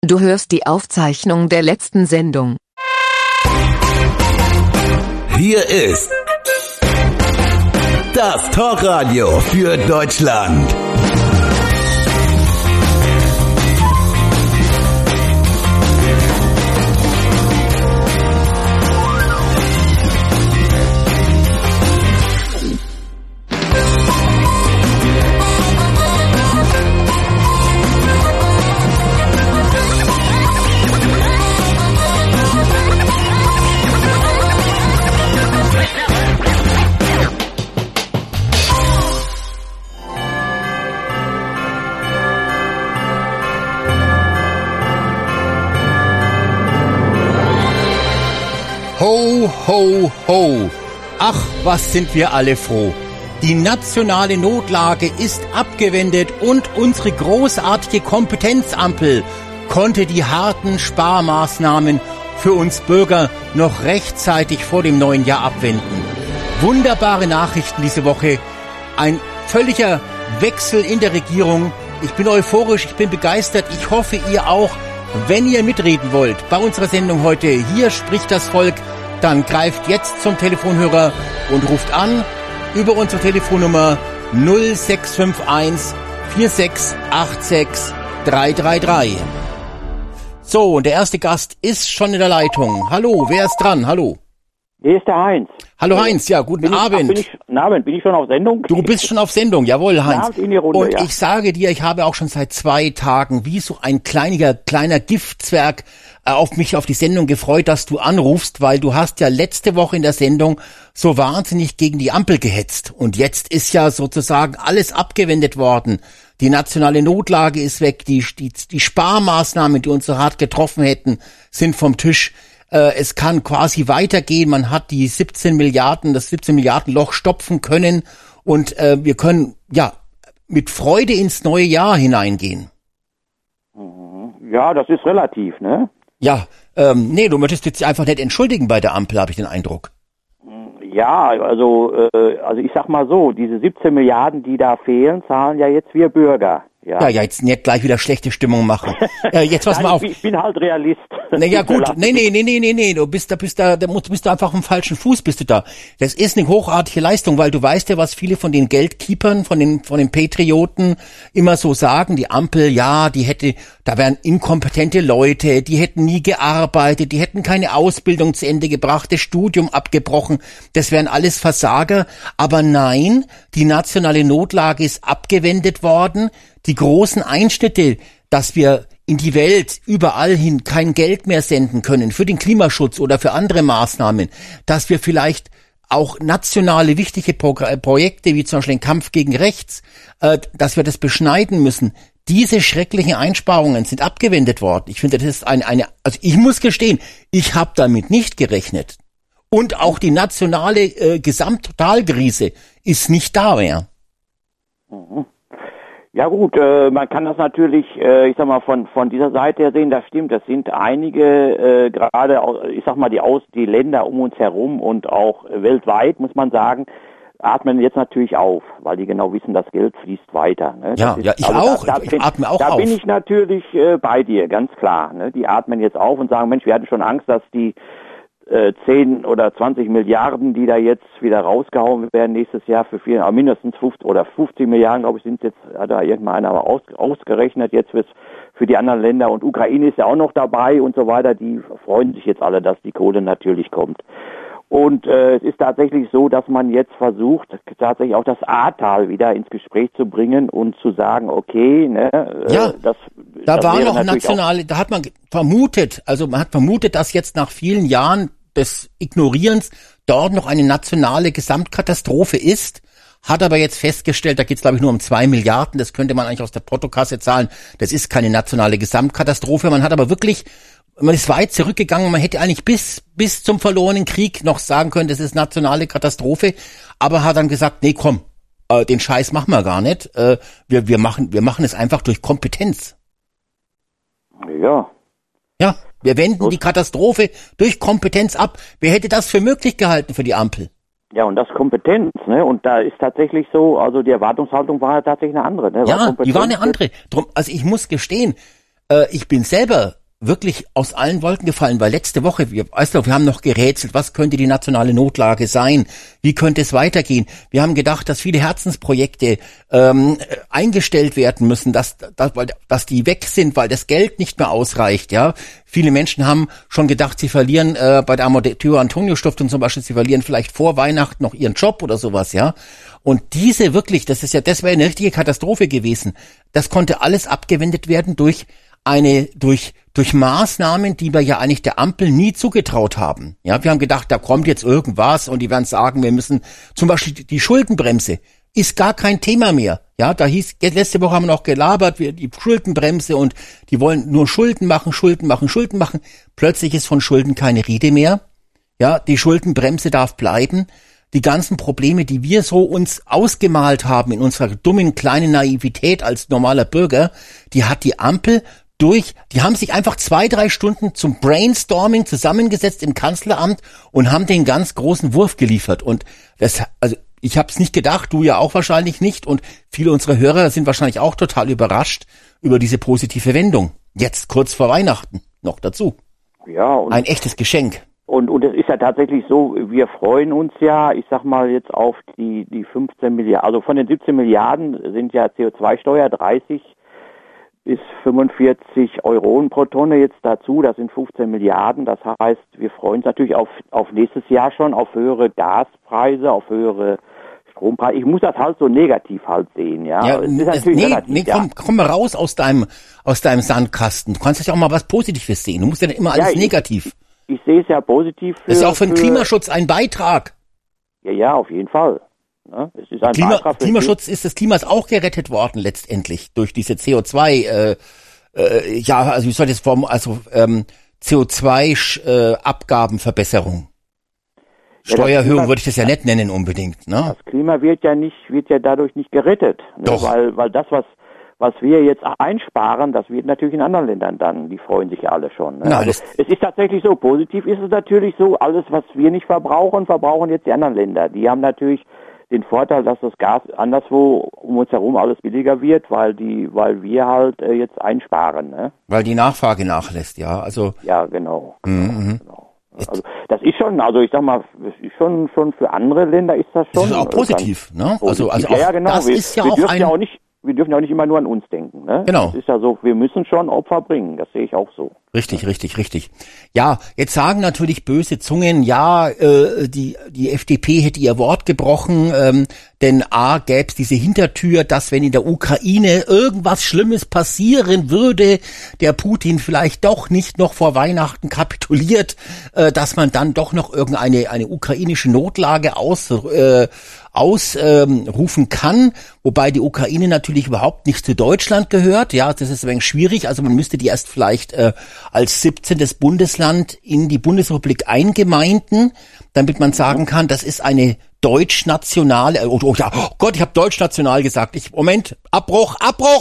Du hörst die Aufzeichnung der letzten Sendung. Hier ist das Talkradio für Deutschland. Ho, ho, ho. Ach, was sind wir alle froh. Die nationale Notlage ist abgewendet und unsere großartige Kompetenzampel konnte die harten Sparmaßnahmen für uns Bürger noch rechtzeitig vor dem neuen Jahr abwenden. Wunderbare Nachrichten diese Woche. Ein völliger Wechsel in der Regierung. Ich bin euphorisch, ich bin begeistert. Ich hoffe, ihr auch. Wenn ihr mitreden wollt bei unserer Sendung heute, hier spricht das Volk, dann greift jetzt zum Telefonhörer und ruft an über unsere Telefonnummer 0651 4686 333. So, und der erste Gast ist schon in der Leitung. Hallo, wer ist dran? Hallo. Hier ist der Heinz. Hallo Heinz, ja, guten Abend. Bin ich schon auf Sendung? Du bist schon auf Sendung, jawohl Heinz. In die Runde, und ja. Ich sage dir, ich habe auch schon seit 2 Tagen wie so ein kleiner Giftzwerg auf mich auf die Sendung gefreut, dass du anrufst, weil du hast ja letzte Woche in der Sendung so wahnsinnig gegen die Ampel gehetzt. Und jetzt ist ja sozusagen alles abgewendet worden. Die nationale Notlage ist weg, die Sparmaßnahmen, die uns so hart getroffen hätten, sind vom Tisch. Es kann quasi weitergehen. Man hat die 17 Milliarden Loch stopfen können und wir können ja mit Freude ins neue Jahr hineingehen. Ja, das ist relativ, ne? Ja, nee, du möchtest jetzt einfach nicht entschuldigen bei der Ampel, habe ich den Eindruck. Ja, also ich sag mal so, diese 17 Milliarden, die da fehlen, zahlen ja jetzt wir Bürger. Ja, jetzt nicht gleich wieder schlechte Stimmung machen. Jetzt pass mal auf. Ich bin halt Realist. Naja, gut. Nee. Du bist da einfach am falschen Fuß, bist du da. Das ist eine hochartige Leistung, weil du weißt ja, was viele von den Geldkeepern, von den Patrioten immer so sagen. Die Ampel, ja, da wären inkompetente Leute, die hätten nie gearbeitet, die hätten keine Ausbildung zu Ende gebracht, das Studium abgebrochen. Das wären alles Versager. Aber nein, die nationale Notlage ist abgewendet worden. Die großen Einschnitte, dass wir in die Welt überall hin kein Geld mehr senden können für den Klimaschutz oder für andere Maßnahmen, dass wir vielleicht auch nationale wichtige Projekte wie zum Beispiel den Kampf gegen Rechts, dass wir das beschneiden müssen. Diese schrecklichen Einsparungen sind abgewendet worden. Ich finde, das ist also ich muss gestehen, ich habe damit nicht gerechnet. Und auch die nationale Gesamttotalkrise ist nicht da mehr. Mhm. Ja gut, man kann das natürlich, ich sag mal, von dieser Seite her sehen, das stimmt, das sind einige, gerade, ich sag mal, die Länder um uns herum und auch weltweit, muss man sagen, atmen jetzt natürlich auf, weil die genau wissen, das Geld fließt weiter. Ne? Ich atme auch auf. Da bin ich natürlich bei dir, ganz klar. Ne? Die atmen jetzt auf und sagen, Mensch, wir hatten schon Angst, dass die 10 oder 20 Milliarden, die da jetzt wieder rausgehauen werden nächstes Jahr für mindestens 50 oder 50 Milliarden, glaube ich, sind jetzt, hat da irgendwann einer ausgerechnet, jetzt wird's für die anderen Länder und Ukraine ist ja auch noch dabei und so weiter, die freuen sich jetzt alle, dass die Kohle natürlich kommt. Und es ist tatsächlich so, dass man jetzt versucht, tatsächlich auch das Ahrtal wieder ins Gespräch zu bringen und zu sagen, okay, ne, da war noch nationale, da hat man vermutet, dass jetzt nach vielen Jahren des Ignorierens dort noch eine nationale Gesamtkatastrophe ist, hat aber jetzt festgestellt, da geht es glaube ich nur um 2 Milliarden, das könnte man eigentlich aus der Portokasse zahlen, das ist keine nationale Gesamtkatastrophe, man hat aber wirklich, man ist weit zurückgegangen, man hätte eigentlich bis zum verlorenen Krieg noch sagen können, das ist nationale Katastrophe, aber hat dann gesagt, nee komm, den Scheiß machen wir gar nicht, wir machen es einfach durch Kompetenz. Ja. Ja, wir wenden die Katastrophe durch Kompetenz ab. Wer hätte das für möglich gehalten für die Ampel? Ja, und das Kompetenz, ne? Und da ist tatsächlich so, also die Erwartungshaltung war ja tatsächlich eine andere, ne? Ja, die war eine andere. Drum, also ich muss gestehen, ich bin selber wirklich aus allen Wolken gefallen, weil letzte Woche, wir haben noch gerätselt, was könnte die nationale Notlage sein? Wie könnte es weitergehen? Wir haben gedacht, dass viele Herzensprojekte eingestellt werden müssen, dass die weg sind, weil das Geld nicht mehr ausreicht. Ja, viele Menschen haben schon gedacht, sie verlieren bei der Amadeo-Antonio-Stiftung zum Beispiel, sie verlieren vielleicht vor Weihnachten noch ihren Job oder sowas. Ja, und diese wirklich, das wäre eine richtige Katastrophe gewesen. Das konnte alles abgewendet werden durch Maßnahmen, die wir ja eigentlich der Ampel nie zugetraut haben. Ja, wir haben gedacht, da kommt jetzt irgendwas und die werden sagen, wir müssen zum Beispiel die Schuldenbremse ist gar kein Thema mehr. Ja, da hieß, letzte Woche haben wir noch gelabert, die Schuldenbremse und die wollen nur Schulden machen. Plötzlich ist von Schulden keine Rede mehr. Ja, die Schuldenbremse darf bleiben. Die ganzen Probleme, die wir so uns ausgemalt haben in unserer dummen kleinen Naivität als normaler Bürger, die hat die Ampel die haben sich einfach 2-3 Stunden zum Brainstorming zusammengesetzt im Kanzleramt und haben den ganz großen Wurf geliefert. Und ich habe es nicht gedacht, du ja auch wahrscheinlich nicht. Und viele unserer Hörer sind wahrscheinlich auch total überrascht über diese positive Wendung. Jetzt kurz vor Weihnachten noch dazu. Ja. Und ein echtes Geschenk. Und es ist ja tatsächlich so, wir freuen uns ja, ich sag mal jetzt auf die 15 Milliarden, also von den 17 Milliarden sind ja CO2-Steuer 30 bis 45 Euronen pro Tonne jetzt dazu, das sind 15 Milliarden, das heißt, wir freuen uns natürlich auf nächstes Jahr schon, auf höhere Gaspreise, auf höhere Strompreise. Ich muss das halt so negativ halt sehen, ja. Ja, es ist natürlich relativ, komm mal raus aus deinem Sandkasten. Du kannst ja auch mal was Positives sehen. Du musst ja nicht immer alles negativ. Ich sehe es ja positiv. Das ist ja auch für den Klimaschutz ein Beitrag. Ja, auf jeden Fall. Ja, es ist ein Klimaschutz das Klima ist auch gerettet worden letztendlich durch diese CO2, also wie soll das CO2-Abgabenverbesserung. Steuererhöhung würde ich das ja nicht nennen unbedingt. Ne? Das Klima wird ja dadurch nicht gerettet. Ne? Doch. Weil das, was wir jetzt einsparen, das wird natürlich in anderen Ländern dann, die freuen sich ja alle schon. Ne? Na, also, es ist tatsächlich so, positiv ist es natürlich so, alles, was wir nicht verbrauchen jetzt die anderen Länder. Die haben natürlich den Vorteil, dass das Gas anderswo um uns herum alles billiger wird, weil wir halt jetzt einsparen. Ne? Weil die Nachfrage nachlässt, ja. Also ja, genau. Genau. Also das ist schon, also ich sag mal, das ist schon für andere Länder ist das schon. Das ist auch positiv, ne? Positiv. Also ja, genau. Das ist ja auch wir dürfen ja auch nicht immer nur an uns denken. Ne? Genau. Es ist ja so, wir müssen schon Opfer bringen. Das sehe ich auch so. Richtig. Ja, jetzt sagen natürlich böse Zungen, ja, die FDP hätte ihr Wort gebrochen, denn gäb's diese Hintertür, dass wenn in der Ukraine irgendwas Schlimmes passieren würde, der Putin vielleicht doch nicht noch vor Weihnachten kapituliert, dass man dann doch noch eine ukrainische Notlage ausrufen kann, wobei die Ukraine natürlich überhaupt nicht zu Deutschland gehört. Ja, das ist ein wenig schwierig. Also man müsste die erst vielleicht als 17. Bundesland in die Bundesrepublik eingemeinden, damit man sagen kann, das ist eine deutschnationale, oh Gott, ich habe deutschnational gesagt. Abbruch.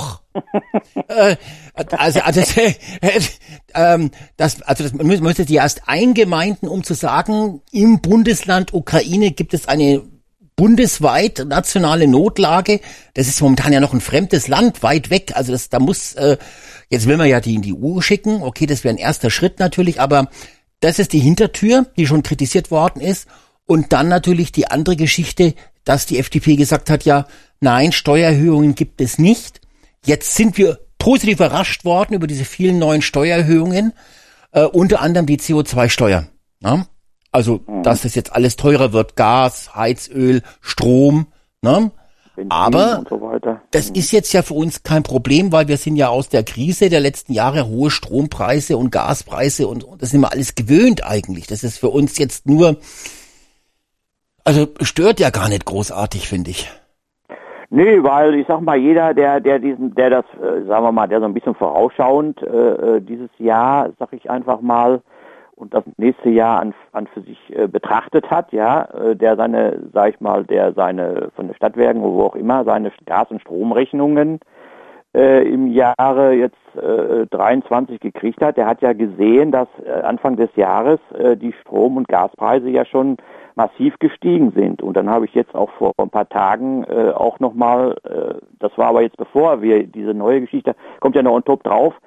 Man müsste die erst eingemeinden, um zu sagen, im Bundesland Ukraine gibt es eine bundesweit nationale Notlage. Das ist momentan ja noch ein fremdes Land, weit weg. Also jetzt will man ja die in die EU schicken. Okay, das wäre ein erster Schritt natürlich, aber das ist die Hintertür, die schon kritisiert worden ist. Und dann natürlich die andere Geschichte, dass die FDP gesagt hat, ja, nein, Steuererhöhungen gibt es nicht. Jetzt sind wir positiv überrascht worden über diese vielen neuen Steuererhöhungen, unter anderem die CO2-Steuer. Ja? Also, dass das jetzt alles teurer wird, Gas, Heizöl, Strom, ne? Aber das ist jetzt ja für uns kein Problem, weil wir sind ja aus der Krise der letzten Jahre hohe Strompreise und Gaspreise und das sind wir alles gewöhnt eigentlich. Das ist für uns jetzt nur, also stört ja gar nicht großartig, finde ich. Nee, weil ich sag mal, jeder, der so ein bisschen vorausschauend dieses Jahr, sag ich einfach mal, und das nächste Jahr an für sich betrachtet hat, ja, der seine von den Stadtwerken oder wo auch immer, seine Gas- und Stromrechnungen im Jahre jetzt 23 gekriegt hat, der hat ja gesehen, dass Anfang des Jahres die Strom- und Gaspreise ja schon massiv gestiegen sind. Und dann habe ich jetzt auch vor ein paar Tagen auch nochmal, das war aber jetzt bevor wir diese neue Geschichte, kommt ja noch on top drauf,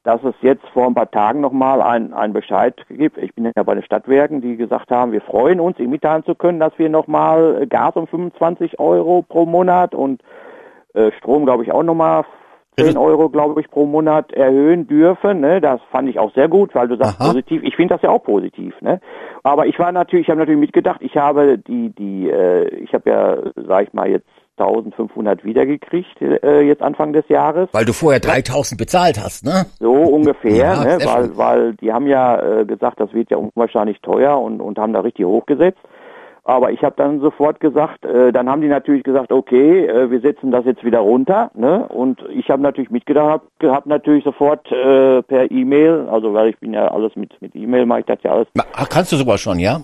dass es jetzt vor ein paar Tagen nochmal ein Bescheid gibt. Ich bin ja bei den Stadtwerken, die gesagt haben, wir freuen uns, Ihnen mitteilen zu können, dass wir nochmal Gas um 25 Euro pro Monat und Strom, glaube ich, auch nochmal 10 Euro, glaube ich, pro Monat erhöhen dürfen. Ne? Das fand ich auch sehr gut, weil du sagst positiv. Ich finde das ja auch positiv. Ne? Aber ich habe natürlich mitgedacht, ich habe ich habe ja, sag ich mal, jetzt 1500 wiedergekriegt, jetzt Anfang des Jahres. Weil du vorher 3000 bezahlt hast, ne? So ungefähr, ja, ne? Weil die haben ja gesagt, das wird ja unwahrscheinlich teuer und haben da richtig hochgesetzt. Aber ich habe dann sofort gesagt, dann haben die natürlich gesagt, okay, wir setzen das jetzt wieder runter, ne? Und ich habe natürlich mitgedacht, hab natürlich sofort per E-Mail, also weil ich bin ja alles mit E-Mail, mache ich das ja alles. Kannst du sogar schon, ja?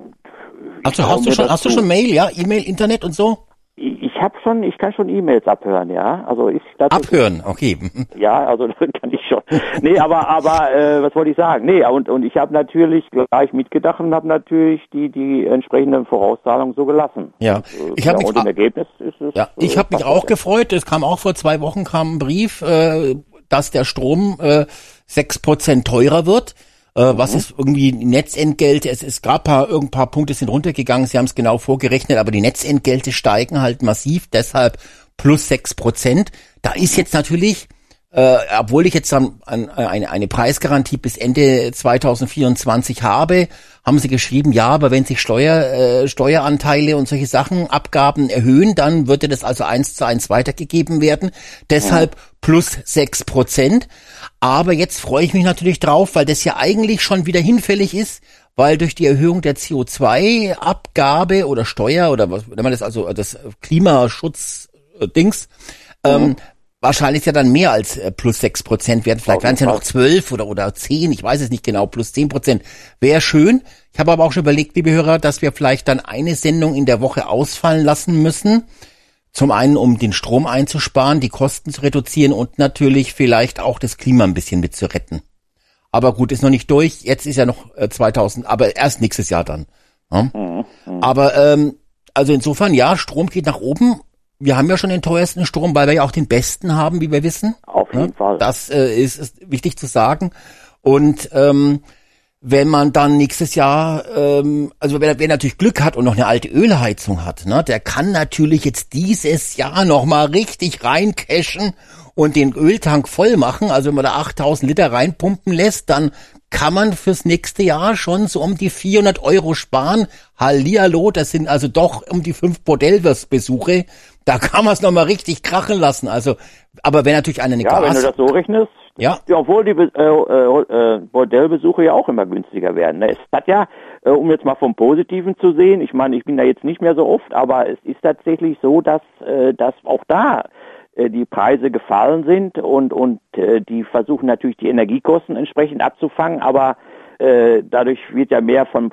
Hast du schon Mail, ja? E-Mail, Internet und so? Ich kann schon E-Mails abhören, ja. Also abhören, okay. Ja, also das kann ich schon. Nee, aber was wollte ich sagen? Nee, und ich habe natürlich gleich mitgedacht und habe natürlich die entsprechenden Vorauszahlungen so gelassen. Ja. Ich habe mich und im Ergebnis ist es. Ja, ich habe mich auch gefreut. Es kam auch vor 2 Wochen ein Brief, dass der Strom 6% teurer wird. Was ist irgendwie Netzentgelte? Es gab ein paar Punkte sind runtergegangen. Sie haben es genau vorgerechnet, aber die Netzentgelte steigen halt massiv, deshalb plus 6%. Da ist jetzt natürlich, obwohl ich jetzt dann eine Preisgarantie bis Ende 2024 habe, haben sie geschrieben, ja, aber wenn sich Steueranteile und solche Sachen, Abgaben erhöhen, dann würde das also 1:1 weitergegeben werden. Deshalb plus 6%. Aber jetzt freue ich mich natürlich drauf, weil das ja eigentlich schon wieder hinfällig ist, weil durch die Erhöhung der CO2-Abgabe oder Steuer oder was, wenn man das also das Klimaschutz-Dings, wahrscheinlich ja dann mehr als plus 6% werden. Vielleicht werden es ja noch 12 oder 10, ich weiß es nicht genau, plus 10%. Wäre schön. Ich habe aber auch schon überlegt, liebe Hörer, dass wir vielleicht dann eine Sendung in der Woche ausfallen lassen müssen. Zum einen, um den Strom einzusparen, die Kosten zu reduzieren und natürlich vielleicht auch das Klima ein bisschen mit zu retten. Aber gut, ist noch nicht durch. Jetzt ist ja noch 2000, aber erst nächstes Jahr dann. Ja? Aber also insofern, ja, Strom geht nach oben. Wir haben ja schon den teuersten Strom, weil wir ja auch den besten haben, wie wir wissen. Auf jeden Fall. Das ist wichtig zu sagen. Und wenn man dann nächstes Jahr, also wer natürlich Glück hat und noch eine alte Ölheizung hat, ne, der kann natürlich jetzt dieses Jahr noch mal richtig reincashen und den Öltank voll machen. Also wenn man da 8000 Liter reinpumpen lässt, dann kann man fürs nächste Jahr schon so um die 400 Euro sparen. Hallihallo, das sind also doch um die 5 Bordellbesuche. Da kann man es noch mal richtig krachen lassen. Also, aber wenn natürlich einer eine Gas... Ja, wenn du das so rechnest, ja, obwohl die Bordellbesuche ja auch immer günstiger werden. Ne? Es hat ja, um jetzt mal vom Positiven zu sehen, ich meine, ich bin da jetzt nicht mehr so oft, aber es ist tatsächlich so, dass auch da die Preise gefallen sind und die versuchen natürlich die Energiekosten entsprechend abzufangen, aber dadurch wird ja mehr von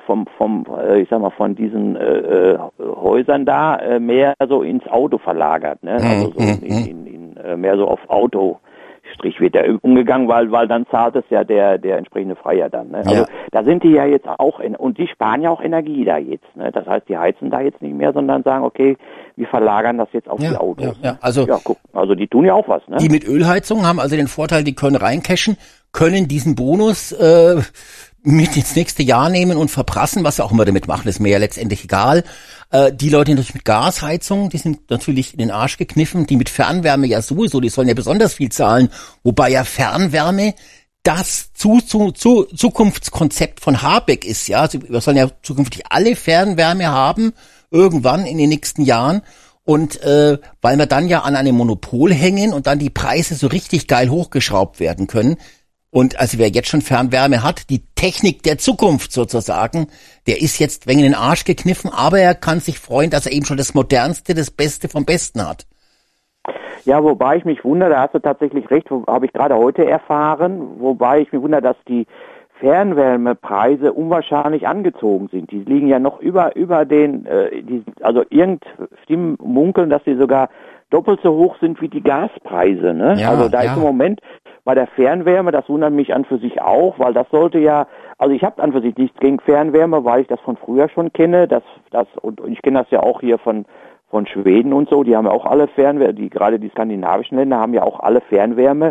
diesen Häusern da mehr so ins Auto verlagert, ne? Also so mehr so auf Autostrich wird da umgegangen, weil dann zahlt es ja der entsprechende Freier dann. Ne? Also da sind die ja jetzt auch und die sparen ja auch Energie da jetzt. Ne? Das heißt, die heizen da jetzt nicht mehr, sondern sagen, okay, wir verlagern das jetzt auf die Autos. Ja. Also guck, also die tun ja auch was. Ne? Die mit Ölheizung haben also den Vorteil, die können reincashen, können diesen Bonus mit ins nächste Jahr nehmen und verprassen, was sie auch immer damit machen, ist mir ja letztendlich egal. Die Leute natürlich mit Gasheizung, die sind natürlich in den Arsch gekniffen, die mit Fernwärme ja sowieso, die sollen ja besonders viel zahlen, wobei ja Fernwärme das Zukunftskonzept von Habeck ist, ja. Also wir sollen ja zukünftig alle Fernwärme haben, irgendwann in den nächsten Jahren. Und weil wir dann ja an einem Monopol hängen und dann die Preise so richtig geil hochgeschraubt werden können. Und also wer jetzt schon Fernwärme hat, die Technik der Zukunft sozusagen, der ist jetzt wegen den Arsch gekniffen, aber er kann sich freuen, dass er eben schon das Modernste, das Beste vom Besten hat. Ja, wobei ich mich wundere, da hast du tatsächlich recht, habe ich gerade heute erfahren, wobei ich mich wundere, dass die Fernwärmepreise unwahrscheinlich angezogen sind. Die liegen ja noch über den, also Stimmen munkeln, dass die sogar doppelt so hoch sind wie die Gaspreise. Ne? Ja, also da ist im Moment bei der Fernwärme, das wundert mich an für sich auch, weil das sollte ja, also ich habe an für sich nichts gegen Fernwärme, weil ich das von früher schon kenne, und ich kenne das ja auch hier von Schweden und so, die haben ja auch alle Fernwärme, gerade die skandinavischen Länder haben ja auch alle Fernwärme.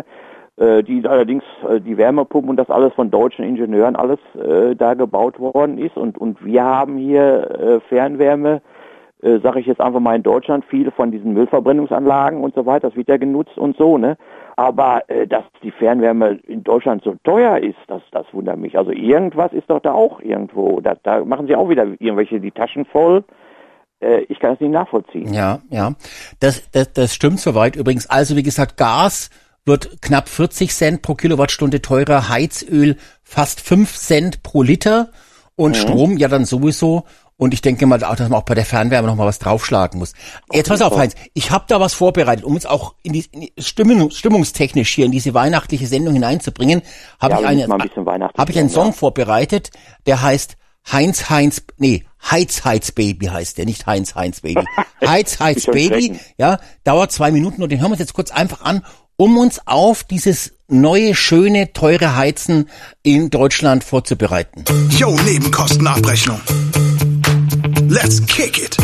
die allerdings die Wärmepumpen und das alles von deutschen Ingenieuren alles da gebaut worden ist. Und wir haben hier Fernwärme, sage ich jetzt einfach mal in Deutschland, viele von diesen Müllverbrennungsanlagen und so weiter, das wird ja genutzt und so, ne? Aber dass die Fernwärme in Deutschland so teuer ist, das wundert mich. Also irgendwas ist doch da auch irgendwo. Da machen sie auch wieder irgendwelche die Taschen voll. Ich kann das nicht nachvollziehen. Ja. Das stimmt soweit. Übrigens, also wie gesagt, Gas wird knapp 40 Cent pro Kilowattstunde teurer, Heizöl fast 5 Cent pro Liter und Strom ja dann sowieso. Und ich denke mal auch, dass man auch bei der Fernwärme noch mal was draufschlagen muss. Jetzt pass auf, Heinz, ich habe da was vorbereitet, um uns auch in die stimmungstechnisch hier in diese weihnachtliche Sendung hineinzubringen. Habe ich einen Song vorbereitet, der heißt Heiz Baby heißt der, nicht Heiz Baby. Heiz Baby, ja, dauert 2 Minuten und den hören wir uns jetzt kurz einfach an, um uns auf dieses neue, schöne, teure Heizen in Deutschland vorzubereiten. Yo, Nebenkostenabrechnung. Let's kick it.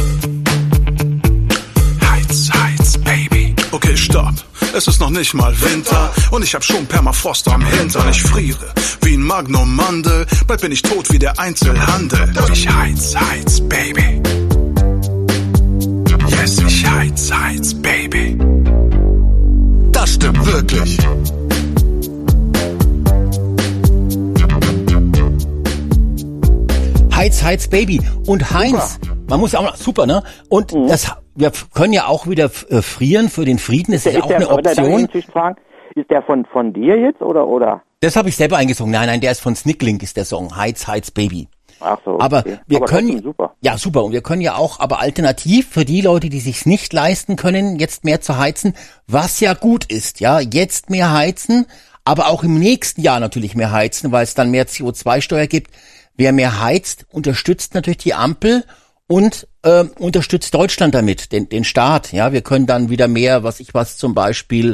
Heiz, Baby. Okay, stopp. Es ist noch nicht mal Winter und ich hab schon Permafrost am Hintern. Ich friere wie ein Magnum-Mandel, bald bin ich tot wie der Einzelhandel. Ich heiz, Baby. Yes, ich heiz, Baby. Das stimmt wirklich. Heiz Baby. Und Heinz, man muss ja auch noch, super, ne? Und wir können ja auch wieder frieren für den Frieden, das ist ja auch eine Option. Ist der von dir jetzt oder? Das habe ich selber eingesungen. Nein, der ist von Snicklink, ist der Song. Heiz Baby. Ach so. Aber okay. wir können, super. Ja, super. Und wir können ja auch, aber alternativ für die Leute, die sich's nicht leisten können, jetzt mehr zu heizen, was ja gut ist, ja, jetzt mehr heizen, aber auch im nächsten Jahr natürlich mehr heizen, weil es dann mehr CO2-Steuer gibt. Wer mehr heizt, unterstützt natürlich die Ampel und unterstützt Deutschland damit, den Staat. Ja, wir können dann wieder mehr, zum Beispiel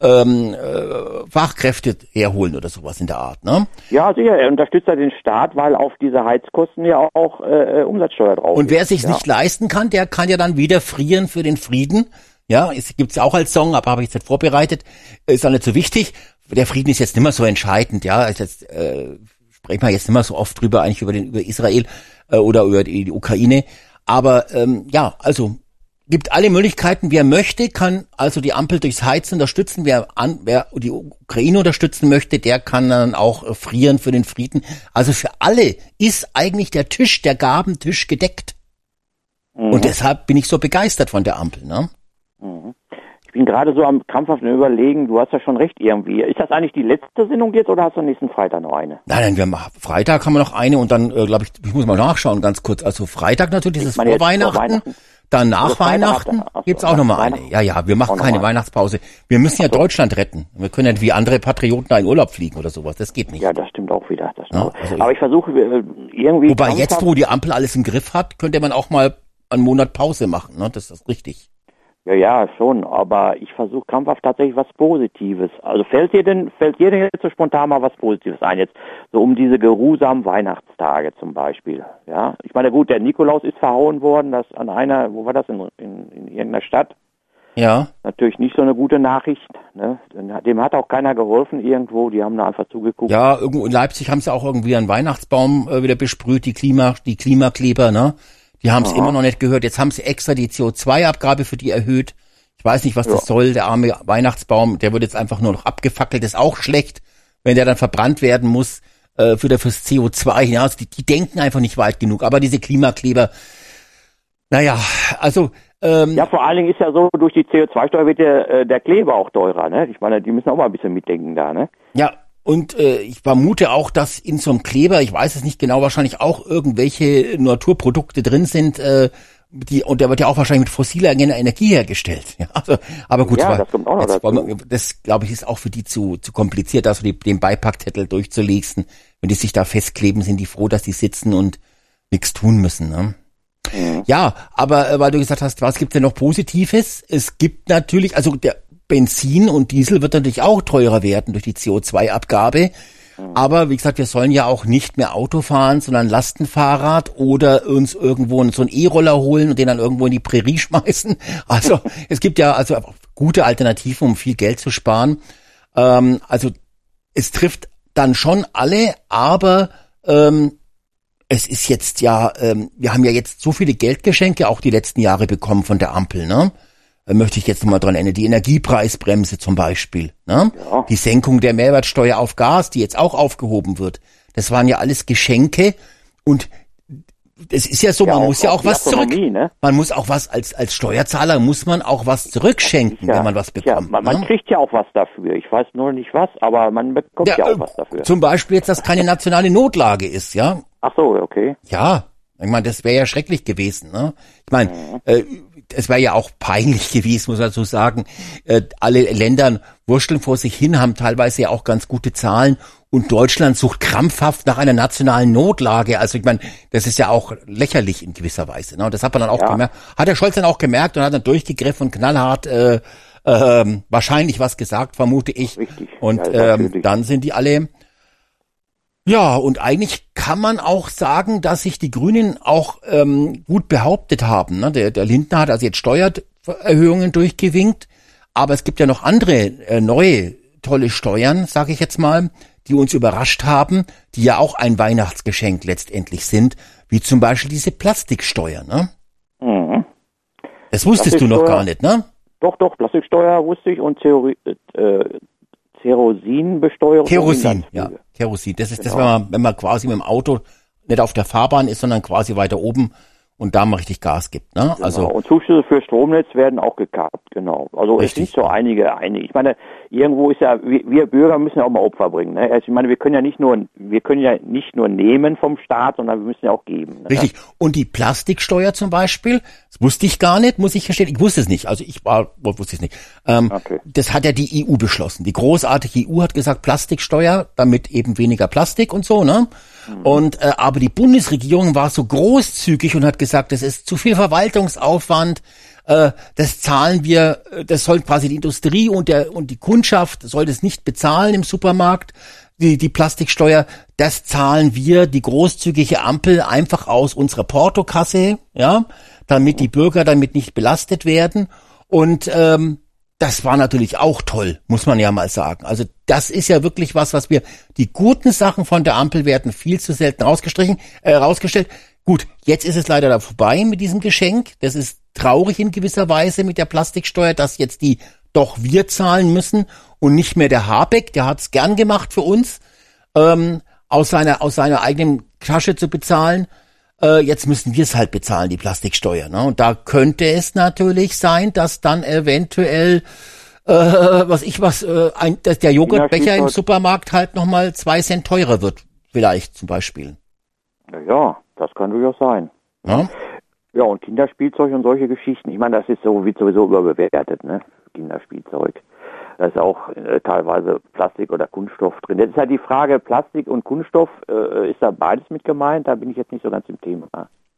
Fachkräfte herholen oder sowas in der Art. Ne? Ja, sicher. Er unterstützt ja den Staat, weil auf diese Heizkosten ja auch Umsatzsteuer drauf ist. Und wer sich's nicht leisten kann, der kann ja dann wieder frieren für den Frieden. Ja, es gibt's auch als Song, aber habe ich jetzt nicht vorbereitet. Ist auch nicht so wichtig. Der Frieden ist jetzt nicht mehr so entscheidend. Ja, ist jetzt sprechen wir jetzt nicht mehr so oft drüber, eigentlich über Israel oder über die Ukraine. Aber also gibt alle Möglichkeiten. Wer möchte, kann also die Ampel durchs Heizen unterstützen. Wer die Ukraine unterstützen möchte, der kann dann auch frieren für den Frieden. Also für alle ist eigentlich der Gabentisch gedeckt. Und deshalb bin ich so begeistert von der Ampel. Ne? Ich bin gerade so am krampfhaften Überlegen, du hast ja schon recht irgendwie. Ist das eigentlich die letzte Sendung jetzt oder hast du nächsten Freitag noch eine? Nein, Freitag haben wir noch eine und dann, glaube ich muss mal nachschauen ganz kurz. Also Freitag natürlich, das ist vor Weihnachten. Dann nach Weihnachten gibt's auch noch mal eine. Ja, wir machen keine Weihnachtspause. Wir müssen ja Deutschland retten. Wir können ja wie andere Patrioten da in Urlaub fliegen oder sowas. Das geht nicht. Ja, das stimmt auch wieder. Aber ich versuche irgendwie... Wobei jetzt, wo die Ampel alles im Griff hat, könnte man auch mal einen Monat Pause machen. Ne? Das ist richtig. Ja, schon, aber ich versuche krampfhaft tatsächlich was Positives. Also fällt dir denn jetzt so spontan mal was Positives ein, jetzt so um diese geruhsamen Weihnachtstage zum Beispiel, ja? Ich meine, gut, der Nikolaus ist verhauen worden, das an einer, wo war das, in irgendeiner Stadt? Ja. Natürlich nicht so eine gute Nachricht, ne? Dem hat auch keiner geholfen irgendwo, die haben da einfach zugeguckt. Ja, irgendwo in Leipzig haben sie auch irgendwie einen Weihnachtsbaum wieder besprüht, die Klimakleber, ne? Die haben es immer noch nicht gehört. Jetzt haben sie extra die CO2-Abgabe für die erhöht. Ich weiß nicht, was das soll. Der arme Weihnachtsbaum, der wird jetzt einfach nur noch abgefackelt. Das ist auch schlecht, wenn der dann verbrannt werden muss fürs CO2. Ja, also die denken einfach nicht weit genug. Aber diese Klimakleber, naja, also... ja, vor allen Dingen ist ja so, durch die CO2-Steuer wird der Kleber auch teurer. Ne? Ich meine, die müssen auch mal ein bisschen mitdenken da. Ne? Ja. Und ich vermute auch, dass in so einem Kleber, ich weiß es nicht genau, wahrscheinlich auch irgendwelche Naturprodukte drin sind, und der wird ja auch wahrscheinlich mit fossiler Energie hergestellt. Ja, also, aber gut, ja, das kommt auch noch dazu. Das glaube ich ist auch für die zu kompliziert, also den Beipackzettel durchzulesen. Wenn die sich da festkleben, sind die froh, dass die sitzen und nichts tun müssen. Ne? Ja, aber weil du gesagt hast, was gibt's denn noch Positives? Es gibt natürlich, also der Benzin und Diesel wird natürlich auch teurer werden durch die CO2-Abgabe. Aber wie gesagt, wir sollen ja auch nicht mehr Auto fahren, sondern Lastenfahrrad oder uns irgendwo so einen E-Roller holen und den dann irgendwo in die Prärie schmeißen. Also es gibt ja also gute Alternativen, um viel Geld zu sparen. Also es trifft dann schon alle, aber es ist jetzt ja, wir haben ja jetzt so viele Geldgeschenke auch die letzten Jahre bekommen von der Ampel, ne? Möchte ich jetzt nochmal dran erinnern, die Energiepreisbremse zum Beispiel, ne? Ja. Die Senkung der Mehrwertsteuer auf Gas, die jetzt auch aufgehoben wird. Das waren ja alles Geschenke und es ist ja so, man muss ja auch was zurück. Ne? Man muss auch was, als Steuerzahler muss man auch was zurückschenken, wenn man was bekommt. Ja, man kriegt ja auch was dafür. Ich weiß nur nicht was, aber man bekommt ja auch was dafür. Zum Beispiel jetzt, dass keine nationale Notlage ist, ja? Ach so, okay. Ja, ich meine, das wäre ja schrecklich gewesen, ne? Ich meine, es wäre ja auch peinlich gewesen, muss man so sagen. Alle Länder wurschteln vor sich hin, haben teilweise ja auch ganz gute Zahlen und Deutschland sucht krampfhaft nach einer nationalen Notlage. Also ich meine, das ist ja auch lächerlich in gewisser Weise, ne? Und das hat man dann auch gemerkt, hat der Scholz dann auch gemerkt und hat dann durchgegriffen und knallhart wahrscheinlich was gesagt, vermute ich. Richtig. Und dann sind die alle. Ja, und eigentlich kann man auch sagen, dass sich die Grünen auch gut behauptet haben. Ne? Der Lindner hat also jetzt Steuererhöhungen durchgewinkt, aber es gibt ja noch andere neue tolle Steuern, sage ich jetzt mal, die uns überrascht haben, die ja auch ein Weihnachtsgeschenk letztendlich sind, wie zum Beispiel diese Plastiksteuer. Ne? Mhm. Das wusstest du noch gar nicht, ne? Doch, Plastiksteuer wusste ich und Kerosinbesteuerung. Kerosin, ja. Kerosin. Das ist das, wenn man quasi mit dem Auto nicht auf der Fahrbahn ist, sondern quasi weiter oben und da mal richtig Gas gibt, ne? Genau. Also. Und Zuschüsse für Stromnetz werden auch gekappt, genau. Also Richtig. Es sind so einige. Ich meine, irgendwo ist ja, wir Bürger müssen ja auch mal Opfer bringen, ne? Also ich meine, wir können ja nicht nur nehmen vom Staat, sondern wir müssen ja auch geben. Ne? Richtig. Und die Plastiksteuer zum Beispiel, das wusste ich gar nicht, muss ich gestehen. Ich wusste es nicht. Also wusste es nicht. Okay. Das hat ja die EU beschlossen. Die großartige EU hat gesagt, Plastiksteuer, damit eben weniger Plastik und so, ne? Und aber die Bundesregierung war so großzügig und hat gesagt, das ist zu viel Verwaltungsaufwand. Das zahlen wir, das soll quasi die Industrie und die Kundschaft soll das nicht bezahlen im Supermarkt. Die Plastiksteuer, das zahlen wir, die großzügige Ampel, einfach aus unserer Portokasse, ja, damit die Bürger damit nicht belastet werden. Und das war natürlich auch toll, muss man ja mal sagen. Also das ist ja wirklich was wir, die guten Sachen von der Ampel werden viel zu selten rausgestellt. Gut, jetzt ist es leider da vorbei mit diesem Geschenk. Das ist traurig in gewisser Weise mit der Plastiksteuer, dass jetzt doch wir zahlen müssen und nicht mehr der Habeck. Der hat's gern gemacht für uns, aus seiner eigenen Tasche zu bezahlen. Jetzt müssen wir es halt bezahlen, die Plastiksteuer, ne? Und da könnte es natürlich sein, dass dann eventuell, dass der Joghurtbecher im Supermarkt halt nochmal 2 Cent teurer wird, vielleicht zum Beispiel. Ja, das kann durchaus sein. Ja? Ja, und Kinderspielzeug und solche Geschichten. Ich meine, das ist sowieso überbewertet, ne? Kinderspielzeug. Da ist auch teilweise Plastik oder Kunststoff drin. Jetzt ist halt die Frage, Plastik und Kunststoff, ist da beides mit gemeint? Da bin ich jetzt nicht so ganz im Thema.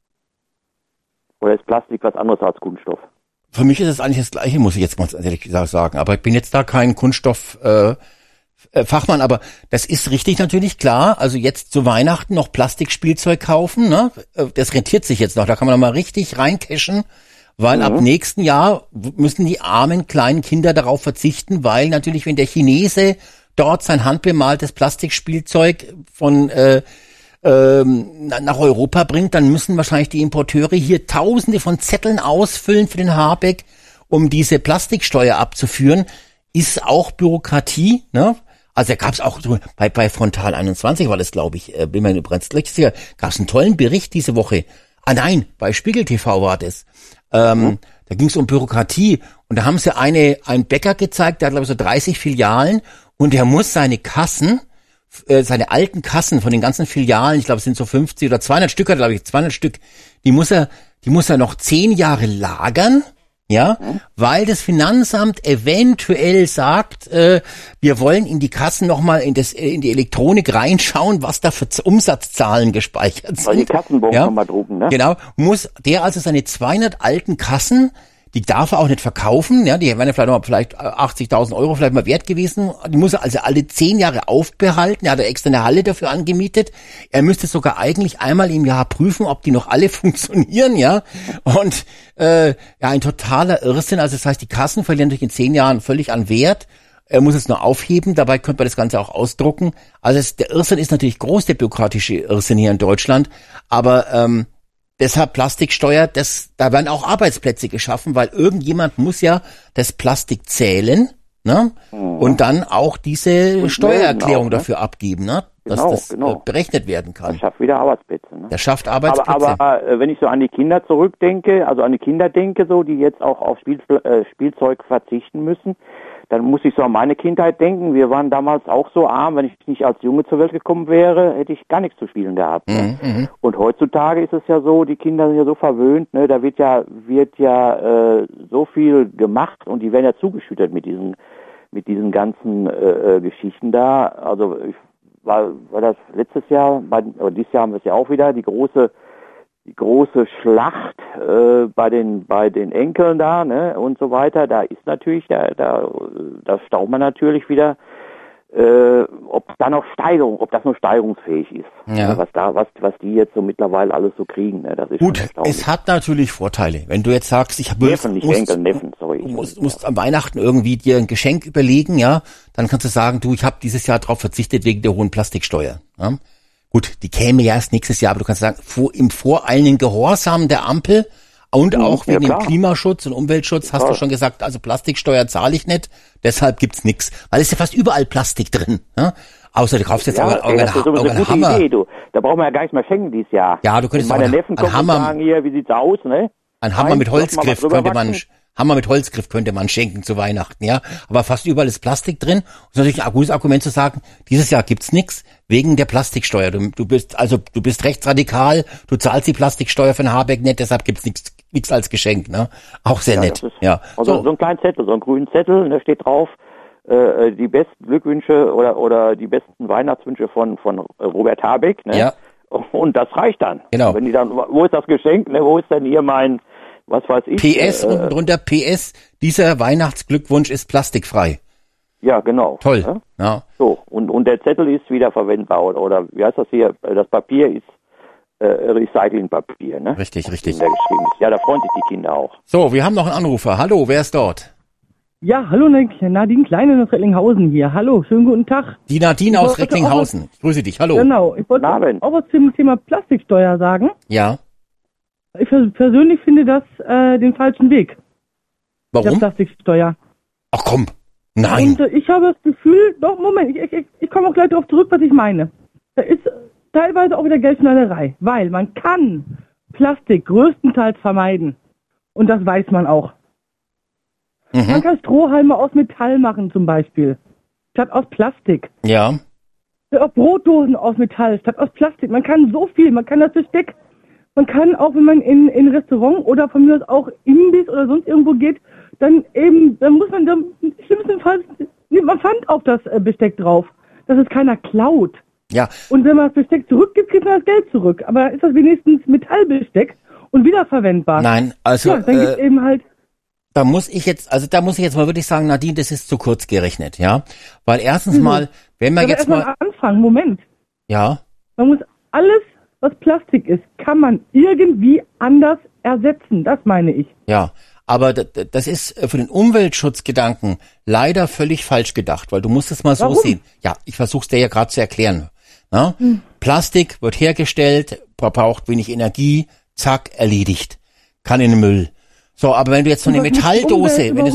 Oder ist Plastik was anderes als Kunststoff? Für mich ist es eigentlich das Gleiche, muss ich jetzt ganz ehrlich gesagt sagen. Aber ich bin jetzt da kein Kunststoff-Fachmann, aber das ist richtig natürlich klar. Also jetzt zu Weihnachten noch Plastikspielzeug kaufen, ne? Das rentiert sich jetzt noch. Da kann man noch mal richtig reincashen. Weil ab nächsten Jahr müssen die armen kleinen Kinder darauf verzichten, weil natürlich, wenn der Chinese dort sein handbemaltes Plastikspielzeug von nach Europa bringt, dann müssen wahrscheinlich die Importeure hier Tausende von Zetteln ausfüllen für den Habeck, um diese Plastiksteuer abzuführen. Ist auch Bürokratie, ne? Also da gab es auch bei Frontal 21 war das, glaube ich, bin mir übrigens gleich sicher, gab es einen tollen Bericht diese Woche. Nein, bei Spiegel TV war das. Da ging es um Bürokratie und da haben sie einen Bäcker gezeigt, der hat glaube ich so 30 Filialen und der muss seine Kassen, seine alten Kassen von den ganzen Filialen, ich glaube es sind so 50 oder 200 Stück, glaube ich 200 Stück, die muss er noch 10 Jahre lagern, ja, weil das Finanzamt eventuell sagt, wir wollen in die Kassen nochmal in die Elektronik reinschauen, was da für Umsatzzahlen gespeichert sind. Weil die Kassenbon nochmal drucken, ne? Genau, muss der also seine 200 alten Kassen, die darf er auch nicht verkaufen, ja, die wären ja vielleicht 80.000 Euro vielleicht mal wert gewesen, die muss er also alle 10 Jahre aufbehalten, er hat extra eine Halle dafür angemietet, er müsste sogar eigentlich einmal im Jahr prüfen, ob die noch alle funktionieren, ja, und ein totaler Irrsinn, also das heißt, die Kassen verlieren durch in 10 Jahren völlig an Wert, Er muss es nur aufheben, dabei könnte man das Ganze auch ausdrucken. Also der Irrsinn ist natürlich groß, der bürokratische Irrsinn hier in Deutschland, aber deshalb Plastiksteuer, da werden auch Arbeitsplätze geschaffen, weil irgendjemand muss ja das Plastik zählen, ne? Und dann auch diese Steuererklärung auch, ne? Dafür abgeben, ne? Dass das berechnet werden kann. Das schafft wieder Arbeitsplätze. Ne? Das schafft Arbeitsplätze. Aber wenn ich so an die Kinder zurückdenke, also an die Kinder denke, so, die jetzt auch auf Spielzeug verzichten müssen, dann muss ich so an meine Kindheit denken. Wir waren damals auch so arm, wenn ich nicht als Junge zur Welt gekommen wäre, hätte ich gar nichts zu spielen gehabt. Ne? Und heutzutage ist es ja so, die Kinder sind ja so verwöhnt, ne? Da wird ja so viel gemacht und die werden ja zugeschüttet mit diesen ganzen Geschichten da. Also war das letztes Jahr, oder dieses Jahr haben wir es ja auch wieder, die große Schlacht bei den Enkeln da, ne, und so weiter. Da ist natürlich, da staunt man natürlich wieder, ob das noch steigerungsfähig ist. Ja. Was die jetzt so mittlerweile alles so kriegen, ne, das ist gut. Es hat natürlich Vorteile. Wenn du jetzt sagst, musst am Weihnachten irgendwie dir ein Geschenk überlegen, ja, dann kannst du sagen, ich habe dieses Jahr darauf verzichtet wegen der hohen Plastiksteuer. Ja? Gut, die käme ja erst nächstes Jahr, aber du kannst sagen, im voreiligen Gehorsam der Ampel und auch wegen dem Klimaschutz und Umweltschutz hast du schon gesagt, also Plastiksteuer zahle ich nicht, deshalb gibt's nix. Weil es ist ja fast überall Plastik drin. Ne? Außer du kaufst jetzt auch einen Hammer. Idee, du. Da brauchen wir ja gar nicht mehr schenken dieses Jahr. Ja, du könntest meine Neffen kommen und sagen hier, wie sieht's aus, ne? Ein Hammer mit Holzgriff könnte man schenken zu Weihnachten, ja. Aber fast überall ist Plastik drin. Und das ist natürlich ein gutes Argument zu sagen, dieses Jahr gibt's nix wegen der Plastiksteuer. Du bist rechtsradikal, du zahlst die Plastiksteuer für den Habeck nicht, deshalb gibt's nix als Geschenk, ne? Auch sehr nett. Ja. Also so einen kleinen Zettel, so einen grünen Zettel, da steht drauf, die besten Glückwünsche oder die besten Weihnachtswünsche von Robert Habeck, ne? Ja. Und das reicht dann. Genau. Wenn die dann, wo ist das Geschenk, ne? Wo ist denn hier mein, was weiß ich? PS, unten drunter PS, dieser Weihnachtsglückwunsch ist plastikfrei. Ja, genau. Toll. Ne? Ja. So, und der Zettel ist wiederverwendbar oder wie heißt das hier? Das Papier ist Recyclingpapier, ne? Richtig. Ja, da freuen sich die Kinder auch. So, wir haben noch einen Anrufer. Hallo, wer ist dort? Ja, hallo Nadine Kleine aus Recklinghausen hier. Hallo, schönen guten Tag. Die Nadine aus Recklinghausen. Ich grüße dich, hallo. Genau, ich wollte auch was zum Thema Plastiksteuer sagen. Ja. Ich persönlich finde das den falschen Weg. Warum? Der Plastiksteuer. Ach komm, nein. Und ich habe das Gefühl, doch, Moment, ich komme auch gleich darauf zurück, was ich meine. Da ist teilweise auch wieder Geldschneiderei, weil man kann Plastik größtenteils vermeiden. Und das weiß man auch. Man kann Strohhalme aus Metall machen zum Beispiel, statt aus Plastik. Ja. Auch Brotdosen aus Metall, statt aus Plastik. Man kann so viel, man kann das Besteck, man kann auch, wenn man in Restaurant oder von mir aus auch Imbiss oder sonst irgendwo geht, dann muss man schlimmstenfalls nimmt man Pfand auf das Besteck drauf, dass es keiner klaut. Ja. Und wenn man das Besteck zurückgibt, kriegt man das Geld zurück. Aber ist das wenigstens Metallbesteck und wiederverwendbar? Nein, also ja, dann gibt's eben halt. Da muss ich jetzt mal wirklich sagen, Nadine, das ist zu kurz gerechnet, ja? Weil erstens mal, wenn man jetzt mal anfangen, Moment. Ja. Man muss alles, was Plastik ist, kann man irgendwie anders ersetzen, das meine ich. Ja, aber das ist für den Umweltschutzgedanken leider völlig falsch gedacht, weil du musst es mal so sehen. Ja, ich versuch's dir ja gerade zu erklären. Na? Plastik wird hergestellt, braucht wenig Energie, zack, erledigt. Kann in den Müll. So, aber wenn du jetzt so eine Metalldose, wenn du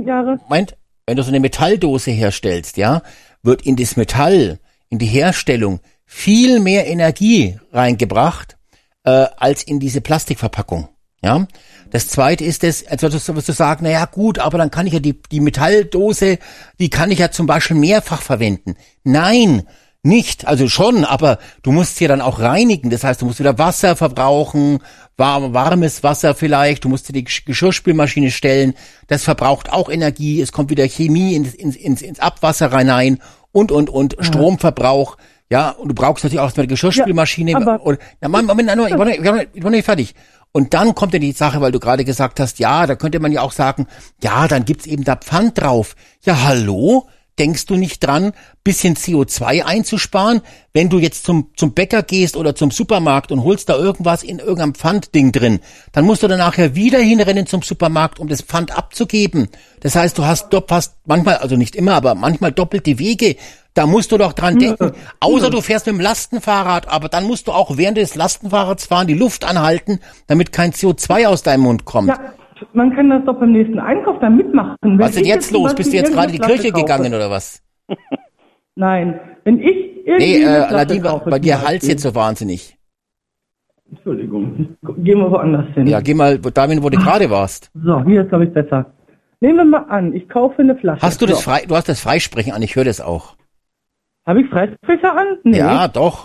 so eine Metalldose herstellst, ja, wird in das Metall, in die Herstellung viel mehr Energie reingebracht, als in diese Plastikverpackung, ja. Das zweite ist also wirst du sagen, naja, gut, aber dann kann ich ja die Metalldose, die kann ich ja zum Beispiel mehrfach verwenden. Nein, nicht, also schon, aber du musst sie dann auch reinigen. Das heißt, du musst wieder Wasser verbrauchen, warmes Wasser vielleicht, du musst dir die Geschirrspülmaschine stellen. Das verbraucht auch Energie, es kommt wieder Chemie ins Abwasser hinein und Stromverbrauch. Ja, und du brauchst natürlich auch eine Geschirrspülmaschine. Ja, ich war nicht fertig. Und dann kommt ja die Sache, weil du gerade gesagt hast, ja, da könnte man ja auch sagen, ja, dann gibt's eben da Pfand drauf. Ja, hallo? denkst du nicht dran, bisschen CO2 einzusparen, wenn du jetzt zum Bäcker gehst oder zum Supermarkt und holst da irgendwas in irgendeinem Pfandding drin, dann musst du dann nachher wieder hinrennen zum Supermarkt, um das Pfand abzugeben. Das heißt, du hast fast manchmal, also nicht immer, aber manchmal doppelte Wege. Da musst du doch dran denken. Außer du fährst mit dem Lastenfahrrad, aber dann musst du auch während des Lastenfahrrads fahren die Luft anhalten, damit kein CO2 aus deinem Mund kommt. Ja, man kann das doch beim nächsten Einkauf dann mitmachen. Was ist denn jetzt los? Bist du jetzt gerade in die Kirche gegangen oder was? Nein, wenn ich irgendwie Nadine, bei dir Hals jetzt so wahnsinnig. Entschuldigung, gehen wir woanders hin. Ja, geh mal dahin, wo du gerade warst. So, hier ist, glaube ich, besser. Nehmen wir mal an, ich kaufe eine Flasche. Hast du du hast das Freisprechen an, ich höre das auch. Habe ich Freisprecher an? Nee. Ja, doch.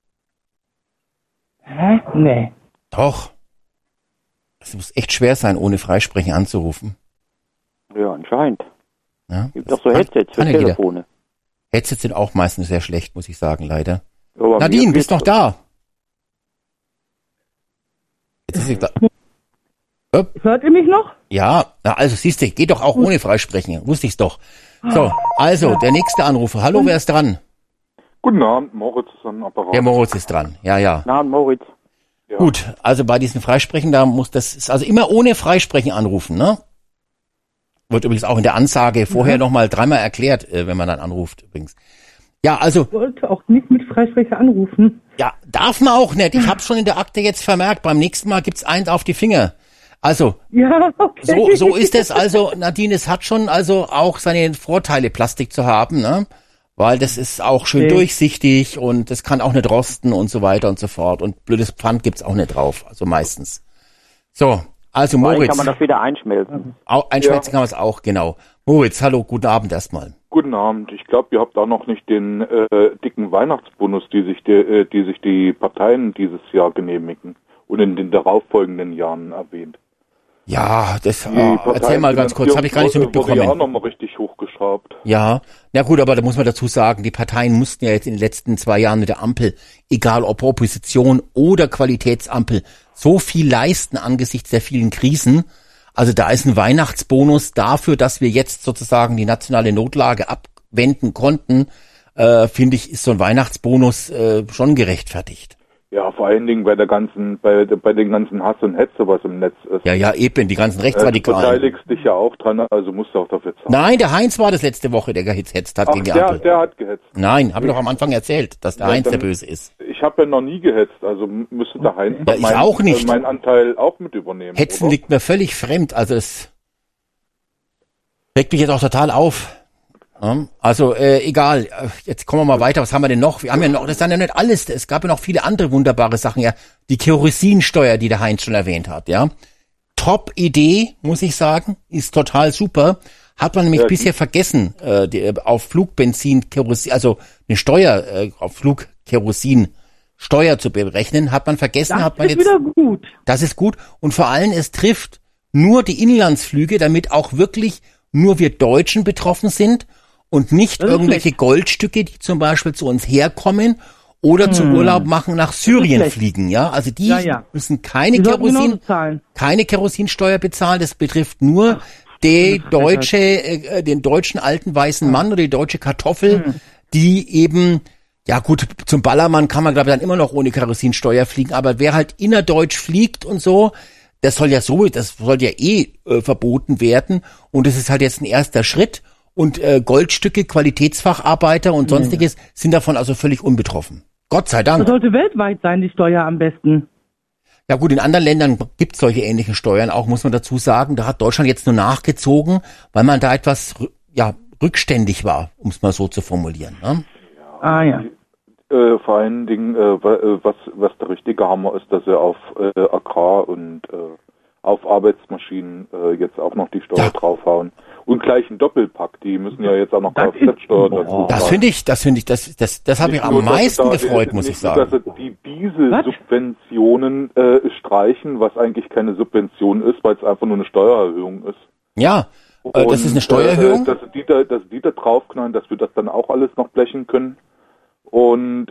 Hä? Nee. Doch. Es muss echt schwer sein, ohne Freisprechen anzurufen. Ja, anscheinend. Ja, Gibt doch so Headsets für Telefone. Headsets sind auch meistens sehr schlecht, muss ich sagen, leider. Aber Nadine, bist noch da? Jetzt ist sie da. Hört ihr mich noch? Ja, na also siehst du, geht doch auch ohne Freisprechen. Wusste ich's doch. So, also, der nächste Anrufer. Hallo, wer ist dran? Guten Abend, Moritz ist am Apparat. Der Moritz ist dran. Ja, ja. Guten Abend, Moritz. Ja. Gut, also bei diesen Freisprechen, das ist also immer ohne Freisprechen anrufen, ne? Wird übrigens auch in der Ansage vorher nochmal dreimal erklärt, wenn man dann anruft, übrigens. Ja, also. Ich wollte auch nicht mit Freisprecher anrufen. Ja, darf man auch nicht. Ich habe schon in der Akte jetzt vermerkt, beim nächsten Mal gibt's eins auf die Finger. Also, ja, okay. so ist es also, Nadine, es hat schon also auch seine Vorteile, Plastik zu haben, ne? Weil das ist auch schön durchsichtig und das kann auch nicht rosten und so weiter und so fort. Und blödes Pfand gibt's auch nicht drauf, also meistens. So, also Moritz. Kann man das wieder einschmelzen. Einschmelzen kann man es auch, genau. Moritz, hallo, guten Abend erstmal. Guten Abend. Ich glaube, ihr habt auch noch nicht den dicken Weihnachtsbonus, die sich die Parteien dieses Jahr genehmigen und in den darauffolgenden Jahren erwähnt. Ja, das erzähl mal ganz kurz, habe ich gar nicht so mitbekommen. Wurde ja auch nochmal richtig hochgeschraubt. Ja, na gut, aber da muss man dazu sagen, die Parteien mussten ja jetzt in den letzten 2 Jahren mit der Ampel, egal ob Opposition oder Qualitätsampel, so viel leisten angesichts der vielen Krisen. Also da ist ein Weihnachtsbonus dafür, dass wir jetzt sozusagen die nationale Notlage abwenden konnten, finde ich, ist so ein Weihnachtsbonus schon gerechtfertigt. Ja, vor allen Dingen bei den ganzen Hass und Hetze, was im Netz ist. Ja, eben, die ganzen Du Rechtsradikalen. beteiligst dich ja auch dran, also musst du auch dafür zahlen. Nein, der Heinz war das letzte Woche, der gehetzt hat gegen die Ampel. Der hat gehetzt. Nein, habe ich doch am Anfang erzählt, dass der Heinz der Böse ist. Ich habe ja noch nie gehetzt, also müsste der Heinz Ja, ich auch nicht. meinen Anteil auch mit übernehmen. Hetzen oder? liegt mir völlig fremd, also es regt mich jetzt auch total auf. Ja, also egal, jetzt kommen wir mal weiter, was haben wir denn noch? Wir haben ja noch, das ist ja nicht alles, es gab ja noch viele andere wunderbare Sachen, ja. Die Kerosinsteuer, die der Heinz schon erwähnt hat, ja. Top-Idee, muss ich sagen, ist total super. Hat man nämlich bisher vergessen, auf Flugbenzin Kerosin, also eine Steuer auf Flugkerosin Steuer zu berechnen, hat man vergessen, Das hat man ist jetzt. wieder gut. Das ist gut und vor allem es trifft nur die Inlandsflüge, damit auch wirklich nur wir Deutschen betroffen sind und nicht irgendwelche Goldstücke, die zum Beispiel zu uns herkommen oder zum Urlaub machen nach Syrien fliegen, ja. Also die müssen keine Kerosinsteuer bezahlen. Das betrifft nur den deutschen alten weißen Mann oder die deutsche Kartoffel, die eben, ja gut, zum Ballermann kann man glaube ich dann immer noch ohne Kerosinsteuer fliegen, aber wer halt innerdeutsch fliegt und so, das soll ja verboten werden und das ist halt jetzt ein erster Schritt. Und Goldstücke, Qualitätsfacharbeiter und sonstiges sind davon also völlig unbetroffen. Gott sei Dank. Das sollte weltweit sein, die Steuer am besten. Ja gut, in anderen Ländern gibt es solche ähnlichen Steuern auch, muss man dazu sagen. Da hat Deutschland jetzt nur nachgezogen, weil man da etwas rückständig war, um es mal so zu formulieren. Ne? Ja. Vor allen Dingen, was der richtige Hammer ist, dass er auf Agrar und auf Arbeitsmaschinen jetzt auch noch die Steuer draufhauen. Und gleich ein Doppelpack, die müssen ja jetzt auch noch Kfz-Steuer dazu. Das habe ich am meisten gefreut, muss ich sagen. Dass sie diese Subventionen streichen, was eigentlich keine Subvention ist, weil es einfach nur eine Steuererhöhung ist. Ja, das ist eine Steuererhöhung. Dass die da draufknallen, dass wir das dann auch alles noch blechen können. Und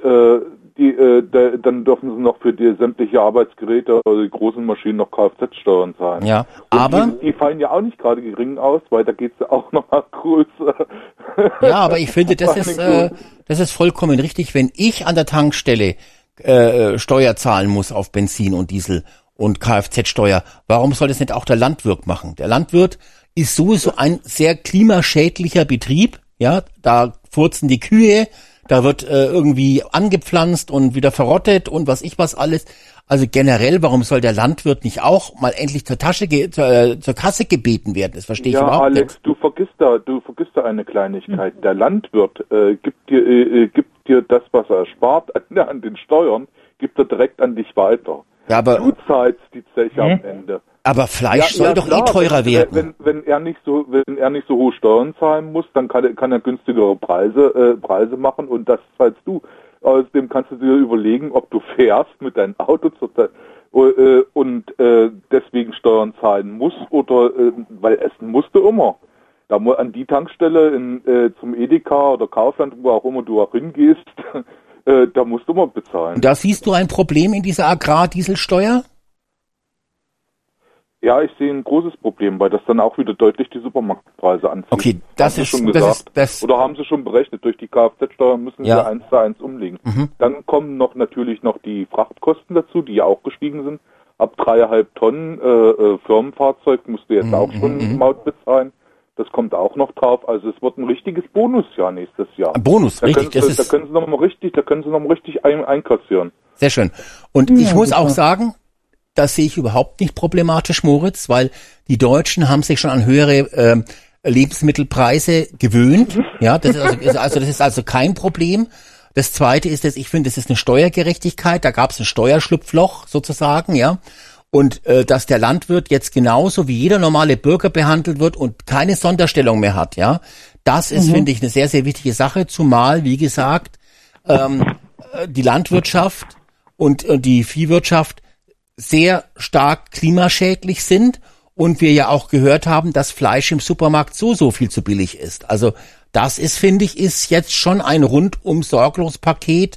dann dürfen sie noch für die sämtliche Arbeitsgeräte oder die großen Maschinen noch Kfz-Steuern zahlen. Ja, und aber die fallen ja auch nicht gerade gering aus, weil da geht's ja auch noch mal größer. Ja, aber ich finde, das ist vollkommen richtig, wenn ich an der Tankstelle Steuer zahlen muss auf Benzin und Diesel und Kfz-Steuer. Warum soll das nicht auch der Landwirt machen? Der Landwirt ist sowieso ein sehr klimaschädlicher Betrieb. Ja, da furzen die Kühe, da wird irgendwie angepflanzt und wieder verrottet und was alles. Also generell, warum soll der Landwirt nicht auch mal endlich zur Kasse gebeten werden? Das verstehe ich überhaupt nicht. Ja, Alex, du vergisst da eine Kleinigkeit. Der Landwirt gibt dir das, was er spart an den Steuern, gibt er direkt an dich weiter. Ja, aber du zahlst die Zeche am Ende. Aber Fleisch soll doch klar, teurer werden. Wenn er nicht so hohe Steuern zahlen muss, dann kann er günstigere Preise machen und das zahlst du. Außerdem kannst du dir überlegen, ob du fährst mit deinem Auto und deswegen Steuern zahlen musst oder weil essen musst du immer. Da an die Tankstelle zum Edeka oder Kaufland, wo auch immer du auch hingehst, da musst du immer bezahlen. Und da siehst du ein Problem in dieser Agrardieselsteuer? Ja, ich sehe ein großes Problem, weil das dann auch wieder deutlich die Supermarktpreise anzieht. Okay, das ist schon gesagt. Oder haben sie schon berechnet, durch die Kfz-Steuer müssen sie 1:1 umlegen. Dann kommen natürlich noch die Frachtkosten dazu, die ja auch gestiegen sind. Ab 3,5 Tonnen Firmenfahrzeug musst du jetzt auch schon Maut bezahlen. Das kommt auch noch drauf. Also es wird ein richtiges Bonusjahr nächstes Jahr. Bonus, richtig. Da können sie noch mal richtig einkassieren. Sehr schön. Und ich muss auch sagen, das sehe ich überhaupt nicht problematisch, Moritz, weil die Deutschen haben sich schon an höhere Lebensmittelpreise gewöhnt. Ja, das ist also kein Problem. Das Zweite ist, dass ich finde, das ist eine Steuergerechtigkeit. Da gab es ein Steuerschlupfloch sozusagen, ja. Und dass der Landwirt jetzt genauso wie jeder normale Bürger behandelt wird und keine Sonderstellung mehr hat, ja. Das ist, finde ich, eine sehr, sehr wichtige Sache. Zumal, wie gesagt, die Landwirtschaft und die Viehwirtschaft sehr stark klimaschädlich sind und wir ja auch gehört haben, dass Fleisch im Supermarkt so viel zu billig ist. Also das ist, finde ich, ist jetzt schon ein rundum sorglos Paket,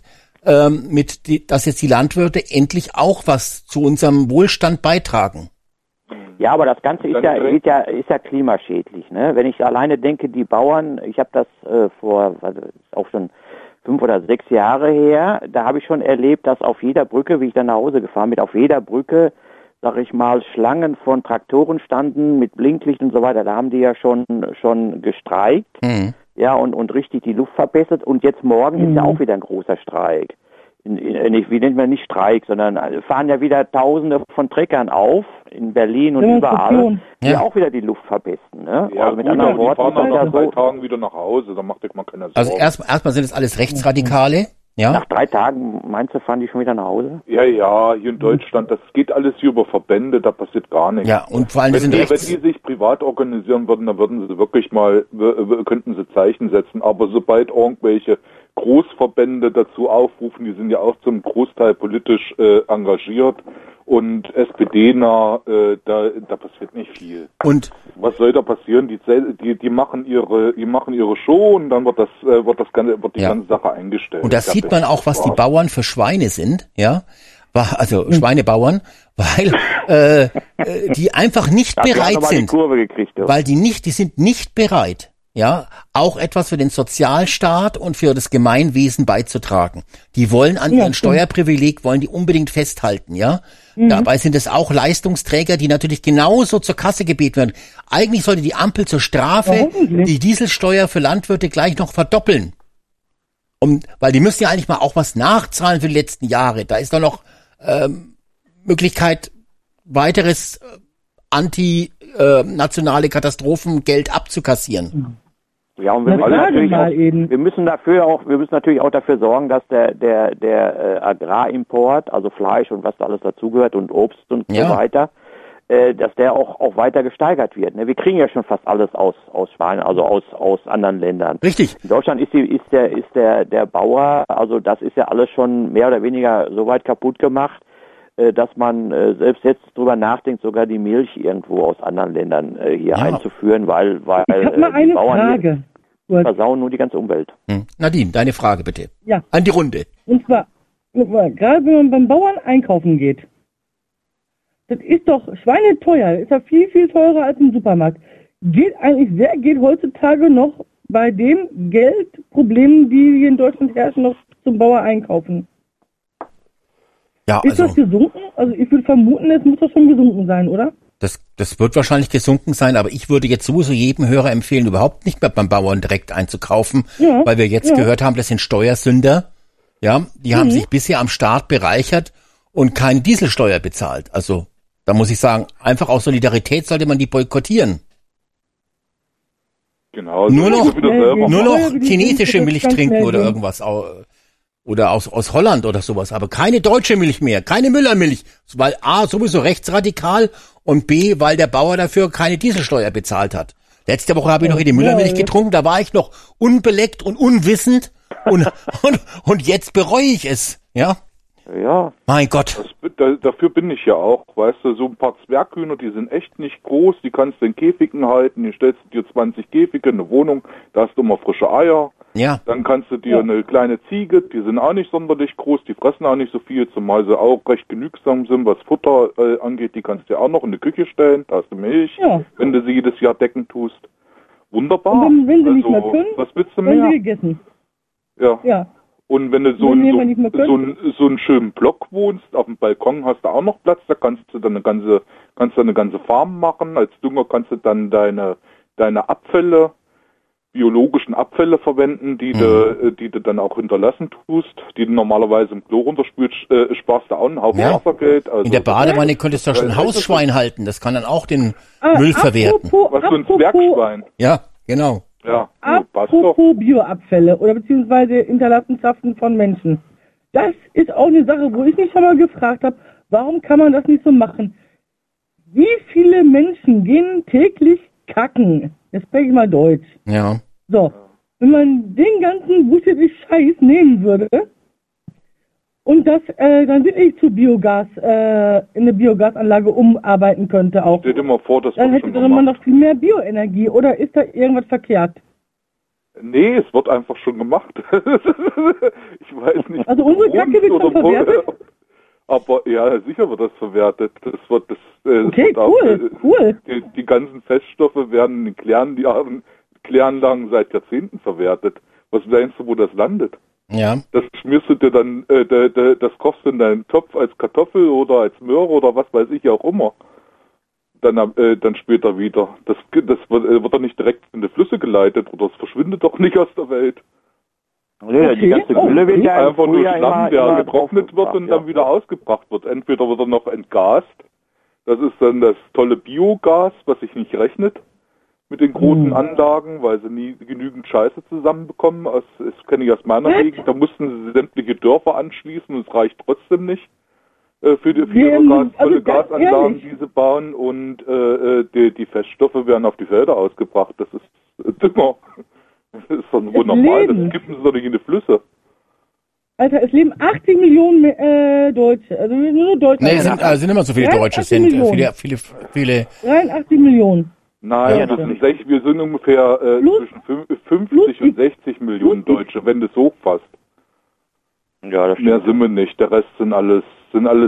dass jetzt die Landwirte endlich auch was zu unserem Wohlstand beitragen. Ja, aber das Ganze ist ja klimaschädlich, ne? Wenn ich alleine denke, die Bauern, ich habe das auch schon 5 oder 6 Jahre her, da habe ich schon erlebt, dass auf jeder Brücke, wie ich dann nach Hause gefahren bin, auf jeder Brücke, sag ich mal, Schlangen von Traktoren standen mit Blinklicht und so weiter. Da haben die ja schon gestreikt, ja, und richtig die Luft verbessert. Und jetzt morgen ist ja auch wieder ein großer Streik. Wie nennt man nicht Streik, sondern fahren ja wieder Tausende von Treckern auf in Berlin und überall, die auch wieder die Luft verpesten. Ne? Ja, also mit anderen Worten, die fahren nach 2 Tagen wieder nach Hause, da macht euch mal keine Sorgen. Also erstmal sind es alles Rechtsradikale. Ja. Nach 3 Tagen, meinst du, fahren die schon wieder nach Hause? Ja, hier in Deutschland, das geht alles hier über Verbände, da passiert gar nichts. Ja, und vor allem wenn die sich privat organisieren würden, dann würden sie wirklich könnten sie Zeichen setzen. Aber sobald irgendwelche Großverbände dazu aufrufen, die sind ja auch zum Großteil politisch engagiert und SPD-nah, da passiert nicht viel. Und was soll da passieren? Die machen ihre Show und dann wird die ganze Sache eingestellt. Und da sieht man auch, was die Bauern für Schweine sind, ja? Also Schweinebauern, weil die einfach nicht bereit sind. Weil die sind nicht bereit, ja, auch etwas für den Sozialstaat und für das Gemeinwesen beizutragen. Die wollen an ihren Steuerprivileg, wollen die unbedingt festhalten, ja. Dabei sind es auch Leistungsträger, die natürlich genauso zur Kasse gebeten werden. Eigentlich sollte die Ampel zur Strafe die Dieselsteuer für Landwirte gleich noch verdoppeln. Weil die müssen ja eigentlich mal auch was nachzahlen für die letzten Jahre. Da ist doch noch Möglichkeit, weiteres nationale Katastrophengeld abzukassieren. Ja, und wir müssen natürlich auch dafür sorgen, dass der Agrarimport, also Fleisch und was da alles dazugehört und Obst und so weiter, dass der auch weiter gesteigert wird. Wir kriegen ja schon fast alles aus Schweinen, also aus anderen Ländern. Richtig. In Deutschland ist der Bauer, also das ist ja alles schon mehr oder weniger so weit kaputt gemacht, dass man selbst jetzt drüber nachdenkt, sogar die Milch irgendwo aus anderen Ländern hier einzuführen, weil die Bauern versauen nur die ganze Umwelt. Nadine, deine Frage bitte. Ja. An die Runde. Und zwar, gerade wenn man beim Bauern einkaufen geht, das ist doch schweineteuer, das ist ja viel, viel teurer als im Supermarkt. Geht heutzutage noch bei dem Geldproblemen, die hier in Deutschland herrschen, noch zum Bauer einkaufen. Ja, Ist also das gesunken? Also ich würde vermuten, es muss doch schon gesunken sein, oder? das wird wahrscheinlich gesunken sein, aber ich würde jetzt sowieso jedem Hörer empfehlen, überhaupt nicht mehr beim Bauern direkt einzukaufen, Ja, weil wir jetzt gehört haben, das sind Steuersünder. Ja, die haben sich bisher am Staat bereichert und keine Dieselsteuer bezahlt. Also da muss ich sagen, einfach aus Solidarität sollte man die boykottieren. Genau. Nur noch, selber nur machen. noch chinesische Das Milch ganz trinken schnell oder gehen. irgendwas. Oder aus Holland oder sowas. Aber keine deutsche Milch mehr, keine Müllermilch. Weil A, sowieso rechtsradikal und B, weil der Bauer dafür keine Dieselsteuer bezahlt hat. Letzte Woche habe ich noch in die Müllermilch getrunken, da war ich noch unbeleckt und unwissend und jetzt bereue ich es. Ja, Ja, mein Gott. Dafür bin ich ja auch, weißt du, so ein paar Zwerghühner, die sind echt nicht groß, die kannst du in Käfigen halten, die stellst du dir 20 Käfige, eine Wohnung, da hast du immer frische Eier. Ja, Dann kannst du dir eine kleine Ziege, die sind auch nicht sonderlich groß, die fressen auch nicht so viel, zumal sie auch recht genügsam sind, was Futter angeht, die kannst du dir auch noch in die Küche stellen, da hast du Milch, wenn du sie jedes Jahr decken tust. Wunderbar. Und wenn sie nicht mehr können, was willst du werden mehr? sie gegessen. Ja. Ja. Und wenn du so einen schönen Block wohnst, auf dem Balkon hast du auch noch Platz, da kannst du dann eine ganze Farm machen. Als Dünger kannst du dann deine Abfälle, biologischen Abfälle verwenden, die du dann auch hinterlassen tust, die du normalerweise im Klo runterspülst, sparst du auch einen Haufen Wassergeld. Also in der Badewanne könntest du doch schon ein Hausschwein halten, das kann dann auch den Müll verwerten. Was für ein Zwergschwein. Ja, genau. Ja, passt doch. Apropos Bioabfälle oder beziehungsweise Hinterlassenschaften von Menschen. Das ist auch eine Sache, wo ich mich schon mal gefragt habe, warum kann man das nicht so machen? Wie viele Menschen gehen täglich kacken? Jetzt spreche ich mal Deutsch. Ja. So, wenn man den ganzen bullshit Scheiß nehmen würde und das dann wirklich zu Biogas, in eine Biogasanlage umarbeiten könnte auch, Stell dir mal vor, das dann wird hätte schon man gemacht. noch viel mehr Bioenergie. Oder ist da irgendwas verkehrt? Nee, es wird einfach schon gemacht. Ich weiß nicht. Also unsere Kacke wird oder schon verwertet? Aber ja, sicher wird das verwertet. Okay, cool. Die ganzen Feststoffe werden in Kläranlagen seit Jahrzehnten verwertet. Was meinst du, wo das landet? Ja. Das schmierst du dir dann, das kochst du in deinen Topf als Kartoffel oder als Möhre oder was weiß ich auch immer. Dann später wieder. Das wird doch nicht direkt in die Flüsse geleitet oder es verschwindet doch nicht aus der Welt. Ja, die ganze Gülle wird ja Einfach nur früher Schlamm, der immer getrocknet wird und dann wieder ausgebracht wird. Entweder wird er noch entgast, das ist dann das tolle Biogas, was sich nicht rechnet mit den großen Anlagen, weil sie nie genügend Scheiße zusammenbekommen. Das kenne ich aus meiner Gegend. Da mussten sie sämtliche Dörfer anschließen und es reicht trotzdem nicht für ihre tolle Gasanlagen, die sie bauen, und die Feststoffe werden auf die Felder ausgebracht. Das ist Dünger. Das ist doch wohl normal, das kippen sie doch nicht in die Flüsse. Alter, es leben 80 Millionen Deutsche, also nur Deutsche. Nee, sind immer so viele Deutsche, sind viele. 83 Millionen. Nein, Ja, das sind wir sind ungefähr zwischen 50 und 60 Millionen Deutsche, wenn du es hochfasst. Ja, das Mehr stimmt. sind wir nicht, der Rest sind alles andere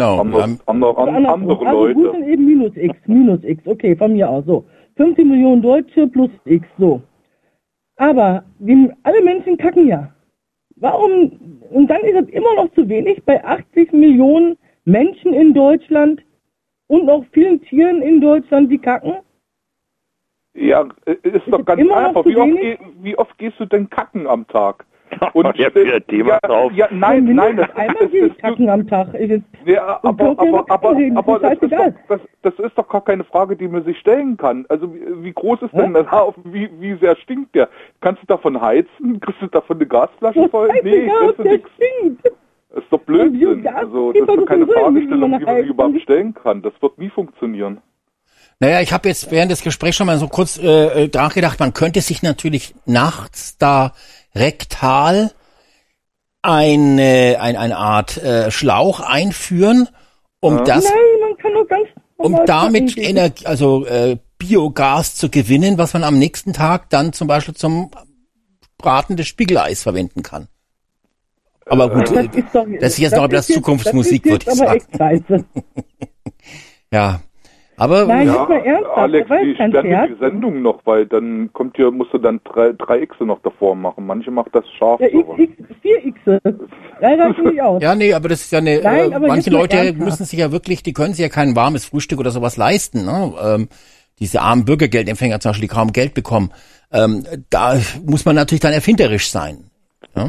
Also Leute. gut sind eben minus X, okay, von mir aus, so. 50 Millionen Deutsche plus X, so. Aber alle Menschen kacken ja. Warum, und dann ist es immer noch zu wenig bei 80 Millionen Menschen in Deutschland und noch vielen Tieren in Deutschland, die kacken? Ja, ist doch ganz immer noch einfach. zu wenig? Wie oft gehst du denn kacken am Tag? Und jetzt wieder ein Thema drauf. Ja, nein, Einmal gehe ich kacken am Tag. Ja, aber das ist doch gar keine Frage, die man sich stellen kann. Also wie groß ist denn der Haufen? Wie sehr stinkt der? Kannst du davon heizen? Kriegst du davon eine Gasflasche voll? Nee, kriegst du nichts. Das ist doch Blödsinn. Also das ist doch keine Fragestellung, die man sich überhaupt stellen kann. Das wird nie funktionieren. Naja, ich habe jetzt während des Gesprächs schon mal so kurz dran gedacht, man könnte sich natürlich nachts da rektal eine Art Schlauch einführen, um Nein, man kann doch ganz normal damit kacken. Energie, Biogas zu gewinnen, was man am nächsten Tag dann zum Beispiel zum Braten des Spiegeleis verwenden kann. Aber gut, das ist jetzt noch etwas Zukunftsmusik, würde ich sagen. Aber echt scheiße. Ja. Aber Nein, Ja, jetzt mal ernsthaft. Alex, das war wie jetzt kein ständig Scherz. die Sendung noch, weil dann musst du dann drei Xe noch davor machen. Manche macht das scharf. Ja, sowas. 4 Xe. Drei reichen nicht aus. ja, nee, aber das ist ja eine, Nein, aber manche jetzt mal Leute ernsthaft. müssen sich ja wirklich, die können sich ja kein warmes Frühstück oder sowas leisten, ne? Diese armen Bürgergeldempfänger zum Beispiel, die kaum Geld bekommen. Da muss man natürlich dann erfinderisch sein. Ja?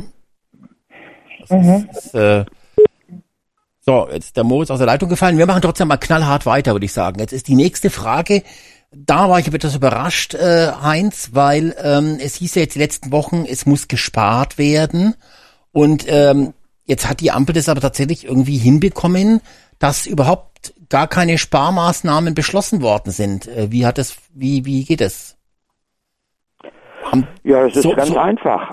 So, jetzt ist der Moritz aus der Leitung gefallen. Wir machen trotzdem mal knallhart weiter, würde ich sagen. Jetzt ist die nächste Frage. Da war ich aber etwas überrascht, Heinz, weil es hieß ja jetzt die letzten Wochen, es muss gespart werden. Und jetzt hat die Ampel das aber tatsächlich irgendwie hinbekommen, dass überhaupt gar keine Sparmaßnahmen beschlossen worden sind. Wie geht es? Ja, es ist ganz einfach.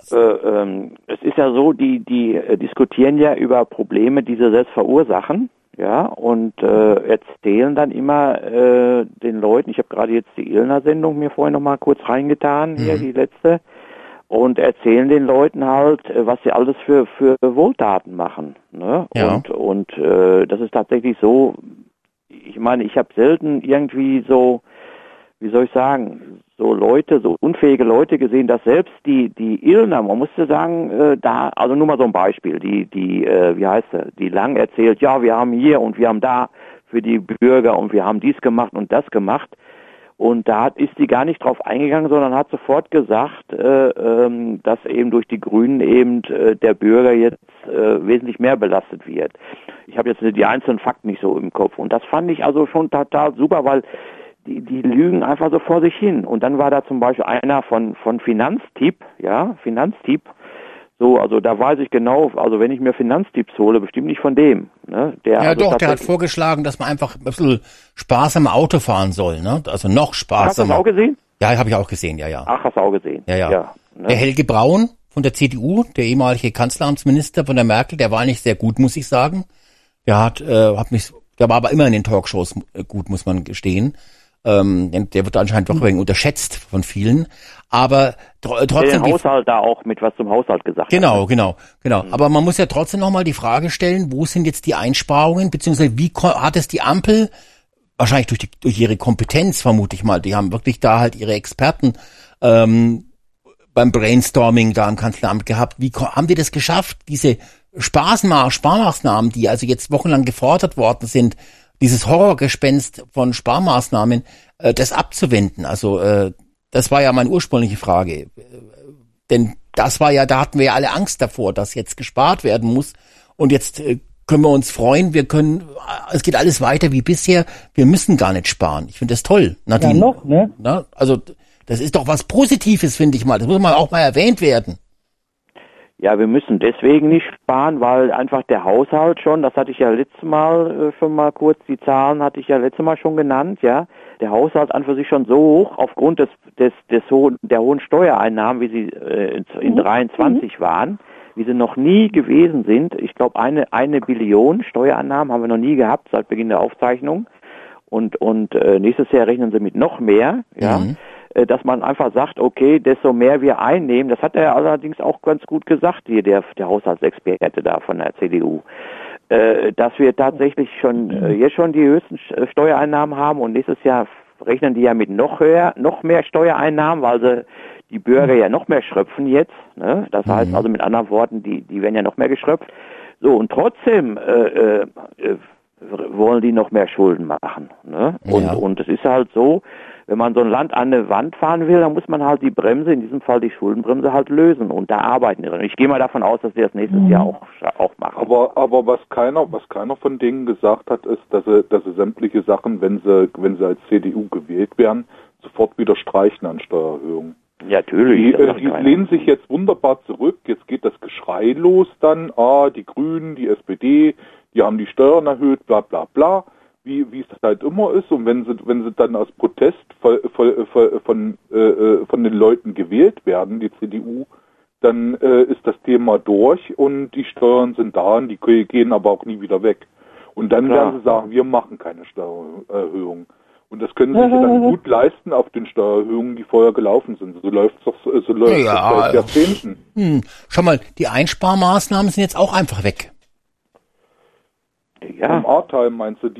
Es ist ja so, die diskutieren ja über Probleme, die sie selbst verursachen, ja, und erzählen dann immer den Leuten, ich habe gerade jetzt die Illner-Sendung mir vorhin noch mal kurz reingetan, hier die letzte, und erzählen den Leuten halt, was sie alles für Wohltaten machen, ne? Ja. Und das ist tatsächlich so, ich meine, ich habe selten irgendwie so, wie soll ich sagen, so Leute, so unfähige Leute gesehen, dass selbst die Illner, man musste sagen, also nur mal so ein Beispiel, wie heißt sie, die lang erzählt, ja, wir haben hier und wir haben da für die Bürger und wir haben dies gemacht und das gemacht. Und da ist sie gar nicht drauf eingegangen, sondern hat sofort gesagt, dass eben durch die Grünen eben der Bürger jetzt wesentlich mehr belastet wird. Ich habe jetzt die einzelnen Fakten nicht so im Kopf. Und das fand ich also schon total super, weil die lügen einfach so vor sich hin. Und dann war da zum Beispiel einer von Finanztipp, ja, Finanztipp. So, also da weiß ich genau, also wenn ich mir Finanztipps hole, bestimmt nicht von dem. Ne? Der hat vorgeschlagen, dass man einfach ein bisschen sparsamer Auto fahren soll, ne? Also noch sparsamer. Hast du das auch gesehen? Ja, habe ich auch gesehen, ja. Ach, hast du auch gesehen? Ja. Ne? Der Helge Braun von der CDU, der ehemalige Kanzleramtsminister von der Merkel, der war nicht sehr gut, muss ich sagen. Der war aber immer in den Talkshows gut, muss man gestehen. Der wird anscheinend doch wegen unterschätzt von vielen, aber trotzdem. Der Haushalt da auch mit was zum Haushalt gesagt Genau. Aber man muss ja trotzdem nochmal die Frage stellen, wo sind jetzt die Einsparungen, beziehungsweise wie hat es die Ampel, wahrscheinlich durch ihre Kompetenz, vermute ich mal, die haben wirklich da halt ihre Experten beim Brainstorming da im Kanzleramt gehabt. Wie haben die das geschafft, diese Sparmaßnahmen, die also jetzt wochenlang gefordert worden sind, dieses Horrorgespenst von Sparmaßnahmen, das abzuwenden? Also das war ja meine ursprüngliche Frage. Denn da hatten wir ja alle Angst davor, dass jetzt gespart werden muss. Und jetzt können wir uns freuen, es geht alles weiter wie bisher, wir müssen gar nicht sparen. Ich finde das toll, Nadine. Ja, noch, ne? Na, also das ist doch was Positives, finde ich mal. Das muss mal auch mal erwähnt werden. Ja, wir müssen deswegen nicht sparen, weil einfach der Haushalt schon, das hatte ich ja letztes Mal schon mal kurz, die Zahlen hatte ich ja letztes Mal schon genannt, ja. Der Haushalt an für sich schon so hoch, aufgrund der hohen Steuereinnahmen, wie sie in 23 waren, wie sie noch nie gewesen sind. Ich glaube, eine Billion Steuereinnahmen haben wir noch nie gehabt seit Beginn der Aufzeichnung. Und nächstes Jahr rechnen sie mit noch mehr, ja. Dass man einfach sagt, okay, desto mehr wir einnehmen, das hat er allerdings auch ganz gut gesagt, hier der Haushaltsexperte da von der CDU, dass wir tatsächlich jetzt schon die höchsten Steuereinnahmen haben und nächstes Jahr rechnen die ja mit noch mehr Steuereinnahmen, weil sie die Bürger ja noch mehr schröpfen jetzt, ne? Das heißt also mit anderen Worten, die werden ja noch mehr geschröpft. So, und trotzdem wollen die noch mehr Schulden machen, ne? Und es ist halt so, wenn man so ein Land an eine Wand fahren will, dann muss man halt die Bremse, in diesem Fall die Schuldenbremse, halt lösen. Und da arbeiten die drin. Ich gehe mal davon aus, dass sie das nächstes Jahr auch machen. Aber was keiner von denen gesagt hat, ist, dass sie sämtliche Sachen, wenn sie als CDU gewählt werden, sofort wieder streichen an Steuererhöhungen. Ja, natürlich. Die lehnen sich jetzt wunderbar zurück. Jetzt geht das Geschrei los dann. Die Grünen, die SPD, die haben die Steuern erhöht, bla bla bla. Wie es halt immer ist, und wenn sie dann aus Protest von den Leuten gewählt werden, die CDU, dann ist das Thema durch und die Steuern sind da und die gehen aber auch nie wieder weg. Und dann werden sie sagen, wir machen keine Steuererhöhung. Und das können sie sich dann gut leisten auf den Steuererhöhungen, die vorher gelaufen sind. So läuft es seit Jahrzehnten. Schau mal, die Einsparmaßnahmen sind jetzt auch einfach weg. Ja. Im Ahrtal meinst du die?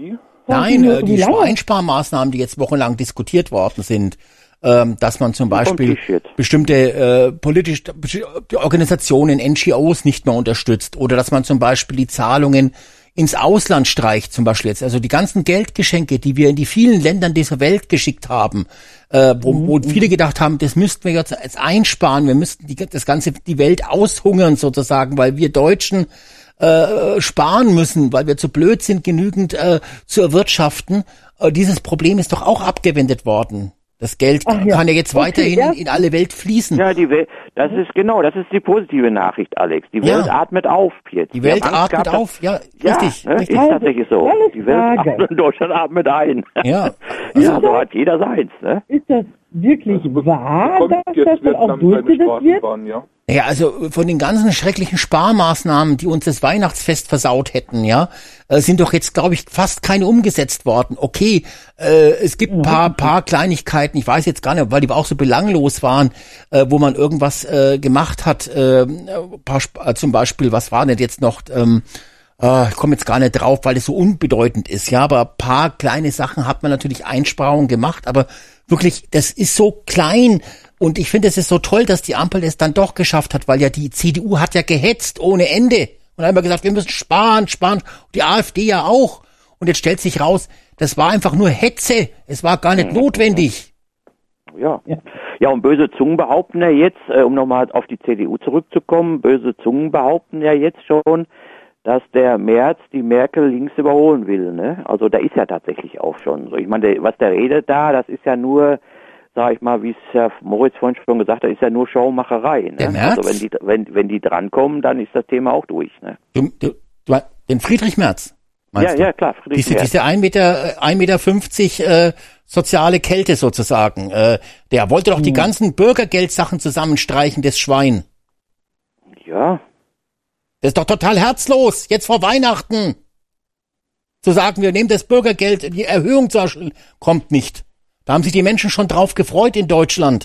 Nein, Wie die lange? Einsparmaßnahmen, die jetzt wochenlang diskutiert worden sind, dass man zum Beispiel Tisch jetzt. bestimmte die Organisationen, NGOs nicht mehr unterstützt oder dass man zum Beispiel die Zahlungen ins Ausland streicht, zum Beispiel jetzt. Also die ganzen Geldgeschenke, die wir in die vielen Ländern dieser Welt geschickt haben, wo viele gedacht haben, das müssten wir jetzt einsparen, wir müssten die Welt aushungern sozusagen, weil wir Deutschen sparen müssen, weil wir zu blöd sind, genügend zu erwirtschaften. Dieses Problem ist doch auch abgewendet worden. Das Geld kann ja jetzt weiterhin in alle Welt fließen. Ja, das ist die positive Nachricht, Alex. Die Welt atmet auf jetzt. Die Welt atmet auf, ja, richtig. Ne? Richtig. Ist tatsächlich so. Die Welt atmet, Deutschland atmet ein. Ja. Ja, so hat jeder seins. Ne? Ist das wirklich wahr, Kommt dass jetzt das dann auch Vietnam keine durchgesetzt wird? Straßenbahn, ja? Ja, also von den ganzen schrecklichen Sparmaßnahmen, die uns das Weihnachtsfest versaut hätten, ja, sind doch jetzt, glaube ich, fast keine umgesetzt worden. Okay, es gibt ein paar Kleinigkeiten, ich weiß jetzt gar nicht, weil die auch so belanglos waren, wo man irgendwas gemacht hat. Zum Beispiel, was war denn jetzt noch? Ich komme jetzt gar nicht drauf, weil es so unbedeutend ist, ja, aber ein paar kleine Sachen hat man natürlich Einsparungen gemacht, aber wirklich, das ist so klein und ich finde, es ist so toll, dass die Ampel es dann doch geschafft hat, weil ja die CDU hat ja gehetzt ohne Ende und hat immer gesagt, wir müssen sparen, die AfD ja auch und jetzt stellt sich raus, das war einfach nur Hetze, es war gar nicht notwendig. Ja. Ja, und böse Zungen behaupten ja jetzt, um nochmal auf die CDU zurückzukommen, böse Zungen behaupten ja jetzt schon, dass der Merz die Merkel links überholen will, ne? Also da ist ja tatsächlich auch schon so. Ich meine, was der redet da, das ist ja nur, sag ich mal, wie es ja Moritz vorhin schon gesagt hat, ist ja nur Showmacherei, ne? Der Merz? Also wenn die drankommen, dann ist das Thema auch durch, ne? Den Friedrich Merz, meinst du? Ja, klar, Friedrich Merz. Diese 1,50 Meter soziale Kälte sozusagen, der wollte doch die ganzen Bürgergeldsachen zusammenstreichen, das Schwein. Ja. Das ist doch total herzlos, jetzt vor Weihnachten. Zu sagen, wir nehmen das Bürgergeld, die Erhöhung kommt nicht. Da haben sich die Menschen schon drauf gefreut in Deutschland.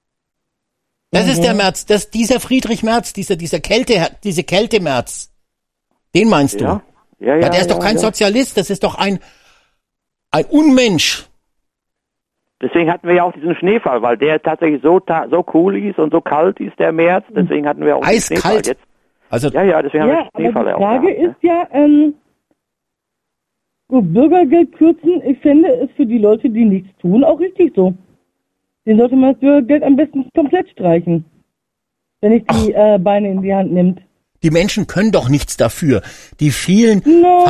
Das ist der Merz, dieser Friedrich Merz, diese Kälte-Merz. Den meinst du? Ja, der ist doch kein Sozialist, das ist doch ein Unmensch. Deswegen hatten wir ja auch diesen Schneefall, weil der tatsächlich so cool ist und so kalt ist, der März. Deswegen hatten wir auch den Schneefall jetzt. Also, ja, deswegen haben wir Ja, den Schneefall aber die auch Frage gehabt, ist ja, gut, Bürgergeld kürzen, ich finde es für die Leute, die nichts tun, auch richtig so. Den sollte man das Bürgergeld am besten komplett streichen, wenn ich die Beine in die Hand nimmt. Die Menschen können doch nichts dafür. Die vielen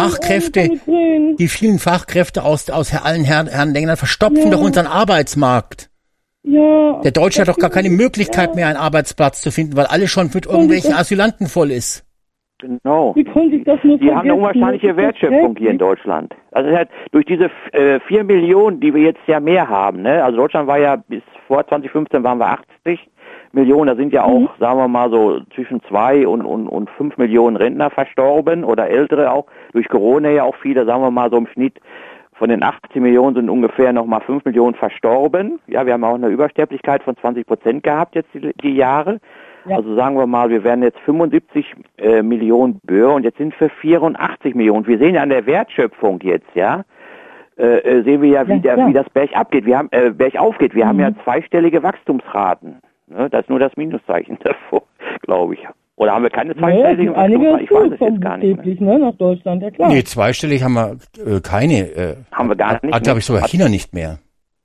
Fachkräfte aus allen Herren Ländern verstopfen doch unseren Arbeitsmarkt. Ja. Der Deutsche hat doch gar keine Möglichkeit mehr, einen Arbeitsplatz zu finden, weil alles schon mit irgendwelchen Asylanten voll ist. Genau. Wie konnte ich das nur Die haben eine unwahrscheinliche Wertschöpfung hier in Deutschland. Also halt durch diese 4 Millionen, die wir jetzt ja mehr haben, ne? Also Deutschland war ja bis vor 2015 waren wir 80 Millionen, da sind ja auch, sagen wir mal so, zwischen 2 und 5 Millionen Rentner verstorben oder Ältere auch, durch Corona ja auch viele, sagen wir mal so im Schnitt von den 18 Millionen sind ungefähr nochmal 5 Millionen verstorben. Ja, wir haben auch eine Übersterblichkeit von 20% gehabt jetzt die Jahre. Ja. Also sagen wir mal, wir wären jetzt 75 Millionen Bürger und jetzt sind wir 84 Millionen. Wir sehen ja an der Wertschöpfung jetzt, ja, sehen wir ja, wie das bergab geht. Bergauf geht. Wir haben ja zweistellige Wachstumsraten. Ne? Das ist nur das Minuszeichen davor, glaube ich. Oder haben wir keine zweistelligen Wachstumsraten? Ich weiß es jetzt gar nicht. Ne, nach Deutschland, ja klar. Nee, zweistellig haben wir keine. Haben wir gar nicht. Hat, glaube ich, sogar China nicht mehr.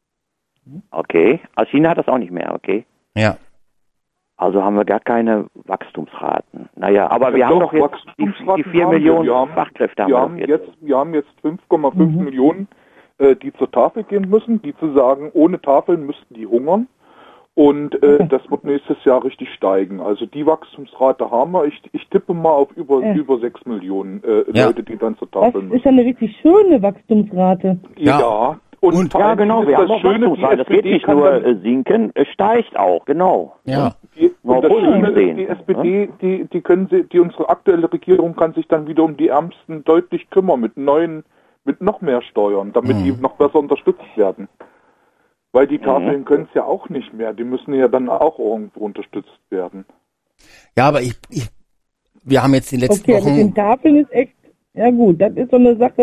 Okay. Also China hat das auch nicht mehr, okay. Ja. Also haben wir gar keine Wachstumsraten. Naja, aber wir haben doch jetzt die 4 Millionen Fachkräfte. Wir haben jetzt 5,5 Millionen, die zur Tafel gehen müssen, die zu sagen, ohne Tafeln müssten die hungern. Und das wird nächstes Jahr richtig steigen. Also die Wachstumsrate haben wir. Ich tippe mal auf über 6 Millionen Leute, die dann zur Tafel müssen. Das ist eine richtig schöne Wachstumsrate. Ja. Und ja, genau, wir haben auch Wachstumsrate. Das geht nicht nur sinken, es steigt auch, genau. Ja. Und das Schöne ist, die SPD, die unsere aktuelle Regierung kann sich dann wieder um die Ärmsten deutlich kümmern mit noch mehr Steuern, damit die noch besser unterstützt werden. Weil die Tafeln können es ja auch nicht mehr. Die müssen ja dann auch irgendwo unterstützt werden. Ja, aber wir haben jetzt die letzten Wochen... Okay, mit den Tafeln ist echt... Ja gut, das ist so eine Sache,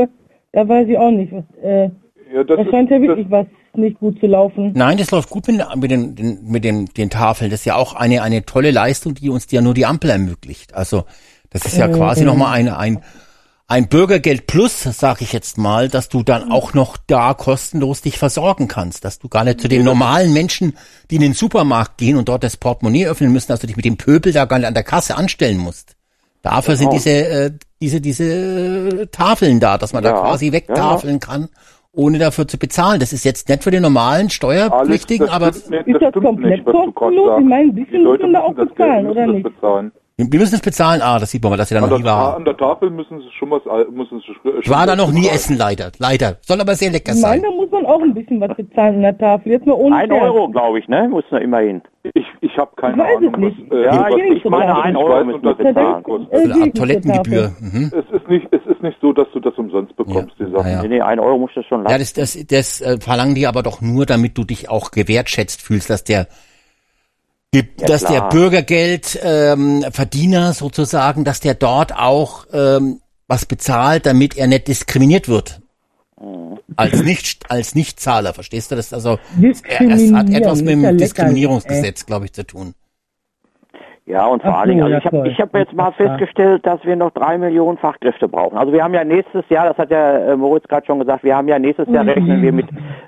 Da weiß ich auch nicht. Da scheint ja wirklich was nicht gut zu laufen. Nein, das läuft gut mit den Tafeln. Das ist ja auch eine tolle Leistung, die uns ja nur die Ampel ermöglicht. Also das ist ja quasi nochmal ein Bürgergeld plus, sag ich jetzt mal, dass du dann auch noch da kostenlos dich versorgen kannst, dass du gar nicht zu den normalen Menschen, die in den Supermarkt gehen und dort das Portemonnaie öffnen müssen, dass du dich mit dem Pöbel da gar nicht an der Kasse anstellen musst. Dafür sind diese Tafeln da, dass man da quasi wegtafeln kann, ohne dafür zu bezahlen. Das ist jetzt nicht für den normalen Steuerpflichtigen, aber ist das komplett kostenlos? Ich meine, ein bisschen müssen da auch bezahlen, oder nicht? Wir müssen es bezahlen, das sieht man mal, dass sie da noch nie waren. An der Tafel müssen sie schon was, Ich war da noch nie essen, leider. Soll aber sehr lecker sein. Nein, da muss man auch ein bisschen was bezahlen an der Tafel. Jetzt mal ohne 1 Euro, glaube ich, ne? Muss man immerhin. Ich habe keine Ahnung. Ich meine 1 Euro müssen wir bezahlen. Toilettengebühr. Es ist nicht so, dass du das umsonst bekommst, die Sachen. Ja. Nee, 1 Euro musst du schon lassen. Ja, das verlangen die aber doch nur, damit du dich auch gewertschätzt fühlst, dass der Bürgergeldverdiener sozusagen, dass der dort auch was bezahlt, damit er nicht diskriminiert wird. Als Nichtzahler, verstehst du das? Also es hat etwas mit dem Diskriminierungsgesetz, glaube ich, zu tun. Ja, und vor allen Dingen, also ich habe jetzt mal festgestellt, dass wir noch 3 Millionen Fachkräfte brauchen. Also wir haben ja nächstes Jahr, das hat ja Moritz gerade schon gesagt, wir haben ja nächstes Jahr rechnen wir mit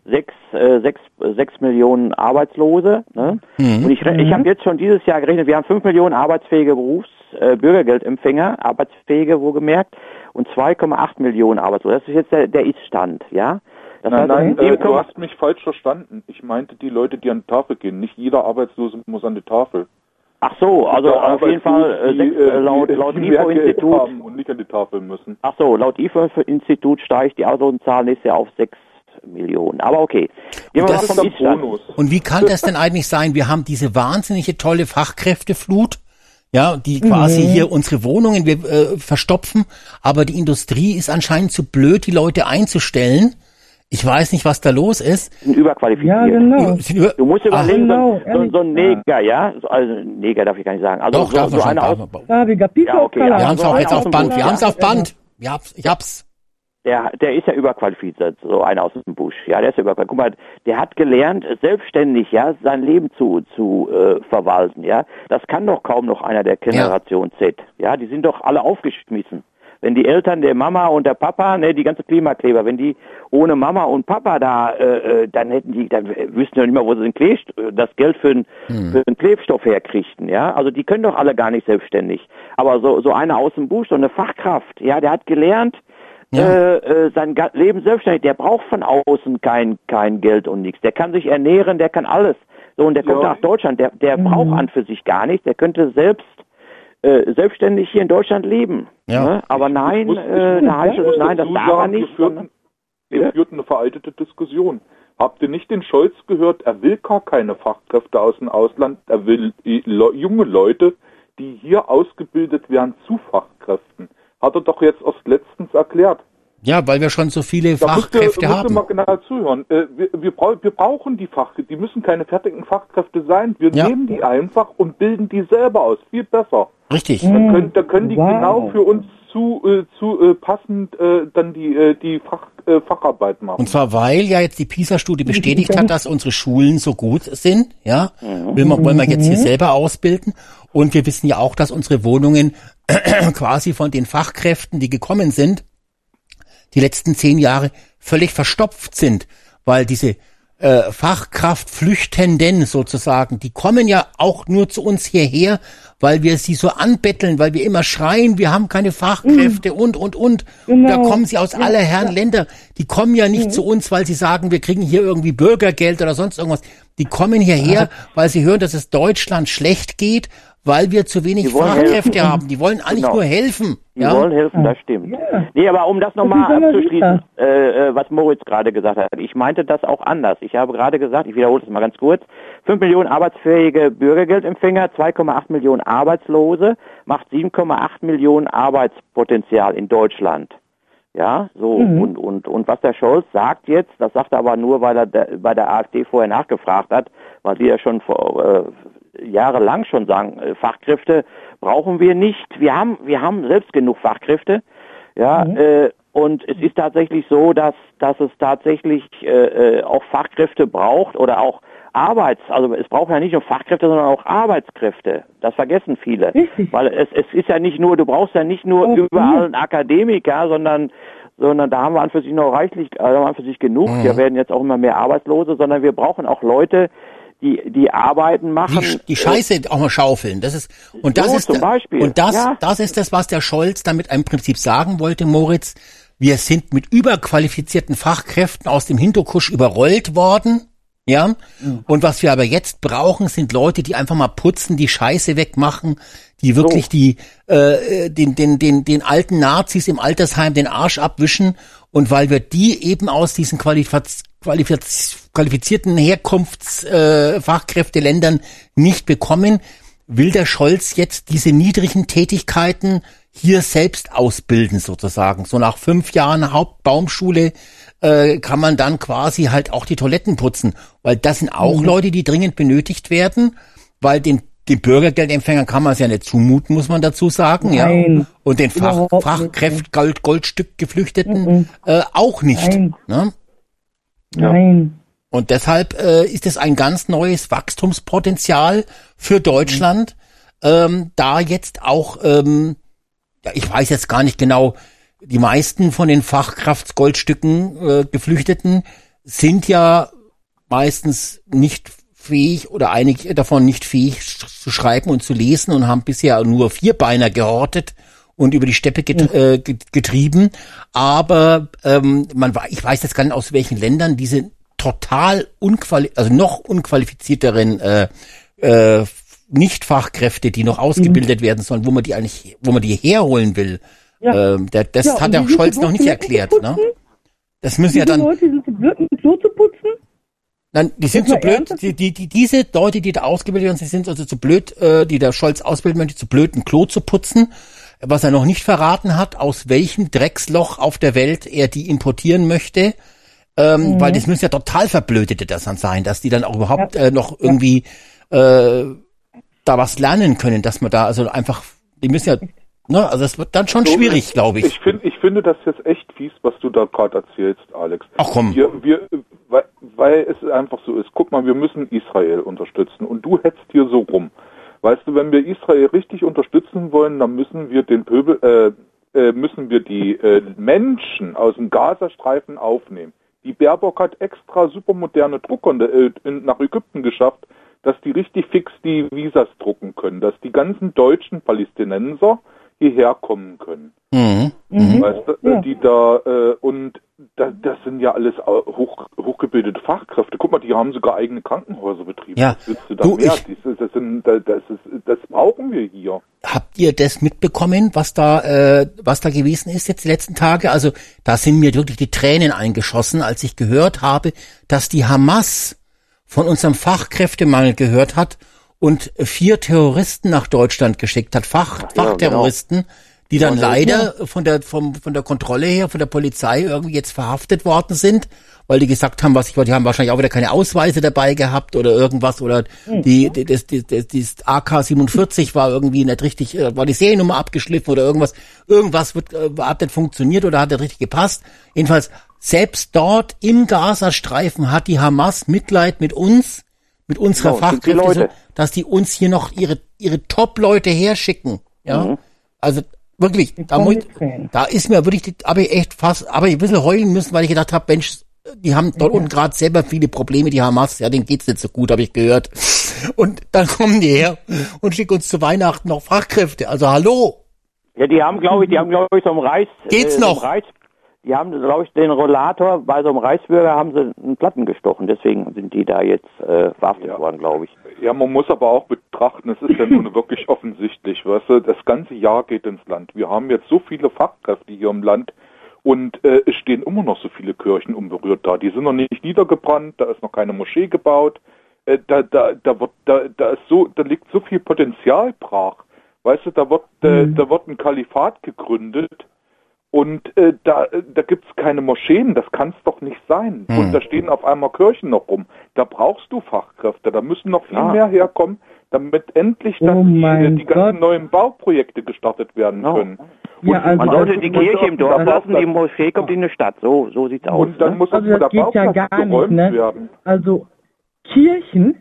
6 Millionen Arbeitslose. Ne? Und ich habe jetzt schon dieses Jahr gerechnet, wir haben 5 Millionen arbeitsfähige Bürgergeldempfänger, arbeitsfähige wohlgemerkt, und 2,8 Millionen Arbeitslose. Das ist jetzt der Ist-Stand, ja? Nein, du hast mich falsch verstanden. Ich meinte die Leute, die an die Tafel gehen. Nicht jeder Arbeitslose muss an die Tafel. Ach so, also auf jeden Fall laut IFO-Institut und nicht an die Tafel müssen. Ach so, laut IFO-Institut steigt die Arbeitslosenzahl nächstes Jahr auf 6 Millionen. Aber okay. Und wie kann das denn eigentlich sein? Wir haben diese wahnsinnige tolle Fachkräfteflut, ja, die quasi hier unsere Wohnungen verstopfen, aber die Industrie ist anscheinend zu blöd, die Leute einzustellen. Ich weiß nicht, was da los ist. Überqualifiziert. Ja, genau. Du musst überlegen, so ein Neger, ja? Also Neger darf ich gar nicht sagen. Also doch, darf man schon. Wir haben es auch jetzt auf Band. Wir haben es auf Band. Ich hab's. Der ist ja überqualifiziert, so einer aus dem Busch. Ja, der ist ja überqualifiziert. Guck mal, der hat gelernt, selbstständig, ja, sein Leben zu verwalten, ja. Das kann doch kaum noch einer der Generation Z. Ja, die sind doch alle aufgeschmissen. Wenn die Eltern, der Mama und der Papa, ne, die ganze Klimakleber, wenn die ohne Mama und Papa da, dann wüssten die nicht mehr, wo sie das Geld für den Klebstoff herkriegten, ja. Also die können doch alle gar nicht selbstständig. Aber so einer aus dem Busch, so eine Fachkraft, ja, der hat gelernt, sein Leben selbstständig, der braucht von außen kein Geld und nichts. Der kann sich ernähren, der kann alles. So, und der kommt nach Deutschland, der braucht an für sich gar nichts, der könnte selbstständig hier in Deutschland leben. Ja. Ne? Aber nein, das darf er nicht. Wir führten eine veraltete Diskussion. Habt ihr nicht den Scholz gehört? Er will gar keine Fachkräfte aus dem Ausland. Er will junge Leute, die hier ausgebildet werden, zu Fachkräften. Hat er doch jetzt erst letztens erklärt. Ja, weil wir schon so viele Fachkräfte haben. Da musst du mal genau zuhören. Wir brauchen die Fachkräfte. Die müssen keine fertigen Fachkräfte sein. Wir nehmen die einfach und bilden die selber aus. Viel besser. Richtig. Da können die genau für uns passend dann die Facharbeit machen. Und zwar, weil ja jetzt die PISA-Studie bestätigt hat, dass unsere Schulen so gut sind, ja. Wollen wir jetzt hier selber ausbilden. Und wir wissen ja auch, dass unsere Wohnungen quasi von den Fachkräften, die gekommen sind, die letzten 10 Jahre völlig verstopft sind, weil diese Fachkraftflüchtenden sozusagen, die kommen ja auch nur zu uns hierher, weil wir sie so anbetteln, weil wir immer schreien, wir haben keine Fachkräfte und. Genau. Und da kommen sie aus aller Herren Länder. Die kommen ja nicht zu uns, weil sie sagen, wir kriegen hier irgendwie Bürgergeld oder sonst irgendwas. Die kommen hierher, weil sie hören, dass es Deutschland schlecht geht, weil wir zu wenig Fachkräfte haben. Die wollen eigentlich nur helfen. Die wollen helfen, das stimmt. Ja. Nee, aber um das nochmal abzuschließen, was Moritz gerade gesagt hat, ich meinte das auch anders. Ich habe gerade gesagt, ich wiederhole das mal ganz kurz, 5 Millionen arbeitsfähige Bürgergeldempfänger, 2,8 Millionen Arbeitslose, macht 7,8 Millionen Arbeitspotenzial in Deutschland. Ja, so, und was der Scholz sagt jetzt, das sagt er aber nur, weil er bei der AfD vorher nachgefragt hat, weil sie ja schon jahrelang schon sagen, Fachkräfte brauchen wir nicht. Wir haben selbst genug Fachkräfte. Ja, Und es ist tatsächlich so, dass es tatsächlich auch Fachkräfte braucht oder auch also es braucht ja nicht nur Fachkräfte, sondern auch Arbeitskräfte. Das vergessen viele. Richtig. Weil es ist ja nicht nur, du brauchst ja nicht nur überall einen Akademiker, sondern da haben wir an für sich noch reichlich, also haben wir an für sich genug. Wir werden jetzt auch immer mehr Arbeitslose, sondern wir brauchen auch Leute, die Arbeiten machen. Die Scheiße auch mal schaufeln. Das ist zum Beispiel. Und das ist das, was der Scholz damit im Prinzip sagen wollte, Moritz. Wir sind mit überqualifizierten Fachkräften aus dem Hindukusch überrollt worden. Ja. Und was wir aber jetzt brauchen, sind Leute, die einfach mal putzen, die Scheiße wegmachen, die wirklich den alten Nazis im Altersheim den Arsch abwischen. Und weil wir die eben aus diesen qualifizierten Herkunftsfachkräfteländern nicht bekommen, will der Scholz jetzt diese niedrigen Tätigkeiten hier selbst ausbilden sozusagen. So nach 5 Jahren Hauptbaumschule kann man dann quasi halt auch die Toiletten putzen, weil das sind auch Leute, die dringend benötigt werden, weil den Bürgergeldempfängern kann man es ja nicht zumuten, muss man dazu sagen. Nein, ja. Und den Goldstück Geflüchteten auch nicht. Nein. Ne? Nein. Und deshalb ist es ein ganz neues Wachstumspotenzial für Deutschland, da jetzt auch, ich weiß jetzt gar nicht genau, die meisten von den Fachkraftsgoldstücken Geflüchteten sind ja meistens nicht fähig oder einige davon nicht fähig zu schreiben und zu lesen und haben bisher nur Vierbeiner gehortet und über die Steppe getrieben. Aber ich weiß jetzt gar nicht, aus welchen Ländern diese total noch unqualifizierteren Nicht-Fachkräfte, die noch ausgebildet werden sollen, wo man die herholen will. Ja. Das hat der Scholz noch nicht erklärt. Ne? Das müssen ja dann. Leute, die sind zu blöd, ein Klo zu putzen? Nein, die sind zu blöd. Diese Leute, die da ausgebildet werden, sie sind also zu blöd, die der Scholz ausbilden möchte, zu blöd, ein Klo zu putzen. Was er noch nicht verraten hat, aus welchem Drecksloch auf der Welt er die importieren möchte. Weil das müssen ja total Verblödete das dann sein, dass die dann auch überhaupt noch irgendwie da was lernen können, dass man da also einfach, die müssen ja, ne, also das wird dann schon schwierig, glaube ich. Ich finde das jetzt echt fies, was du da gerade erzählst, Alex. Ach komm. Weil es einfach so ist. Guck mal, wir müssen Israel unterstützen und du hetzt hier so rum. Weißt du, wenn wir Israel richtig unterstützen wollen, dann müssen wir die Menschen aus dem Gazastreifen aufnehmen. Die Baerbock hat extra supermoderne Drucker nach Ägypten geschafft, dass die richtig fix die Visas drucken können, dass die ganzen deutschen Palästinenser hierher kommen können. Weißt du, die da, das sind ja alles hochgebildete Fachkräfte. Guck mal, die haben sogar eigene Krankenhäuser betrieben. Ja. Was willst du da mehr? Das brauchen wir hier. Habt ihr das mitbekommen, was da gewesen ist jetzt die letzten Tage? Also, da sind mir wirklich die Tränen eingeschossen, als ich gehört habe, dass die Hamas von unserem Fachkräftemangel gehört hat und 4 Terroristen nach Deutschland geschickt hat, Fachterroristen, genau. Die dann leider von der Kontrolle her, von der Polizei irgendwie jetzt verhaftet worden sind, weil die gesagt haben, die haben wahrscheinlich auch wieder keine Ausweise dabei gehabt oder irgendwas oder das AK-47 war irgendwie nicht richtig, war die Seriennummer abgeschliffen oder irgendwas hat nicht funktioniert oder hat nicht richtig gepasst. Jedenfalls, selbst dort im Gazastreifen hat die Hamas Mitleid mit uns, mit unserer Fachkräfte, dass die uns hier noch ihre Top-Leute herschicken. Ja, also wirklich, da ist mir wirklich, aber ich ein bisschen heulen müssen, weil ich gedacht habe, Mensch, die haben dort unten gerade selber viele Probleme, die Hamas, ja, denen geht's nicht so gut, habe ich gehört. Und dann kommen die her und schicken uns zu Weihnachten noch Fachkräfte. Also hallo. Ja, die haben, glaube ich, so einem Geht's noch? Die haben, glaube ich, den Rollator bei so einem Reichsbürger haben sie einen Platten gestochen. Deswegen sind die da jetzt verhaftet worden, glaube ich. Ja, man muss aber auch betrachten, es ist ja nun wirklich offensichtlich, weißt du, das ganze Jahr geht ins Land. Wir haben jetzt so viele Fachkräfte hier im Land und es stehen immer noch so viele Kirchen unberührt da. Die sind noch nicht niedergebrannt, da ist noch keine Moschee gebaut, da liegt so viel Potenzial brach. Weißt du, da wird ein Kalifat gegründet. Und da gibt's keine Moscheen, das kann's doch nicht sein. Und da stehen auf einmal Kirchen noch rum. Da brauchst du Fachkräfte, da müssen noch viel mehr herkommen, damit endlich Oh dann mein die ganzen Gott. neuen Bauprojekte gestartet werden können. Ja, also- Man sollte die Kirche im Dorf dann lassen, muss die Moschee kommt in die Stadt. So sieht's aus. Und dann Ne? muss Also auch das der geht ja Bauplatz gar nicht, geräumt ne? werden. Also Kirchen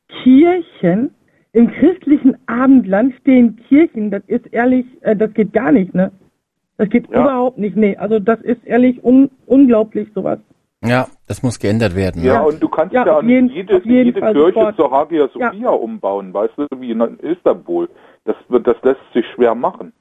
im christlichen Abendland stehen Kirchen, das ist ehrlich, das geht gar nicht, ne? Das geht überhaupt nicht, nee. Also das ist ehrlich unglaublich, sowas. Ja, das muss geändert werden. Ja, Ne? und du kannst Ja, ja auf jeden jede Fall Kirche sofort. zur Hagia Ja. Sophia umbauen, weißt du, wie in Istanbul. Das lässt sich schwer machen.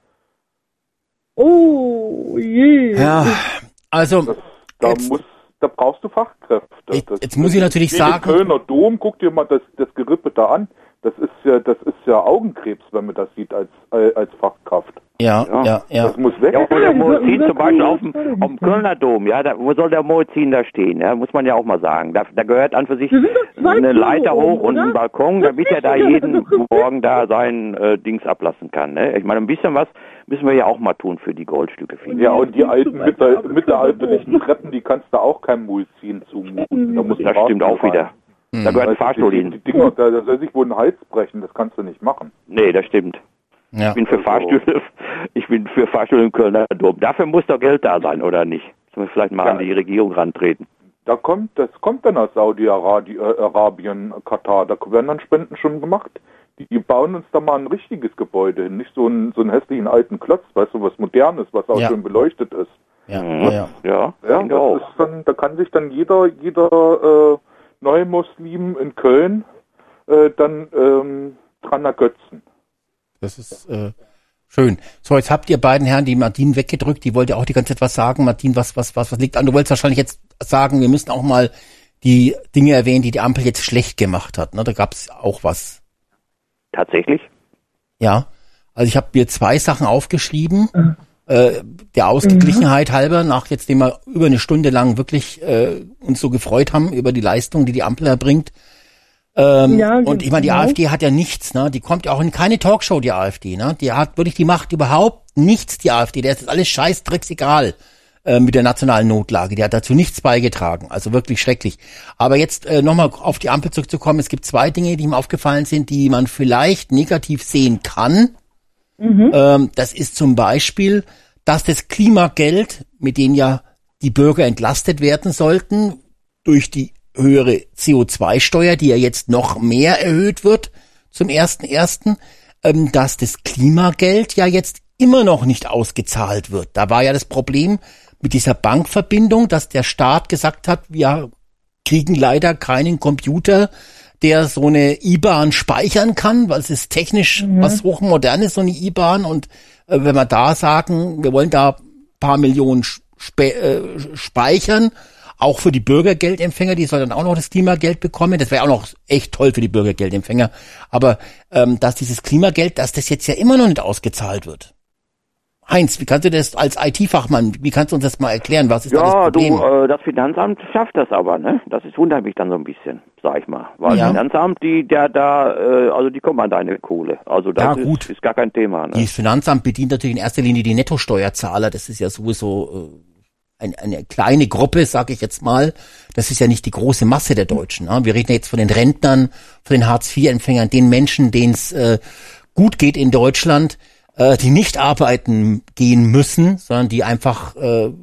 Oh je. Ja, also Da brauchst du Fachkräfte. Jetzt muss ich natürlich wie sagen- Der Kölner Dom, guck dir mal das Gerippe da an. Das ist ja Augenkrebs, wenn man das sieht als Fachkraft. ja. Das muss weg. Ja, wo der Ja, Muezzin so- zum Beispiel so- auf dem Kölner Dom, ja, wo soll der Muezzin da stehen? Ja, muss man ja auch mal sagen. Da gehört an für sich Wir sind doch 2 eine Kilo Leiter oben, hoch und oder? ein Balkon, Das damit er da wissen wir. jeden Morgen da sein Dings ablassen kann. Ne? Ich meine, ein bisschen was müssen wir ja auch mal tun für die Goldstücke. finde ich. Ja, und die alten mittelalterlichen Treppen, die kannst du auch keinem Muezzin zumuten. Da muss Das stimmt auch wieder. Da gehört ein Fahrstuhl Die hin. Dinger, da soll sich wohl ein Hals brechen, das kannst du nicht machen. Nee, das stimmt. Ja. Ich bin für Fahrstühle im Kölner Dom. Dafür muss doch Geld da sein, oder nicht? Sollen wir vielleicht mal Ja. an die Regierung rantreten? Das kommt dann aus Saudi-Arabien, Katar, da werden dann Spenden schon gemacht. Die bauen uns da mal ein richtiges Gebäude hin, nicht so einen hässlichen alten Klotz, weißt du, was Modernes, was auch Ja. schön beleuchtet ist. Ja. Ja, Ja, denke das auch. ist dann, da kann sich dann jeder neue Muslim in Köln dann dran ergötzen. Das ist schön. So, jetzt habt ihr beiden Herren die Martin weggedrückt. Die wollte auch die ganze Zeit was sagen. Martin, was liegt an? Du wolltest wahrscheinlich jetzt sagen, wir müssen auch mal die Dinge erwähnen, die Ampel jetzt schlecht gemacht hat. Ne? Da gab es auch was. Tatsächlich? Ja. Also ich habe mir 2 Sachen aufgeschrieben. Der Ausgeglichenheit halber, nachdem wir über eine Stunde lang wirklich uns so gefreut haben über die Leistung, die Ampel erbringt. Ja, Und ich meine, die genau. AfD hat ja nichts, ne? Die kommt ja auch in keine Talkshow, die AfD, ne? Die hat wirklich die Macht überhaupt nichts, die AfD. Der ist alles scheißdrecksegal mit der nationalen Notlage. Die hat dazu nichts beigetragen. Also wirklich schrecklich. Aber jetzt nochmal auf die Ampel zurückzukommen. Es gibt 2 Dinge, die ihm aufgefallen sind, die man vielleicht negativ sehen kann. Das ist zum Beispiel, dass das Klimageld, mit dem ja die Bürger entlastet werden sollten, durch die höhere CO2-Steuer, die ja jetzt noch mehr erhöht wird zum 1.1., dass das Klimageld ja jetzt immer noch nicht ausgezahlt wird. Da war ja das Problem mit dieser Bankverbindung, dass der Staat gesagt hat, wir kriegen leider keinen Computer, der so eine IBAN speichern kann, weil es ist technisch was hochmodernes, so eine IBAN. Und wenn wir da sagen, wir wollen da ein paar Millionen speichern, auch für die Bürgergeldempfänger, die sollen dann auch noch das Klimageld bekommen. Das wäre auch noch echt toll für die Bürgergeldempfänger. Aber dass dieses Klimageld, dass das jetzt ja immer noch nicht ausgezahlt wird. Heinz, wie kannst du das als IT-Fachmann, wie kannst du uns das mal erklären? Was ist da das Ja, Problem? das Finanzamt schafft das aber, ne? Das wundert mich dann so ein bisschen, sag ich mal. Weil Ja. das Finanzamt, die kommen an deine Kohle. Also das Ja, gut. ist gar kein Thema, ne? Das Finanzamt bedient natürlich in erster Linie die Nettosteuerzahler. Das ist ja sowieso eine kleine Gruppe, sage ich jetzt mal. Das ist ja nicht die große Masse der Deutschen. Ne? Wir reden jetzt von den Rentnern, von den Hartz-IV-Empfängern, den Menschen, denen es gut geht in Deutschland, die nicht arbeiten gehen müssen, sondern die einfach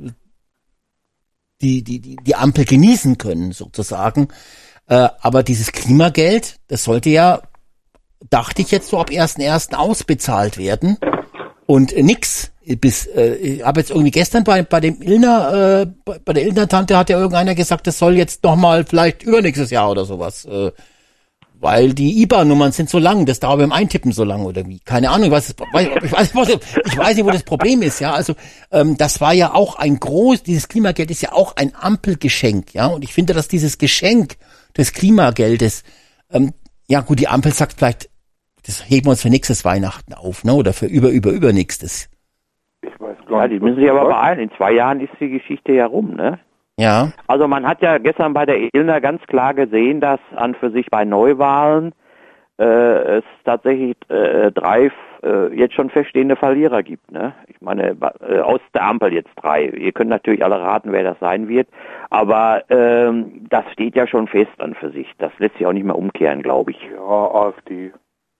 die Ampel genießen können, sozusagen. Aber dieses Klimageld, das sollte ja, dachte ich jetzt so ab 1.1. ausbezahlt werden. Und nix. Ich habe jetzt irgendwie gestern bei dem Illner, bei der Illner-Tante hat ja irgendeiner gesagt, das soll jetzt nochmal vielleicht übernächstes Jahr oder sowas. Weil die IBAN-Nummern sind so lang, das dauert beim Eintippen so lang oder wie. Keine Ahnung, ich weiß nicht, wo das Problem ist, ja. Also das war ja auch dieses Klimageld ist ja auch ein Ampelgeschenk, ja. Und ich finde, dass dieses Geschenk des Klimageldes, ja gut, die Ampel sagt vielleicht, das heben wir uns für nächstes Weihnachten auf, ne? Oder für übernächstes. Ich weiß gar Ja, nicht. die müssen sich aber beeilen. In 2 Jahren ist die Geschichte ja rum, ne? Ja. Also man hat ja gestern bei der Illner ganz klar gesehen, dass an für sich bei Neuwahlen es tatsächlich 3 jetzt schon feststehende Verlierer gibt, ne? Ich meine, aus der Ampel jetzt 3. Ihr könnt natürlich alle raten, wer das sein wird, aber das steht ja schon fest an für sich. Das lässt sich auch nicht mehr umkehren, glaube ich. Ja, AfD.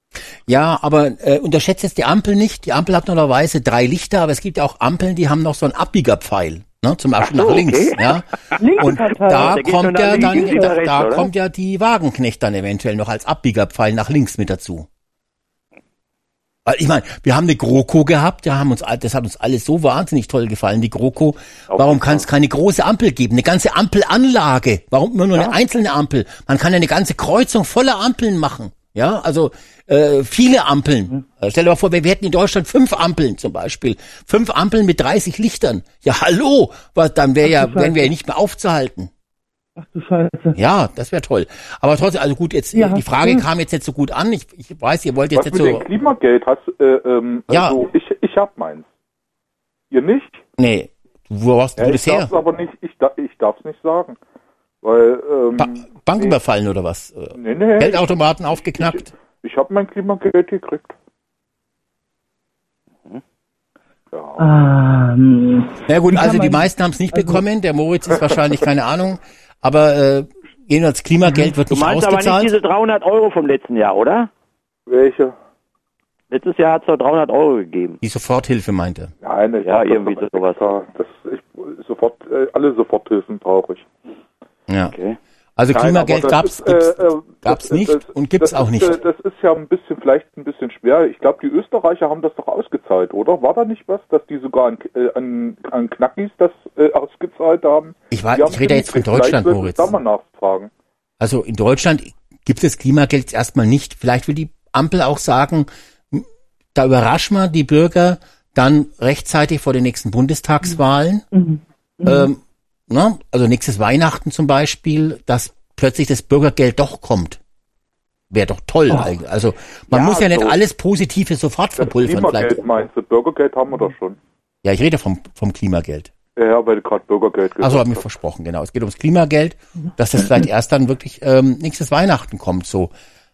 Ja, aber unterschätzt jetzt die Ampel nicht. Die Ampel hat normalerweise 3 Lichter, aber es gibt ja auch Ampeln, die haben noch so einen Abbiegerpfeil, ne, zum Beispiel nach links. Okay. Ja. Und da kommt ja dann, da kommt ja die Wagenknecht dann eventuell noch als Abbiegerpfeil nach links mit dazu. Ich meine, wir haben eine GroKo gehabt, das hat uns alles so wahnsinnig toll gefallen, die GroKo. Warum kann es keine große Ampel geben? Eine ganze Ampelanlage. Warum immer nur eine einzelne Ampel? Man kann ja eine ganze Kreuzung voller Ampeln machen. Ja, also viele Ampeln. Stell dir mal vor, wir hätten in Deutschland 5 Ampeln zum Beispiel. 5 Ampeln mit 30 Lichtern. Ja, hallo, dann wären wir ja nicht mehr aufzuhalten. Ach du Scheiße. Ja, das wäre toll. Aber trotzdem, also gut, jetzt die Frage kam jetzt nicht so gut an. Ich weiß, ihr wollt jetzt was nicht mit so... dem Klimageld hast, also ich hab meins. Ihr nicht? Nee. Wo hast du das her? Aber nicht, ich darf's nicht sagen. Weil, Bank überfallen oder was? Nee. Geldautomaten aufgeknackt? Ich habe mein Klimageld gekriegt. Ja. Na gut, also die meisten haben es nicht bekommen. Der Moritz ist wahrscheinlich, keine Ahnung. Aber jedenfalls Klimageld wird nicht ausgezahlt. Du meinst aber nicht diese 300 Euro vom letzten Jahr, oder? Welche? Letztes Jahr hat es doch 300 Euro gegeben. Die Soforthilfe meinte. Nein, irgendwie sowas. Alle Soforthilfen brauche ich. Ja. Okay. Also Klimageld gab's nicht und gibt's auch nicht. Das ist ja vielleicht ein bisschen schwer. Ich glaube, die Österreicher haben das doch ausgezahlt, oder? War da nicht was, dass die sogar an Knackis das ausgezahlt haben? Ich rede jetzt von Deutschland, Moritz. Da mal nachfragen. Also in Deutschland gibt es Klimageld erstmal nicht. Vielleicht will die Ampel auch sagen, da überraschen wir die Bürger dann rechtzeitig vor den nächsten Bundestagswahlen. Also nächstes Weihnachten zum Beispiel, dass plötzlich das Bürgergeld doch kommt. Wäre doch toll eigentlich. Also man muss ja nicht alles Positive sofort verpulvern. Klimageld meinst du? Bürgergeld haben wir doch schon. Ja, ich rede vom Klimageld. Ja, weil du gerade Bürgergeld gesagt hast. Also habe ich mir versprochen, genau. Es geht ums Klimageld, dass das vielleicht erst dann wirklich nächstes Weihnachten kommt. So,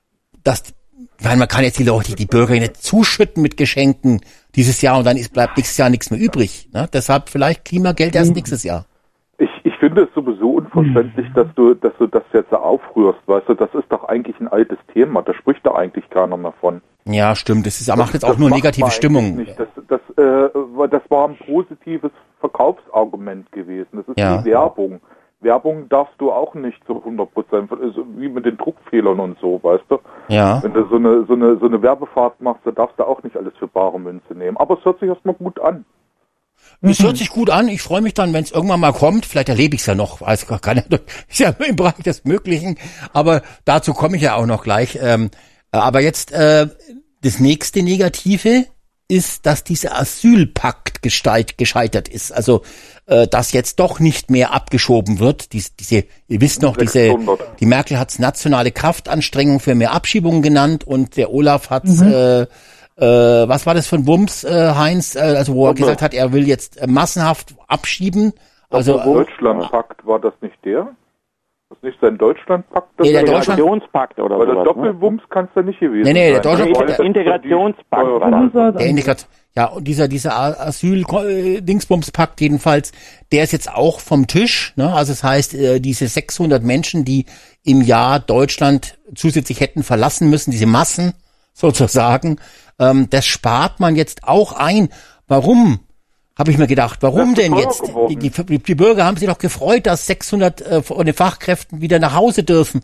weil man kann jetzt die Bürger nicht zuschütten mit Geschenken dieses Jahr und dann bleibt nächstes Jahr nichts mehr übrig. Ne? Deshalb vielleicht Klimageld erst nächstes Jahr. Ich finde es sowieso unverständlich, dass du das jetzt aufrührst, weißt du, das ist doch eigentlich ein altes Thema, da spricht da eigentlich keiner mehr von. Ja, stimmt, macht jetzt auch nur negative Stimmung. Das war ein positives Verkaufsargument gewesen, das ist die Werbung. Werbung darfst du auch nicht zu 100%, wie mit den Druckfehlern und so, weißt du? Ja. Wenn du so eine Werbefahrt machst, dann darfst du auch nicht alles für bare Münze nehmen, aber es hört sich erstmal gut an. Es hört sich gut an. Ich freue mich dann, wenn es irgendwann mal kommt. Vielleicht erlebe ich es ja noch. Weiß gar keiner. Ist ja im Bereich des Möglichen. Aber dazu komme ich ja auch noch gleich. Aber jetzt das nächste Negative ist, dass dieser Asylpakt gescheitert ist. Also dass jetzt doch nicht mehr abgeschoben wird. Ihr wisst noch, die Merkel hat's nationale Kraftanstrengung für mehr Abschiebungen genannt und der Olaf hat's was war das für ein Wumms, Heinz? Also wo er gesagt hat, er will jetzt massenhaft abschieben. Also Deutschlandpakt, war das nicht der? Das ist nicht sein Deutschlandpakt? Nee, der Integrationspakt oder so. Weil der Doppelwumms kann es ja nicht gewesen sein. Der Deutschlandpakt. Der Integrationspakt. Der Integration. Ja, und dieser Asyl-Dingsbums-Pakt jedenfalls, der ist jetzt auch vom Tisch. Ne? Also das heißt, diese 600 Menschen, die im Jahr Deutschland zusätzlich hätten verlassen müssen, diese Massen sozusagen, das spart man jetzt auch ein. Warum? Habe ich mir gedacht, warum denn jetzt? Die Bürger haben sich doch gefreut, dass 600 von den Fachkräften wieder nach Hause dürfen.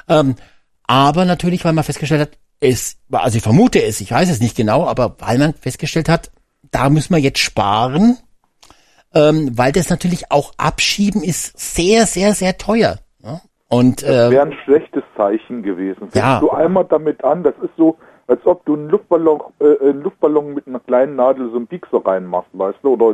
Aber natürlich, weil man festgestellt hat, also ich vermute es, ich weiß es nicht genau, aber weil man festgestellt hat, da müssen wir jetzt sparen, weil das natürlich auch Abschieben ist sehr, sehr, sehr teuer. Ja? Und das wäre ein schlechtes Zeichen gewesen. Fängst du einmal damit an, das ist so, als ob du einen Luftballon mit einer kleinen Nadel so einen Piekser reinmachst, weißt du, oder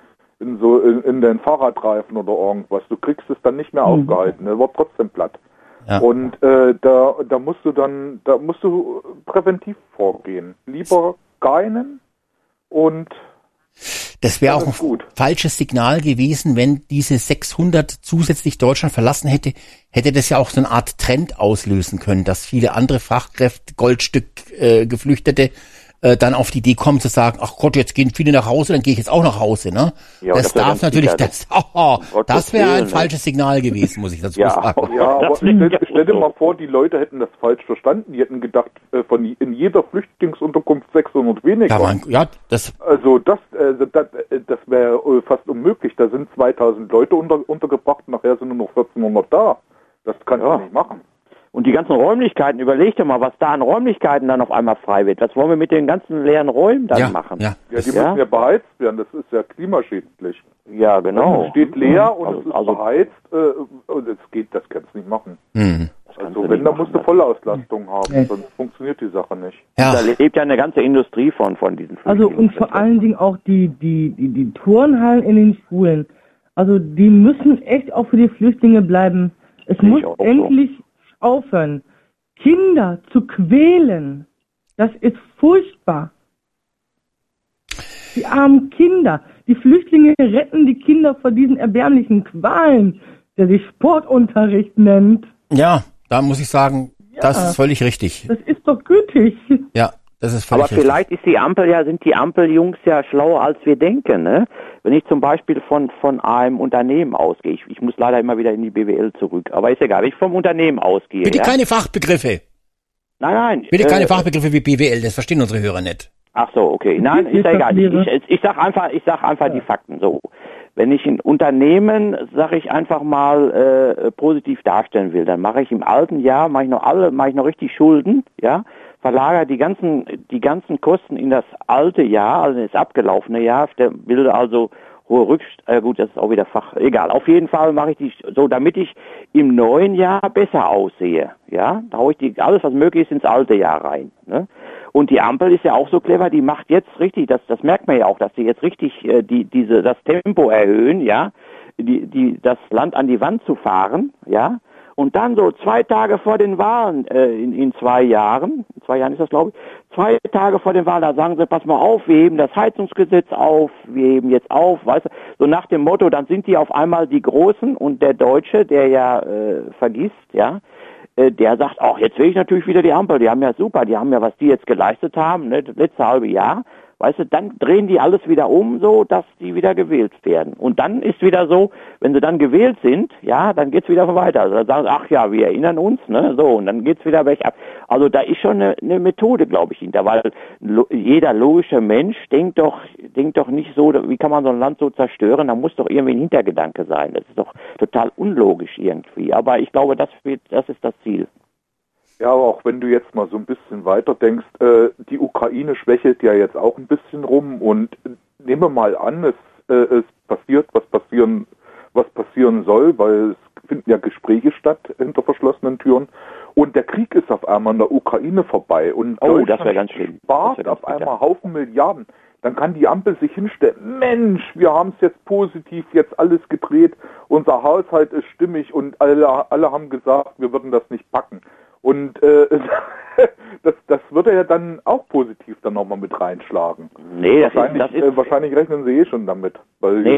in den Fahrradreifen oder irgendwas. Du kriegst es dann nicht mehr aufgehalten, der wird trotzdem platt. Ja. Und da musst du präventiv vorgehen. Lieber keinen und das wäre auch ein falsches Signal gewesen, wenn diese 600 zusätzlich Deutschland verlassen hätte das ja auch so eine Art Trend auslösen können, dass viele andere Fachkräfte, Goldstück Geflüchtete dann auf die Idee kommen zu sagen, ach Gott, jetzt gehen viele nach Hause, dann gehe ich jetzt auch nach Hause, ne? Ja, das darf natürlich, das wäre ein falsches Signal gewesen, muss ich dazu sagen. Ja, aber stell dir mal vor, die Leute hätten das falsch verstanden. Die hätten gedacht, in jeder Flüchtlingsunterkunft 600 weniger. Also das wäre fast unmöglich. Da sind 2000 Leute untergebracht, nachher sind nur noch 1400 da. Das kannst du nicht machen. Und die ganzen Räumlichkeiten, überleg dir mal, was da an Räumlichkeiten dann auf einmal frei wird. Was wollen wir mit den ganzen leeren Räumen dann machen? Ja, die müssen ja beheizt werden, das ist ja klimaschädlich. Ja, genau. Es steht leer und es ist beheizt und das kannst du nicht machen. Also wenn, dann musst du Vollauslastung haben, sonst funktioniert die Sache nicht. Ja. Da lebt ja eine ganze Industrie von diesen Flüchtlingen. Also und vor allen Dingen auch die Turnhallen in den Schulen. Also die müssen echt auch für die Flüchtlinge bleiben. Es muss endlich aufhören, Kinder zu quälen. Das ist furchtbar. Die armen Kinder. Die Flüchtlinge retten die Kinder vor diesen erbärmlichen Qualen, der sich Sportunterricht nennt. Ja, da muss ich sagen, das ist völlig richtig. Das ist doch gütig. Ja, das ist völlig richtig. Aber vielleicht ist sind die Ampeljungs ja schlauer, als wir denken, ne? Wenn ich zum Beispiel von einem Unternehmen ausgehe, ich muss leider immer wieder in die BWL zurück, aber ist egal, wenn ich vom Unternehmen ausgehe. Bitte keine Fachbegriffe. Nein. Bitte keine Fachbegriffe wie BWL, das verstehen unsere Hörer nicht. Ach so, okay. Nein, ist ja egal. Ich sag einfach die Fakten so. Wenn ich ein Unternehmen, sage ich einfach mal, positiv darstellen will, dann mache ich im alten Jahr, mache ich noch richtig Schulden, ja, verlagere die ganzen Kosten in das alte Jahr, also ins abgelaufene Jahr, bilde also hohe gut, das ist auch wieder egal. Auf jeden Fall mache ich die so, damit ich im neuen Jahr besser aussehe, ja, da haue ich alles, was möglich ist, ins alte Jahr rein, ne? Und die Ampel ist ja auch so clever, die macht jetzt richtig, das merkt man ja auch, dass sie jetzt richtig das Tempo erhöhen, ja, das Land an die Wand zu fahren, ja, und dann so 2 Tage vor den Wahlen in 2 Jahren ist das, glaube ich, 2 Tage vor den Wahlen, da sagen sie, pass mal auf, wir heben das Heizungsgesetz auf, wir heben jetzt auf, weißt du, so nach dem Motto, dann sind die auf einmal die Großen und der Deutsche, der ja vergisst, ja, der sagt, ach, jetzt will ich natürlich wieder die Ampel, die haben ja super, die haben ja, was die jetzt geleistet haben, ne, das letzte halbe Jahr, weißt du, dann drehen die alles wieder um, so, dass die wieder gewählt werden. Und dann ist wieder so, wenn sie dann gewählt sind, ja, dann geht's wieder weiter. Also dann sagen sie, ach ja, wir erinnern uns, ne, so, und dann geht's wieder bergab. Also da ist schon eine Methode, glaube ich, hinter, weil jeder logische Mensch denkt doch nicht so, wie kann man so ein Land so zerstören, da muss doch irgendwie ein Hintergedanke sein. Das ist doch total unlogisch irgendwie. Aber ich glaube, das ist das Ziel. Ja, aber auch wenn du jetzt mal so ein bisschen weiter denkst, die Ukraine schwächelt ja jetzt auch ein bisschen rum und nehmen wir mal an, es passiert, was passieren soll, weil es finden ja Gespräche statt hinter verschlossenen Türen und der Krieg ist auf einmal in der Ukraine vorbei und das wäre ganz schlimm. Spart auf einmal Haufen Milliarden. Dann kann die Ampel sich hinstellen, Mensch, wir haben es jetzt positiv, jetzt alles gedreht, unser Haushalt ist stimmig und alle haben gesagt, wir würden das nicht packen. Und das würde ja dann auch positiv dann nochmal mit reinschlagen. Nee, wahrscheinlich rechnen sie schon damit. Weil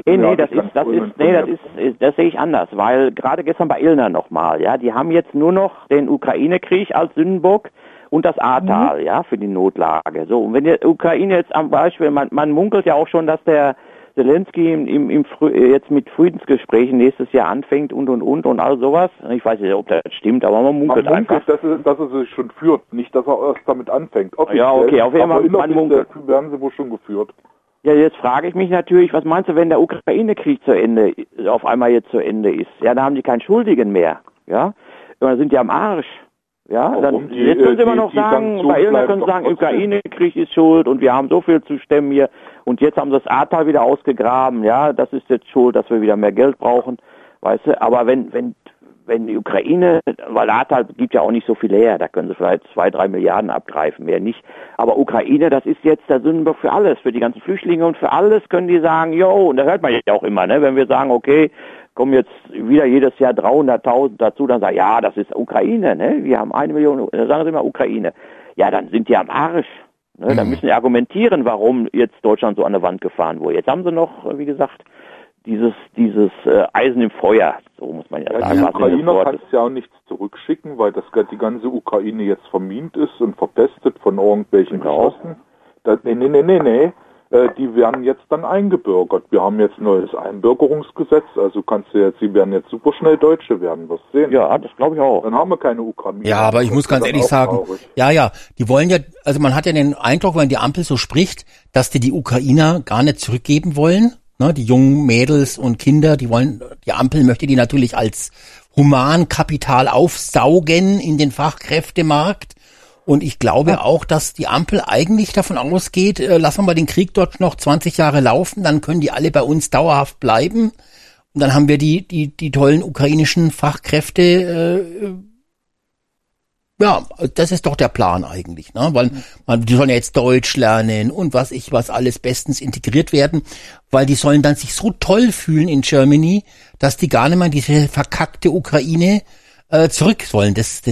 das sehe ich anders, weil gerade gestern bei Illner nochmal, ja, die haben jetzt nur noch den Ukraine-Krieg als Sündenbock und das Ahrtal, ja, für die Notlage. So, und wenn die Ukraine jetzt am Beispiel, man munkelt ja auch schon, dass der Zelensky jetzt mit Friedensgesprächen nächstes Jahr anfängt und all sowas. Ich weiß nicht, ob das stimmt, aber man munkelt einfach. Dass er sich schon führt, nicht, dass er erst damit anfängt. Offiziell, ja, okay, auf jeden Fall, man munkelt. Werden sie wohl schon geführt. Ja, jetzt frage ich mich natürlich, was meinst du, wenn der Ukraine-Krieg auf einmal jetzt zu Ende ist? Ja, da haben die keinen Schuldigen mehr, ja? Dann sind die am Arsch. Ja, dann jetzt können sie immer noch sagen, bei Illner können sie sagen, Ukraine-Krieg ist schuld und wir haben so viel zu stemmen hier und jetzt haben sie das Ahrtal wieder ausgegraben, ja, das ist jetzt schuld, dass wir wieder mehr Geld brauchen, weißt du, aber wenn die Ukraine, weil Ahrtal gibt ja auch nicht so viel her, da können sie vielleicht 2-3 Milliarden abgreifen, mehr nicht, aber Ukraine, das ist jetzt der Sündenbock für alles, für die ganzen Flüchtlinge und für alles können die sagen, jo, und da hört man ja auch immer, ne, wenn wir sagen, okay, kommen jetzt wieder jedes Jahr 300.000 dazu, dann sagen, ja, das ist Ukraine, ne? Wir haben 1 Million, dann sagen sie immer Ukraine. Ja, dann sind die am Arsch. Ne? Dann müssen sie argumentieren, warum jetzt Deutschland so an der Wand gefahren wurde. Jetzt haben sie noch, wie gesagt, dieses Eisen im Feuer, so muss man ja sagen. Die Ukrainer kannst ja auch nichts zurückschicken, weil die ganze Ukraine jetzt vermint ist und verpestet von irgendwelchen Geschossen. Nee. Die werden jetzt dann eingebürgert. Wir haben jetzt ein neues Einbürgerungsgesetz, also sie werden jetzt super schnell Deutsche werden, wirst sehen. Ja, das glaube ich auch. Dann haben wir keine Ukrainer. Ja, aber ich muss ganz ehrlich sagen, ja, die wollen ja, also man hat ja den Eindruck, wenn die Ampel so spricht, dass die Ukrainer gar nicht zurückgeben wollen. Ne, die jungen Mädels und Kinder, die Ampel möchte die natürlich als Humankapital aufsaugen in den Fachkräftemarkt. Und ich glaube auch, dass die Ampel eigentlich davon ausgeht, lassen wir mal den Krieg dort noch 20 Jahre laufen, dann können die alle bei uns dauerhaft bleiben. Und dann haben wir die tollen ukrainischen Fachkräfte. Ja, das ist doch der Plan eigentlich, ne? Weil die sollen ja jetzt Deutsch lernen und was alles bestens integriert werden, weil die sollen dann sich so toll fühlen in Germany, dass die gar nicht mehr in diese verkackte Ukraine zurück sollen.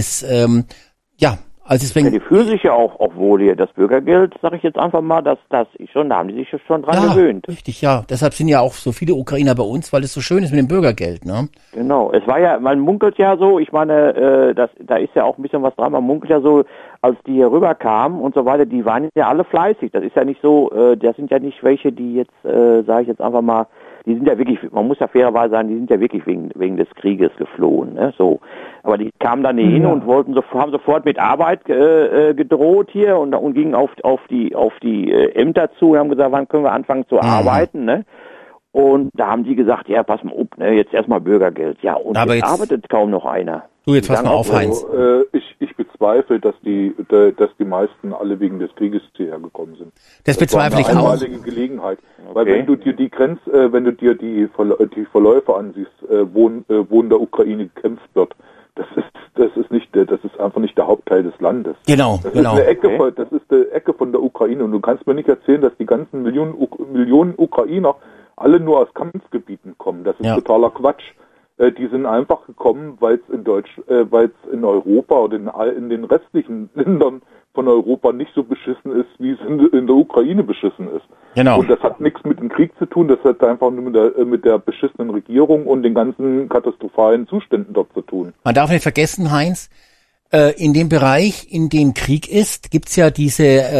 Also deswegen, ja, die fühlen sich ja auch wohl hier. Das Bürgergeld, sage ich jetzt einfach mal, da haben die sich schon dran gewöhnt. Richtig, ja. Deshalb sind ja auch so viele Ukrainer bei uns, weil es so schön ist mit dem Bürgergeld, ne? Genau. Es war ja, man munkelt ja so, ich meine, da ist ja auch ein bisschen was dran, man munkelt ja so, als die hier rüberkamen und so weiter, die waren ja alle fleißig. Das ist ja nicht so, das sind ja nicht welche, die jetzt, sage ich jetzt einfach mal, die sind ja wirklich, man muss ja fairerweise sagen, die sind ja wirklich wegen des Krieges geflohen, ne? So. Aber die kamen dann hin und haben sofort mit Arbeit gedroht hier und gingen auf die Ämter zu und haben gesagt, wann können wir anfangen zu arbeiten, ne? Und da haben die gesagt, ja, pass mal auf, ne, jetzt erstmal Bürgergeld. Ja, und jetzt arbeitet kaum noch einer. Du, jetzt pass mal auf, Heinz. Ich bezweifle, dass die meisten alle wegen des Krieges hierher gekommen sind. Das bezweifle ich auch. Das war eine einmalige Gelegenheit. Okay. Weil wenn du dir die Verläufe ansiehst, wo in der Ukraine gekämpft wird, das ist einfach nicht der Hauptteil des Landes. Genau. Das ist eine Ecke von der Ukraine und du kannst mir nicht erzählen, dass die ganzen Millionen Ukrainer alle nur aus Kampfgebieten kommen. Das ist totaler Quatsch. Die sind einfach gekommen, weil es in Europa oder in den restlichen Ländern von Europa nicht so beschissen ist, wie es in der Ukraine beschissen ist. Genau. Und das hat nichts mit dem Krieg zu tun, das hat einfach nur mit der beschissenen Regierung und den ganzen katastrophalen Zuständen dort zu tun. Man darf nicht vergessen, Heinz, in dem Bereich, in dem Krieg ist, gibt's ja diese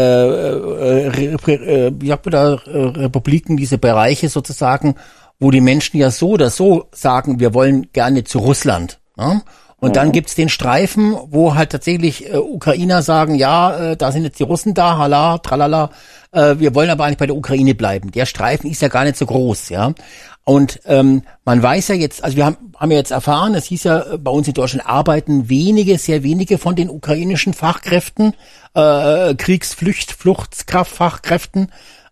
Republiken, diese Bereiche sozusagen, wo die Menschen ja so oder so sagen, wir wollen gerne zu Russland. Ne? Und dann gibt's den Streifen, wo halt tatsächlich Ukrainer sagen, da sind jetzt die Russen da, hala, tralala, wir wollen aber eigentlich bei der Ukraine bleiben. Der Streifen ist ja gar nicht so groß, ja. Und man weiß ja jetzt, also wir haben ja jetzt erfahren, es hieß ja, bei uns in Deutschland arbeiten sehr wenige von den ukrainischen Fachkräften, Fluchtkraftfachkräften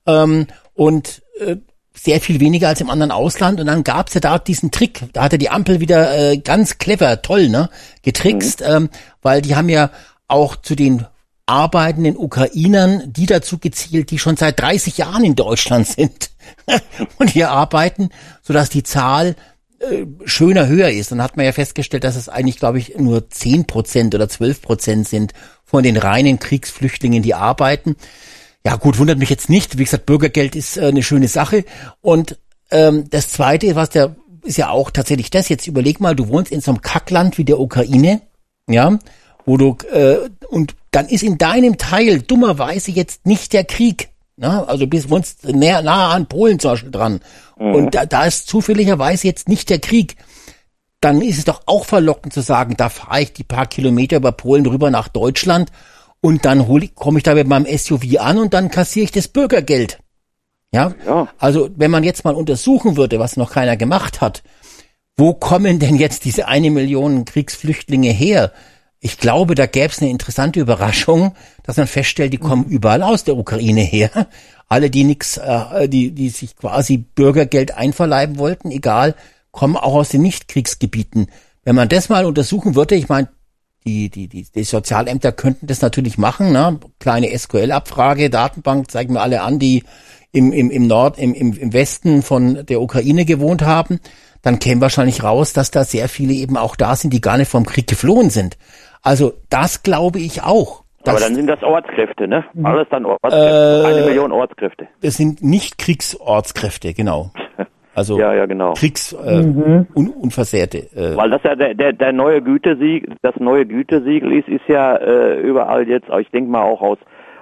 und sehr viel weniger als im anderen Ausland. Und dann gab's ja da diesen Trick, da hatte die Ampel wieder ganz clever, toll, ne, getrickst, weil die haben ja auch zu den arbeitenden Ukrainern die dazu gezählt, die schon seit 30 Jahren in Deutschland sind und hier arbeiten, sodass die Zahl schöner höher ist. Dann hat man ja festgestellt, dass es eigentlich, glaube ich, nur 10% oder 12% sind von den reinen Kriegsflüchtlingen, die arbeiten. Ja gut, wundert mich jetzt nicht. Wie gesagt, Bürgergeld ist eine schöne Sache. Und das Zweite, ist ja auch tatsächlich das. Jetzt überleg mal, du wohnst in so einem Kackland wie der Ukraine, ja, wo du und dann ist in deinem Teil dummerweise jetzt nicht der Krieg. Ne? Also du wohnst nah an Polen zum Beispiel dran. Und da ist zufälligerweise jetzt nicht der Krieg. Dann ist es doch auch verlockend zu sagen, da fahre ich die paar Kilometer über Polen rüber nach Deutschland und dann komme ich da mit meinem SUV an und dann kassiere ich das Bürgergeld. Ja? Also wenn man jetzt mal untersuchen würde, was noch keiner gemacht hat, wo kommen denn jetzt diese 1 Million Kriegsflüchtlinge her? Ich glaube, da gäbe es eine interessante Überraschung, dass man feststellt, die kommen überall aus der Ukraine her. Alle, die sich quasi Bürgergeld einverleiben wollten, egal, kommen auch aus den Nicht-Kriegsgebieten. Wenn man das mal untersuchen würde, ich meine, die Sozialämter könnten das natürlich machen, ne? Kleine SQL-Abfrage, Datenbank, zeigen wir alle an, die im Westen von der Ukraine gewohnt haben. Dann käme wahrscheinlich raus, dass da sehr viele eben auch da sind, die gar nicht vom Krieg geflohen sind. Also das glaube ich auch. Aber dann sind das Ortskräfte, ne? Alles dann Ortskräfte. 1 Million Ortskräfte. Das sind nicht Kriegsortskräfte, genau. Also ja, genau. Unversehrte. Weil das ja der neue Gütesiegel, das neue Gütesiegel ist ja überall jetzt, ich denke mal auch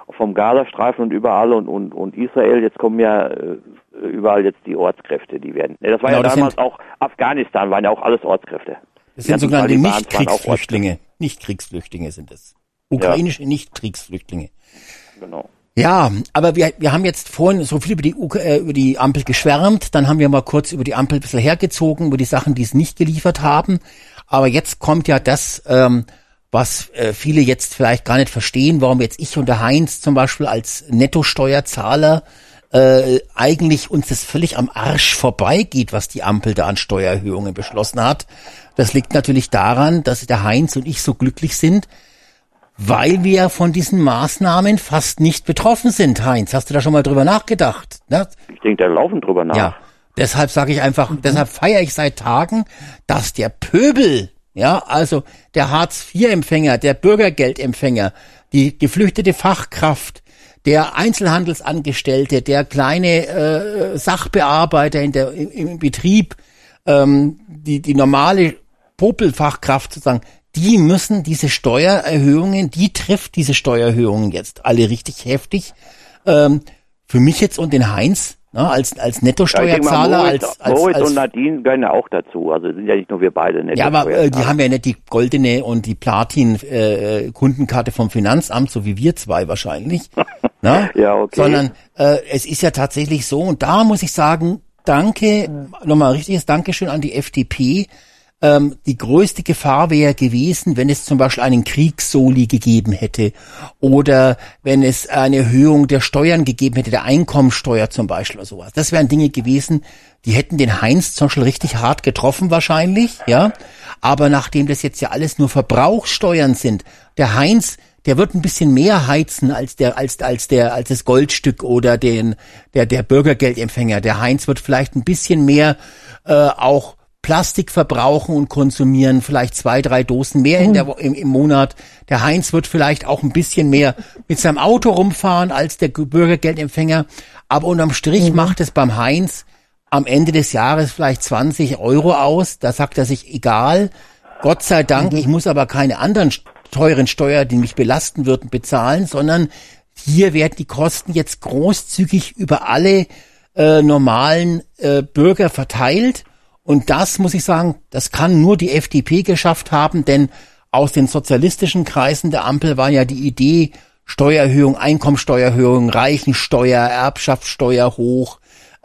vom Gazastreifen und überall und Israel, jetzt kommen ja überall jetzt die Ortskräfte, die werden. Das war ja damals auch Afghanistan, waren ja auch alles Ortskräfte. Das sind sogenannte Nicht-Kriegsflüchtlinge. Nicht-Kriegsflüchtlinge sind es. Ukrainische Nicht-Kriegsflüchtlinge. Genau. Ja, aber wir haben jetzt vorhin so viel über die Ampel geschwärmt, dann haben wir mal kurz über die Ampel ein bisschen hergezogen, über die Sachen, die es nicht geliefert haben. Aber jetzt kommt ja das, was viele jetzt vielleicht gar nicht verstehen, warum jetzt ich und der Heinz zum Beispiel als Nettosteuerzahler eigentlich uns das völlig am Arsch vorbeigeht, was die Ampel da an Steuererhöhungen beschlossen hat. Das liegt natürlich daran, dass der Heinz und ich so glücklich sind, weil wir von diesen Maßnahmen fast nicht betroffen sind, Heinz. Hast du da schon mal drüber nachgedacht? Ne? Ich denke, da laufen drüber nach. Ja, deshalb sage ich einfach, deshalb feiere ich seit Tagen, dass der Pöbel, ja, also der Hartz-IV-Empfänger, der Bürgergeldempfänger, die geflüchtete Fachkraft, der Einzelhandelsangestellte, der kleine Sachbearbeiter im Betrieb, die normale Popelfachkraft sozusagen, die müssen diese Steuererhöhungen, die trifft diese Steuererhöhungen jetzt alle richtig heftig. Für mich jetzt und den Heinz, ne, als Nettosteuerzahler, Moritz und Nadine gehören ja auch dazu. Also sind ja nicht nur wir beide Nettosteuerzahler. Ja, aber die haben ja nicht die goldene und die Platin Kundenkarte vom Finanzamt, so wie wir zwei wahrscheinlich. Ne? Ja, okay. Sondern es ist ja tatsächlich so, und da muss ich sagen, danke, nochmal ein richtiges Dankeschön an die FDP. Die größte Gefahr wäre gewesen, wenn es zum Beispiel einen Kriegssoli gegeben hätte oder wenn es eine Erhöhung der Steuern gegeben hätte, der Einkommensteuer zum Beispiel oder sowas. Das wären Dinge gewesen, die hätten den Heinz zum Beispiel richtig hart getroffen wahrscheinlich, ja. Aber nachdem das jetzt ja alles nur Verbrauchssteuern sind, der Heinz, der wird ein bisschen mehr heizen als das Goldstück oder der Bürgergeldempfänger. Der Heinz wird vielleicht ein bisschen mehr auch Plastik verbrauchen und konsumieren, vielleicht 2-3 Dosen mehr im Monat. Der Heinz wird vielleicht auch ein bisschen mehr mit seinem Auto rumfahren als der Bürgergeldempfänger. Aber unterm Strich macht es beim Heinz am Ende des Jahres vielleicht 20 Euro aus. Da sagt er sich, egal, Gott sei Dank, ich muss aber keine anderen teuren Steuern, die mich belasten würden, bezahlen, sondern hier werden die Kosten jetzt großzügig über alle normalen Bürger verteilt. Und das, muss ich sagen, das kann nur die FDP geschafft haben, denn aus den sozialistischen Kreisen der Ampel war ja die Idee, Steuererhöhung, Einkommensteuererhöhung, Reichensteuer, Erbschaftssteuer hoch,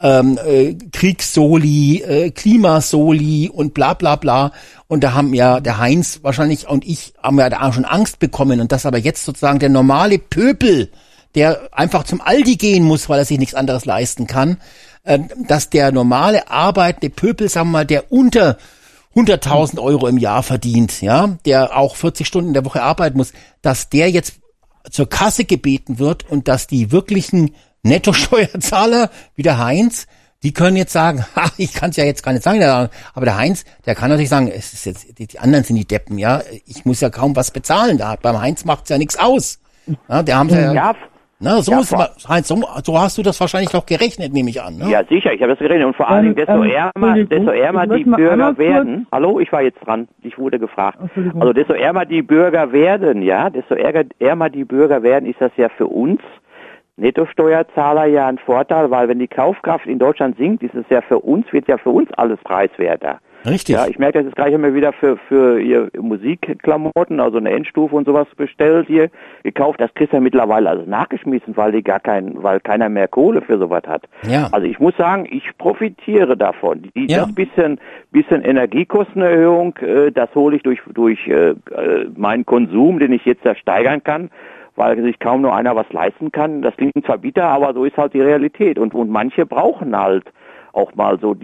Kriegssoli, Klimasoli und bla bla bla. Und da haben ja der Heinz wahrscheinlich und ich haben ja da schon Angst bekommen. Und das aber jetzt sozusagen der normale Pöbel, der einfach zum Aldi gehen muss, weil er sich nichts anderes leisten kann, dass der normale arbeitende Pöbel, sagen wir mal, der unter 100.000 Euro im Jahr verdient, ja, der auch 40 Stunden in der Woche arbeiten muss, dass der jetzt zur Kasse gebeten wird und dass die wirklichen Nettosteuerzahler wie der Heinz, die können jetzt sagen, ich kann es ja jetzt gar nicht sagen, aber der Heinz, der kann natürlich sagen, es ist jetzt, die anderen sind die Deppen, ja, ich muss ja kaum was bezahlen, da beim Heinz macht's ja nichts aus. Ja, der haben ja. Na, so muss man, Heinz, so hast du das wahrscheinlich doch gerechnet, nehme ich an. Ne? Ja, sicher, ich habe das gerechnet. Und vor allen Dingen, desto ärmer die Bürger werden. Hallo, ich war jetzt dran, ich wurde gefragt. Also desto ärmer die Bürger werden, ja, desto ärmer die Bürger werden, ist das ja für uns Nettosteuerzahler ja ein Vorteil, weil wenn die Kaufkraft in Deutschland sinkt, ist es ja für uns, wird ja für uns alles preiswerter. Richtig. Ja, ich merke, das ist gleich immer wieder für ihr Musikklamotten, also eine Endstufe und sowas bestellt hier, gekauft. Das kriegst du ja mittlerweile also nachgeschmissen, weil keiner mehr Kohle für sowas hat. Ja. Also ich muss sagen, ich profitiere davon. Das bisschen Energiekostenerhöhung, das hole ich durch meinen Konsum, den ich jetzt da steigern kann, weil sich kaum nur einer was leisten kann. Das klingt zwar bitter, aber so ist halt die Realität. Und manche brauchen halt auch mal so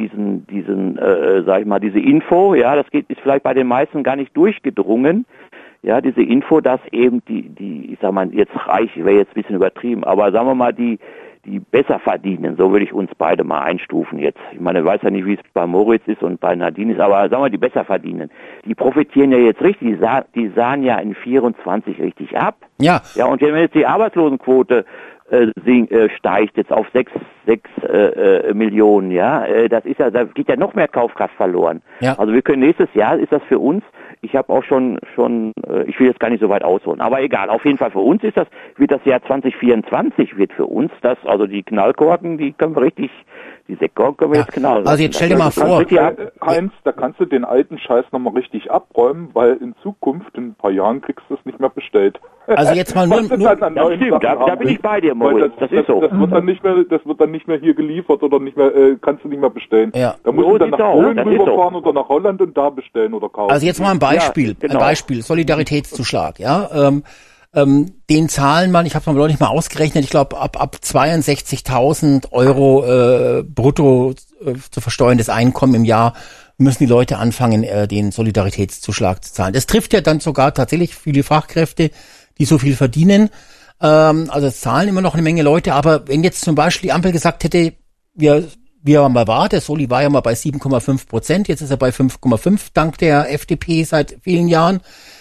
sag ich mal, diese Info, ja, das ist vielleicht bei den meisten gar nicht durchgedrungen, ja, diese Info, dass eben ich sag mal, jetzt reich, wäre jetzt ein bisschen übertrieben, aber sagen wir mal, die besser verdienen, so würde ich uns beide mal einstufen jetzt. Ich meine, ich weiß ja nicht, wie es bei Moritz ist und bei Nadine ist, aber sagen wir mal, die besser verdienen, die profitieren ja jetzt richtig, die sahen ja in 24 richtig ab. Ja. Ja, und wenn jetzt die Arbeitslosenquote steigt jetzt auf 6 Millionen, ja, da geht ja noch mehr Kaufkraft verloren. Ja. Also wir können nächstes Jahr, ist das für uns ich habe auch schon, ich will jetzt gar nicht so weit ausholen, aber egal, auf jeden Fall für uns wird das Jahr 2024 wird für uns also die Knallkorken, die können wir richtig, die Sektkorken können wir jetzt knallen. Also jetzt stell dir mal vor. Heinz, da kannst du den alten Scheiß nochmal richtig abräumen, weil in Zukunft, in ein paar Jahren, kriegst du es nicht mehr bestellt. Also jetzt mal nur das stimmt, da bin ich bei dir, Moritz, das ist so. Das wird dann nicht mehr hier geliefert oder nicht mehr, kannst du nicht mehr bestellen. Ja. Da musst So du dann sieht's nach aus, Polen das ist rüberfahren oder nach Holland und da bestellen oder kaufen. Also jetzt mal ein Beispiel, Ja, genau. ein Beispiel, Solidaritätszuschlag, ja. Den zahlen man, ich habe es mal nicht mal ausgerechnet, ich glaube ab 62.000 Euro brutto zu versteuerndes Einkommen im Jahr müssen die Leute anfangen, den Solidaritätszuschlag zu zahlen. Das trifft ja dann sogar tatsächlich viele Fachkräfte, die so viel verdienen. Also es zahlen immer noch eine Menge Leute, aber wenn jetzt zum Beispiel die Ampel gesagt hätte, wie er mal war, der Soli war ja mal bei 7,5%, jetzt ist er bei 5,5 dank der FDP seit vielen Jahren.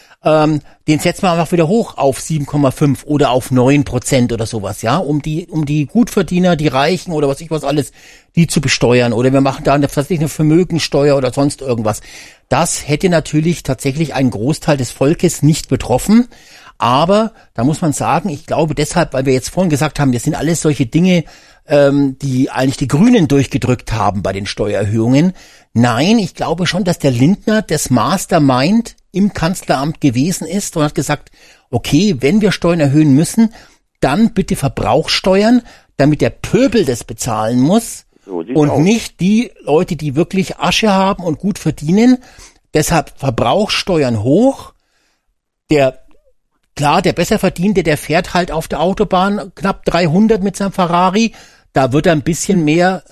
Den setzen wir einfach wieder hoch auf 7,5 oder auf 9% oder sowas, ja, um die Gutverdiener, die Reichen oder was alles, die zu besteuern. Oder wir machen da tatsächlich eine Vermögensteuer oder sonst irgendwas. Das hätte natürlich tatsächlich einen Großteil des Volkes nicht betroffen. Aber da muss man sagen, ich glaube deshalb, weil wir jetzt vorhin gesagt haben, das sind alles solche Dinge, die eigentlich die Grünen durchgedrückt haben bei den Steuererhöhungen. Nein, ich glaube schon, dass der Lindner das Mastermind im Kanzleramt gewesen ist und hat gesagt, okay, wenn wir Steuern erhöhen müssen, dann bitte Verbrauchssteuern, damit der Pöbel das bezahlen muss und nicht die Leute, die wirklich Asche haben und gut verdienen. Deshalb Verbrauchssteuern hoch. Der Besserverdiente, der fährt halt auf der Autobahn knapp 300 mit seinem Ferrari. Da wird er ein bisschen mehr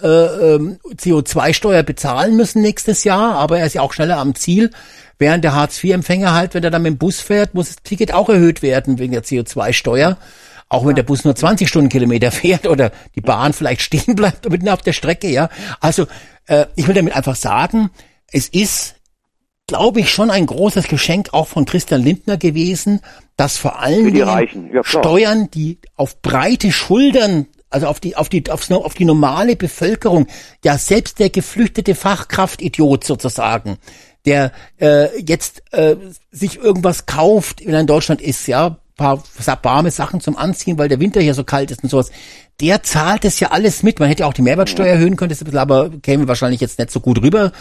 CO2-Steuer bezahlen müssen nächstes Jahr, aber er ist ja auch schneller am Ziel. Während der Hartz-IV-Empfänger halt, wenn er dann mit dem Bus fährt, muss das Ticket auch erhöht werden wegen der CO2-Steuer. Auch wenn der Bus nur 20 Stundenkilometer fährt oder die Bahn vielleicht stehen bleibt mitten auf der Strecke, ja. Also ich will damit einfach sagen, es ist, glaube ich, schon ein großes Geschenk auch von Christian Lindner gewesen, dass vor allen Dingen Steuern, die auf breite Schultern, also auf die normale Bevölkerung, ja selbst der geflüchtete Fachkraftidiot sozusagen, der jetzt sich irgendwas kauft, wenn er in Deutschland ist, ja, paar warme Sachen zum Anziehen, weil der Winter hier so kalt ist und sowas, der zahlt es ja alles mit. Man hätte ja auch die Mehrwertsteuer erhöhen können, das ist ein bisschen, aber käme wahrscheinlich jetzt nicht so gut rüber.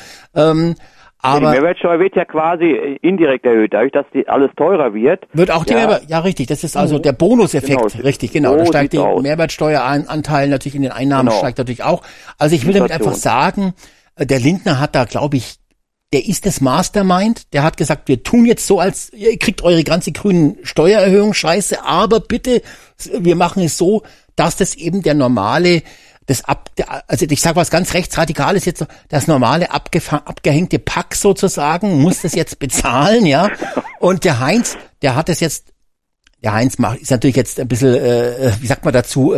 Aber die Mehrwertsteuer wird ja quasi indirekt erhöht, dadurch, dass die alles teurer wird. Wird auch die Mehrwertsteuer, ja richtig, das ist also der Bonuseffekt, richtig, genau. Da steigt der Mehrwertsteueranteil natürlich in den Einnahmen, steigt natürlich auch. Also ich will damit einfach sagen, der Lindner hat da, glaube ich, der ist das Mastermind, der hat gesagt, wir tun jetzt so, als ihr kriegt eure ganze grünen Steuererhöhung, scheiße, aber bitte, wir machen es so, dass das eben der normale, also ich sage was ganz rechtsradikales jetzt, das normale abgehängte Pack sozusagen, muss das jetzt bezahlen, ja. Und der Heinz ist natürlich jetzt ein bisschen, wie sagt man dazu,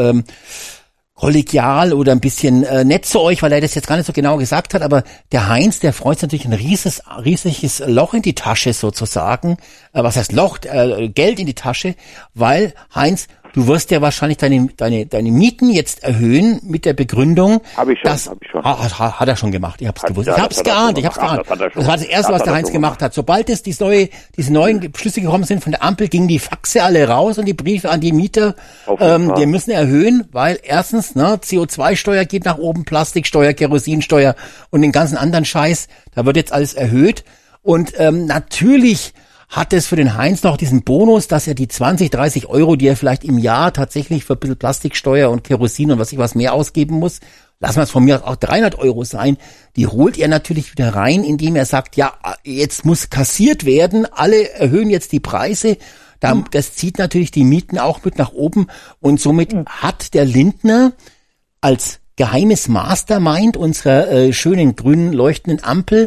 kollegial oder ein bisschen nett zu euch, weil er das jetzt gar nicht so genau gesagt hat, aber der Heinz, der freut sich natürlich ein riesiges Loch in die Tasche sozusagen. Was heißt Loch? Geld in die Tasche, weil Heinz, du wirst ja wahrscheinlich deine Mieten jetzt erhöhen mit der Begründung. Hab ich schon. Hat er schon gemacht. Ich hab's gewusst. Ich hab's geahnt. Das war das Erste, was der Heinz gemacht hat. Sobald es diese neuen Beschlüsse gekommen sind von der Ampel, gingen die Faxe alle raus und die Briefe an die Mieter. Wir müssen erhöhen, weil erstens, CO2-Steuer geht nach oben, Plastiksteuer, Kerosinsteuer und den ganzen anderen Scheiß. Da wird jetzt alles erhöht. Und natürlich hat es für den Heinz noch diesen Bonus, dass er die 20, 30 Euro, die er vielleicht im Jahr tatsächlich für ein bisschen Plastiksteuer und Kerosin und was mehr ausgeben muss, lassen wir es von mir auch 300 Euro sein, die holt er natürlich wieder rein, indem er sagt, ja, jetzt muss kassiert werden, alle erhöhen jetzt die Preise, das zieht natürlich die Mieten auch mit nach oben und somit hat der Lindner als geheimes Mastermind unserer schönen grünen leuchtenden Ampel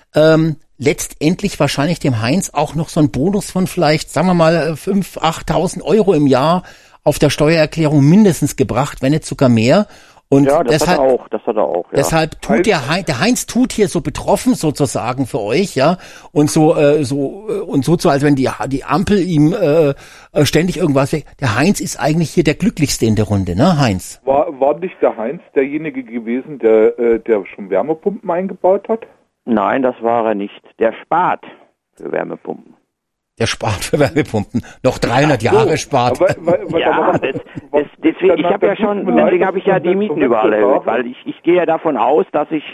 letztendlich wahrscheinlich dem Heinz auch noch so einen Bonus von vielleicht, sagen wir mal, 5.000, 8.000 Euro im Jahr auf der Steuererklärung mindestens gebracht, wenn nicht sogar mehr. Und ja, das hat er auch. Ja. Deshalb tut der Heinz tut hier so betroffen sozusagen für euch, ja, und so, als wenn die Ampel ihm ständig irgendwas weg. Der Heinz ist eigentlich hier der Glücklichste in der Runde, ne, Heinz? War nicht der Heinz derjenige gewesen, der schon Wärmepumpen eingebaut hat? Nein, das war er nicht. Der Spath. für Wärmepumpen. Der spart für Wärmepumpen. Noch 300 Jahre spart. Deswegen, deswegen habe ich ja die Mieten überall erhöht, weil ich gehe ja davon aus, dass ich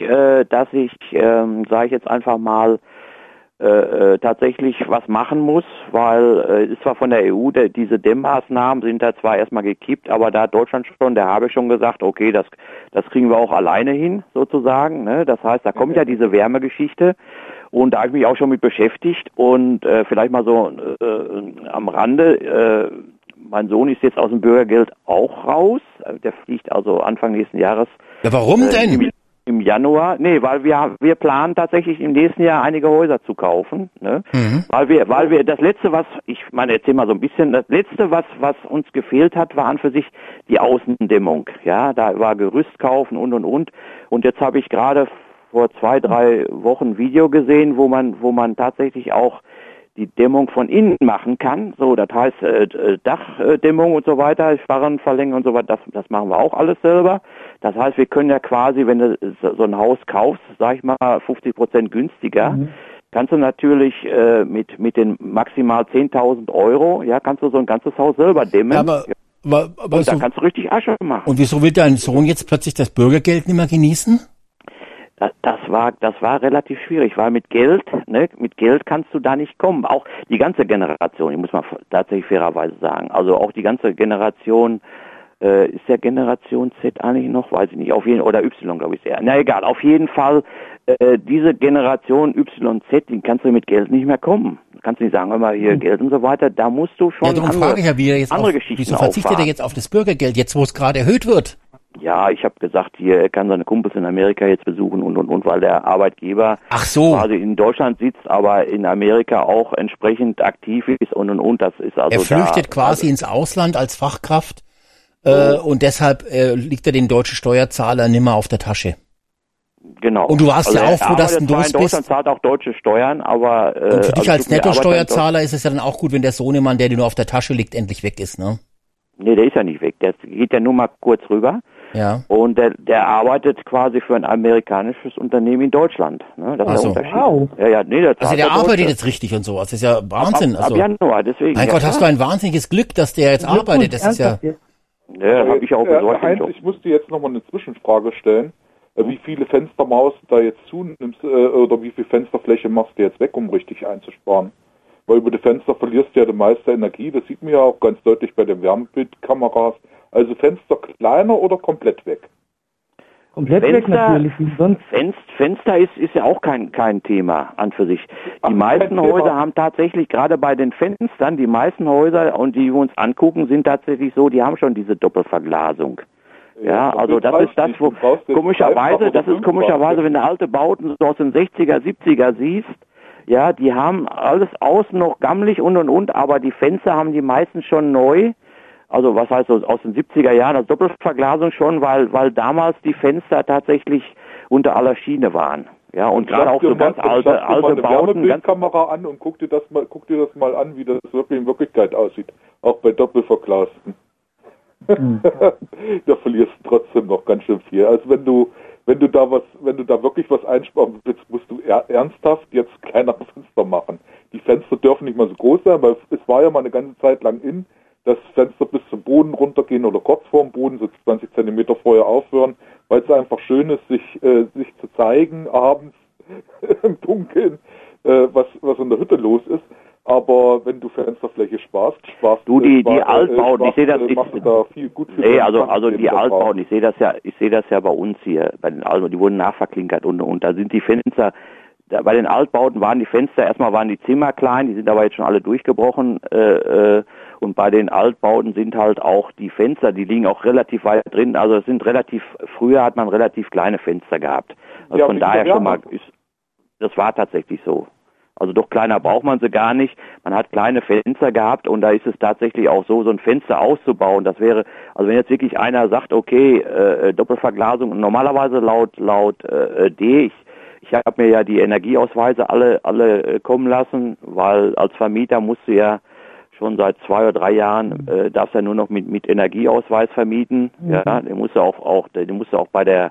sage ich jetzt einfach mal, tatsächlich was machen muss, weil ist zwar von der EU, diese Dämmmaßnahmen sind da zwar erstmal gekippt, aber da hat Deutschland schon, der habe schon gesagt, okay, das kriegen wir auch alleine hin, sozusagen. Ne? Das heißt, da kommt ja diese Wärmegeschichte und da habe ich mich auch schon mit beschäftigt und vielleicht mal so am Rande, mein Sohn ist jetzt aus dem Bürgergeld auch raus, der fliegt also Anfang nächsten Jahres. Ja, warum denn? Im Januar, weil wir planen tatsächlich im nächsten Jahr einige Häuser zu kaufen, ne? Weil wir das letzte, erzähl mal so ein bisschen, das letzte, was uns gefehlt hat, war an für sich die Außendämmung, ja, da war Gerüst kaufen und jetzt habe ich gerade vor 2-3 Wochen ein Video gesehen, wo man tatsächlich auch die Dämmung von innen machen kann, so, das heißt Dachdämmung und so weiter, Sparren verlängern und so weiter, das machen wir auch alles selber. Das heißt, wir können ja quasi, wenn du so ein Haus kaufst, sag ich mal 50% günstiger, kannst du natürlich mit den maximal 10.000 Euro, ja, kannst du so ein ganzes Haus selber dämmen. Ja, aber und da kannst du richtig Asche machen. Und wieso will dein Sohn jetzt plötzlich das Bürgergeld nicht mehr genießen? Das war relativ schwierig, weil mit Geld kannst du da nicht kommen. Auch die ganze Generation, ich muss mal tatsächlich fairerweise sagen, also auch die ganze Generation, ist der Generation Z eigentlich noch, weiß ich nicht, auf jeden oder Y, glaube ich eher. Na egal, auf jeden Fall, diese Generation YZ, die kannst du mit Geld nicht mehr kommen. Du kannst nicht sagen, hör mal hier Geld und so weiter, da musst du schon andere Geschichten wieso verzichtet er jetzt auf das Bürgergeld, jetzt wo es gerade erhöht wird? Ja, ich habe gesagt, hier, er kann seine Kumpels in Amerika jetzt besuchen und weil der Arbeitgeber quasi in Deutschland sitzt, aber in Amerika auch entsprechend aktiv ist und. Das ist also er flüchtet quasi ins Ausland als Fachkraft und deshalb liegt er den deutschen Steuerzahler nimmer auf der Tasche. Genau. Und du warst ja auch froh, dass du los bist. Deutschland zahlt auch deutsche Steuern, aber und für dich als Nettosteuerzahler ist es ja dann auch gut, wenn der Sohnemann, der dir nur auf der Tasche liegt, endlich weg ist, ne? Nee, der ist ja nicht weg. Der geht ja nur mal kurz rüber. Ja. Und der arbeitet quasi für ein amerikanisches Unternehmen in Deutschland. Ne? Das ist der Unterschied. Wow. Also der arbeitet jetzt richtig und sowas. Das ist ja Wahnsinn. Ab Januar, deswegen. Mein Gott, hast du ein wahnsinniges Glück, dass der jetzt arbeitet. Das ist ja... Ja, habe ich auch gesagt. Heinz, ich muss dir jetzt nochmal eine Zwischenfrage stellen. Wie viele Fenstermaus da jetzt zunimmst oder wie viel Fensterfläche machst du jetzt weg, um richtig einzusparen? Weil über die Fenster verlierst du ja die meiste Energie. Das sieht man ja auch ganz deutlich bei den Wärmebildkameras. Also Fenster kleiner oder komplett weg? Komplett weg natürlich. Sonst. Fenster ist ja auch kein Thema an für sich. Die meisten Häuser haben tatsächlich, gerade bei den Fenstern, die meisten Häuser, und die wir uns angucken, sind tatsächlich so, die haben schon diese Doppelverglasung. Ja, also das ist das, wo komischerweise, wenn du alte Bauten so aus den 60er, 70er siehst, ja, die haben alles außen noch gammelig und, aber die Fenster haben die meisten schon neu. Also was heißt so aus den 70er Jahren, also Doppelverglasung schon, weil damals die Fenster tatsächlich unter aller Schiene waren. Ja, und gerade auch so ganz alte Bauten. Wärmebildkamera an und guck dir das mal an, wie das wirklich in Wirklichkeit aussieht. Auch bei Doppelverglasten. Da verlierst du trotzdem noch ganz schön viel. Also wenn du da wirklich was einsparen willst, musst du ernsthaft jetzt kleinere Fenster machen. Die Fenster dürfen nicht mal so groß sein, weil es war ja mal eine ganze Zeit lang dass Fenster bis zum Boden runtergehen oder kurz vorm Boden, so 20 Zentimeter vorher aufhören, weil es einfach schön ist, sich zu zeigen abends im Dunkeln, was in der Hütte los ist. Aber wenn du Fensterfläche sparst du die Altbauten, ich sehe das da viel gut für die Altbauten, ich sehe das ja bei uns hier, bei den Altbauten, die wurden nachverklinkert und da sind die Fenster, bei den Altbauten waren die Zimmer klein, die sind aber jetzt schon alle durchgebrochen, und bei den Altbauten sind halt auch die Fenster, die liegen auch relativ weit drin, also früher hat man relativ kleine Fenster gehabt. Also von daher schon mal, das war tatsächlich so. Also doch kleiner braucht man sie gar nicht. Man hat kleine Fenster gehabt und da ist es tatsächlich auch so ein Fenster auszubauen. Das wäre, also wenn jetzt wirklich einer sagt, okay, Doppelverglasung, normalerweise laut D, ich habe mir ja die Energieausweise alle kommen lassen, weil als Vermieter musst du ja schon seit 2 oder 3 Jahren darfst ja nur noch mit Energieausweis vermieten. Ja, den musst du auch bei der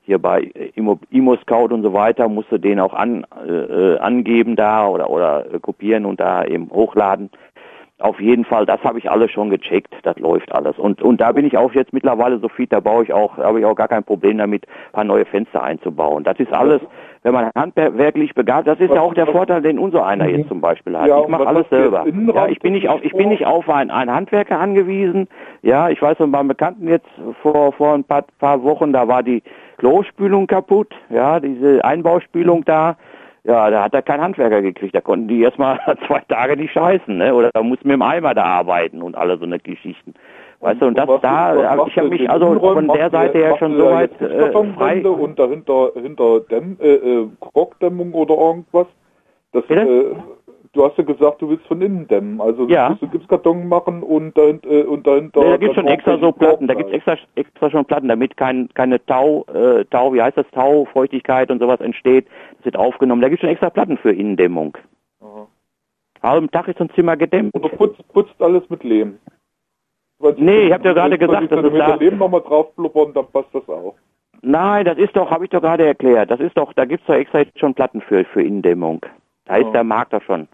hier bei Immo-Scout und so weiter, musst du den auch angeben da oder kopieren und da eben hochladen. Auf jeden Fall, das habe ich alles schon gecheckt, das läuft alles. Und da bin ich auch jetzt mittlerweile so fit, da habe ich auch gar kein Problem damit, ein paar neue Fenster einzubauen. Das ist alles, wenn man handwerklich begabt, das ist ja auch der Vorteil, den unser einer jetzt zum Beispiel hat. Ja, ich mache alles selber. Ja, ich bin nicht auf einen Handwerker angewiesen. Ja, ich weiß von meinem Bekannten jetzt vor ein paar Wochen, da war die Klospülung kaputt, ja, diese Einbauspülung da. Ja, da hat er keinen Handwerker gekriegt. Da konnten die erstmal 2 Tage nicht scheißen, ne? Oder da muss mit dem Eimer da arbeiten und alle so eine Geschichten. Weißt du, und das da, ich habe mich also von der Seite her schon so weit frei. Und dahinter Korkdämmung oder irgendwas? Das, du hast ja gesagt, du willst von innen dämmen. Also ja. Du gibst Karton machen und dahinter. Nee, da gibt's schon extra so Platten. Da gibt's extra schon Platten, damit keine Taufeuchtigkeit und sowas entsteht. Das wird aufgenommen. Da gibt's schon extra Platten für Innendämmung. Aha. Halben Tag ist so ein Zimmer gedämmt. Oder putzt alles mit Lehm. Nee, ich habe ja gerade gesagt, dass es da... Wenn Lehm nochmal drauf blubbern, dann passt das auch. Nein, das ist doch, habe ich doch gerade erklärt. Das ist doch, da gibt's doch extra jetzt schon Platten für Innendämmung. Da ist der Markt doch schon.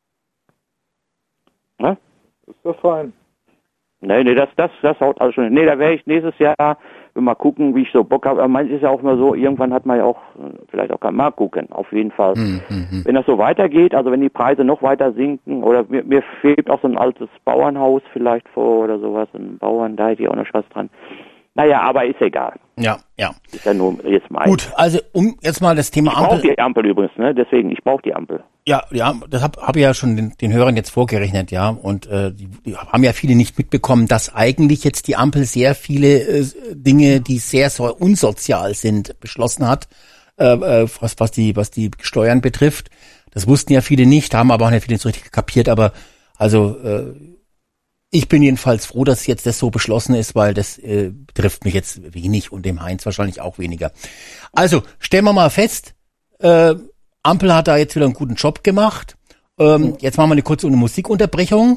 Ne? Ist das fein? Nee, das haut alles schon. Nee, da werde ich nächstes Jahr mal gucken, wie ich so Bock habe. Aber meins ist ja auch immer so, irgendwann hat man ja auch, vielleicht auch mal gucken, auf jeden Fall. Wenn das so weitergeht, also wenn die Preise noch weiter sinken, oder mir fehlt auch so ein altes Bauernhaus vielleicht vor oder sowas, ein Bauern, da hätte ich auch noch was dran. Naja, aber ist egal. Ja. Ist ja nur jetzt mal. Gut, also um jetzt mal das Thema Ampel. Ich brauche die Ampel übrigens, ne? Deswegen, ich brauche die Ampel. Ja, das hab ich ja schon den Hörern jetzt vorgerechnet, ja. Und die haben ja viele nicht mitbekommen, dass eigentlich jetzt die Ampel sehr viele Dinge, die sehr unsozial sind, beschlossen hat, was die Steuern betrifft. Das wussten ja viele nicht, haben aber auch nicht viele so richtig kapiert. Aber also ich bin jedenfalls froh, dass jetzt das so beschlossen ist, weil das betrifft mich jetzt wenig und dem Heinz wahrscheinlich auch weniger. Also stellen wir mal fest, Ampel hat da jetzt wieder einen guten Job gemacht. Jetzt machen wir eine kurze Musikunterbrechung.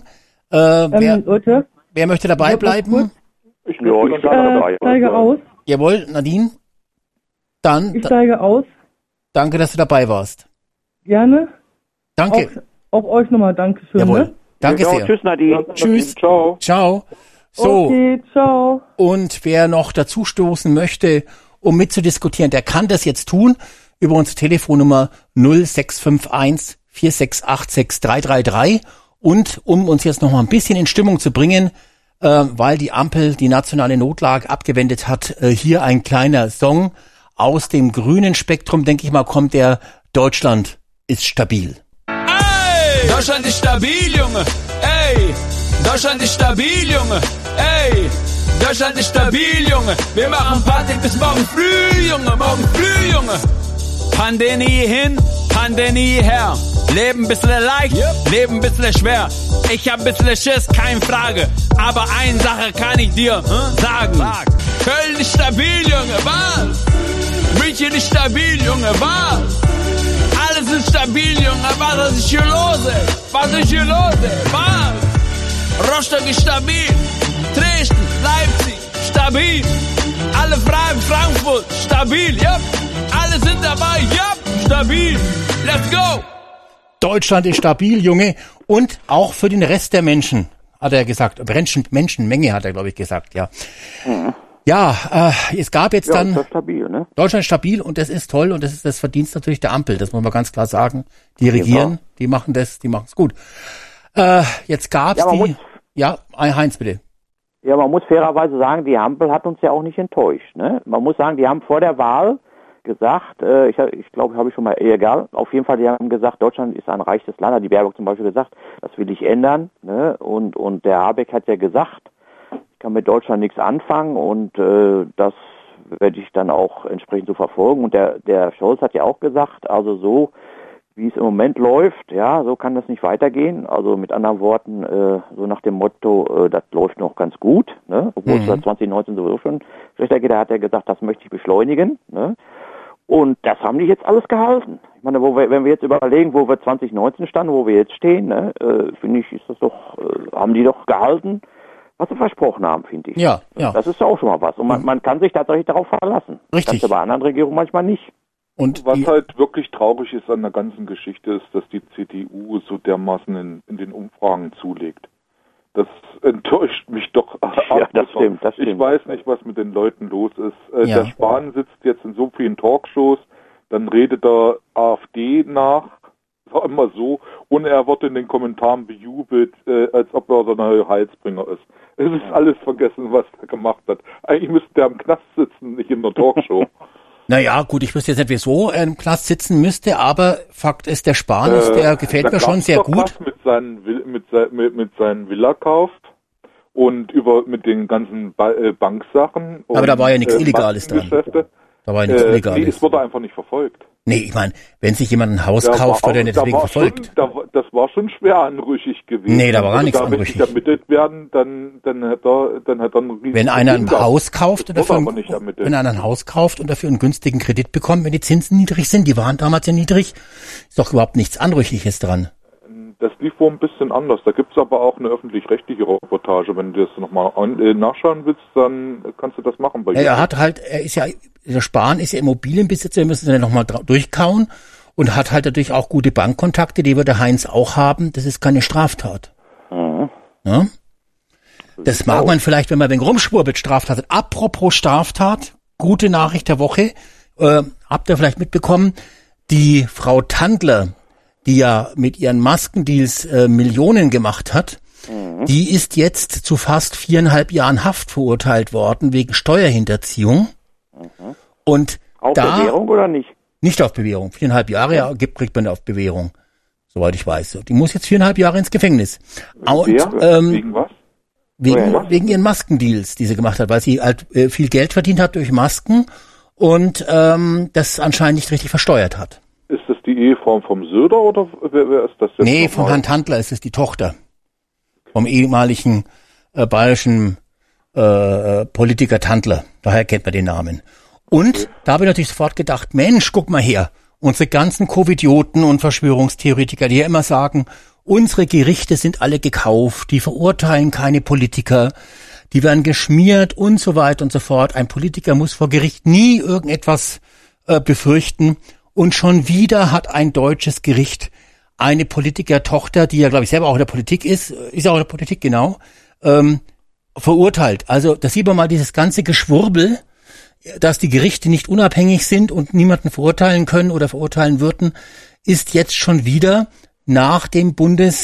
Wer möchte dabei bleiben? Ich steige aus. Jawohl, Nadine. Dann. Ich steige aus. Danke, dass du dabei warst. Gerne. Danke. Auch euch nochmal Dankeschön. Jawohl. Ne? Danke sehr. Tschüss, Nadine. Tschüss. Ciao. So. Okay, ciao. Und wer noch dazu stoßen möchte, um mitzudiskutieren, der kann das jetzt tun über unsere Telefonnummer 0651 4686 333. Und um uns jetzt noch mal ein bisschen in Stimmung zu bringen, weil die Ampel die nationale Notlage abgewendet hat, hier ein kleiner Song aus dem grünen Spektrum, denke ich mal, kommt der Deutschland ist stabil. Ey! Deutschland ist stabil, Junge. Ey! Deutschland ist stabil, Junge. Ey! Deutschland ist stabil, Junge. Wir machen Party bis morgen früh, Junge. Morgen früh, Junge. Pandemie hin, Pandemie her. Leben bisschen leicht, Leben bisschen schwer. Ich hab bisschen Schiss, keine Frage. Aber eine Sache kann ich dir sagen. Köln ist stabil, Junge, was? München ist stabil, Junge, was? Alles ist stabil, Junge, was ist hier los, ey? Was ist hier los, ey? Was? Rostock ist stabil. Dresden, Leipzig, stabil. Alle frei in Frankfurt, stabil, yep. Alle sind dabei, yep, stabil. Let's go. Deutschland ist stabil, Junge. Und auch für den Rest der Menschen, hat er gesagt. Menschenmenge hat er, glaube ich, gesagt, ja. Ja, es gab jetzt dann... Ist stabil, ne? Deutschland ist stabil und das ist toll und das ist das Verdienst natürlich der Ampel. Das muss man ganz klar sagen. Die regieren, die machen es gut. Jetzt gab's Heinz, bitte. Ja, man muss fairerweise sagen, die Ampel hat uns ja auch nicht enttäuscht, ne? Man muss sagen, die haben vor der Wahl gesagt, ich glaube, habe ich schon mal, egal, auf jeden Fall, die haben gesagt, Deutschland ist ein reiches Land, hat die Baerbock zum Beispiel gesagt, das will ich ändern, ne? Und der Habeck hat ja gesagt, ich kann mit Deutschland nichts anfangen und das werde ich dann auch entsprechend so verfolgen. Und der Scholz hat ja auch gesagt, also so, wie es im Moment läuft, ja, so kann das nicht weitergehen. Also mit anderen Worten, so nach dem Motto, das läuft noch ganz gut, ne? Obwohl es seit 2019 sowieso schon schlechter geht, da hat er gesagt, das möchte ich beschleunigen, ne? Und das haben die jetzt alles gehalten. Ich meine, wenn wir jetzt überlegen, wo wir 2019 standen, wo wir jetzt stehen, ne, finde ich, ist das doch, haben die doch gehalten, was sie versprochen haben, finde ich. Ja, ja. Das ist ja auch schon mal was. Und man kann sich tatsächlich darauf verlassen. Richtig. Das kannst du bei anderen Regierungen manchmal nicht. Und Was halt wirklich traurig ist an der ganzen Geschichte ist, dass die CDU so dermaßen in den Umfragen zulegt. Das enttäuscht mich doch. Ja, das stimmt. Ich weiß nicht, was mit den Leuten los ist. Ja. Der Spahn sitzt jetzt in so vielen Talkshows, dann redet der AfD nach, war immer so, und er wird in den Kommentaren bejubelt, als ob er der neue Heilsbringer ist. Es ist alles vergessen, was er gemacht hat. Eigentlich müsste er im Knast sitzen, nicht in der Talkshow. naja, gut, ich wüsste jetzt nicht, wieso er im Knast sitzen müsste, aber Fakt ist, der Spahn der gefällt mir schon sehr gut. Mit seinem Villakauf und mit den ganzen Banksachen. Aber da war ja nichts Illegales dran. Da war ja nichts Illegales. Nee, es wurde einfach nicht verfolgt. Nee, ich meine, wenn sich jemand ein Haus kauft, wird er nicht deswegen verfolgt. Das war schon schwer anrüchig gewesen. Nee, da war gar nichts anrüchig. Wenn die ermittelt werden, dann hat er einen riesigen Wenn einer ein Haus kauft und dafür wenn einer ein Haus kauft und dafür einen günstigen Kredit bekommt, wenn die Zinsen niedrig sind, die waren damals ja niedrig, ist doch überhaupt nichts Anrüchiges dran. Das lief wohl ein bisschen anders. Da gibt's aber auch eine öffentlich-rechtliche Reportage. Wenn du das nochmal nachschauen willst, dann kannst du das machen bei der Spahn ist ja Immobilienbesitzer, wir müssen es ja nochmal durchkauen und hat halt natürlich auch gute Bankkontakte, die wird der Heinz auch haben. Das ist keine Straftat. Mhm. Ja? Das mag man vielleicht, wenn man wegen rumschwurbelt, Straftat hat. Apropos Straftat, gute Nachricht der Woche, habt ihr vielleicht mitbekommen, die Frau Tandler, die ja mit ihren Maskendeals Millionen gemacht hat, die ist jetzt zu fast 4,5 Jahren Haft verurteilt worden wegen Steuerhinterziehung. Und auf Bewährung oder nicht? Nicht auf Bewährung. 4,5 Jahre kriegt man auf Bewährung, soweit ich weiß. Die muss jetzt 4,5 Jahre ins Gefängnis. Und, wegen was? Wegen ihren Maskendeals, die sie gemacht hat, weil sie halt viel Geld verdient hat durch Masken und das anscheinend nicht richtig versteuert hat. Ist das die Ehefrau vom Söder oder wer ist das jetzt? Nee, von Herrn Tandler ist es die Tochter. Vom ehemaligen bayerischen Politiker Tandler. Daher kennt man den Namen. Und da habe ich natürlich sofort gedacht, Mensch, guck mal her. Unsere ganzen Covidioten und Verschwörungstheoretiker, die ja immer sagen, unsere Gerichte sind alle gekauft, die verurteilen keine Politiker, die werden geschmiert und so weiter und so fort. Ein Politiker muss vor Gericht nie irgendetwas befürchten. Und schon wieder hat ein deutsches Gericht eine Politikertochter, die ja, glaube ich, selber auch in der Politik ist ja auch in der Politik, genau, verurteilt. Also da sieht man mal dieses ganze Geschwurbel, dass die Gerichte nicht unabhängig sind und niemanden verurteilen können oder verurteilen würden, ist jetzt schon wieder nach dem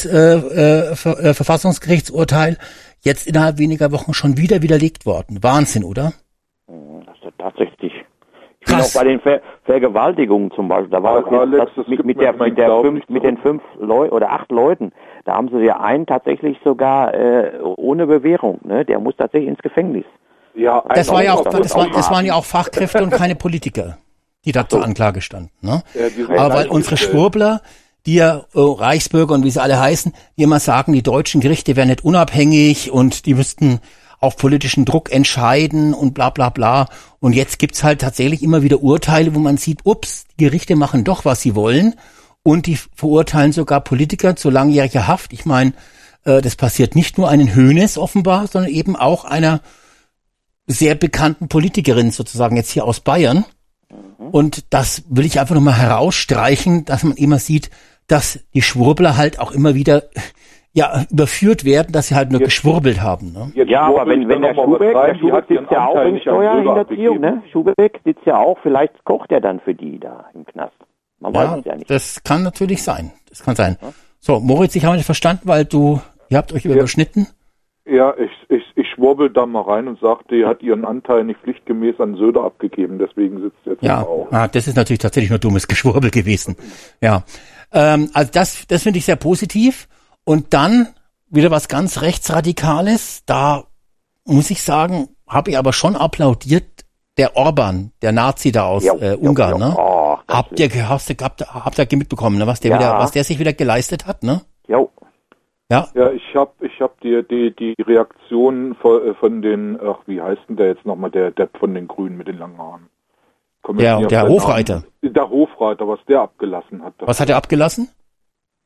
Bundesverfassungsgerichtsurteil jetzt innerhalb weniger Wochen schon wieder widerlegt worden. Wahnsinn, oder? Das ist tatsächlich. Ich bin auch bei den Vergewaltigungen zum Beispiel. Da war mit den 5 Leuten oder 8 Leuten. Da haben sie ja einen tatsächlich sogar ohne Bewährung. Ne? Der muss tatsächlich ins Gefängnis. Ja, das waren ja auch Fachkräfte und keine Politiker, die da zur Anklage standen. Ne? Ja, aber weil unsere Schwurbler, die ja Reichsbürger und wie sie alle heißen, die immer sagen, die deutschen Gerichte wären nicht unabhängig und die müssten auf politischen Druck entscheiden und bla bla bla. Und jetzt gibt's halt tatsächlich immer wieder Urteile, wo man sieht, ups, die Gerichte machen doch, was sie wollen. Und die verurteilen sogar Politiker zu langjähriger Haft. Ich meine, das passiert nicht nur einen Hoeneß offenbar, sondern eben auch einer sehr bekannten Politikerin sozusagen jetzt hier aus Bayern. Und das will ich einfach nochmal herausstreichen, dass man immer sieht, dass die Schwurbler halt auch immer wieder überführt werden, dass sie halt nur geschwurbelt haben. Ne? Ja, aber wenn der Schubeck sitzt ja auch in Steuerhinterziehung, ne? Schubeck sitzt ja auch, vielleicht kocht er dann für die da im Knast. Man weiß es ja nicht. Das kann natürlich sein. Das kann sein. So, Moritz, ich habe nicht verstanden, weil ihr habt euch überschnitten. Ja, ich schwurbel da mal rein und sagte, die hat ihren Anteil nicht pflichtgemäß an Söder abgegeben, deswegen sitzt er jetzt auch. Ja, das ist natürlich tatsächlich nur dummes Geschwurbel gewesen. Ja, also das finde ich sehr positiv. Und dann wieder was ganz Rechtsradikales. Da muss ich sagen, habe ich aber schon applaudiert, der Orban, der Nazi da aus Ungarn. Ne? Oh, habt ihr mitbekommen, ne? was der sich wieder geleistet hat, ne? Jo. Ja, ich hab die Reaktion von den, wie heißt denn der jetzt nochmal, der Depp von den Grünen mit den langen Haaren? Der Hofreiter. Der Hofreiter, was der abgelassen hat. Was hat er abgelassen?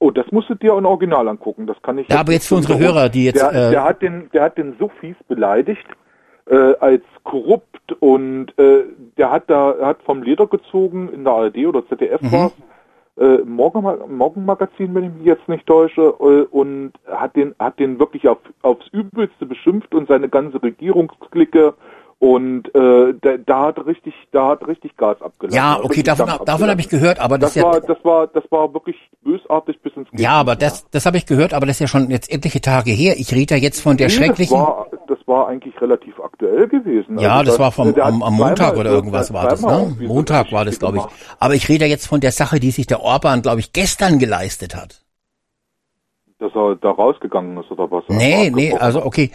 Oh, das musst du dir im Original angucken. Das kann ich. Ja, aber jetzt für unsere Hörer, die jetzt... Der hat den so fies beleidigt, als korrupt, und der hat vom Leder gezogen in der ARD oder ZDF war's. Morgenmagazin, wenn ich mich jetzt nicht täusche, und hat den wirklich aufs Übelste beschimpft und seine ganze Regierungsklicke, und da hat richtig Gas abgelassen. Ja, okay, davon habe ich gehört, aber das war wirklich bösartig bis ins Gegenteil. Ja, aber das habe ich gehört, aber das ist ja schon jetzt etliche Tage her. Ich rede ja jetzt von der schrecklichen... Das war eigentlich relativ aktuell gewesen. Ja, also das war am Montag oder irgendwas war das, ne? Montag war das, glaube ich. Aber ich rede ja jetzt von der Sache, die sich der Orban, glaube ich, gestern geleistet hat. Dass er da rausgegangen ist oder was? Nee, also okay.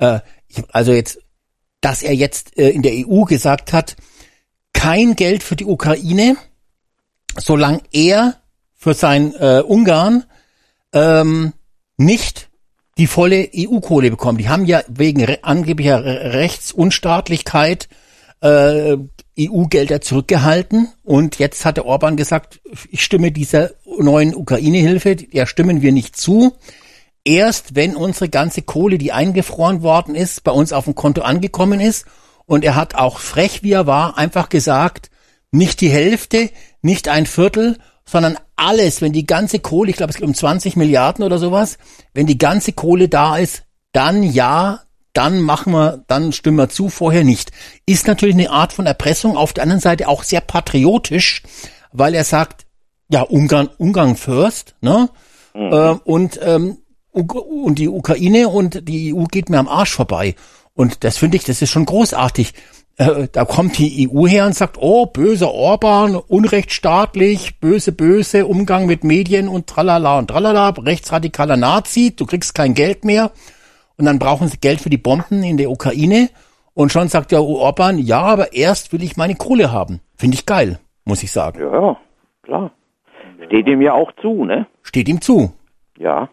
Dass er jetzt in der EU gesagt hat, kein Geld für die Ukraine, solange er für sein Ungarn nicht die volle EU-Kohle bekommen. Die haben ja wegen angeblicher Rechtsunstaatlichkeit EU-Gelder zurückgehalten, und jetzt hat der Orban gesagt, ich stimme dieser neuen Ukraine-Hilfe, der stimmen wir nicht zu. Erst wenn unsere ganze Kohle, die eingefroren worden ist, bei uns auf dem Konto angekommen ist. Und er hat auch frech, wie er war, einfach gesagt, nicht die Hälfte, nicht ein Viertel, sondern alles, wenn die ganze Kohle, ich glaube es geht um 20 Milliarden oder sowas, wenn die ganze Kohle da ist, dann ja, dann stimmen wir zu, vorher nicht. Ist natürlich eine Art von Erpressung, auf der anderen Seite auch sehr patriotisch, weil er sagt, ja, Ungarn first, ne? Und die Ukraine und die EU geht mir am Arsch vorbei. Und das finde ich, das ist schon großartig. Da kommt die EU her und sagt, oh, böser Orban, unrechtsstaatlich, böse, Umgang mit Medien und tralala und tralala, rechtsradikaler Nazi, du kriegst kein Geld mehr. Und dann brauchen sie Geld für die Bomben in der Ukraine. Und schon sagt der Orban, ja, aber erst will ich meine Kohle haben. Finde ich geil, muss ich sagen. Ja, klar. Steht ihm ja auch zu, ne? Steht ihm zu. Ja.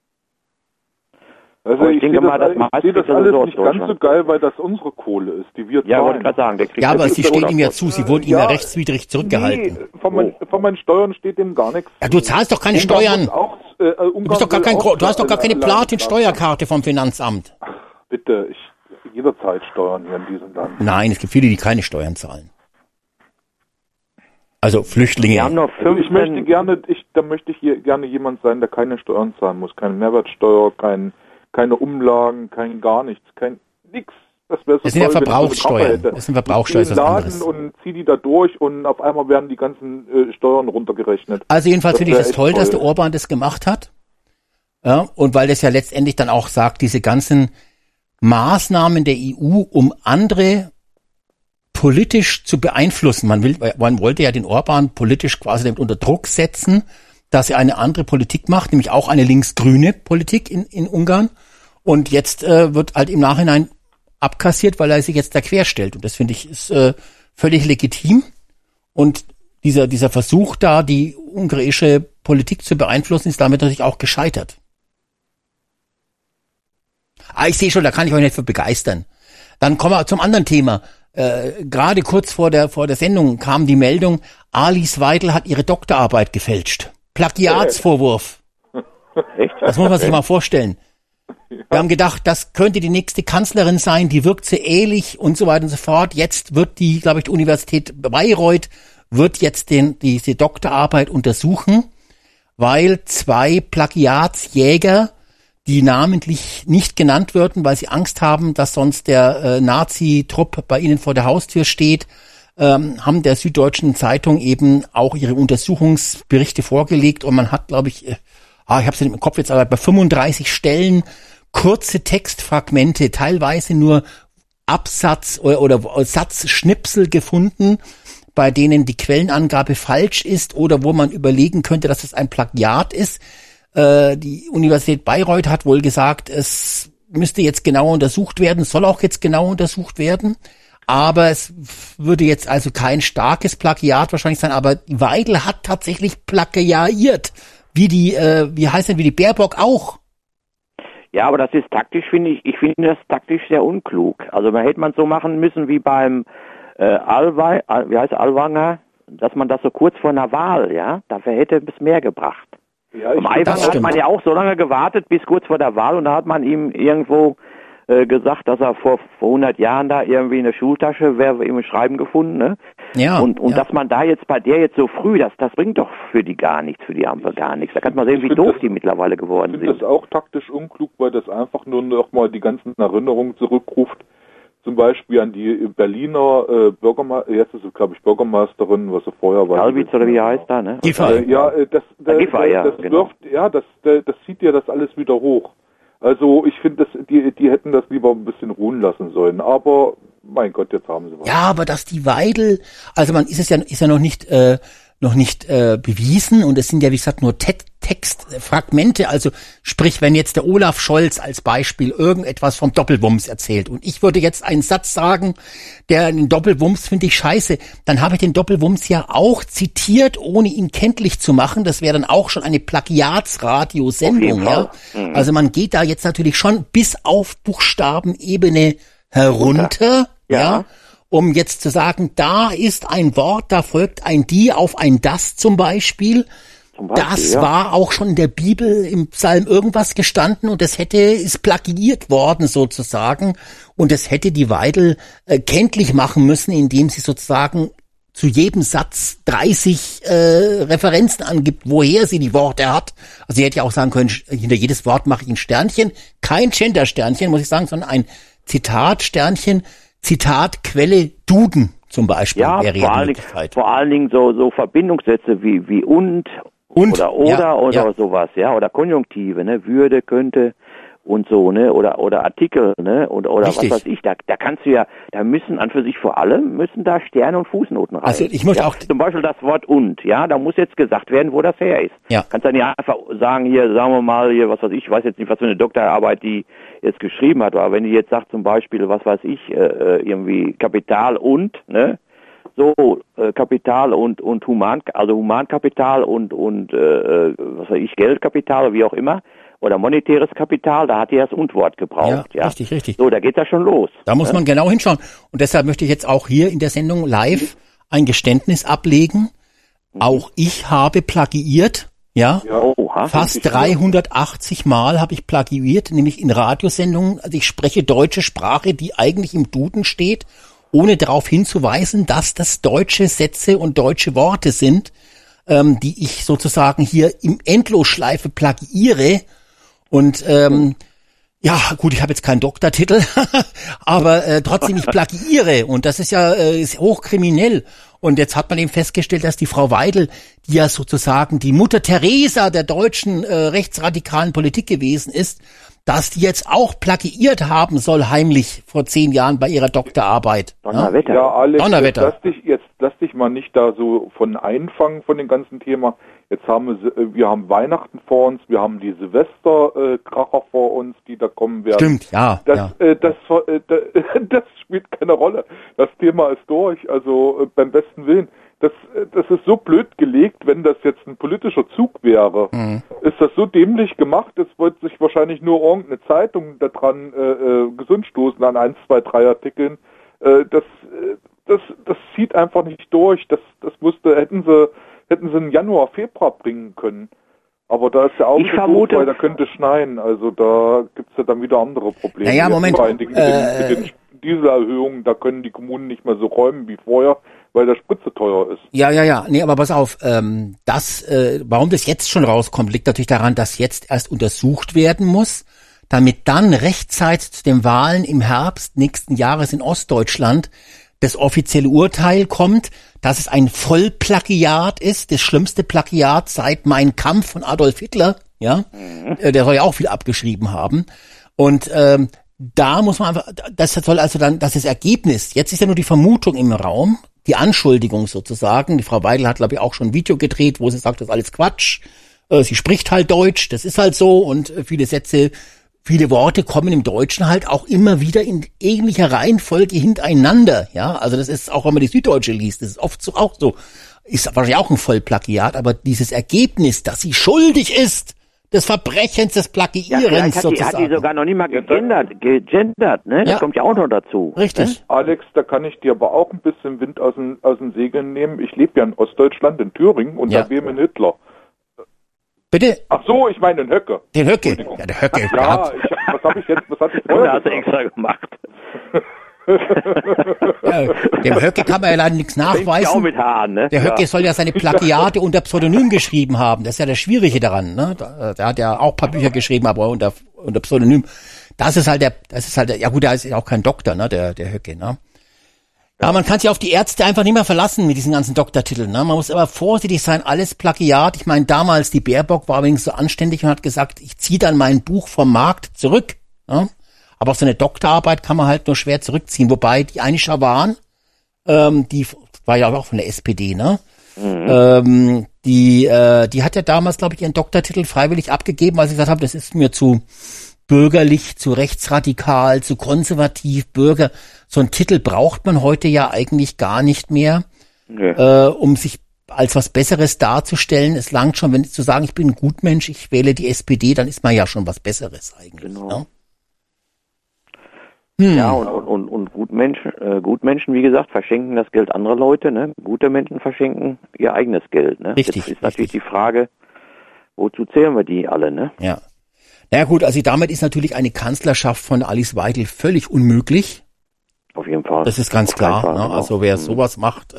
Also ich sehe das alles nicht ganz so geil, weil das unsere Kohle ist, die wir zahlen. Ja, wollte gerade sagen. Ja, aber sie steht ihm ja zu, sie wurde ihm ja rechtswidrig zurückgehalten. Nee, von meinen Steuern steht ihm gar nichts. Ja, du zahlst doch keine Steuern. Du hast doch gar keine Platin-Steuerkarte vom Finanzamt. Ach, bitte, jederzeit Steuern hier in diesem Land. Nein, es gibt viele, die keine Steuern zahlen. Also Flüchtlinge. Wir haben noch 15. Da möchte ich hier gerne jemand sein, der keine Steuern zahlen muss. Keine Mehrwertsteuer, keine Umlagen, kein gar nichts, nix. Das sind ja Verbrauchssteuern. Das sind Verbrauchssteuern, ist was anderes. Und zieh die da durch und auf einmal werden die ganzen Steuern runtergerechnet. Also jedenfalls finde ich das toll, dass der Orban das gemacht hat. Ja, und weil das ja letztendlich dann auch sagt, diese ganzen Maßnahmen der EU, um andere politisch zu beeinflussen. Man wollte ja den Orban politisch quasi damit unter Druck setzen, dass er eine andere Politik macht, nämlich auch eine linksgrüne Politik in Ungarn. Und jetzt wird halt im Nachhinein abkassiert, weil er sich jetzt da querstellt. Und das finde ich ist völlig legitim. Und dieser Versuch da, die ungarische Politik zu beeinflussen, ist damit natürlich auch gescheitert. Ich sehe schon, da kann ich euch nicht für begeistern. Dann kommen wir zum anderen Thema. Gerade kurz vor der Sendung kam die Meldung, Alice Weidel hat ihre Doktorarbeit gefälscht. Plagiatsvorwurf. Echt? Das muss man sich mal vorstellen. Wir haben gedacht, das könnte die nächste Kanzlerin sein, die wirkt so ähnlich und so weiter und so fort. Jetzt wird die Universität Bayreuth wird jetzt diese Doktorarbeit untersuchen, weil 2 Plagiatsjäger, die namentlich nicht genannt werden, weil sie Angst haben, dass sonst der Nazi-Trupp bei ihnen vor der Haustür steht, haben der Süddeutschen Zeitung eben auch ihre Untersuchungsberichte vorgelegt, und man hat, glaube ich, ich habe es im Kopf jetzt, aber bei 35 Stellen kurze Textfragmente, teilweise nur Absatz oder Satzschnipsel gefunden, bei denen die Quellenangabe falsch ist oder wo man überlegen könnte, dass es ein Plagiat ist. Die Universität Bayreuth hat wohl gesagt, es müsste jetzt genauer untersucht werden, soll auch jetzt genau untersucht werden. Aber es würde jetzt also kein starkes Plagiat wahrscheinlich sein, aber Weidel hat tatsächlich plagiiert, wie die Baerbock auch. Ja, aber das ist taktisch, finde ich finde das taktisch sehr unklug. Also hätte man so machen müssen wie beim Alwanger, dass man das so kurz vor einer Wahl, ja, dafür hätte es mehr gebracht. Ja, Am Aiwanger hat man ja auch so lange gewartet, bis kurz vor der Wahl, und da hat man ihm irgendwo gesagt, dass er vor 100 Jahren da irgendwie eine Schultasche wäre im Schreiben gefunden, ne? Ja. Und dass man da jetzt bei der jetzt so früh, das bringt doch für die gar nichts, für die Ampel gar nichts. Da kann man sehen, wie doof die mittlerweile geworden sind. Ich finde das auch taktisch unklug, weil das einfach nur noch mal die ganzen Erinnerungen zurückruft. Zum Beispiel an die Berliner Bürgermeisterin, jetzt ist es, glaube ich, Bürgermeisterin, was sie vorher war. Kalwitz oder wie heißt da, ne? Giffey. Das zieht ja das alles wieder hoch. Also ich finde, die hätten das lieber ein bisschen ruhen lassen sollen. Aber mein Gott, jetzt haben sie was. Ja, aber dass die Weidel, also man ist ja noch nicht bewiesen, und es sind ja, wie gesagt, nur Textfragmente. Also sprich, wenn jetzt der Olaf Scholz als Beispiel irgendetwas vom Doppelwumms erzählt und ich würde jetzt einen Satz sagen, den Doppelwumms finde ich scheiße, dann habe ich den Doppelwumms ja auch zitiert, ohne ihn kenntlich zu machen. Das wäre dann auch schon eine Plagiatsradiosendung, ja. Also man geht da jetzt natürlich schon bis auf Buchstabenebene herunter, ja. Um jetzt zu sagen, da ist ein Wort, da folgt ein die auf ein das zum Beispiel. Das war auch schon in der Bibel im Psalm irgendwas gestanden, und das ist plagiiert worden sozusagen, und das hätte die Weidel kenntlich machen müssen, indem sie sozusagen zu jedem Satz 30 Referenzen angibt, woher sie die Worte hat. Also sie hätte ja auch sagen können, hinter jedes Wort mache ich ein Sternchen, kein Gender-Sternchen, muss ich sagen, sondern ein Zitat-Sternchen, Zitat, Quelle, Duden zum Beispiel. Ja, wäre vor allen Dingen so Verbindungssätze wie und oder sowas, ja, oder Konjunktive, ne, würde, könnte und so, ne, oder Artikel, ne, oder was weiß ich, da kannst du ja, da müssen an für sich vor allem, da Sterne und Fußnoten rein. Also ich möchte auch zum Beispiel das Wort und, ja, da muss jetzt gesagt werden, wo das her ist. Ja. Kannst dann ja einfach sagen, hier, sagen wir mal, hier, was weiß ich weiß jetzt nicht, was für eine Doktorarbeit die jetzt geschrieben hat, aber wenn die jetzt sagt zum Beispiel, was weiß ich, irgendwie Kapital und, ne, so, Kapital und Humankapital und was weiß ich, Geldkapital, wie auch immer, oder monetäres Kapital, da hat die das Und-Wort gebraucht. Ja, richtig. So, da geht das schon los. Da muss man genau hinschauen. Und deshalb möchte ich jetzt auch hier in der Sendung live ein Geständnis ablegen. Auch ich habe plagiiert, fast 380 Mal habe ich plagiiert, nämlich in Radiosendungen. Also ich spreche deutsche Sprache, die eigentlich im Duden steht, ohne darauf hinzuweisen, dass das deutsche Sätze und deutsche Worte sind, die ich sozusagen hier im Endlosschleife plagiiere. Und ja, gut, ich habe jetzt keinen Doktortitel, aber trotzdem, ich plagiiere, und das ist ja ist hochkriminell. Und jetzt hat man eben festgestellt, dass die Frau Weidel, die ja sozusagen die Mutter Teresa der deutschen rechtsradikalen Politik gewesen ist, dass die jetzt auch plagiiert haben soll, heimlich vor 10 Jahren bei ihrer Doktorarbeit. Donnerwetter. Ja, Alex, Donnerwetter. Jetzt lass dich mal nicht da so von einfangen von dem ganzen Thema. Jetzt wir haben Weihnachten vor uns, wir haben die Silvesterkracher vor uns, die da kommen werden. Stimmt, ja. Das spielt keine Rolle. Das Thema ist durch, also beim besten Willen. Das ist so blöd gelegt, wenn das jetzt ein politischer Zug wäre. Ist das so dämlich gemacht, es wollte sich wahrscheinlich nur irgendeine Zeitung daran gesund stoßen an 1, 2, 3 Artikeln. Das zieht einfach nicht durch. Hätten sie im Januar, Februar bringen können. Aber da ist ja auch doof, weil da könnte schneien. Also da gibt's ja dann wieder andere Probleme. Naja, Moment. Mit den Dieselerhöhungen, da können die Kommunen nicht mehr so räumen wie vorher, weil der Sprit so teuer ist. Ja. Nee, aber pass auf, warum das jetzt schon rauskommt, liegt natürlich daran, dass jetzt erst untersucht werden muss, damit dann rechtzeitig zu den Wahlen im Herbst nächsten Jahres in Ostdeutschland das offizielle Urteil kommt, dass es ein Vollplagiat ist, das schlimmste Plagiat seit Mein Kampf von Adolf Hitler, ja, der soll ja auch viel abgeschrieben haben. Und da muss man einfach, das soll also dann, das ist das Ergebnis. Jetzt ist ja nur die Vermutung im Raum, die Anschuldigung sozusagen. Die Frau Weidel hat, glaube ich, auch schon ein Video gedreht, wo sie sagt, das ist alles Quatsch. Sie spricht halt Deutsch, das ist halt so, und viele Worte kommen im Deutschen halt auch immer wieder in ähnlicher Reihenfolge hintereinander, ja. Also das ist auch, wenn man die Süddeutsche liest, das ist oft so auch so. Ist wahrscheinlich auch ein Vollplagiat, aber dieses Ergebnis, dass sie schuldig ist, des Verbrechens, des Plagiierens sozusagen. Hat die sogar noch nicht mal gegendert, ne? Das kommt ja auch noch dazu. Richtig. Ne? Alex, da kann ich dir aber auch ein bisschen Wind aus den Segeln nehmen. Ich lebe ja in Ostdeutschland, in Thüringen, unter Böhmen Hitler. Bitte? Ach so, ich meine den Höcke. Den Höcke. Ja, der Höcke. Ja, was hatte ich vorher hast du extra gemacht. Ja, dem Höcke kann man ja leider nichts nachweisen. Auch mit Haaren, ne? Der Höcke soll ja seine Plagiate unter Pseudonym geschrieben haben. Das ist ja das Schwierige daran, ne? Der hat ja auch ein paar Bücher geschrieben, aber unter Pseudonym. Das ist halt ja gut, der ist ja auch kein Doktor, ne? Der Höcke, ne? Ja, man kann sich auf die Ärzte einfach nicht mehr verlassen mit diesen ganzen Doktortiteln, ne? Man muss aber vorsichtig sein, alles Plagiat. Ich meine, damals, die Baerbock war übrigens so anständig und hat gesagt, ich ziehe dann mein Buch vom Markt zurück, ne? Aber auch so eine Doktorarbeit kann man halt nur schwer zurückziehen. Wobei die eine Schawan, die war ja auch von der SPD, ne? Mhm. Die hat ja damals, glaube ich, ihren Doktortitel freiwillig abgegeben, weil sie gesagt haben, das ist mir zu bürgerlich, zu rechtsradikal, zu konservativ, Bürger. So einen Titel braucht man heute ja eigentlich gar nicht mehr, um sich als was Besseres darzustellen. Es langt schon, wenn zu sagen, ich bin ein Gutmensch, ich wähle die SPD, dann ist man ja schon was Besseres eigentlich. Genau. Ne? Ja, und Gutmenschen, wie gesagt, verschenken das Geld anderer Leute, ne? Gute Menschen verschenken ihr eigenes Geld, ne? Richtig. Jetzt ist natürlich die Frage, wozu zählen wir die alle, ne? Ja. Naja gut, also damit ist natürlich eine Kanzlerschaft von Alice Weidel völlig unmöglich. Auf jeden Fall. Das ist ganz klar, ne? Genau. Also wer sowas macht,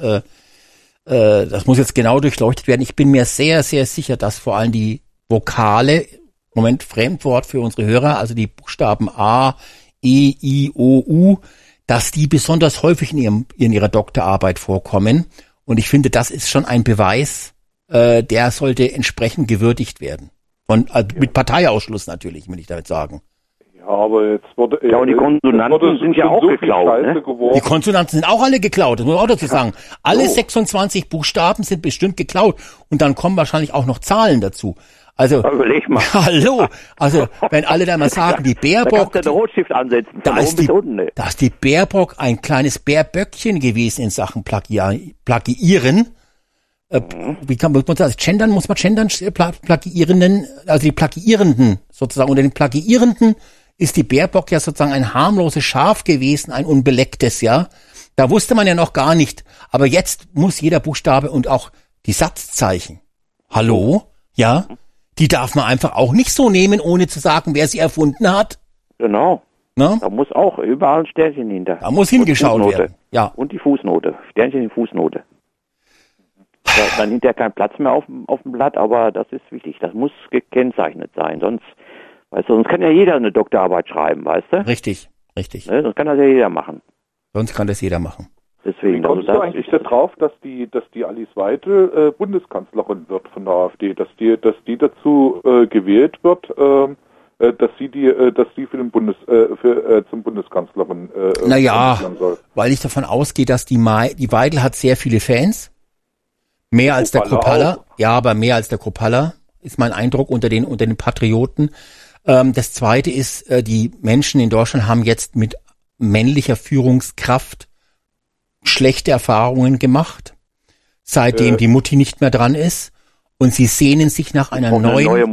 das muss jetzt genau durchleuchtet werden. Ich bin mir sehr, sehr sicher, dass vor allem die Vokale, Moment, Fremdwort für unsere Hörer, also die Buchstaben A, E, I, O, U, dass die besonders häufig in ihrer Doktorarbeit vorkommen. Und ich finde, das ist schon ein Beweis, der sollte entsprechend gewürdigt werden. Mit Parteiausschluss natürlich, will ich damit sagen. Ja, aber jetzt wurde... Ja, und die Konsonanten sind ja auch so geklaut, ne? Die Konsonanten sind auch alle geklaut, das muss man auch dazu sagen. Alle 26 Buchstaben sind bestimmt geklaut. Und dann kommen wahrscheinlich auch noch Zahlen dazu. Also, überleg mal. Hallo, also wenn alle da mal sagen, die Baerbock, da kannst du den Rotstift ansetzen, da ist die Baerbock ein kleines Bärböckchen gewesen in Sachen Plagiieren. Wie kann man das gendern? Muss man gendern? Plagiierenden, also die Plagiierenden sozusagen. Unter den Plagiierenden ist die Baerbock ja sozusagen ein harmloses Schaf gewesen, ein unbelecktes, ja. Da wusste man ja noch gar nicht. Aber jetzt muss jeder Buchstabe und auch die Satzzeichen. Hallo? Ja? Die darf man einfach auch nicht so nehmen, ohne zu sagen, wer sie erfunden hat. Genau. Ne? Da muss auch überall ein Sternchen hinter. Da muss hingeschaut werden. Ja. Und die Fußnote. Sternchen in Fußnote. Da ist dann hinterher kein Platz mehr auf dem Blatt, aber das ist wichtig. Das muss gekennzeichnet sein. Sonst kann ja jeder eine Doktorarbeit schreiben, weißt du? Richtig. Ne? Sonst kann das ja jeder machen. Deswegen, wie kommst du eigentlich da drauf, dass die Alice Weidel Bundeskanzlerin wird von der AfD, dass die dazu gewählt wird, dass sie für den zum Bundeskanzlerin soll? Weil ich davon ausgehe, dass die Weidel hat sehr viele Fans, mehr als der Kruppalla. Ja, aber mehr als der Kruppalla ist mein Eindruck unter den Patrioten. Das Zweite ist, die Menschen in Deutschland haben jetzt mit männlicher Führungskraft schlechte Erfahrungen gemacht, seitdem die Mutti nicht mehr dran ist, und sie sehnen sich nach einer neue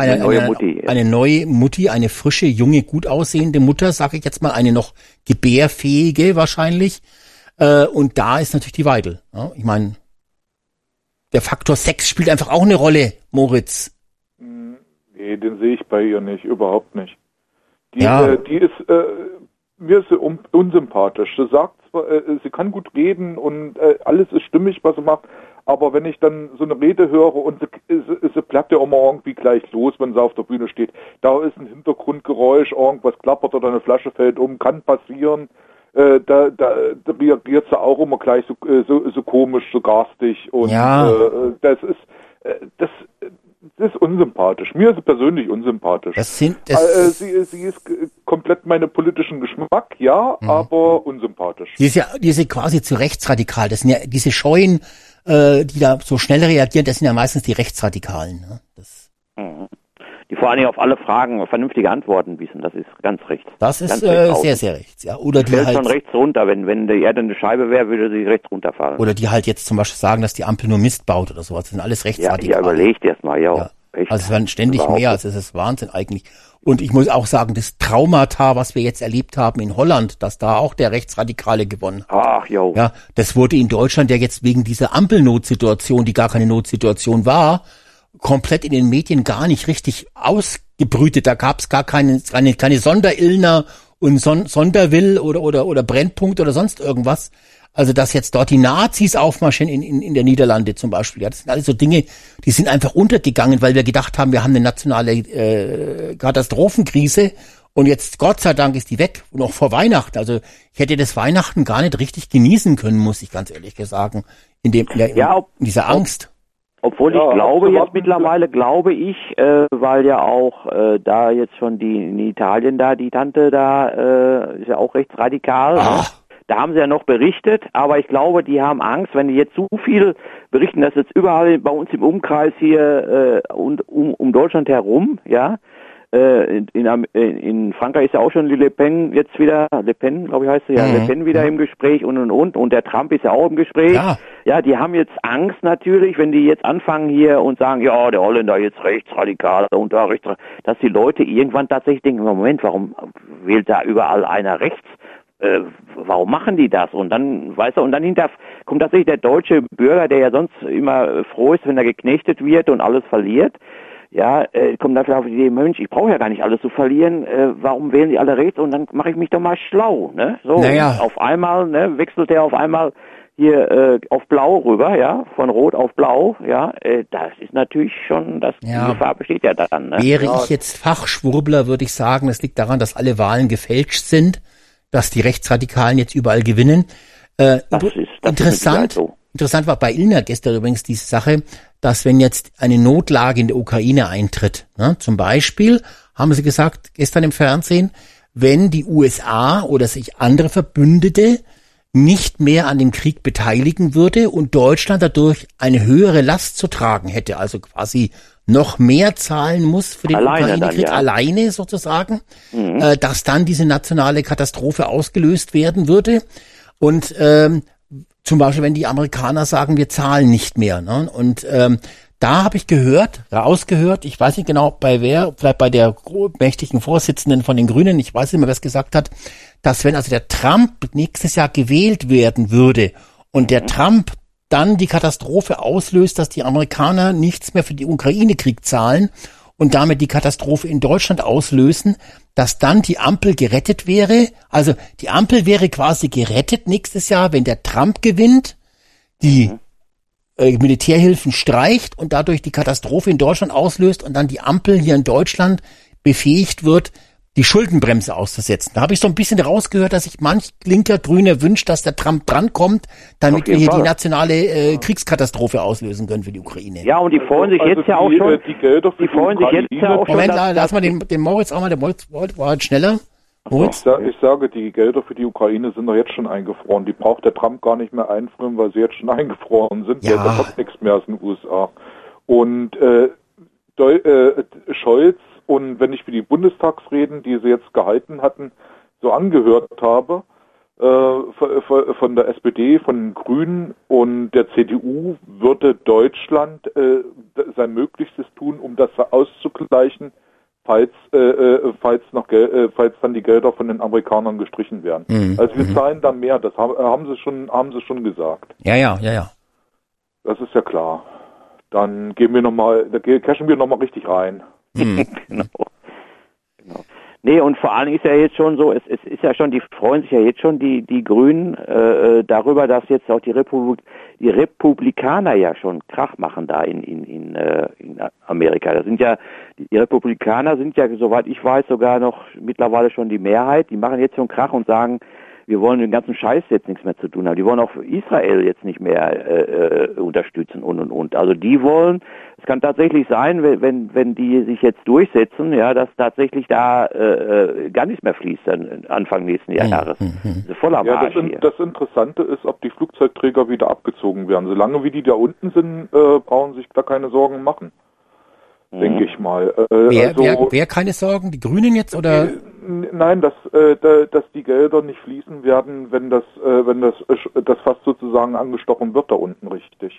Mutti, eine frische, junge, gut aussehende Mutter, sage ich jetzt mal, eine noch gebärfähige wahrscheinlich, und da ist natürlich die Weidel. Ja? Ich meine, der Faktor Sex spielt einfach auch eine Rolle, Moritz. Nee, den sehe ich bei ihr nicht, überhaupt nicht. Die ist mir ist sie unsympathisch. Sie sagt zwar, sie kann gut reden und alles ist stimmig, was sie macht, aber wenn ich dann so eine Rede höre und sie bleibt ja immer irgendwie gleich los, wenn sie auf der Bühne steht, da ist ein Hintergrundgeräusch, irgendwas klappert oder eine Flasche fällt um, kann passieren. Da reagiert sie auch immer gleich so komisch, so garstig, und das ist unsympathisch. Mir ist sie persönlich unsympathisch. Sie ist komplett meinen politischen Geschmack, aber unsympathisch. Die ist ja quasi zu rechtsradikal. Das sind ja diese Scheuen, die da so schnell reagieren, das sind ja meistens die Rechtsradikalen. Ne? Die vor allen Dingen auf alle Fragen vernünftige Antworten wissen, das ist ganz rechts. Das ist sehr, sehr rechts, ja. Oder die fällt halt schon rechts runter, wenn die Erde eine Scheibe wäre, würde sie rechts runterfallen. Oder die halt jetzt zum Beispiel sagen, dass die Ampel nur Mist baut oder sowas. Das sind alles Rechtsradikale. Ja, überlegt erst mal, ja. Echt? Also es werden ständig mehr, also es ist Wahnsinn eigentlich. Und ich muss auch sagen, das Traumata, was wir jetzt erlebt haben in Holland, dass da auch der Rechtsradikale gewonnen hat. Ach, jo. Ja, das wurde in Deutschland ja jetzt wegen dieser Ampelnotsituation, die gar keine Notsituation war, komplett in den Medien gar nicht richtig ausgebrütet. Da gab es gar keine Sonderilner und Sonderwill oder Brennpunkt oder sonst irgendwas. Also dass jetzt dort die Nazis aufmarschieren in der Niederlande zum Beispiel. Ja, das sind alles so Dinge, die sind einfach untergegangen, weil wir gedacht haben, wir haben eine nationale Katastrophenkrise und jetzt Gott sei Dank ist die weg, noch vor Weihnachten. Also ich hätte das Weihnachten gar nicht richtig genießen können, muss ich ganz ehrlich sagen, in dieser Angst. Obwohl ich glaube, jetzt mittlerweile weil ja auch da jetzt schon in Italien da, die Tante da, ist ja auch rechtsradikal. Ach. Da haben sie ja noch berichtet, aber ich glaube, die haben Angst, wenn die jetzt so viel berichten, dass jetzt überall bei uns im Umkreis hier und um Deutschland herum, ja, in Frankreich ist ja auch schon die Le Pen jetzt wieder, Le Pen, glaube ich heißt sie, ja, Le Pen wieder im Gespräch und der Trump ist ja auch im Gespräch. Ja, die haben jetzt Angst natürlich, wenn die jetzt anfangen hier und sagen, ja, der Holländer jetzt rechtsradikal und da dass die Leute irgendwann tatsächlich denken, Moment, warum wählt da überall einer rechts? Warum machen die das? Und dann, weißt du, und dann hinter kommt tatsächlich der deutsche Bürger, der ja sonst immer froh ist, wenn er geknechtet wird und alles verliert. Ja, kommt dafür auf die Idee, Mensch, ich brauche ja gar nicht alles zu verlieren, warum wählen die alle rechts? Und dann mache ich mich doch mal schlau, ne? So, auf einmal, ne, wechselt er auf einmal hier auf Blau rüber, ja, von Rot auf Blau, ja, das ist natürlich schon, die Gefahr besteht ja dann, ne? Wäre ich jetzt Fachschwurbler, würde ich sagen, das liegt daran, dass alle Wahlen gefälscht sind, dass die Rechtsradikalen jetzt überall gewinnen. Das ist interessant. So. Interessant war bei Illner gestern übrigens diese Sache, dass wenn jetzt eine Notlage in der Ukraine eintritt, ne, zum Beispiel, haben sie gesagt gestern im Fernsehen, wenn die USA oder sich andere Verbündete nicht mehr an dem Krieg beteiligen würde und Deutschland dadurch eine höhere Last zu tragen hätte, also quasi noch mehr zahlen muss für den Ukraine-Krieg alleine sozusagen, dass dann diese nationale Katastrophe ausgelöst werden würde. Und zum Beispiel, wenn die Amerikaner sagen, wir zahlen nicht mehr. Ne? Und da habe ich rausgehört, ich weiß nicht genau bei wer, vielleicht bei der mächtigen Vorsitzenden von den Grünen, ich weiß nicht mehr, wer es gesagt hat, dass wenn also der Trump nächstes Jahr gewählt werden würde und der Trump dann die Katastrophe auslöst, dass die Amerikaner nichts mehr für die Ukraine-Krieg zahlen und damit die Katastrophe in Deutschland auslösen, dass dann die Ampel gerettet wäre. Also die Ampel wäre quasi gerettet nächstes Jahr, wenn der Trump gewinnt, die Militärhilfen streicht und dadurch die Katastrophe in Deutschland auslöst und dann die Ampel hier in Deutschland befähigt wird, die Schuldenbremse auszusetzen. Da habe ich so ein bisschen rausgehört, dass sich manch linker Grüne wünscht, dass der Trump drankommt, damit wir hier die nationale Kriegskatastrophe auslösen können für die Ukraine. Ja, und die freuen sich jetzt ja auch schon. Die Gelder für die freuen sich jetzt ja auch schon. Moment, lass mal den Moritz auch mal. Der Moritz war halt schneller. Moritz? Ich sage, die Gelder für die Ukraine sind doch jetzt schon eingefroren. Die braucht der Trump gar nicht mehr einfrieren, weil sie jetzt schon eingefroren sind. Ja. Da kommt nichts mehr aus den USA. Und Scholz, und wenn ich mir die Bundestagsreden, die sie jetzt gehalten hatten, so angehört habe, von der SPD, von den Grünen und der CDU, würde Deutschland sein Möglichstes tun, um das auszugleichen, falls dann die Gelder von den Amerikanern gestrichen werden. Also wir zahlen da mehr, das haben sie schon gesagt. Ja. Das ist ja klar. Dann cashen wir nochmal richtig rein. Genau. Nee, und vor allem ist ja jetzt schon so, es ist ja schon, die freuen sich ja jetzt schon, die Grünen, darüber, dass jetzt auch die Republikaner ja schon Krach machen da in Amerika. Die Republikaner sind ja, soweit ich weiß, sogar noch mittlerweile schon die Mehrheit. Die machen jetzt schon Krach und sagen, wir wollen den ganzen Scheiß jetzt nichts mehr zu tun haben. Die wollen auch Israel jetzt nicht mehr unterstützen und. Also die wollen, es kann tatsächlich sein, wenn die sich jetzt durchsetzen, ja, dass tatsächlich da gar nichts mehr fließt dann Anfang nächsten Jahres. Voller Marsch hier. Das Interessante ist, ob die Flugzeugträger wieder abgezogen werden. Solange wie die da unten sind, brauchen sich da keine Sorgen machen. Denke ich mal. Wer keine Sorgen? Die Grünen jetzt oder? Nein, dass die Gelder nicht fließen werden, wenn das Fass sozusagen angestochen wird da unten, richtig.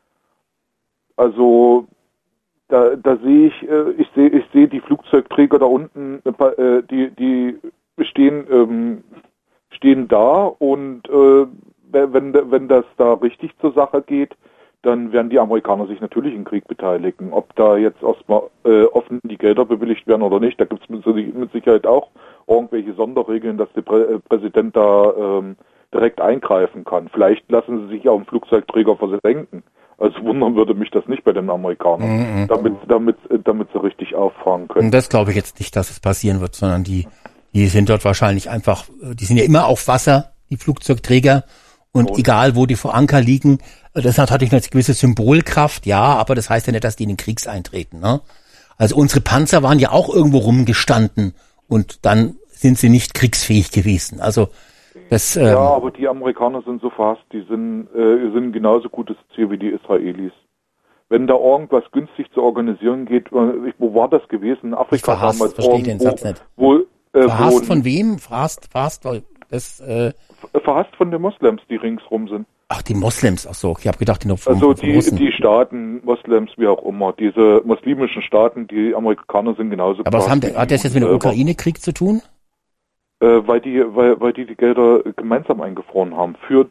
Also da sehe ich sehe die Flugzeugträger da unten, die stehen da und wenn das da richtig zur Sache geht, dann werden die Amerikaner sich natürlich im Krieg beteiligen. Ob da jetzt erstmal offen die Gelder bewilligt werden oder nicht, da gibt es mit Sicherheit auch irgendwelche Sonderregeln, dass der Präsident da direkt eingreifen kann. Vielleicht lassen sie sich auch einen Flugzeugträger versenken. Also wundern würde mich das nicht bei den Amerikanern, damit sie richtig auffahren können. Und das glaube ich jetzt nicht, dass es passieren wird, sondern die sind dort wahrscheinlich einfach, die sind ja immer auf Wasser, die Flugzeugträger, und egal wo die vor Anker liegen, das hat natürlich eine gewisse Symbolkraft, ja, aber das heißt ja nicht, dass die in den Krieg eintreten, ne? Also unsere Panzer waren ja auch irgendwo rumgestanden und dann sind sie nicht kriegsfähig gewesen. Also das, ja, aber die Amerikaner sind so fast, die sind genauso gutes Ziel wie die Israelis. Wenn da irgendwas günstig zu organisieren geht, wo war das gewesen? In Afrika verhasst, damals. Verstehe den Satz nicht. Verhasst von wem? Verhasst von den Moslems, die ringsrum sind. Ach, die Moslems, ach so, ich habe gedacht, die Staaten, Moslems, wie auch immer, diese muslimischen Staaten, die Amerikaner sind genauso. Aber hat das jetzt mit dem Ukraine-Krieg zu tun? Weil die Gelder gemeinsam eingefroren haben für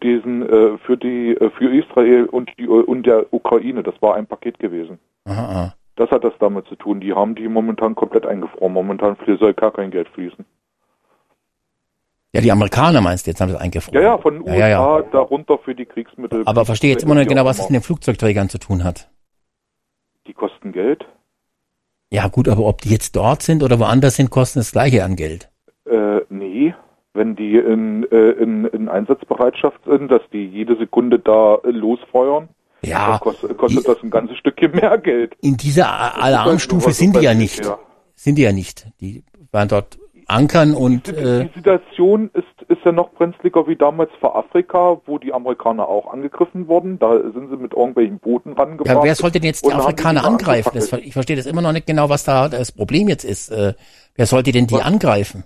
Israel und der Ukraine. Das war ein Paket gewesen. Aha. Das hat das damit zu tun. Die haben die momentan komplett eingefroren. Momentan soll gar kein Geld fließen. Ja, die Amerikaner meinst du, jetzt haben sie eingefroren. Ja, von den USA darunter für die Kriegsmittel. Aber verstehe jetzt immer noch nicht genau, was es mit den Flugzeugträgern zu tun hat. Die kosten Geld. Ja gut, aber ob die jetzt dort sind oder woanders sind, kosten das Gleiche an Geld. Nee, wenn die in Einsatzbereitschaft sind, dass die jede Sekunde da losfeuern, ja, dann kostet das ein ganzes Stückchen mehr Geld. In dieser Alarmstufe sind die ja nicht. Ja. Sind die ja nicht. Die waren dort ankern und... Die Situation ist ja noch brenzliger wie damals vor Afrika, wo die Amerikaner auch angegriffen wurden. Da sind sie mit irgendwelchen Booten rangebracht. Ja, wer sollte denn jetzt die Afrikaner angreifen? Ich verstehe das immer noch nicht genau, was da das Problem jetzt ist. Wer sollte denn die angreifen?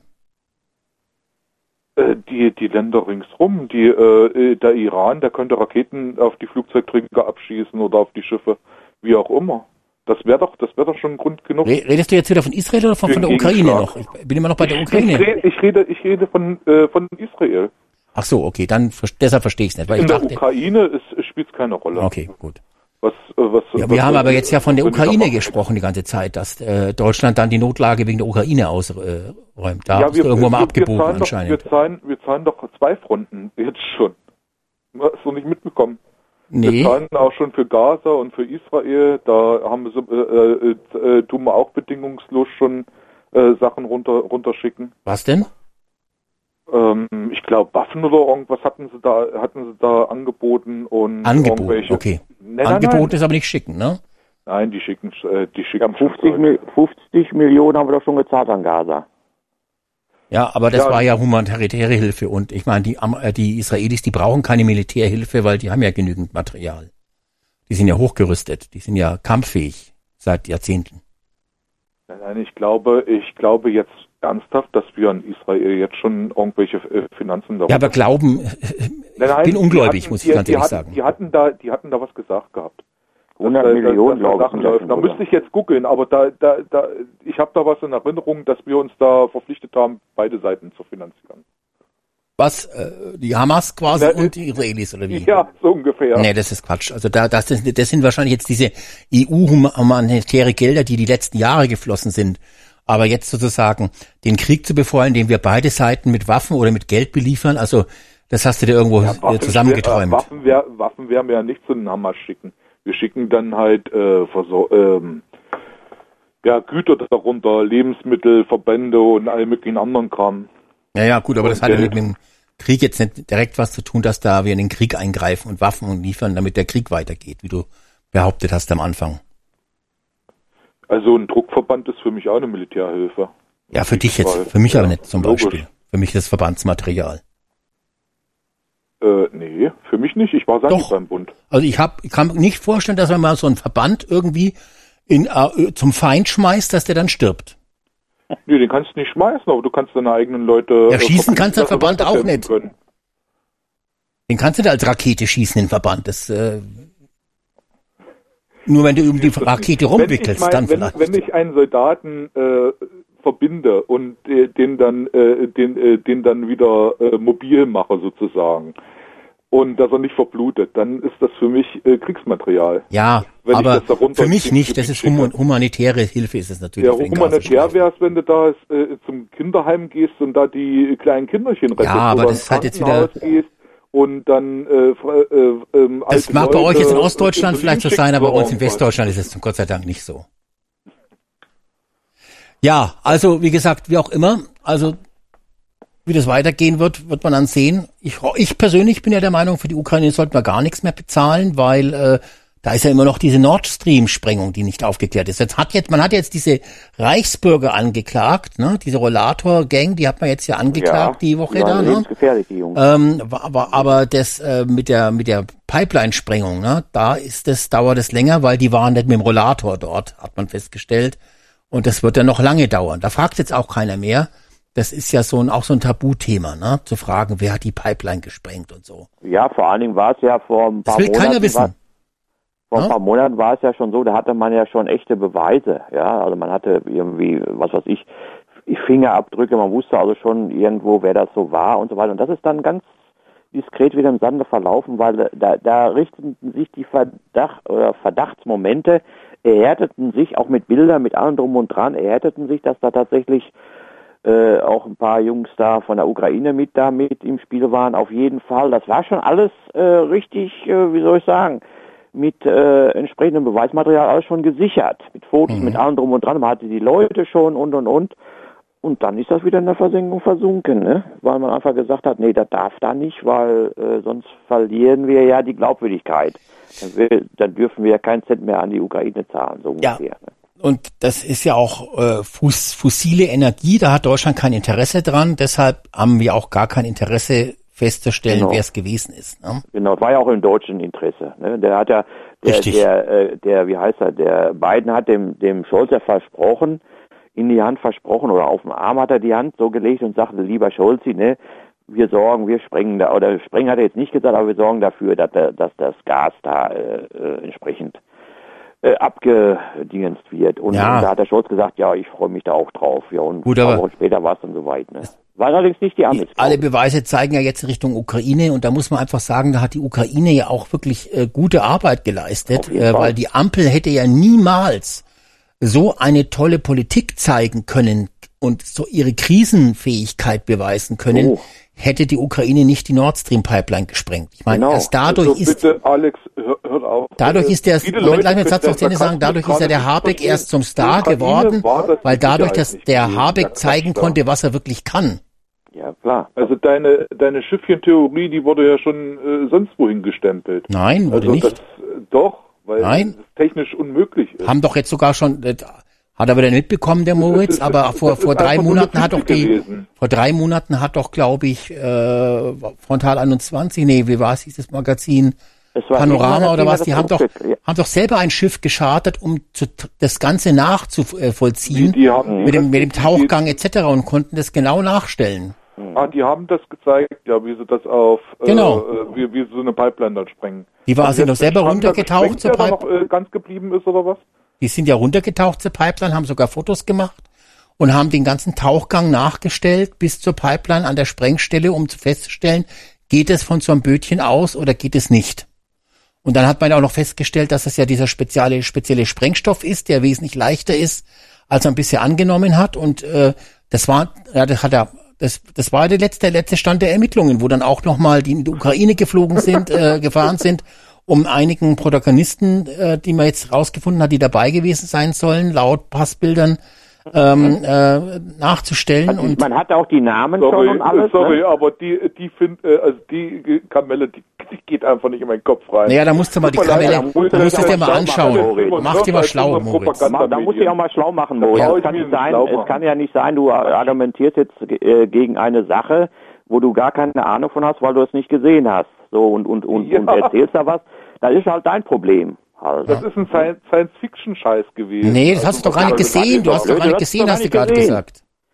Die Länder ringsrum, der Iran, der könnte Raketen auf die Flugzeugträger abschießen oder auf die Schiffe, wie auch immer. Das wäre doch schon Grund genug. Redest du jetzt wieder von Israel oder von der Ukraine noch? Ich bin immer noch bei der Ukraine. Ich rede von Israel. Ach so, okay, deshalb verstehe ich es nicht. Weil in der Ukraine spielt es keine Rolle. Okay, gut. Wir haben aber jetzt ja von der Ukraine gesprochen die ganze Zeit, dass Deutschland dann die Notlage wegen der Ukraine ausräumt. Da hast du irgendwo mal abgebogen anscheinend. Wir zahlen doch 2 Fronten jetzt schon. Hast du nicht mitbekommen? Nee. Wir zahlen auch schon für Gaza und für Israel. Da haben wir tun wir auch bedingungslos schon Sachen runterschicken. Was denn? Ich glaube Waffen oder irgendwas hatten sie da angeboten und angeboten, okay. Angeboten ist aber nicht schicken, ne? Nein, die schicken 50 Millionen haben wir doch schon gezahlt an Gaza. Ja, aber das war ja humanitäre Hilfe und ich meine, die Israelis, die brauchen keine Militärhilfe, weil die haben ja genügend Material. Die sind ja hochgerüstet, die sind ja kampffähig seit Jahrzehnten. Nein, ich glaube jetzt ernsthaft, dass wir in Israel jetzt schon irgendwelche Finanzen darüber... Ja, aber glauben, ich bin ungläubig, muss ich ganz ehrlich sagen. Die hatten da was gesagt gehabt. 100 Millionen, glaube ich. Da müsste ich jetzt googeln, aber ich habe da was in Erinnerung, dass wir uns da verpflichtet haben, beide Seiten zu finanzieren. Was? Die Hamas quasi und die Israelis, oder wie? Ja, so ungefähr. Nee, das ist Quatsch. Also das sind wahrscheinlich jetzt diese EU-humanitäre Gelder, die letzten Jahre geflossen sind. Aber jetzt sozusagen den Krieg zu befeuern, den wir beide Seiten mit Waffen oder mit Geld beliefern, also das hast du dir irgendwo zusammengeträumt. Waffen werden wir ja nicht zu den Hamas schicken. Wir schicken dann halt Güter darunter, Lebensmittel, Verbände und all möglichen anderen Kram. Ja, gut, aber das hat ja mit dem Krieg jetzt nicht direkt was zu tun, dass da wir in den Krieg eingreifen und Waffen und liefern, damit der Krieg weitergeht, wie du behauptet hast am Anfang. Also ein Druckverband ist für mich auch eine Militärhilfe. Ja, für dich jetzt, für mich aber nicht zum Beispiel. Für mich ist das Verbandsmaterial. Nee, für mich nicht. Ich war nicht beim Bund. Also ich kann mir nicht vorstellen, dass man mal so einen Verband irgendwie zum Feind schmeißt, dass der dann stirbt. Nee, den kannst du nicht schmeißen, aber du kannst deine eigenen Leute... Ja, schießen kannst du den Verband auch nicht. Können. Den kannst du da als Rakete schießen, den Verband. Das, nur wenn du um die Rakete rumwickelst, dann vielleicht. Wenn ich einen Soldaten verbinde und den dann wieder mobil mache sozusagen, und dass er nicht verblutet, dann ist das für mich Kriegsmaterial. Ja, Wenn aber für mich ins nicht. Das ist humanitäre Hilfe, ist es natürlich. Ja, humanitär wäre es, wenn du da zum Kinderheim gehst und da die kleinen Kinderchen rettest. Ja, aber oder das ist halt jetzt wieder... gehst und dann das mag bei euch jetzt in Ostdeutschland vielleicht so sein, aber bei uns in Westdeutschland ist es Gott sei Dank nicht so. Ja, also wie gesagt, wie auch immer, also wie das weitergehen wird man dann sehen. Ich persönlich bin ja der Meinung, für die Ukraine sollten wir gar nichts mehr bezahlen, weil da ist ja immer noch diese Nord Stream-Sprengung, die nicht aufgeklärt ist. Man hat jetzt diese Reichsbürger angeklagt, ne? Diese Rollator-Gang, die hat man jetzt ja angeklagt die Woche da, ne? Gefährlich, die Jungs. Aber das mit der Pipeline-Sprengung, ne? Dauert es länger, weil die waren nicht mit dem Rollator dort, hat man festgestellt. Und das wird dann noch lange dauern. Da fragt jetzt auch keiner mehr. Das ist ja auch so ein Tabuthema, ne? Zu fragen, wer hat die Pipeline gesprengt und so. Ja, vor allen Dingen war es ja vor ein paar Monaten. Das will keiner wissen. Vor ein paar Monaten war es ja schon so, da hatte man ja schon echte Beweise, ja. Also man hatte irgendwie, was weiß ich, Fingerabdrücke, man wusste also schon irgendwo, wer das so war und so weiter. Und das ist dann ganz diskret wieder im Sande verlaufen, weil da richteten sich die Verdachtsmomente, erhärteten sich auch mit Bildern, mit allem drum und dran, erhärteten sich, dass da tatsächlich auch ein paar Jungs da von der Ukraine mit im Spiel waren, auf jeden Fall. Das war schon alles richtig, wie soll ich sagen, mit entsprechendem Beweismaterial alles schon gesichert, mit Fotos, mit allem drum und dran. Man hatte die Leute schon und. Und dann ist das wieder in der Versenkung versunken, ne? Weil man einfach gesagt hat, nee, das darf da nicht, weil sonst verlieren wir ja die Glaubwürdigkeit. Dann dürfen wir ja keinen Cent mehr an die Ukraine zahlen, so ungefähr. Ja. Ne? Und das ist ja auch fossile Energie, da hat Deutschland kein Interesse dran, deshalb haben wir auch gar kein Interesse festzustellen, wer es gewesen ist. Ne? Genau, das war ja auch im deutschen Interesse. Ne? Der hat ja, der Biden hat dem Scholz ja versprochen, in die Hand versprochen oder auf dem Arm hat er die Hand so gelegt und sagte, lieber Scholzi, ne, wir sprengen da, oder sprengen hat er jetzt nicht gesagt, aber wir sorgen dafür, dass das Gas da entsprechend abgedingenst wird. Und da hat der Scholz gesagt, ja, ich freue mich da auch drauf. Ja, und gut, ein paar Wochen später war es dann soweit. Ne? War allerdings nicht die Amis. Alle Beweise zeigen ja jetzt Richtung Ukraine und da muss man einfach sagen, da hat die Ukraine ja auch wirklich gute Arbeit geleistet, weil die Ampel hätte ja niemals so eine tolle Politik zeigen können und so ihre Krisenfähigkeit beweisen können, hätte die Ukraine nicht die Nord Stream Pipeline gesprengt. Ich meine, erst dadurch also bitte, Alex, hört auf. Dadurch ist der Habeck erst zum Star geworden, weil dadurch, dass der Habeck zeigen konnte, was er wirklich kann. Ja, klar. Also deine Schiffchen-Theorie, die wurde ja schon sonst wohin gestempelt. Nein, wurde nicht. Weil es technisch unmöglich ist. Haben doch jetzt sogar schon, hat er wieder mitbekommen, der Moritz, aber vor 3 Monaten hat doch glaube ich, Frontal 21, wie war es, dieses Magazin, Panorama oder was, die haben doch selber ein Schiff geschartert, um das Ganze nachzuvollziehen, mit dem Tauchgang etc. und konnten das genau nachstellen. Die haben das gezeigt, ja, wie sie das auf, wie so eine Pipeline dann sprengen. Die sind doch selber runtergetaucht zur Pipeline. Der noch ganz geblieben ist, oder was? Die sind ja runtergetaucht zur Pipeline, haben sogar Fotos gemacht und haben den ganzen Tauchgang nachgestellt bis zur Pipeline an der Sprengstelle, um festzustellen, geht es von so einem Bötchen aus oder geht es nicht. Und dann hat man auch noch festgestellt, dass es ja dieser spezielle Sprengstoff ist, der wesentlich leichter ist, als man bisher angenommen hat. Und das war der letzte Stand der Ermittlungen, wo dann auch nochmal die in die Ukraine gefahren sind, um einigen Protagonisten, die man jetzt rausgefunden hat, die dabei gewesen sein sollen, laut Passbildern nachzustellen. Und man hat auch die Namen schon und alles. Aber die Kamelle, die geht einfach nicht in meinen Kopf rein. Naja, da musst du mal die Kamelle, da musst du es dir mal anschauen. Mach dir mal schlau, Moritz. Da musst du dich auch mal schlau machen, Moritz. Ja. Es kann ja nicht sein, du argumentierst jetzt gegen eine Sache, wo du gar keine Ahnung von hast, weil du es nicht gesehen hast. So und erzählst da was. Das ist halt dein Problem. Also. Das ist ein Science-Fiction-Scheiß gewesen. Nee, das hast du doch gar nicht gesehen. Du hast doch gar nicht gesehen, hast du gerade gesagt.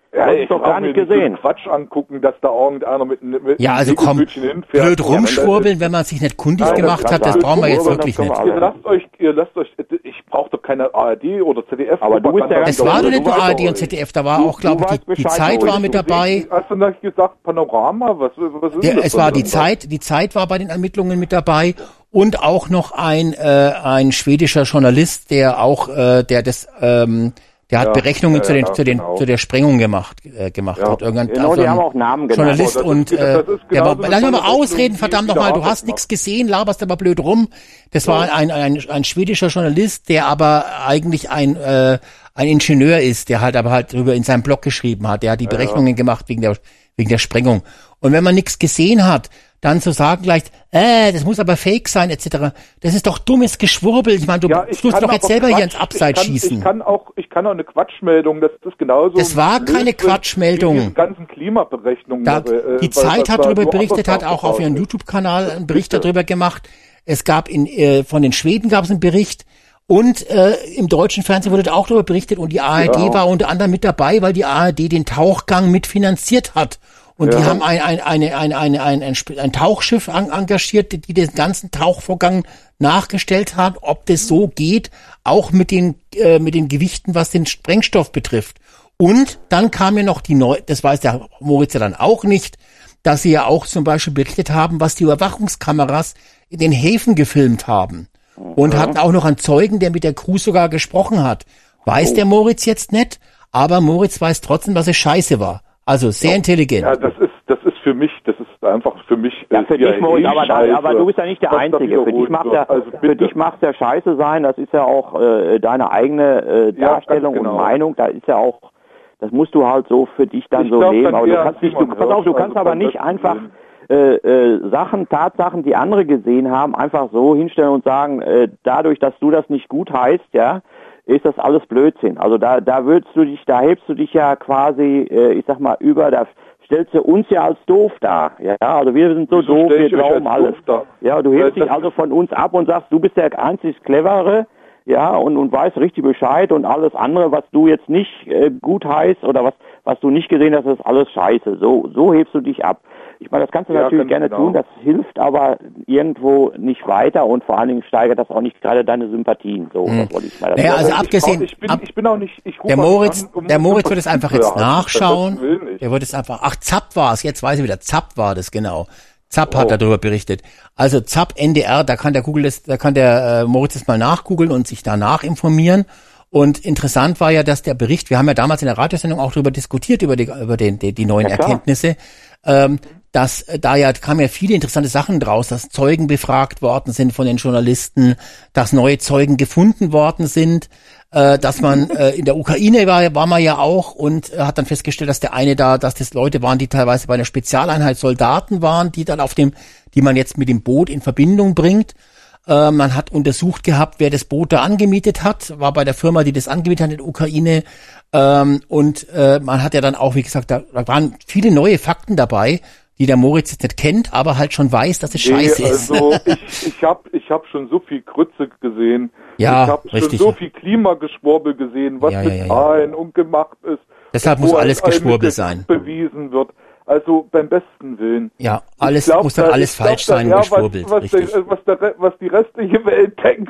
Ja, ich doch gar nicht gesehen. So Quatsch angucken, dass da irgendeiner mit ja, also komm, blöd rumschwurbeln, wenn man sich nicht kundig gemacht hat, das brauchen wir jetzt wirklich nicht. Ihr lasst euch, ich brauche doch keine ARD oder ZDF. Aber du bist ja das war doch nicht nur ARD und ZDF, da war auch, glaube ich, die Zeit war mit dabei. Hast du nicht gesagt Panorama? Was ist das? Es war die Zeit war bei den Ermittlungen mit dabei und auch noch ein schwedischer Journalist, der auch, der hat Berechnungen zu der Sprengung gemacht hat. Irgendein, genau, die haben auch Namen genannt. Journalist und lass mich mal ausreden, verdammt nochmal, du hast nichts gesehen, laberst aber blöd rum. Das war ein schwedischer Journalist, der aber eigentlich ein Ingenieur ist, der halt drüber in seinem Blog geschrieben hat. Der hat die Berechnungen gemacht wegen der Sprengung. Und wenn man nichts gesehen hat, dann zu sagen gleich, das muss aber fake sein, etc. Das ist doch dummes Geschwurbel. Ich meine, du musst doch jetzt selber hier ins Abseits schießen. Ich kann auch eine Quatschmeldung, das ist genauso. Das war keine Quatschmeldung. Die ganzen Klimaberechnungen. Die Zeit hat darüber berichtet, hat auch auf ihrem YouTube-Kanal einen Bericht darüber gemacht. Es gab von den Schweden gab es einen Bericht. Und im deutschen Fernsehen wurde auch darüber berichtet und die ARD war unter anderem mit dabei, weil die ARD den Tauchgang mitfinanziert hat. Und die haben ein Tauchschiff engagiert, die den ganzen Tauchvorgang nachgestellt hat, ob das so geht, auch mit den Gewichten, was den Sprengstoff betrifft. Und dann kam ja noch das weiß der Moritz ja dann auch nicht, dass sie ja auch zum Beispiel berichtet haben, was die Überwachungskameras in den Häfen gefilmt haben. Und hatten auch noch einen Zeugen, der mit der Crew sogar gesprochen hat. Weiß der Moritz jetzt nicht, aber Moritz weiß trotzdem, dass es scheiße war. Also sehr intelligent. Ja, das ist für mich, einfach für mich. Ja, für dich, Moritz, aber du bist ja nicht der Einzige. Für dich macht's ja scheiße sein. Das ist ja auch deine eigene Darstellung und Meinung. Da ist ja auch, das musst du halt so für dich dann so leben. Aber du kannst aber nicht einfach Tatsachen, die andere gesehen haben, einfach so hinstellen und sagen, dadurch, dass du das nicht gut heißt, ja, ist das alles Blödsinn. Also da hebst du dich ja quasi, ich sag mal, da stellst du uns ja als doof dar. Ja, also wir sind so doof, wir glauben alles. Ja, du hebst dich also von uns ab und sagst, du bist der einzig Clevere, ja, und weißt richtig Bescheid und alles andere, was du jetzt nicht gut heißt oder was du nicht gesehen hast, ist alles scheiße. So hebst du dich ab. Ich meine, das kannst du natürlich gerne tun, das hilft aber irgendwo nicht weiter und vor allen Dingen steigert das auch nicht gerade deine Sympathien. So, das wollte ich mal sagen. Naja, also abgesehen, ich bin auch nicht, der Moritz wird es einfach jetzt nachschauen. Der wird es einfach, Zapp war es, jetzt weiß ich wieder, Zapp war das, genau. Zapp hat darüber berichtet. Also Zapp, NDR, da kann der Moritz jetzt mal nachgoogeln und sich danach informieren. Und interessant war ja, dass der Bericht, wir haben ja damals in der Radiosendung auch darüber diskutiert, über die neuen Erkenntnisse, dass kamen ja viele interessante Sachen draus, dass Zeugen befragt worden sind von den Journalisten, dass neue Zeugen gefunden worden sind, dass man in der Ukraine war man ja auch und hat dann festgestellt, dass dass das Leute waren, die teilweise bei einer Spezialeinheit Soldaten waren, die man jetzt mit dem Boot in Verbindung bringt. Man hat untersucht gehabt, wer das Boot da angemietet hat, war bei der Firma, die das angemietet hat in der Ukraine. Und man hat ja dann auch, wie gesagt, da waren viele neue Fakten dabei, die der Moritz jetzt nicht kennt, aber halt schon weiß, dass es scheiße ist. Also ich hab schon so viel Grütze gesehen. Ja, ich habe schon so viel Klimageschwurbel gesehen, was mit Zahlen und gemacht ist. Deshalb muss alles Geschwurbel sein. Bewiesen wird. Also beim besten Willen. Ja, muss dann alles falsch sein, geschwurbelt. Was die restliche Welt denkt,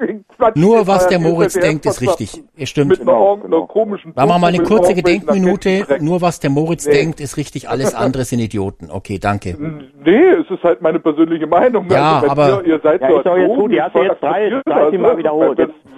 nur was der Moritz denkt, ist richtig. Stimmt. Mit einer komischen machen wir mal eine kurze Gedenkminute. Nur was der Moritz denkt, ist richtig. Alles andere sind Idioten. Okay, danke. Nee, es ist halt meine persönliche Meinung. Ja, also, aber ihr seid ist doch jetzt gut. Die hast du jetzt 30 Mal wiederholt.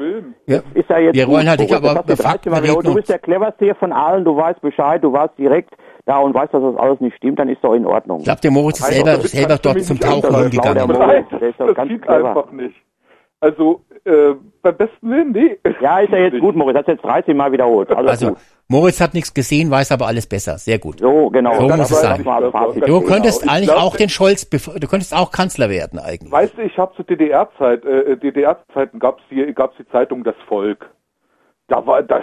Ist ja jetzt wir wollen halt nicht, aber Fakten reden. Du bist der cleverste hier von allen. Du weißt Bescheid. Du warst direkt da und weißt, dass das alles nicht stimmt, dann ist doch in Ordnung. Ich glaube, der Moritz ist selber dort zum Tauchen hingegangen. Nein, das geht einfach nicht. Also, beim besten Willen, nee. Ja, ist ja jetzt gut, Moritz. Hast jetzt 13 Mal wiederholt. Also Moritz hat nichts gesehen, weiß aber alles besser. Sehr gut. So, genau. So muss es sein. Du könntest eigentlich auch den Scholz, du könntest auch Kanzler werden eigentlich. Weißt du, ich habe zur DDR-Zeiten gab's die Zeitung Das Volk. Da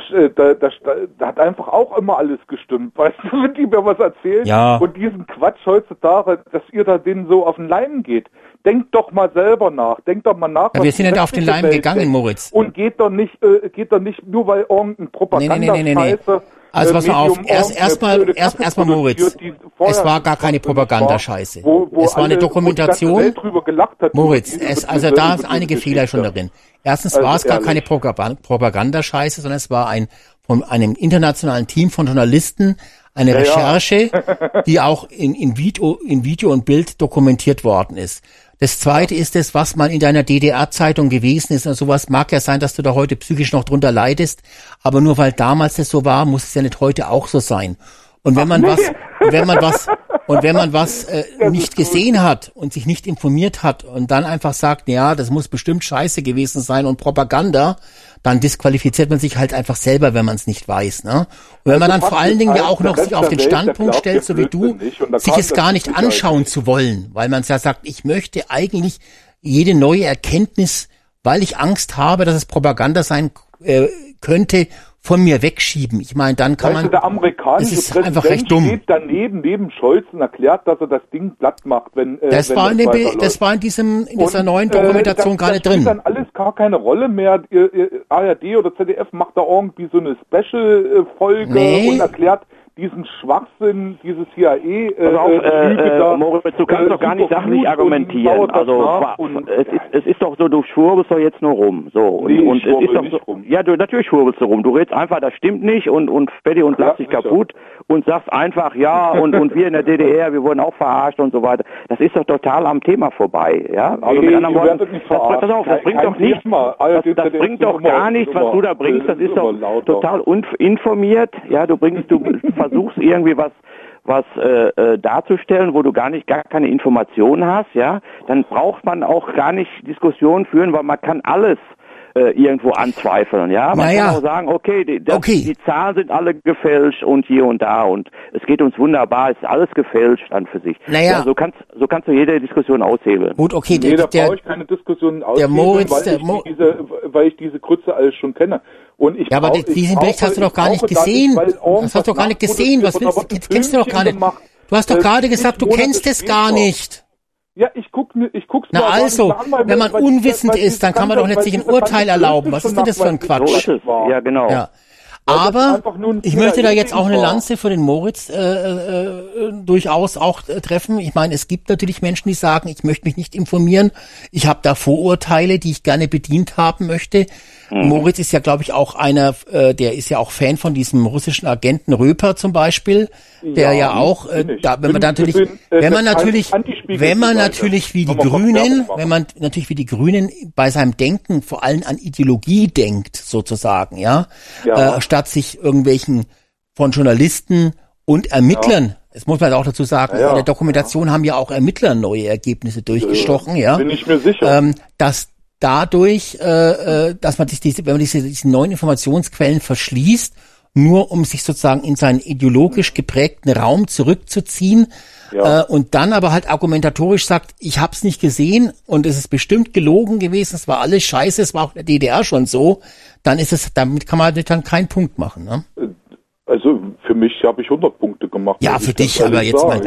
hat einfach auch immer alles gestimmt, weißt du, wenn die mir was erzählen und diesen Quatsch heutzutage, dass ihr da denen so auf den Leim geht. Denkt doch mal selber nach, denkt doch mal nach. Ja, wir sind ja auf den Leim gegangen, Moritz. Und geht doch nicht nur weil irgendein Propaganda-Scheiße Also pass mal auf, erstmal Moritz, es war gar keine Propagandascheiße. Es war eine Dokumentation. Moritz, also da sind einige Fehler schon darin. Erstens war es gar keine Propagandascheiße, sondern es war von einem internationalen Team von Journalisten eine Recherche, die auch in Video und Bild dokumentiert worden ist. Das Zweite ist es, was mal in deiner DDR-Zeitung gewesen ist und sowas. Mag ja sein, dass du da heute psychisch noch drunter leidest, aber nur weil damals das so war, muss es ja nicht heute auch so sein. Und wenn man was nicht gesehen hat und sich nicht informiert hat und dann einfach sagt, ja, das muss bestimmt scheiße gewesen sein und Propaganda, dann disqualifiziert man sich halt einfach selber, wenn man es nicht weiß, ne? Und wenn man dann vor allen Dingen ja auch noch sich auf den Standpunkt stellt, so wie du, sich es gar nicht anschauen zu wollen, weil man ja sagt, ich möchte eigentlich jede neue Erkenntnis, weil ich Angst habe, dass es Propaganda sein könnte, von mir wegschieben. Ich meine, dann kann man, der amerikanische das ist Präsident einfach recht dumm. Steht daneben, neben Scholz und erklärt, dass er das Ding platt macht, das war in dieser neuen Dokumentation gar nicht drin. Das spielt dann alles gar keine Rolle mehr. ARD oder ZDF macht da irgendwie so eine Special-Folge und erklärt diesen Schwachsinn, dieses CIA. Moritz, du kannst doch gar nicht sachlich argumentieren. Also es ist doch so, du schwurbelst doch jetzt nur rum. So und es ist doch so. Rum. Ja, natürlich schwurbelst du rum. Du redest einfach, das stimmt nicht und fertig und lachst dich kaputt und sagst einfach und wir in der DDR, wir wurden auch verarscht und so weiter. Das ist doch total am Thema vorbei. Ja, also mit anderen Worten, pass auf, das bringt doch nichts. Das bringt doch gar nichts, was du da bringst. Das ist doch total uninformiert. Ja, du versuchst irgendwie was darzustellen, wo du gar keine Informationen hast, ja, dann braucht man auch gar nicht Diskussionen führen, weil man kann alles irgendwo anzweifeln, ja. Man kann auch sagen, die Zahlen sind alle gefälscht und hier und da und es geht uns wunderbar, ist alles gefälscht an für sich. Ja, so kannst du jede Diskussion aushebeln. Gut, okay. Da brauche ich keine Diskussion aushebeln, weil ich diese Grütze alles schon kenne. Und diesen Bericht hast du doch gar nicht gesehen. Das hast du doch gar nicht gesehen. Was kennst du doch gar nicht. Du hast doch gerade gesagt, du kennst es gar nicht. Ja, ich guck's Na also, wenn man unwissend ist, dann kann man doch letztlich ein Urteil erlauben. Was ist denn das für ein Quatsch? Ja, genau. Ja. Aber ich möchte da jetzt auch eine Lanze für den Moritz durchaus auch treffen. Ich meine, es gibt natürlich Menschen, die sagen, ich möchte mich nicht informieren. Ich habe da Vorurteile, die ich gerne bedient haben möchte. Moritz ist ja, glaube ich, auch einer, der ist ja auch Fan von diesem russischen Agenten Röper zum Beispiel, der ja auch, wenn man natürlich wie die Grünen bei seinem Denken vor allem an Ideologie denkt, sozusagen, statt sich irgendwelchen von Journalisten und Ermittlern, das muss man auch dazu sagen, in der Dokumentation haben ja auch Ermittler neue Ergebnisse durchgestochen, bin ich mir sicher. Dass dadurch, dass man wenn man diese neuen Informationsquellen verschließt, nur um sich sozusagen in seinen ideologisch geprägten Raum zurückzuziehen, und dann aber halt argumentatorisch sagt, ich hab's nicht gesehen und es ist bestimmt gelogen gewesen, es war alles scheiße, es war auch in der DDR schon so, damit kann man dann keinen Punkt machen, ne? Also für mich habe ich 100 Punkte gemacht. Ja, für dich, aber jetzt mal.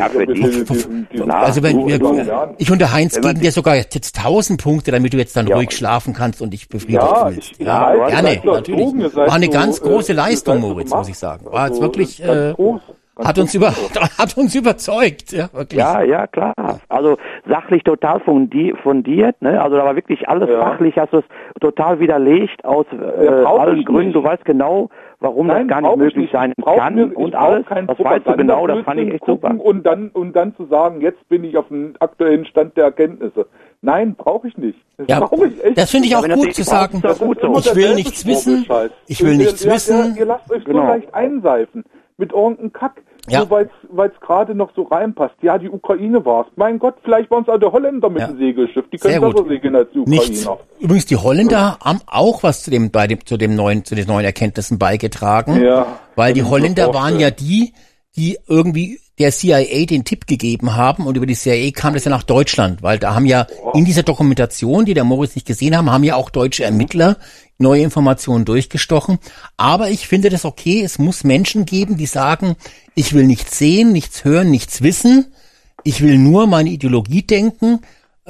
Ich und der Heinz geben dir sogar jetzt 1000 Punkte, damit du jetzt dann ruhig schlafen kannst und dich befriedigt fühlst. Ja, gerne, natürlich. War eine ganz große Leistung, Moritz, muss ich sagen. War jetzt wirklich, hat uns überzeugt, ja, wirklich. Ja, klar. Also sachlich total fundiert, ne? Also da war wirklich alles fachlich, hast du es total widerlegt aus allen Gründen. Du weißt genau, warum das gar nicht möglich sein kann und alles. Das weißt du genau, das fand ich echt super. Und dann zu sagen, jetzt bin ich auf dem aktuellen Stand der Erkenntnisse. Nein, brauche ich nicht. Das finde ich auch gut zu sagen. Ich will nichts wissen. Ihr lasst euch so leicht einseifen mit irgendeinem Kack. Ja. Nur weil es gerade noch so reinpasst. Ja, die Ukraine war's. Mein Gott, vielleicht waren es auch die Holländer mit dem Segelschiff. Die können besser segeln als die Ukrainer. Übrigens, die Holländer haben auch was zu den neuen Erkenntnissen beigetragen. Ja. Weil die Holländer waren ja die irgendwie der CIA den Tipp gegeben haben und über die CIA kam das ja nach Deutschland, weil da haben ja in dieser Dokumentation, die der Moritz nicht gesehen haben ja auch deutsche Ermittler neue Informationen durchgestochen. Aber ich finde das okay, es muss Menschen geben, die sagen, ich will nichts sehen, nichts hören, nichts wissen, ich will nur meine Ideologie denken,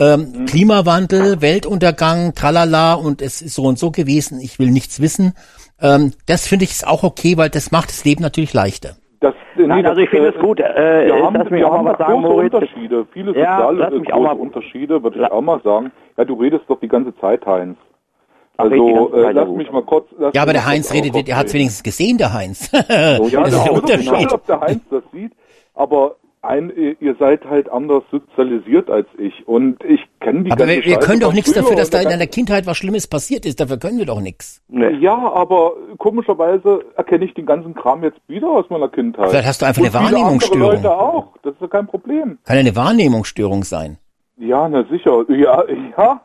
Klimawandel, Weltuntergang, tralala und es ist so und so gewesen, ich will nichts wissen. das finde ich ist auch okay, weil das macht das Leben natürlich leichter. Nein, also ich finde es gut. Lass mich auch mal was sagen, Moritz. Unterschiede, viele soziale große Unterschiede, würde ich auch mal sagen. Ja, du redest doch die ganze Zeit, Heinz. Also, lass mich mal kurz... Ja, aber der Heinz redet, der hat es wenigstens gesehen, der Heinz. Ja, das ist der Unterschied. Ob der Heinz das sieht, aber ihr seid halt anders sozialisiert als ich und ich kenne die ganze Scheiße. Aber wir können doch nichts dafür, dass da in deiner Kindheit was Schlimmes passiert ist, dafür können wir doch nichts. Nee. Ja, aber komischerweise erkenne ich den ganzen Kram jetzt wieder aus meiner Kindheit. Vielleicht hast du einfach eine Wahrnehmungsstörung. Leute auch, das ist ja kein Problem. Kann ja eine Wahrnehmungsstörung sein. Ja, na sicher, ja.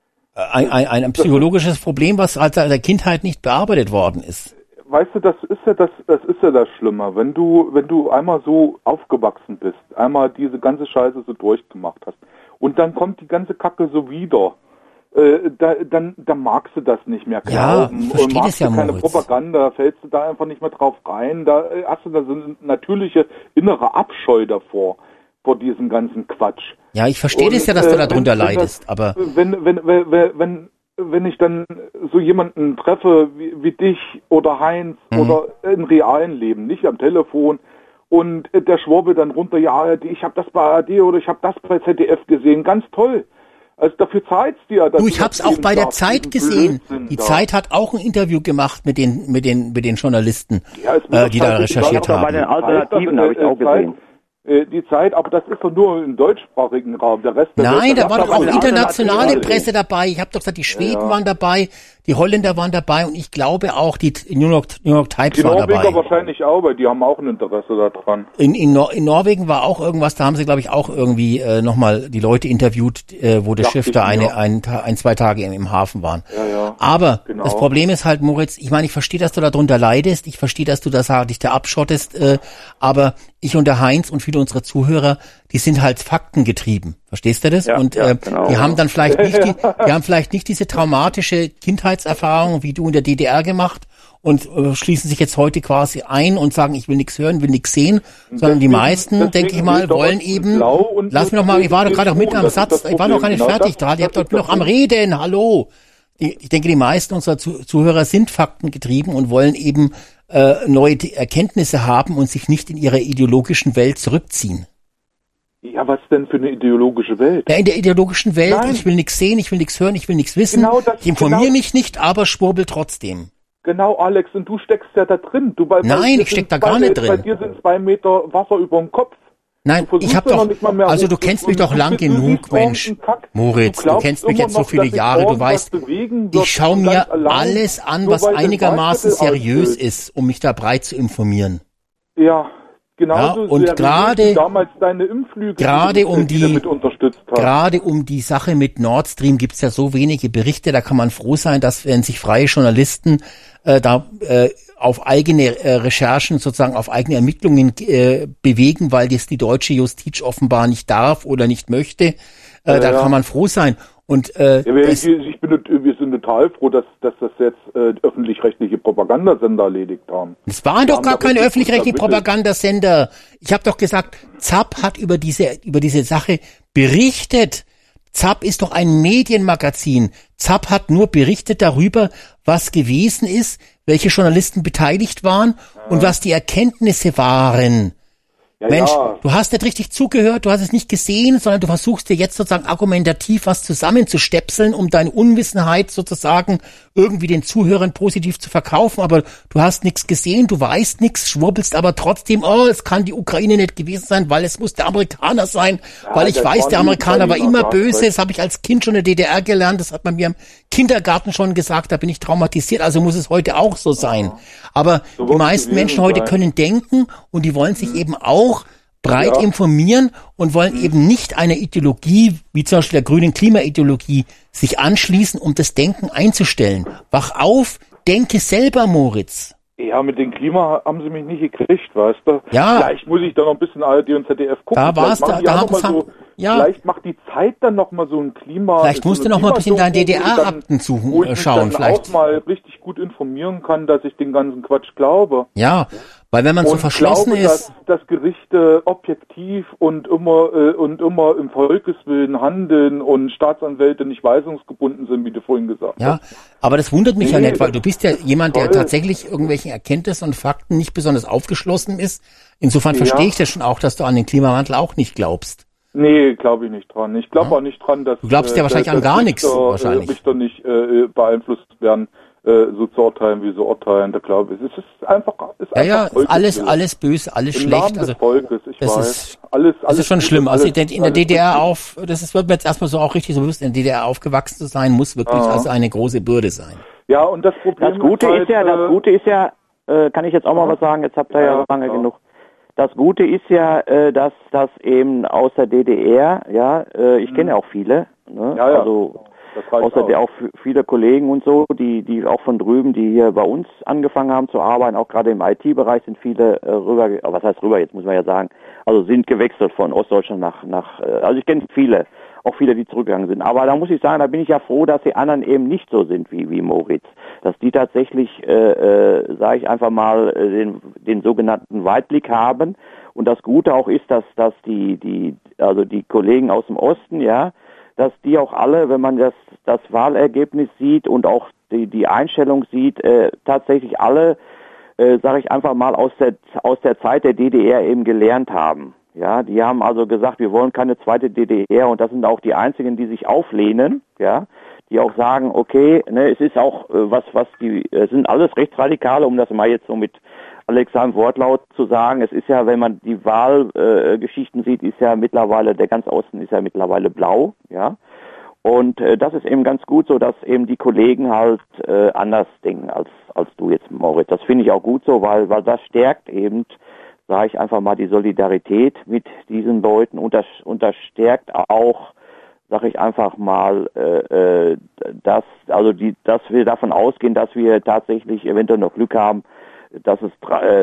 Ein psychologisches Problem, was halt in der Kindheit nicht bearbeitet worden ist. Weißt du, das ist ja das Schlimme, wenn du einmal so aufgewachsen bist, einmal diese ganze Scheiße so durchgemacht hast und dann kommt die ganze Kacke so wieder, dann magst du das nicht mehr glauben. Ja, verstehe das ja, keine Moritz. Propaganda, fällst du da einfach nicht mehr drauf rein, da hast du da so eine natürliche innere Abscheu davor, vor diesem ganzen Quatsch. Ja, ich verstehe das ja, dass du darunter leidest, aber... Wenn ich dann so jemanden treffe wie dich oder Heinz oder im realen Leben, nicht am Telefon, und der schwurbelt dann runter, ja, ich habe das bei ARD oder ich habe das bei ZDF gesehen, ganz toll. Also dafür zahlst du ja. Du, ich hab's auch bei der Zeit gesehen. Die Zeit hat auch ein Interview gemacht mit den Journalisten, die da recherchiert haben. Bei den Alternativen habe ich auch gesehen. Die Zeit, aber das ist doch nur im deutschsprachigen Raum. Der Rest der Nein, Welt, da war doch auch internationale Presse dabei. Ich habe doch gesagt, die Schweden waren dabei, die Holländer waren dabei und ich glaube auch die New York Times war dabei. Die Norweger wahrscheinlich auch, weil die haben auch ein Interesse daran. In Norwegen war auch irgendwas, da haben sie, glaube ich, auch irgendwie nochmal die Leute interviewt, wo das Schiff da ein, 2 Tage im Hafen waren. Ja, aber das Problem ist halt, Moritz, ich meine, ich verstehe, dass du darunter leidest, ich verstehe, dass du dich da abschottest, aber ich und der Heinz und viele unserer Zuhörer, die sind halt faktengetrieben. Verstehst du das? Ja, und genau. die haben dann vielleicht nicht die haben vielleicht nicht diese traumatische Kindheitserfahrung wie du in der DDR gemacht und schließen sich jetzt heute quasi ein und sagen, ich will nichts hören, will nichts sehen, sondern die meisten, denke ich mal, wollen eben, lass mich noch mal, ich war doch gerade noch mitten am Satz, ich war noch gar nicht fertig dran, ich hab doch noch am Reden, hallo. Ich denke, die meisten unserer Zuhörer sind faktengetrieben und wollen eben neue Erkenntnisse haben und sich nicht in ihrer ideologischen Welt zurückziehen. Ja, was denn für eine ideologische Welt? Ja, in der ideologischen Welt, ich will nichts sehen, ich will nichts hören, ich will nichts wissen. Ich informiere mich nicht, aber schwurbel trotzdem. Genau, Alex, und du steckst ja da drin. Nein, ich steck da gar nicht drin. Bei dir sind 2 Meter Wasser über dem Kopf. Nein, ich hab doch, also du kennst mich doch lang genug, Mensch. Moritz, du kennst mich jetzt so viele Jahre, du weißt, ich schaue mir alles an, was einigermaßen seriös ist, um mich da breit zu informieren. Ja, genau. Und gerade um die Sache mit Nord Stream gibt's ja so wenige Berichte, da kann man froh sein, dass wenn sich freie Journalisten auf eigene Recherchen, sozusagen auf eigene Ermittlungen bewegen, weil das die deutsche Justiz offenbar nicht darf oder nicht möchte. Da kann man froh sein. Und wir sind total froh, dass das jetzt öffentlich-rechtliche Propagandasender erledigt haben. Es waren doch gar keine öffentlich-rechtlichen Propagandasender. Ich habe doch gesagt, ZAP hat über diese Sache berichtet. ZAP ist doch ein Medienmagazin. ZAP hat nur berichtet darüber, was gewesen ist, welche Journalisten beteiligt waren und was die Erkenntnisse waren. Ja, Mensch, du hast nicht richtig zugehört, du hast es nicht gesehen, sondern du versuchst dir jetzt sozusagen argumentativ was zusammenzustepseln, um deine Unwissenheit sozusagen irgendwie den Zuhörern positiv zu verkaufen, aber du hast nichts gesehen, du weißt nichts, schwurbelst aber trotzdem, es kann die Ukraine nicht gewesen sein, weil es muss der Amerikaner sein, weil ich weiß, der Amerikaner war immer böse, das habe ich als Kind schon in der DDR gelernt, das hat man mir im Kindergarten schon gesagt, da bin ich traumatisiert, also muss es heute auch so sein. Aber die meisten Menschen heute können denken und die wollen sich eben auch breit informieren und wollen eben nicht einer Ideologie, wie zum Beispiel der grünen Klimaideologie, sich anschließen, um das Denken einzustellen. Wach auf, denke selber, Moritz. Ja, mit dem Klima haben sie mich nicht gekriegt, weißt du? Ja. Vielleicht muss ich da noch ein bisschen ARD und ZDF gucken. Da war's, vielleicht macht die Zeit dann nochmal so ein Klima. Vielleicht musst du noch mal ein bisschen deine DDR-Akten schauen. Wo ich mich dann auch mal richtig gut informieren kann, dass ich den ganzen Quatsch glaube. Ja, weil wenn man so verschlossen ist, dass Gerichte objektiv und immer im Volkeswillen handeln und Staatsanwälte nicht weisungsgebunden sind, wie du vorhin gesagt hast. Ja, aber das wundert mich ja nicht, weil du bist ja jemand, der tatsächlich irgendwelchen Erkenntnissen und Fakten nicht besonders aufgeschlossen ist. Insofern verstehe ich das schon auch, dass du an den Klimawandel auch nicht glaubst. Nee, glaube ich nicht dran. Ich glaube auch nicht dran, dass... Du glaubst ja wahrscheinlich an gar nichts. Richter nicht beeinflusst werden, so zu urteilen, wie sie urteilen. Da glaube ich, es ist einfach... alles böse, alles Im schlecht. Namen des Volkes, ich weiß. Das ist schon schlimm. Also in der DDR wird mir jetzt erstmal so auch richtig so bewusst, in der DDR aufgewachsen zu sein, muss wirklich also eine große Bürde sein. Ja, und das Problem das Gute ist ja, kann ich jetzt auch mal was sagen, jetzt habt ihr ja lange genug. Das Gute ist ja, dass das eben aus der DDR, ich kenne ja auch viele, ne? Also außerdem auch viele Kollegen und so, die auch von drüben, die hier bei uns angefangen haben zu arbeiten, auch gerade im IT-Bereich sind viele was heißt rüber, jetzt muss man ja sagen, also sind gewechselt von Ostdeutschland nach also ich kenne viele, auch viele, die zurückgegangen sind. Aber da muss ich sagen, da bin ich ja froh, dass die anderen eben nicht so sind wie Moritz. Dass die tatsächlich, sage ich einfach mal, den sogenannten Weitblick haben. Und das Gute auch ist, dass die Kollegen aus dem Osten, dass die auch alle, wenn man das Wahlergebnis sieht und auch die Einstellung sieht, tatsächlich alle, sage ich einfach mal, aus der Zeit der DDR eben gelernt haben. Ja, die haben also gesagt, wir wollen keine zweite DDR, und das sind auch die einzigen, die sich auflehnen, die auch sagen, okay, ne, es ist auch es sind alles Rechtsradikale, um das mal jetzt so mit Alexander Wortlaut zu sagen. Es ist ja, wenn man die Wahlgeschichten sieht, ist ja mittlerweile, der ganze Osten ist ja mittlerweile blau, und das ist eben ganz gut so, dass eben die Kollegen halt anders denken als du jetzt, Moritz. Das finde ich auch gut so, weil das stärkt eben, sage ich einfach mal, die Solidarität mit diesen Leuten, und das stärkt auch, sage ich einfach mal, dass wir davon ausgehen, dass wir tatsächlich eventuell noch Glück haben, dass es,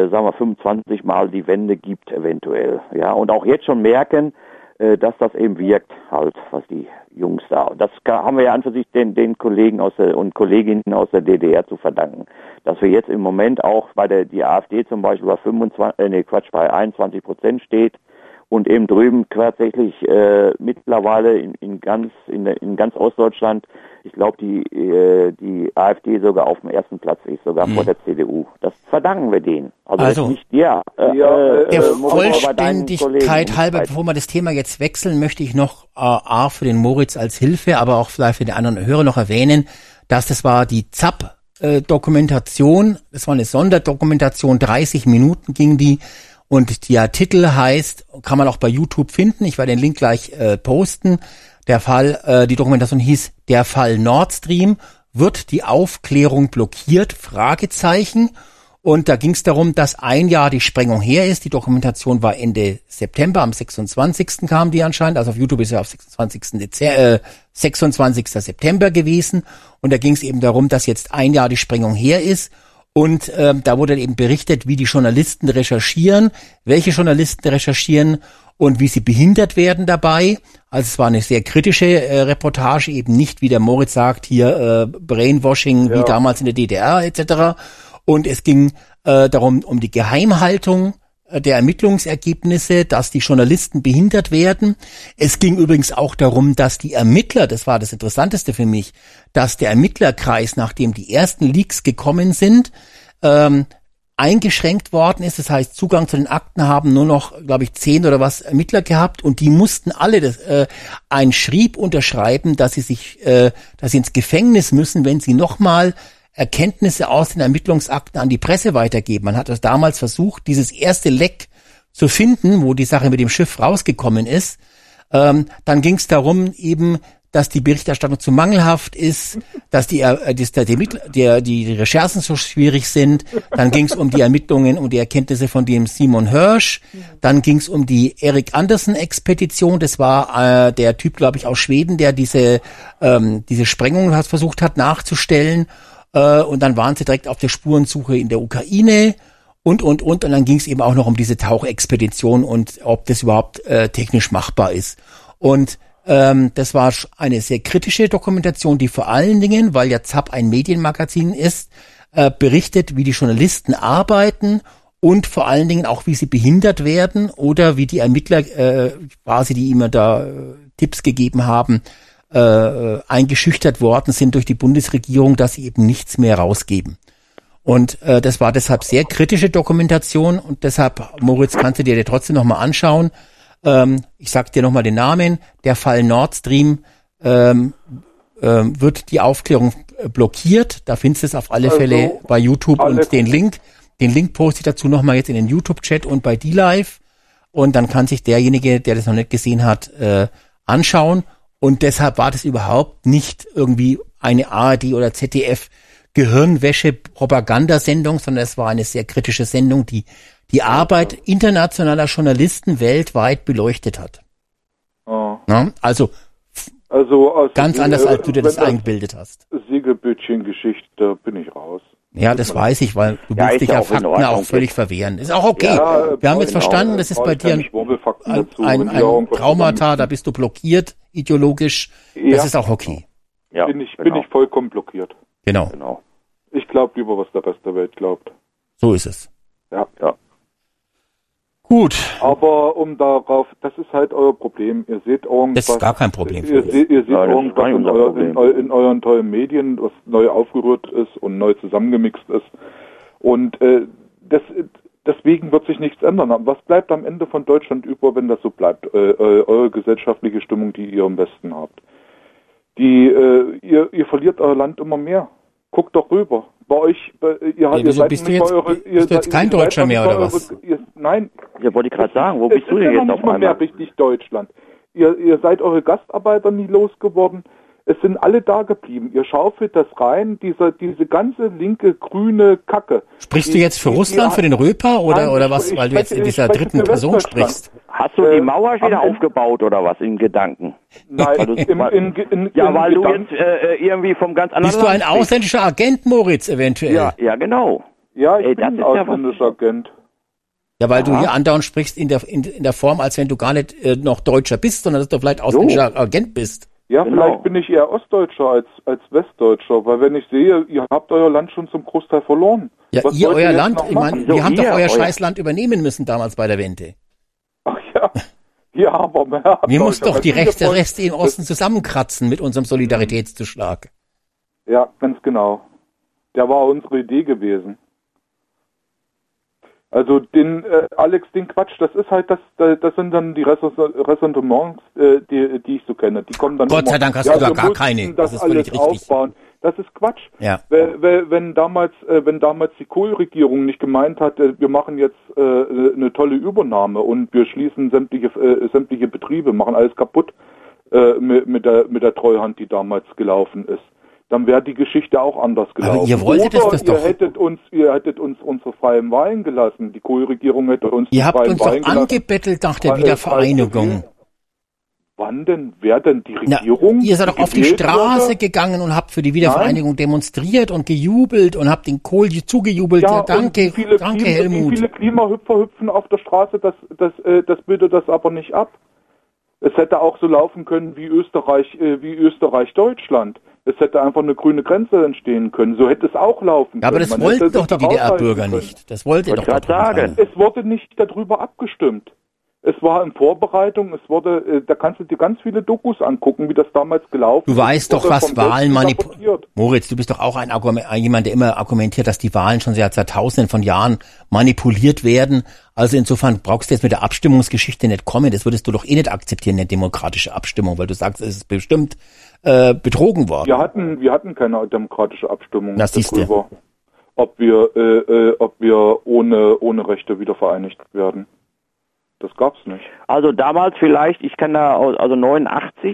25 Mal die Wende gibt eventuell, und auch jetzt schon merken, dass das eben wirkt, halt, was die Jungs da. Das haben wir ja an für sich den Kollegen und Kolleginnen aus der DDR zu verdanken, dass wir jetzt im Moment auch die AfD zum Beispiel bei 21% steht und eben drüben tatsächlich mittlerweile in ganz Ostdeutschland, ich glaube, die AfD sogar auf dem ersten Platz ist, sogar vor der CDU. Das verdanken wir denen. Also nicht dir. Der Vollständigkeit halber, bevor wir das Thema jetzt wechseln, möchte ich noch A für den Moritz als Hilfe, aber auch vielleicht für den anderen Hörer noch erwähnen, dass das war die ZAP-Dokumentation, das war eine Sonderdokumentation, 30 Minuten ging die. Und der Titel heißt, kann man auch bei YouTube finden, ich werde den Link gleich posten, die Dokumentation hieß, der Fall Nord Stream, wird die Aufklärung blockiert? Fragezeichen. Und da ging es darum, dass ein Jahr die Sprengung her ist. Die Dokumentation war Ende September, am 26. kam die anscheinend, also auf YouTube ist ja auf 26. September gewesen. Und da ging es eben darum, dass jetzt ein Jahr die Sprengung her ist. Und da wurde eben berichtet, wie die Journalisten recherchieren, welche Journalisten recherchieren und wie sie behindert werden dabei. Also es war eine sehr kritische Reportage, eben nicht, wie der Moritz sagt, hier Brainwashing wie damals in der DDR etc. Und es ging darum, um die Geheimhaltung der Ermittlungsergebnisse, dass die Journalisten behindert werden. Es ging übrigens auch darum, dass die Ermittler, das war das Interessanteste für mich, dass der Ermittlerkreis, nachdem die ersten Leaks gekommen sind, eingeschränkt worden ist. Das heißt, Zugang zu den Akten haben nur noch, glaube ich, 10 oder was Ermittler gehabt, und die mussten alle ein Schrieb unterschreiben, dass sie ins Gefängnis müssen, wenn sie nochmal Erkenntnisse aus den Ermittlungsakten an die Presse weitergeben. Man hat das damals versucht, dieses erste Leck zu finden, wo die Sache mit dem Schiff rausgekommen ist. Dann ging es darum eben, dass die Berichterstattung zu mangelhaft ist, dass die Recherchen so schwierig sind. Dann ging es um die Ermittlungen und die Erkenntnisse von dem Simon Hirsch. Dann ging es um die Erik Andersen-Expedition. Das war der Typ, glaube ich, aus Schweden, der diese Sprengung versucht hat nachzustellen. Und dann waren sie direkt auf der Spurensuche in der Ukraine. Und dann ging es eben auch noch um diese Tauchexpedition und ob das überhaupt technisch machbar ist. Und das war eine sehr kritische Dokumentation, die vor allen Dingen, weil ja ZAP ein Medienmagazin ist, berichtet, wie die Journalisten arbeiten und vor allen Dingen auch, wie sie behindert werden oder wie die Ermittler quasi, die immer da Tipps gegeben haben, eingeschüchtert worden sind durch die Bundesregierung, dass sie eben nichts mehr rausgeben. Und das war deshalb sehr kritische Dokumentation und deshalb, Moritz, kannst du dir trotzdem nochmal anschauen. Ich sag dir nochmal den Namen. Der Fall Nord Stream wird die Aufklärung blockiert. Da findest du es auf alle Fälle bei YouTube und den Link poste ich dazu nochmal jetzt in den YouTube-Chat und bei DLive. Und dann kann sich derjenige, der das noch nicht gesehen hat, anschauen. Und deshalb war das überhaupt nicht irgendwie eine ARD oder ZDF Gehirnwäsche-Propagandasendung, sondern es war eine sehr kritische Sendung, die die Arbeit internationaler Journalisten weltweit beleuchtet hat. Oh. Na, also ganz anders, als du dir das eingebildet hast. Segelbötchen-Geschichte, bin ich raus. Ja, das weiß ich, weil du willst dich ja Fakten auch völlig verwehren. Ist auch okay. Ja, wir haben jetzt verstanden, das ist bei dir ein Traumata, da bist du blockiert, ideologisch. Das ist auch okay. Ja, bin ich vollkommen blockiert. Genau. Ich glaube lieber, was der Rest der Welt glaubt. So ist es. Ja. Gut. Aber das ist halt euer Problem. Ihr seht irgendwas. Das ist gar kein Problem. Ihr seht irgendwas in euren tollen Medien, was neu aufgerührt ist und neu zusammengemixt ist. Und deswegen wird sich nichts ändern. Was bleibt am Ende von Deutschland über, wenn das so bleibt? Eure gesellschaftliche Stimmung, die ihr am besten habt. Ihr verliert euer Land immer mehr. Guckt doch rüber. Bei euch, bist du jetzt kein Deutscher mehr, oder was? Nein. Ja, wollte ich gerade sagen, wo bist du denn jetzt auf einmal? Mehr richtig Deutschland. Ihr seid eure Gastarbeiter nie losgeworden. Es sind alle da geblieben. Ihr schaufelt das rein, diese ganze linke, grüne Kacke. Sprichst du jetzt für Russland, für den Röper oder was, weil du jetzt in dieser dritten Person sprichst? Hast du die Mauer wieder aufgebaut oder was in Gedanken? Nein, weil du jetzt irgendwie vom ganz anderen Bist du ein ausländischer Agent, Moritz, eventuell? Ja, genau. Ja, ich bin ein ausländischer Agent. Ja, weil du hier andauernd sprichst in der Form, als wenn du gar nicht noch Deutscher bist, sondern dass du vielleicht ausländischer Agent bist. Ja, genau. Vielleicht bin ich eher Ostdeutscher als Westdeutscher, weil wenn ich sehe, ihr habt euer Land schon zum Großteil verloren. Ja, ihr euer Land? Ich meine, wir haben doch euer Scheißland übernehmen müssen damals bei der Wende. Ach ja. Ja, aber wir mussten doch die Reste im Osten zusammenkratzen mit unserem Solidaritätszuschlag. Ja, ganz genau. Der war unsere Idee gewesen. Also Alex, den Quatsch, das ist halt das sind dann die Ressentiments, die ich so kenne. Die kommen dann Gott sei Dank hast du da gar keine. Das ist völlig richtig. Aufbauen. Das ist Quatsch. Ja. Wenn damals die Kohl-Regierung nicht gemeint hat, wir machen jetzt eine tolle Übernahme und wir schließen sämtliche Betriebe, machen alles kaputt mit der Treuhand, die damals gelaufen ist, dann wäre die Geschichte auch anders gelaufen. Aber ihr wolltet das doch. Ihr hättet uns unsere freien Wahlen gelassen. Die Kohl-Regierung hätte uns die freien Wahlen gelassen. Ihr habt uns doch angebettelt nach der Wiedervereinigung. Wann denn? Wer denn? Die Regierung? Ihr seid doch auf die Straße gegangen und habt für die Wiedervereinigung demonstriert und gejubelt und habt den Kohl zugejubelt. Ja, danke Helmut. Wie viele Klimahüpfer hüpfen auf der Straße, das bildet das aber nicht ab. Es hätte auch so laufen können wie Österreich-Deutschland. Es hätte einfach eine grüne Grenze entstehen können. So hätte es auch laufen können. Aber das wollten doch die DDR-Bürger nicht. Das wollte doch sagen. Es wurde nicht darüber abgestimmt. Es war in Vorbereitung, da kannst du dir ganz viele Dokus angucken, wie das damals gelaufen ist. Du weißt doch, was Wahlen manipuliert. Moritz, du bist doch auch jemand, der immer argumentiert, dass die Wahlen schon seit Tausenden von Jahren manipuliert werden. Also insofern brauchst du jetzt mit der Abstimmungsgeschichte nicht kommen. Das würdest du doch nicht akzeptieren, eine demokratische Abstimmung, weil du sagst, es ist bestimmt betrogen worden. Wir hatten keine demokratische Abstimmung darüber, ob wir ohne Rechte wieder vereinigt werden. Das gab's nicht. Also damals vielleicht, ich kann da also 89,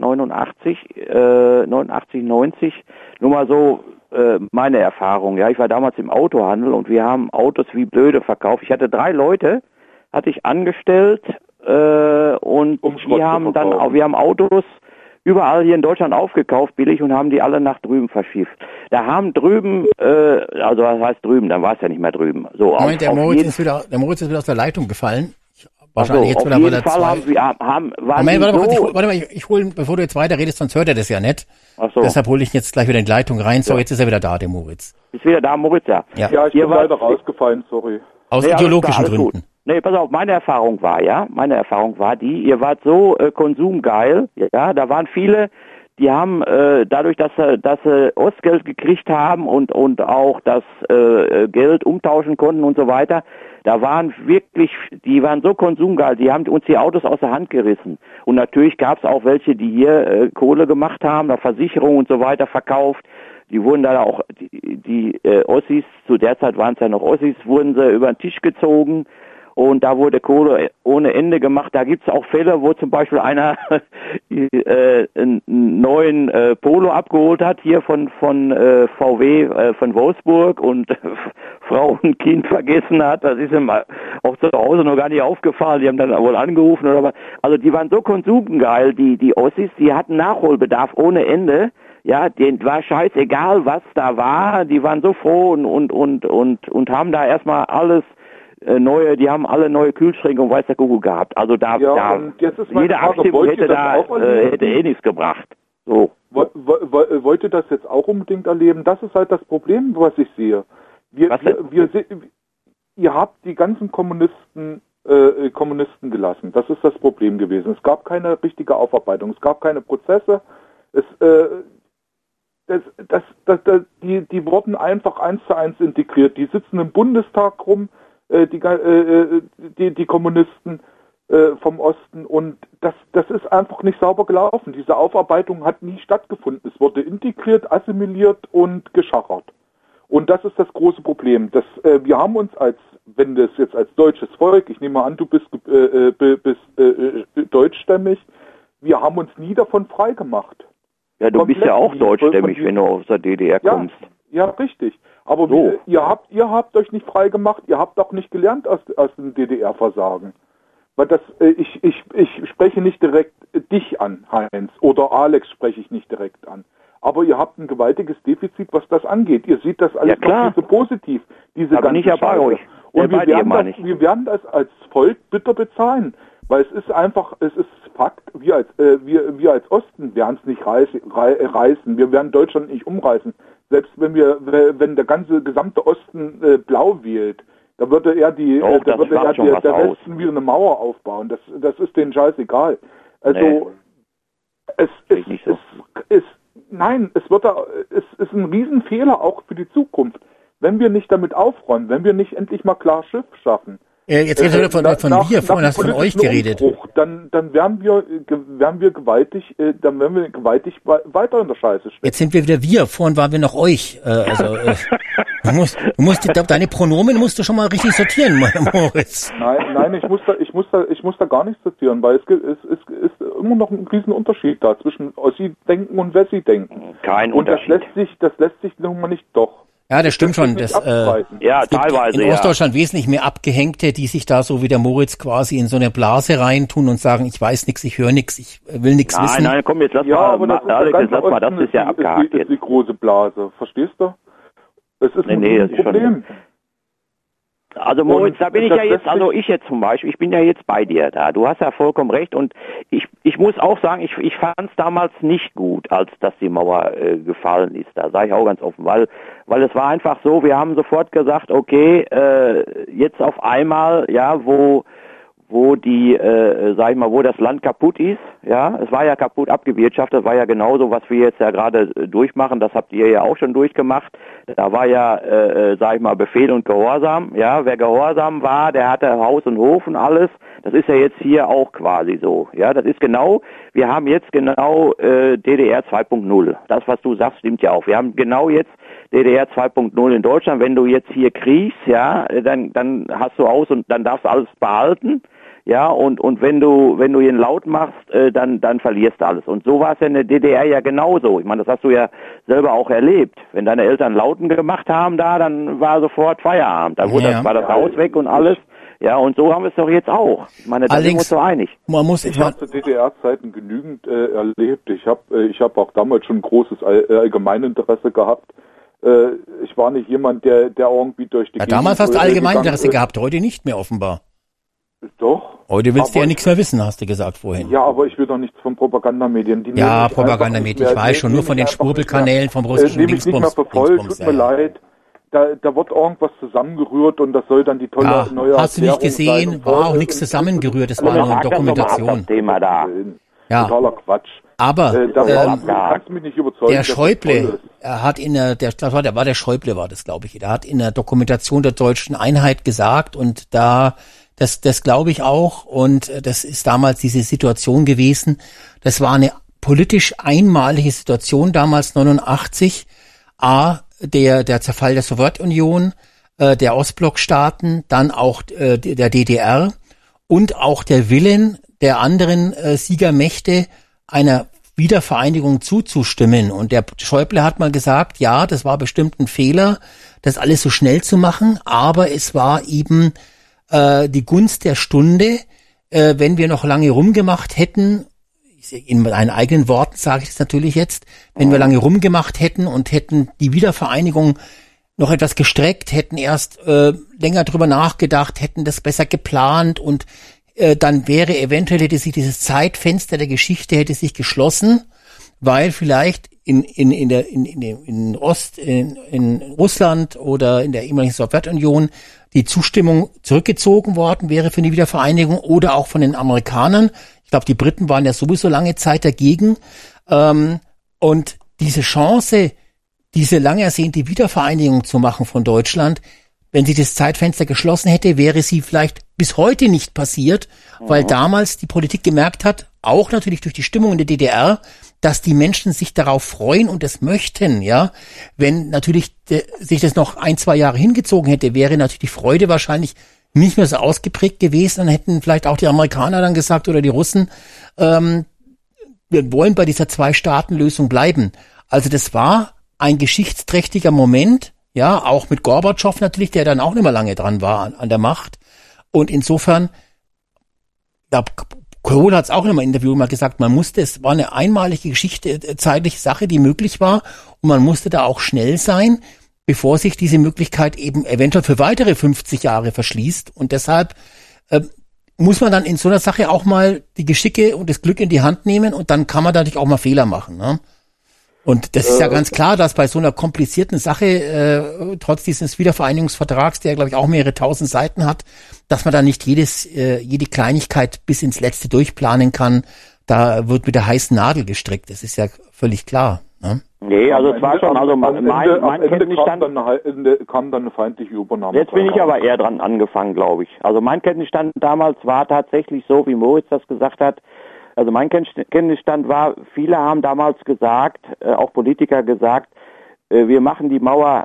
90, nur mal so meine Erfahrung. Ja, ich war damals im Autohandel und wir haben Autos wie blöde verkauft. Ich hatte 3 Leute, hatte ich angestellt und wir haben Autos überall hier in Deutschland aufgekauft, billig, und haben die alle nach drüben verschifft. Da haben drüben, also was heißt drüben, dann war es ja nicht mehr drüben. So, Moment, der Moritz ist wieder aus der Leitung gefallen. Wahrscheinlich jetzt auf wieder, jeden weil er Fall zwei... Moment, warte mal, ich hole, bevor du jetzt weiter redest, sonst hört er das ja nicht. Ach so. Deshalb hole ich jetzt gleich wieder in die Leitung rein. So, jetzt ist er wieder da, der Moritz. Ist wieder da, Moritz, ja. Ja, ich bin leider rausgefallen, sorry. Aus Nee, ideologischen alles Gründen. gut. Nee, pass auf, meine Erfahrung war die, ihr wart so konsumgeil, ja, da waren viele, die haben dadurch, dass sie Ostgeld gekriegt haben und auch das Geld umtauschen konnten und so weiter, da waren wirklich, die waren so konsumgeil, die haben uns die Autos aus der Hand gerissen. Und natürlich gab es auch welche, die hier Kohle gemacht haben, Versicherungen und so weiter verkauft. Die wurden da auch, die Ossis, zu der Zeit waren es ja noch Ossis, wurden sie über den Tisch gezogen. Und da wurde Kohle ohne Ende gemacht. Da gibt's auch Fälle, wo zum Beispiel einer einen neuen Polo abgeholt hat, hier von VW von Wolfsburg, und Frau und Kind vergessen hat. Das ist ihm auch zu Hause noch gar nicht aufgefallen. Die haben dann wohl angerufen oder was. Also die waren so konsumgeil, die Ossis, die hatten Nachholbedarf ohne Ende. Ja, denen war scheißegal, was da war. Die waren so froh und haben da erstmal alles die haben alle neue Kühlschränke und weiß der Kuckuck gehabt. Also jede Abstimmung hätte eh nichts gebracht. So. Wollt ihr das jetzt auch unbedingt erleben? Das ist halt das Problem, was ich sehe. Ihr habt die ganzen Kommunisten gelassen. Das ist das Problem gewesen. Es gab keine richtige Aufarbeitung. Es gab keine Prozesse. Die wurden einfach 1:1 integriert. Die sitzen im Bundestag rum, die Kommunisten vom Osten, und das ist einfach nicht sauber gelaufen. Diese Aufarbeitung hat nie stattgefunden. Es wurde integriert, assimiliert und geschachert. Und das ist das große Problem. Wir haben uns wenn das jetzt als deutsches Volk, ich nehme an, du bist deutschstämmig, wir haben uns nie davon frei gemacht. Ja, du bist ja auch deutschstämmig, wenn du aus der DDR kommst. Ja, richtig. Aber ihr habt euch nicht frei gemacht, ihr habt auch nicht gelernt aus dem DDR-Versagen. Weil ich spreche nicht direkt dich an, Heinz, oder Alex spreche ich nicht direkt an. Aber ihr habt ein gewaltiges Defizit, was das angeht. Ihr seht das alles noch nicht so positiv. Aber nicht bei euch. Und wir werden das als Volk bitter bezahlen. Weil es ist Fakt, wir als Osten werden es nicht reißen. Wir werden Deutschland nicht umreißen. Selbst wenn der gesamte Osten blau wählt, da würde er der Westen wieder eine Mauer aufbauen. Das ist denen scheißegal. Also es ist ein Riesenfehler auch für die Zukunft, wenn wir nicht damit aufräumen, wenn wir nicht endlich mal klar Schiff schaffen. Jetzt redest du vorhin hast du von euch geredet. Dann werden wir gewaltig weiter in der Scheiße stecken. Jetzt sind wir wieder vorhin waren wir noch euch. Du musst deine Pronomen musst du schon mal richtig sortieren, Moritz. Nein, ich muss da gar nicht sortieren, weil es ist immer noch ein riesen Unterschied da zwischen Ossi-Denken und Wessi-Denken. Kein Unterschied. Und das lässt sich nun mal nicht doch. Ja, das stimmt schon. Ja, teilweise. In Ostdeutschland wesentlich mehr Abgehängte, die sich da so wie der Moritz quasi in so eine Blase reintun und sagen, ich weiß nichts, ich höre nichts, ich will nichts wissen. Nein, komm, jetzt lass mal, das ist ja abgehakt. Das ist die große Blase, verstehst du? Es ist ein Problem. Also Moritz, da bin ich jetzt zum Beispiel, ich bin ja jetzt bei dir da. Du hast ja vollkommen recht, und ich muss auch sagen, ich fand es damals nicht gut, als dass die Mauer gefallen ist. Da sage ich auch ganz offen, weil es war einfach so, wir haben sofort gesagt, okay, jetzt auf einmal, ja, wo die, wo das Land kaputt ist, ja, es war ja kaputt abgewirtschaftet, das war ja genauso, was wir jetzt ja gerade durchmachen, das habt ihr ja auch schon durchgemacht, da war ja, Befehl und Gehorsam, ja, wer gehorsam war, der hatte Haus und Hof und alles, das ist ja jetzt hier auch quasi so, ja, das ist genau, wir haben jetzt genau DDR 2.0, das, was du sagst, stimmt ja auch, wir haben genau jetzt DDR 2.0 in Deutschland, wenn du jetzt hier kriegst, ja, dann hast du aus und dann darfst du alles behalten, ja, und wenn du ihn laut machst, dann verlierst du alles. Und so war es ja in der DDR ja genauso. Ich meine, das hast du ja selber auch erlebt. Wenn deine Eltern Lauten gemacht haben da, dann war sofort Feierabend. Dann war das Haus weg und alles. Ja, und so haben wir es doch jetzt auch. Ich meine, da sind wir uns so einig. Ich habe zu DDR-Zeiten genügend erlebt. Ich hab auch damals schon großes Allgemeininteresse gehabt. Ich war nicht jemand, der irgendwie durch die Gegend... Damals hast du Allgemeininteresse gehabt, heute nicht mehr offenbar. Doch. Heute willst du ja nichts mehr wissen, hast du gesagt vorhin. Ja, aber ich will doch nichts von Propagandamedien. Propagandamedien, ich weiß schon, nur von den Schwurbelkanälen vom russischen Dingsbums. Tut mir leid. Da wird irgendwas zusammengerührt und das soll dann die tolle neue hast du nicht gesehen, war auch nichts zusammengerührt, das war nur eine Dokumentation. Thema da. Ja. Totaler Quatsch. Aber kannst mich nicht überzeugen, der Schäuble, hat der Schäuble war das, glaube ich, der hat in der Dokumentation der Deutschen Einheit gesagt und das glaube ich auch und das ist damals diese Situation gewesen, das war eine politisch einmalige Situation damals 89, der Zerfall der Sowjetunion, der Ostblockstaaten, dann auch der DDR und auch der Willen der anderen Siegermächte einer Wiedervereinigung zuzustimmen. Und der Schäuble hat mal gesagt, ja, das war bestimmt ein Fehler, das alles so schnell zu machen, aber es war eben die Gunst der Stunde, wenn wir noch lange rumgemacht hätten, in meinen eigenen Worten sage ich das natürlich jetzt, wenn wir lange rumgemacht hätten und hätten die Wiedervereinigung noch etwas gestreckt, hätten erst länger drüber nachgedacht, hätten das besser geplant und dann hätte sich dieses Zeitfenster der Geschichte hätte sich geschlossen, weil vielleicht in Russland oder in der ehemaligen Sowjetunion die Zustimmung zurückgezogen worden wäre für die Wiedervereinigung oder auch von den Amerikanern. Ich glaube, die Briten waren ja sowieso lange Zeit dagegen. Und diese Chance, diese lang ersehnte Wiedervereinigung zu machen von Deutschland, wenn sie das Zeitfenster geschlossen hätte, wäre sie vielleicht bis heute nicht passiert, weil damals die Politik gemerkt hat, auch natürlich durch die Stimmung in der DDR, dass die Menschen sich darauf freuen und es möchten, ja. Wenn natürlich sich das noch 1-2 Jahre hingezogen hätte, wäre natürlich die Freude wahrscheinlich nicht mehr so ausgeprägt gewesen. Dann hätten vielleicht auch die Amerikaner dann gesagt oder die Russen, wir wollen bei dieser 2-Staaten-Lösung bleiben. Also das war ein geschichtsträchtiger Moment, ja, auch mit Gorbatschow natürlich, der dann auch nicht mehr lange dran war an der Macht. Und insofern, Kohl hat es auch in einem Interview mal gesagt, es war eine einmalige zeitliche Sache, die möglich war und man musste da auch schnell sein, bevor sich diese Möglichkeit eben eventuell für weitere 50 Jahre verschließt. Und deshalb muss man dann in so einer Sache auch mal die Geschicke und das Glück in die Hand nehmen und dann kann man natürlich auch mal Fehler machen, ne? Und das ist ja ganz klar, dass bei so einer komplizierten Sache, trotz dieses Wiedervereinigungsvertrags, der glaube ich auch mehrere 1000 Seiten hat, dass man da nicht jede Kleinigkeit bis ins Letzte durchplanen kann. Da wird mit der heißen Nadel gestrickt. Das ist ja völlig klar. Ne? Nee, also es war schon, also mein Kenntnisstand kam dann eine feindliche Übernahme. Jetzt bin ich aber eher dran angefangen, glaube ich. Also mein Kenntnisstand damals war tatsächlich so, wie Moritz das gesagt hat. Also mein Kenntnisstand war, viele haben damals gesagt, auch Politiker gesagt, wir machen die Mauer,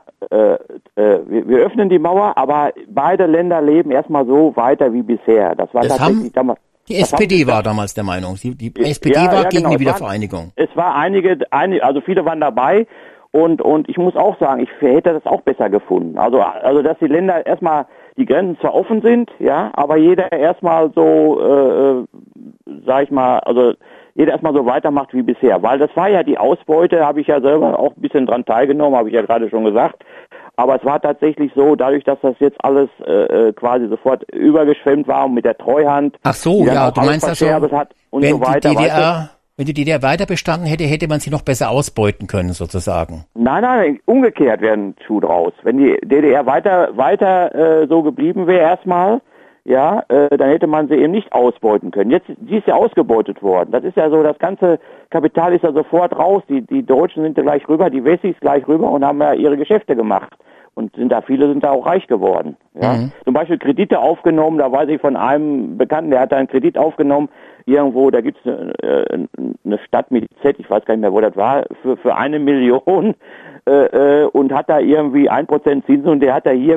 wir öffnen die Mauer, aber beide Länder leben erstmal so weiter wie bisher. Das war tatsächlich damals. Die SPD war damals der Meinung. Die SPD war gegen die Wiedervereinigung. Es war also viele waren dabei und ich muss auch sagen, ich hätte das auch besser gefunden. Also dass die Länder erstmal die Grenzen zwar offen sind, ja, aber jeder erstmal so, sag ich mal, also jeder erstmal so weitermacht wie bisher. Weil das war ja die Ausbeute, habe ich ja selber auch ein bisschen dran teilgenommen, habe ich ja gerade schon gesagt. Aber es war tatsächlich so, dadurch, dass das jetzt alles quasi sofort übergeschwemmt war und mit der Treuhand. Ach so, ja, du meinst also, wenn so weiter, wenn die DDR weiter bestanden hätte, hätte man sie noch besser ausbeuten können, sozusagen. Nein, umgekehrt wäre ein Schuh draus. Wenn die DDR weiter so geblieben wäre erstmal, ja, dann hätte man sie eben nicht ausbeuten können. Jetzt, die ist ja ausgebeutet worden. Das ist ja so, das ganze Kapital ist ja sofort raus. Die Deutschen sind ja gleich rüber, die Wessis gleich rüber und haben ja ihre Geschäfte gemacht. Und viele sind da auch reich geworden. Ja. Zum Beispiel Kredite aufgenommen, da weiß ich von einem Bekannten, der hat da einen Kredit aufgenommen, irgendwo, da gibt's eine Stadt mit Z, ich weiß gar nicht mehr, wo das war, für 1 Million und hat da irgendwie 1% Zinsen und der hat da hier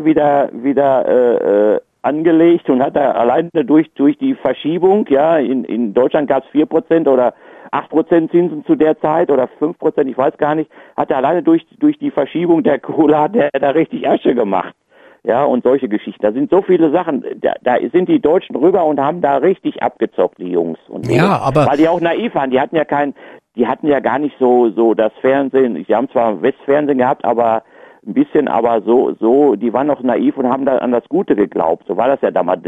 wieder angelegt und hat da alleine durch die Verschiebung, ja, in Deutschland gab's 4% oder 8% Zinsen zu der Zeit oder 5%, ich weiß gar nicht, hat er alleine durch die Verschiebung der Kohle hat er da richtig Asche gemacht. Ja, und solche Geschichten. Da sind so viele Sachen, da sind die Deutschen rüber und haben da richtig abgezockt, die Jungs. Und ja, aber... Weil die auch naiv waren, die hatten ja gar nicht so das Fernsehen, die haben zwar Westfernsehen gehabt, aber ein bisschen, aber so, die waren noch naiv und haben da an das Gute geglaubt. So war das ja damals.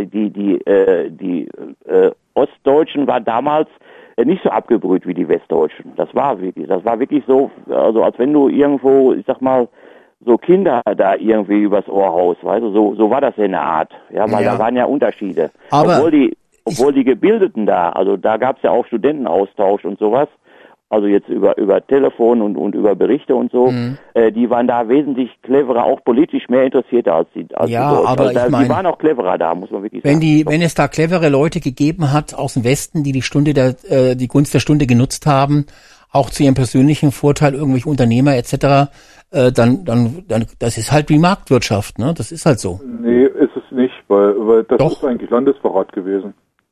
Die Ostdeutschen waren damals nicht so abgebrüht wie die Westdeutschen. Das war wirklich so, also als wenn du irgendwo, ich sag mal, so Kinder da irgendwie übers Ohr haust, weißt du, so war das in der Art. Ja, weil da waren ja Unterschiede. Aber obwohl die Gebildeten da, also da gab's ja auch Studentenaustausch und sowas, also jetzt über Telefon und über Berichte und so, die waren da wesentlich cleverer, auch politisch mehr interessierte als die Deutschen. Aber also ich meine, die waren auch cleverer da, muss man wirklich sagen. Wenn es da clevere Leute gegeben hat aus dem Westen, die die Gunst der Stunde genutzt haben, auch zu ihrem persönlichen Vorteil, irgendwelche Unternehmer etc., dann das ist halt wie Marktwirtschaft, ne? Das ist halt so. Nee, ist es nicht, weil das ist eigentlich Landesverrat gewesen.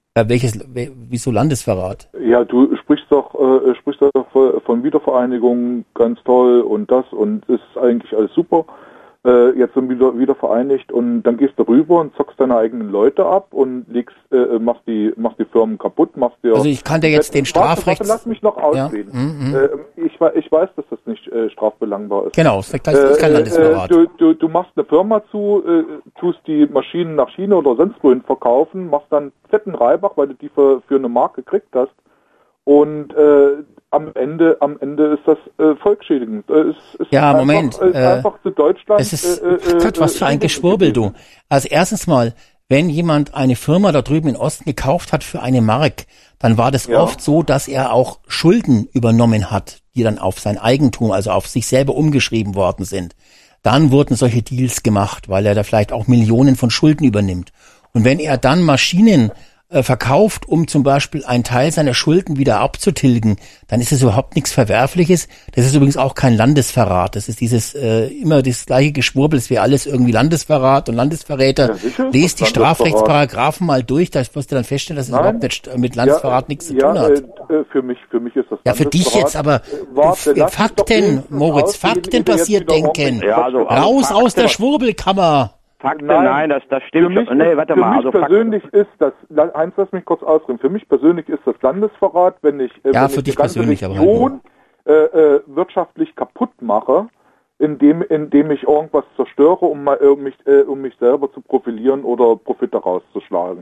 Wieso Landesverrat? Ja, du sprichst doch von Wiedervereinigung, ganz toll und das und ist eigentlich alles super. Jetzt sind wir wieder vereinigt und dann gehst du rüber und zockst deine eigenen Leute ab und machst die Firmen kaputt, machst dir... Also ich kann dir jetzt den Strafrechts... Lass mich noch ausreden. Ja. Ich weiß, dass das nicht strafbelangbar ist. Genau, das ist kein Landesverrat. Du machst eine Firma zu, tust die Maschinen nach China oder sonst wohin verkaufen, machst dann fetten Reibach, weil du die für eine Mark gekriegt hast und am Ende ist das volksschädigend. Moment. Einfach zu Deutschland. Es ist Gott, was für ein Geschwurbel, du. Also erstens mal, wenn jemand eine Firma da drüben im Osten gekauft hat für eine Mark, dann war das oft so, dass er auch Schulden übernommen hat, die dann auf sein Eigentum, also auf sich selber umgeschrieben worden sind. Dann wurden solche Deals gemacht, weil er da vielleicht auch Millionen von Schulden übernimmt. Und wenn er dann Maschinen verkauft, um zum Beispiel einen Teil seiner Schulden wieder abzutilgen, dann ist es überhaupt nichts Verwerfliches. Das ist übrigens auch kein Landesverrat. Das ist dieses immer das gleiche Geschwurbel, es wäre alles irgendwie Landesverrat und Landesverräter. Ja, lest die Strafrechtsparagraphen mal durch, da wirst du dann feststellen, dass es überhaupt nicht mit Landesverrat nichts zu tun hat. Für mich ist das ja, für dich jetzt, aber Fakten, Moritz, faktenbasiert denken. Ja, also, raus aus der Schwurbelkammer. Fakten, nein, das stimmt schon. Nee, warte mal. Für mich persönlich ist das, Heinz, lass mich kurz ausreden. Für mich persönlich ist das Landesverrat, wenn ich für ich dich die ganze persönlich, Region wirtschaftlich kaputt mache, indem ich irgendwas zerstöre, um mich selber zu profilieren oder Profit daraus zu schlagen.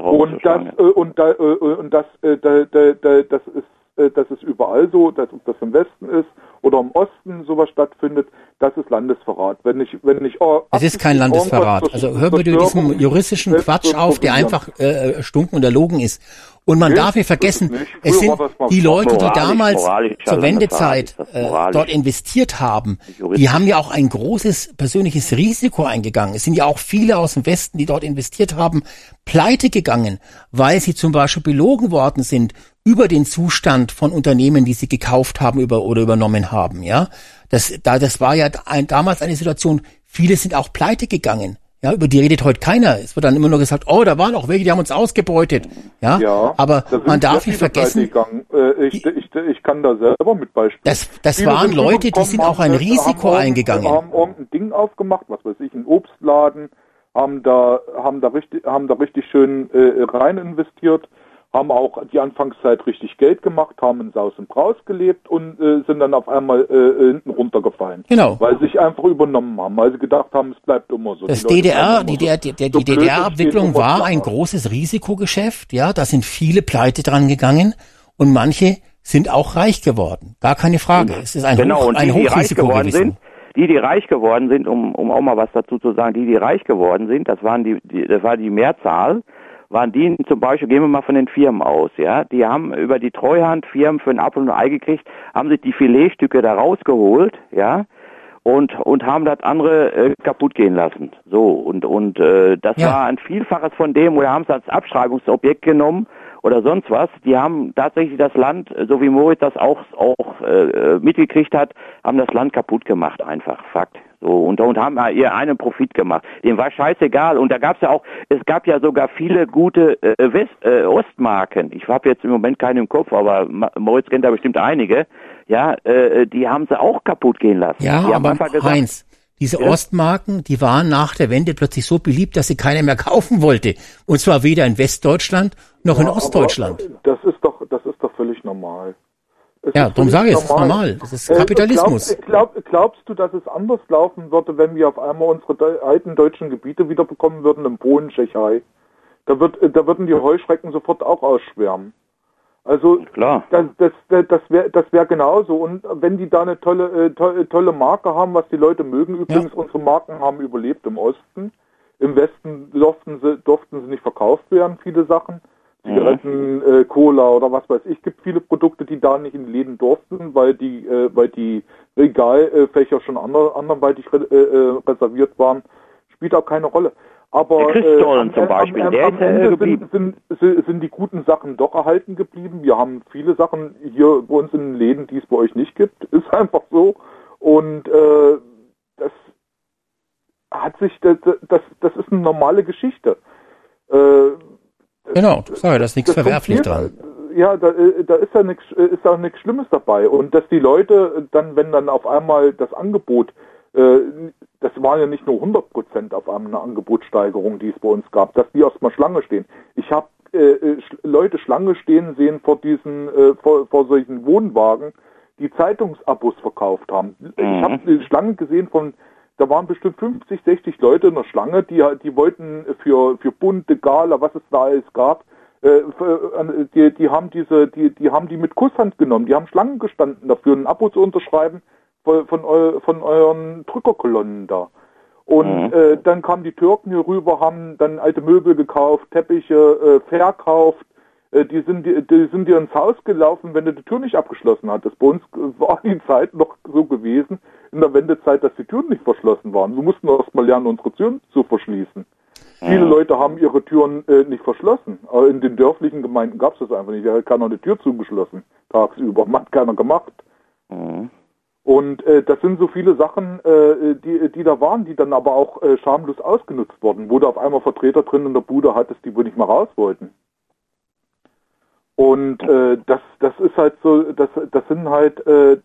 Das ist überall so, dass ob das im Westen ist oder im Osten sowas stattfindet, das ist Landesverrat. Wenn ich es ist kein Landesverrat. Also hör bitte diesen juristischen Quatsch auf, der einfach stunken und erlogen ist. Und man darf nicht vergessen, es sind die Leute, die damals zur Wendezeit dort investiert haben, die haben ja auch ein großes persönliches Risiko eingegangen. Es sind ja auch viele aus dem Westen, die dort investiert haben, pleite gegangen, weil sie zum Beispiel belogen worden sind über den Zustand von Unternehmen, die sie gekauft haben oder übernommen haben. Ja, das war ja damals eine Situation. Viele sind auch pleite gegangen. Ja, über die redet heute keiner. Es wird dann immer nur gesagt, oh, da waren auch welche, die haben uns ausgebeutet. Ja, aber man darf nicht vergessen, ich kann da selber mit Beispielen. Das waren Leute, die sind auch ein Risiko eingegangen. Haben irgendein Ding aufgemacht, was weiß ich, einen Obstladen, haben da richtig schön rein investiert, haben auch die Anfangszeit richtig Geld gemacht, haben in Saus und Braus gelebt und sind dann auf einmal hinten runtergefallen. Genau. Weil sie sich einfach übernommen haben, weil sie gedacht haben, es bleibt immer so. Die DDR-Abwicklung war ein großes Risikogeschäft, ja, da sind viele pleite dran gegangen und manche sind auch reich geworden. Gar keine Frage. Es ist ein Hochrisiko gewesen. Die reich geworden sind, um auch mal was dazu zu sagen, die reich geworden sind, das war die Mehrzahl, waren die zum Beispiel, gehen wir mal von den Firmen aus, ja, die haben über die Treuhand Firmen für einen Apfel und ein Ei gekriegt, haben sich die Filetstücke da rausgeholt, ja, und haben das andere kaputt gehen lassen. So, und das war ein Vielfaches von dem, oder haben es als Abschreibungsobjekt genommen oder sonst was. Die haben tatsächlich das Land, so wie Moritz das auch mitgekriegt hat, haben das Land kaputt gemacht, einfach, Fakt. So, und haben ihr einen Profit gemacht. Dem war scheißegal. Und da es gab ja sogar viele gute Ostmarken. Ich habe jetzt im Moment keinen im Kopf, aber Moritz kennt da bestimmt einige. Ja, die haben sie auch kaputt gehen lassen. Ja, aber Heinz, Diese Ostmarken, die waren nach der Wende plötzlich so beliebt, dass sie keiner mehr kaufen wollte. Und zwar weder in Westdeutschland noch in Ostdeutschland. Das ist doch völlig normal. Darum sage ich, es ist normal. Das ist Kapitalismus. Glaubst du, dass es anders laufen würde, wenn wir auf einmal unsere alten deutschen Gebiete wieder bekommen würden im Polen, Tschechei? Da würden die Heuschrecken sofort auch ausschwärmen. Also klar. Das wäre genauso. Und wenn die da eine tolle Marke haben, was die Leute mögen, übrigens unsere Marken haben überlebt im Osten. Im Westen durften sie nicht verkauft werden, viele Sachen. Zigaretten, Cola oder was weiß ich. Gibt viele Produkte, die da nicht in Läden durften, weil die Regalfächer schon anderweitig reserviert waren. Spielt auch keine Rolle. Aber zum Beispiel, am Ende sind die guten Sachen doch erhalten geblieben. Wir haben viele Sachen hier bei uns in den Läden, die es bei euch nicht gibt. Ist einfach so. Und das hat sich, das ist eine normale Geschichte. Genau, da ist nichts verwerflich dran. Ja, da ist ja nichts Schlimmes dabei. Und dass die Leute dann, wenn dann auf einmal das Angebot, das waren ja nicht nur 100% auf einmal eine Angebotssteigerung, die es bei uns gab, dass die erstmal Schlange stehen. Ich habe Leute Schlange stehen sehen vor solchen Wohnwagen, die Zeitungsabos verkauft haben. Ich habe die Schlange gesehen da waren bestimmt 50, 60 Leute in der Schlange, die wollten für bunte Gala, was es da alles gab, die haben die mit Kusshand genommen, die haben Schlangen gestanden dafür, ein Abo zu unterschreiben von euren Drückerkolonnen da. Und dann kamen die Türken hier rüber, haben dann alte Möbel gekauft, Teppiche verkauft. Die sind dir ins Haus gelaufen, wenn du die Tür nicht abgeschlossen hattest. Bei uns war die Zeit noch so gewesen, in der Wendezeit, dass die Türen nicht verschlossen waren. Wir mussten erst mal lernen, unsere Türen zu verschließen. Viele Leute haben ihre Türen nicht verschlossen. Aber in den dörflichen Gemeinden gab es das einfach nicht. Da hat keiner eine Tür zugeschlossen, tagsüber. Hat keiner gemacht. Und das sind so viele Sachen, die da waren, die dann aber auch schamlos ausgenutzt wurden, wo du auf einmal Vertreter drin in der Bude hattest, die wohl nicht mehr raus wollten. Und das ist halt so, das sind halt,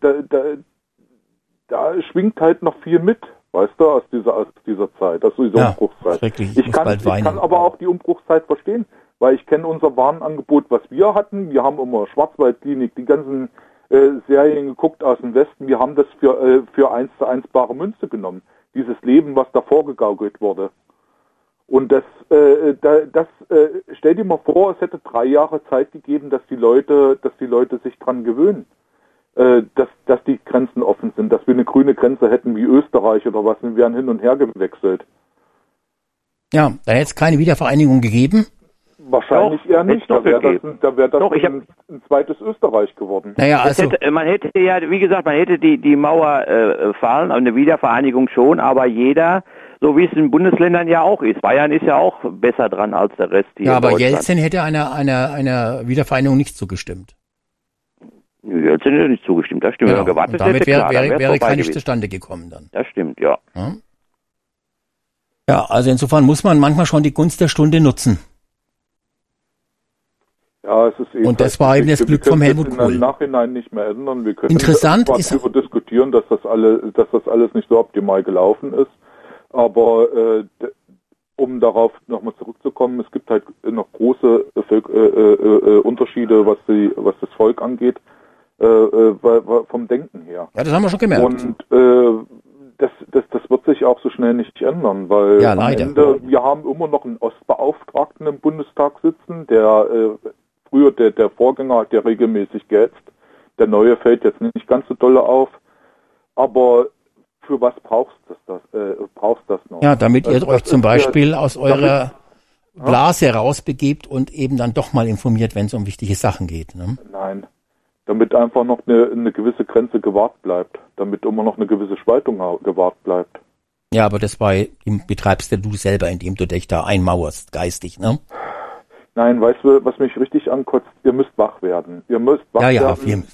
da schwingt halt noch viel mit, weißt du, aus dieser Zeit, aus dieser Umbruchszeit. Ich kann aber auch die Umbruchszeit verstehen, weil ich kenne unser Warenangebot, was wir hatten. Wir haben immer Schwarzwaldklinik, die ganzen Serien geguckt aus dem Westen. Wir haben das für 1:1 bare Münze genommen. Dieses Leben, was da vorgegaukelt wurde. Und stell dir mal vor, es hätte 3 Jahre Zeit gegeben, dass die Leute sich dran gewöhnen, dass die Grenzen offen sind, dass wir eine grüne Grenze hätten wie Österreich oder was, wir wären hin und her gewechselt. Ja, da hätte es keine Wiedervereinigung gegeben. Wahrscheinlich eher nicht. Da wäre das ein zweites Österreich geworden. Naja, also man hätte ja, wie gesagt, die Mauer fallen, eine Wiedervereinigung schon, aber jeder, so wie es in Bundesländern ja auch ist. Bayern ist ja auch besser dran als der Rest hier. Ja, aber Jelzin hätte einer Wiedervereinigung nicht zugestimmt. Jelzin hätte nicht zugestimmt, das stimmt. Genau. Gewartet, und damit wäre keine gewesen. zustande gekommen dann. Das stimmt, ja. Ja, also insofern muss man manchmal schon die Gunst der Stunde nutzen. Ja, es ist und das war eben das Glück vom Helmut Kohl. Im Nachhinein nicht mehr ändern. Wir können interessant ist darüber diskutieren, dass das alles nicht so optimal gelaufen ist. Aber um darauf nochmal zurückzukommen, es gibt halt noch große Unterschiede, was das Volk angeht, vom Denken her. Ja, das haben wir schon gemerkt. Und das wird sich auch so schnell nicht ändern, weil ja, am leider. Ende, wir haben immer noch einen Ostbeauftragten im Bundestag sitzen, der früher der Vorgänger hat ja regelmäßig gehetzt. Der neue fällt jetzt nicht ganz so dolle auf. Aber für was brauchst das noch? Ja, damit ihr euch zum Beispiel aus eurer Blase rausbegebt und eben dann doch mal informiert, wenn es um wichtige Sachen geht. Ne? Nein. Damit einfach noch eine gewisse Grenze gewahrt bleibt. Damit immer noch eine gewisse Spaltung gewahrt bleibt. Ja, aber das betreibst du selber, indem du dich da einmauerst, geistig, ne? Nein, weißt du, was mich richtig ankotzt? Ihr müsst wach werden. Ihr müsst wach werden,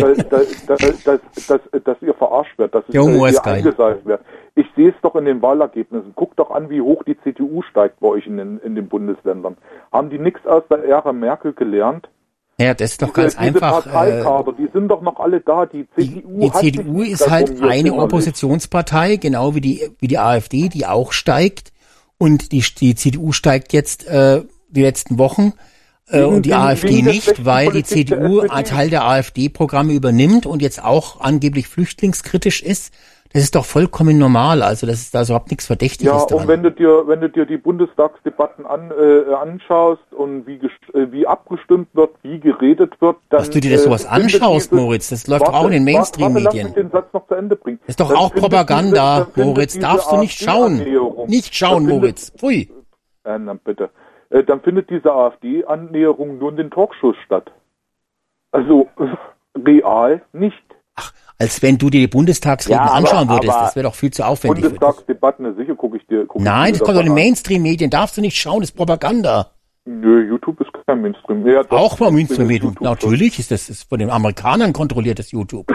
dass ihr verarscht werdet, dass ihr eingeseift werdet. Ich sehe es doch in den Wahlergebnissen. Guckt doch an, wie hoch die CDU steigt bei euch in den Bundesländern. Haben die nichts aus der Ära Merkel gelernt? Ja, das ist doch ganz einfach. Parteikader, die sind doch noch alle da. Die CDU, die CDU ist halt eine Oppositionspartei, genau wie die AfD, die auch steigt. Und die CDU steigt jetzt die letzten Wochen und die AfD nicht, weil die CDU einen Teil der AfD-Programme übernimmt und jetzt auch angeblich flüchtlingskritisch ist. Das ist doch vollkommen normal, also das ist da überhaupt nichts Verdächtiges dran. Ja, und wenn du dir die Bundestagsdebatten anschaust und wie abgestimmt wird, wie geredet wird, dann... Dass du dir das sowas anschaust, Moritz, das läuft doch auch in den Mainstream-Medien. Lass mich den Satz noch zu Ende bringen. Das ist doch auch Propaganda, Moritz, darfst du nicht schauen. Nicht schauen, Moritz, pfui. Na bitte. Dann findet diese AfD-Annäherung nur in den Talkshows statt. Also real nicht. Als wenn du dir die Bundestagsreden anschauen würdest. Das wäre doch viel zu aufwendig. Bundestagsdebatten, sicher gucke ich dir. Nein, das kommt doch in den Mainstream-Medien. Darfst du nicht schauen, das ist Propaganda. Nö, YouTube ist kein Mainstream. Ja, auch mal Mainstream-Medien. Natürlich ist das von den Amerikanern kontrolliertes YouTube.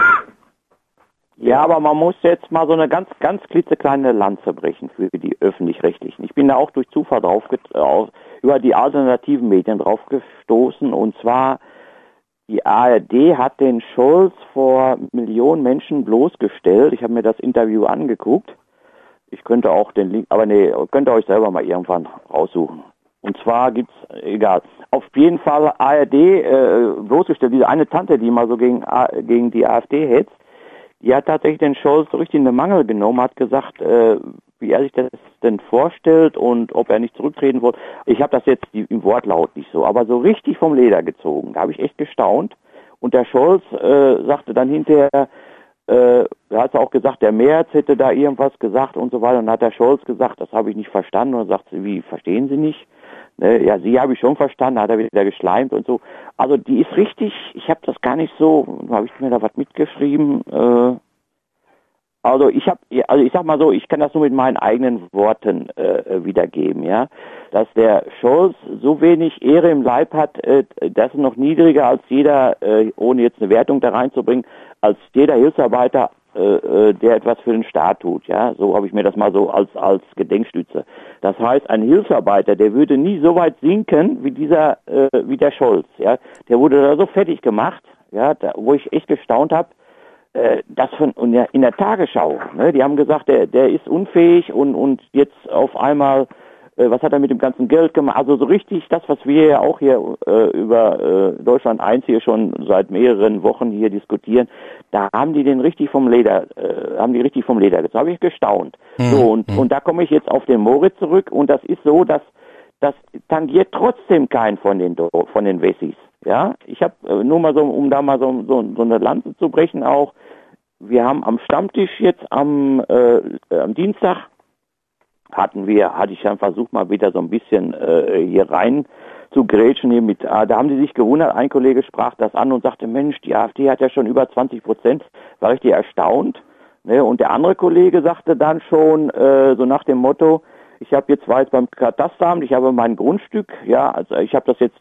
Ja, aber man muss jetzt mal so eine ganz, ganz klitzekleine Lanze brechen für die Öffentlich-Rechtlichen. Ich bin da auch durch Zufall über die alternativen Medien draufgestoßen, und zwar die ARD hat den Scholz vor Millionen Menschen bloßgestellt. Ich habe mir das Interview angeguckt. Ich könnte auch den Link, aber nee, könnt ihr euch selber mal irgendwann raussuchen. Und zwar gibt's, egal, auf jeden Fall ARD bloßgestellt. Diese eine Tante, die mal so gegen die AfD hetzt, die hat tatsächlich den Scholz so richtig in den Mangel genommen, hat gesagt, wie er sich das denn vorstellt und ob er nicht zurücktreten will. Ich habe das jetzt im Wortlaut nicht so, aber so richtig vom Leder gezogen. Da habe ich echt gestaunt. Und der Scholz sagte dann hinterher, er hat auch gesagt, der Merz hätte da irgendwas gesagt und so weiter. Und dann hat der Scholz gesagt, das habe ich nicht verstanden. Und dann sagt sie, wie, verstehen Sie nicht? Ne, ja, sie habe ich schon verstanden, hat er wieder geschleimt und so. Also die ist richtig, ich habe das gar nicht so, habe ich mir da was mitgeschrieben. Also ich sag mal so, ich kann das nur mit meinen eigenen Worten wiedergeben, ja. Dass der Scholz so wenig Ehre im Leib hat, das ist noch niedriger als jeder, ohne jetzt eine Wertung da reinzubringen, als jeder Hilfsarbeiter, der etwas für den Staat tut, ja. So habe ich mir das mal so als Gedenkstütze. Das heißt, ein Hilfsarbeiter, der würde nie so weit sinken wie wie der Scholz, ja. Der wurde da so fertig gemacht, ja, wo ich echt gestaunt habe. Das in der Tagesschau, ne, die haben gesagt, der ist unfähig und jetzt auf einmal, was hat er mit dem ganzen Geld gemacht? Also so richtig das, was wir ja auch hier über Deutschland 1 hier schon seit mehreren Wochen hier diskutieren, da haben die den richtig vom Leder, gezogen. Habe ich gestaunt. So, und da komme ich jetzt auf den Moritz zurück, und das ist so, dass das tangiert trotzdem keinen von den Wessis. Ja, ich habe nur mal so, um da mal so eine Lanze zu brechen auch, wir haben am Stammtisch jetzt am Dienstag hatte ich dann versucht, mal wieder so ein bisschen hier rein zu grätschen hier mit, da haben die sich gewundert, ein Kollege sprach das an und sagte, Mensch, die AfD hat ja schon über 20%, war richtig erstaunt, ne? Und der andere Kollege sagte dann schon so nach dem Motto, war jetzt beim Katasteramt, ich habe mein Grundstück, ja, also ich habe das jetzt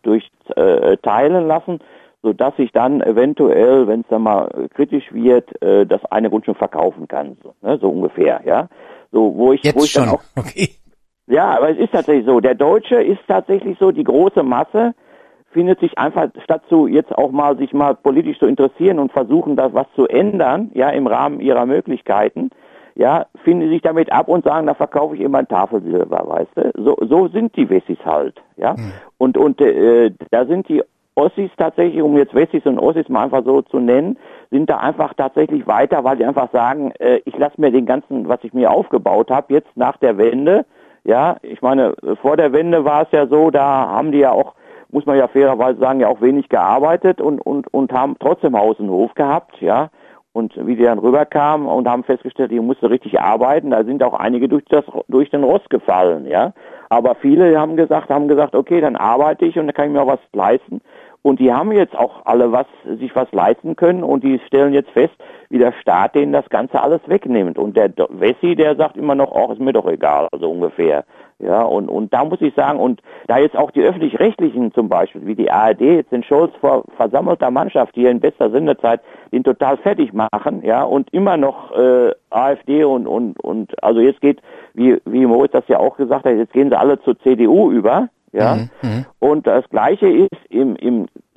teilen lassen, sodass ich dann eventuell, wenn es dann mal kritisch wird, das eine Grundstück verkaufen kann, so ungefähr, ja. So, wo ich schon, dann auch, okay. Ja, aber es ist tatsächlich so, der Deutsche ist tatsächlich so, die große Masse findet sich einfach, statt jetzt auch mal sich mal politisch zu interessieren und versuchen, da was zu ändern, ja, im Rahmen ihrer Möglichkeiten, ja, finden sich damit ab und sagen, da verkaufe ich immer ein Tafelsilber, weißt du? So sind die Wessis halt, ja. Und da sind die Ossis tatsächlich, um jetzt Wessis und Ossis mal einfach so zu nennen, sind da einfach tatsächlich weiter, weil die einfach sagen, ich lasse mir den ganzen, was ich mir aufgebaut habe, jetzt nach der Wende, ja, ich meine, vor der Wende war es ja so, da haben die ja auch, muss man ja fairerweise sagen, ja auch wenig gearbeitet und haben trotzdem Haus und Hof gehabt, ja. Und wie die dann rüberkamen und haben festgestellt, die musste richtig arbeiten, da sind auch einige durch den Rost gefallen, ja. Aber viele haben gesagt, okay, dann arbeite ich und dann kann ich mir auch was leisten. Und die haben jetzt auch alle sich was leisten können, und die stellen jetzt fest, wie der Staat denen das Ganze alles wegnimmt. Und der Wessi, der sagt immer noch, ist mir doch egal, also ungefähr. Ja, und da muss ich sagen, und da jetzt auch die Öffentlich-Rechtlichen zum Beispiel, wie die ARD, jetzt den Scholz vor versammelter Mannschaft hier in bester Sendezeit, den total fertig machen, ja, und immer noch AfD und also jetzt geht, wie Moritz das ja auch gesagt hat, jetzt gehen sie alle zur CDU über, ja, und das Gleiche ist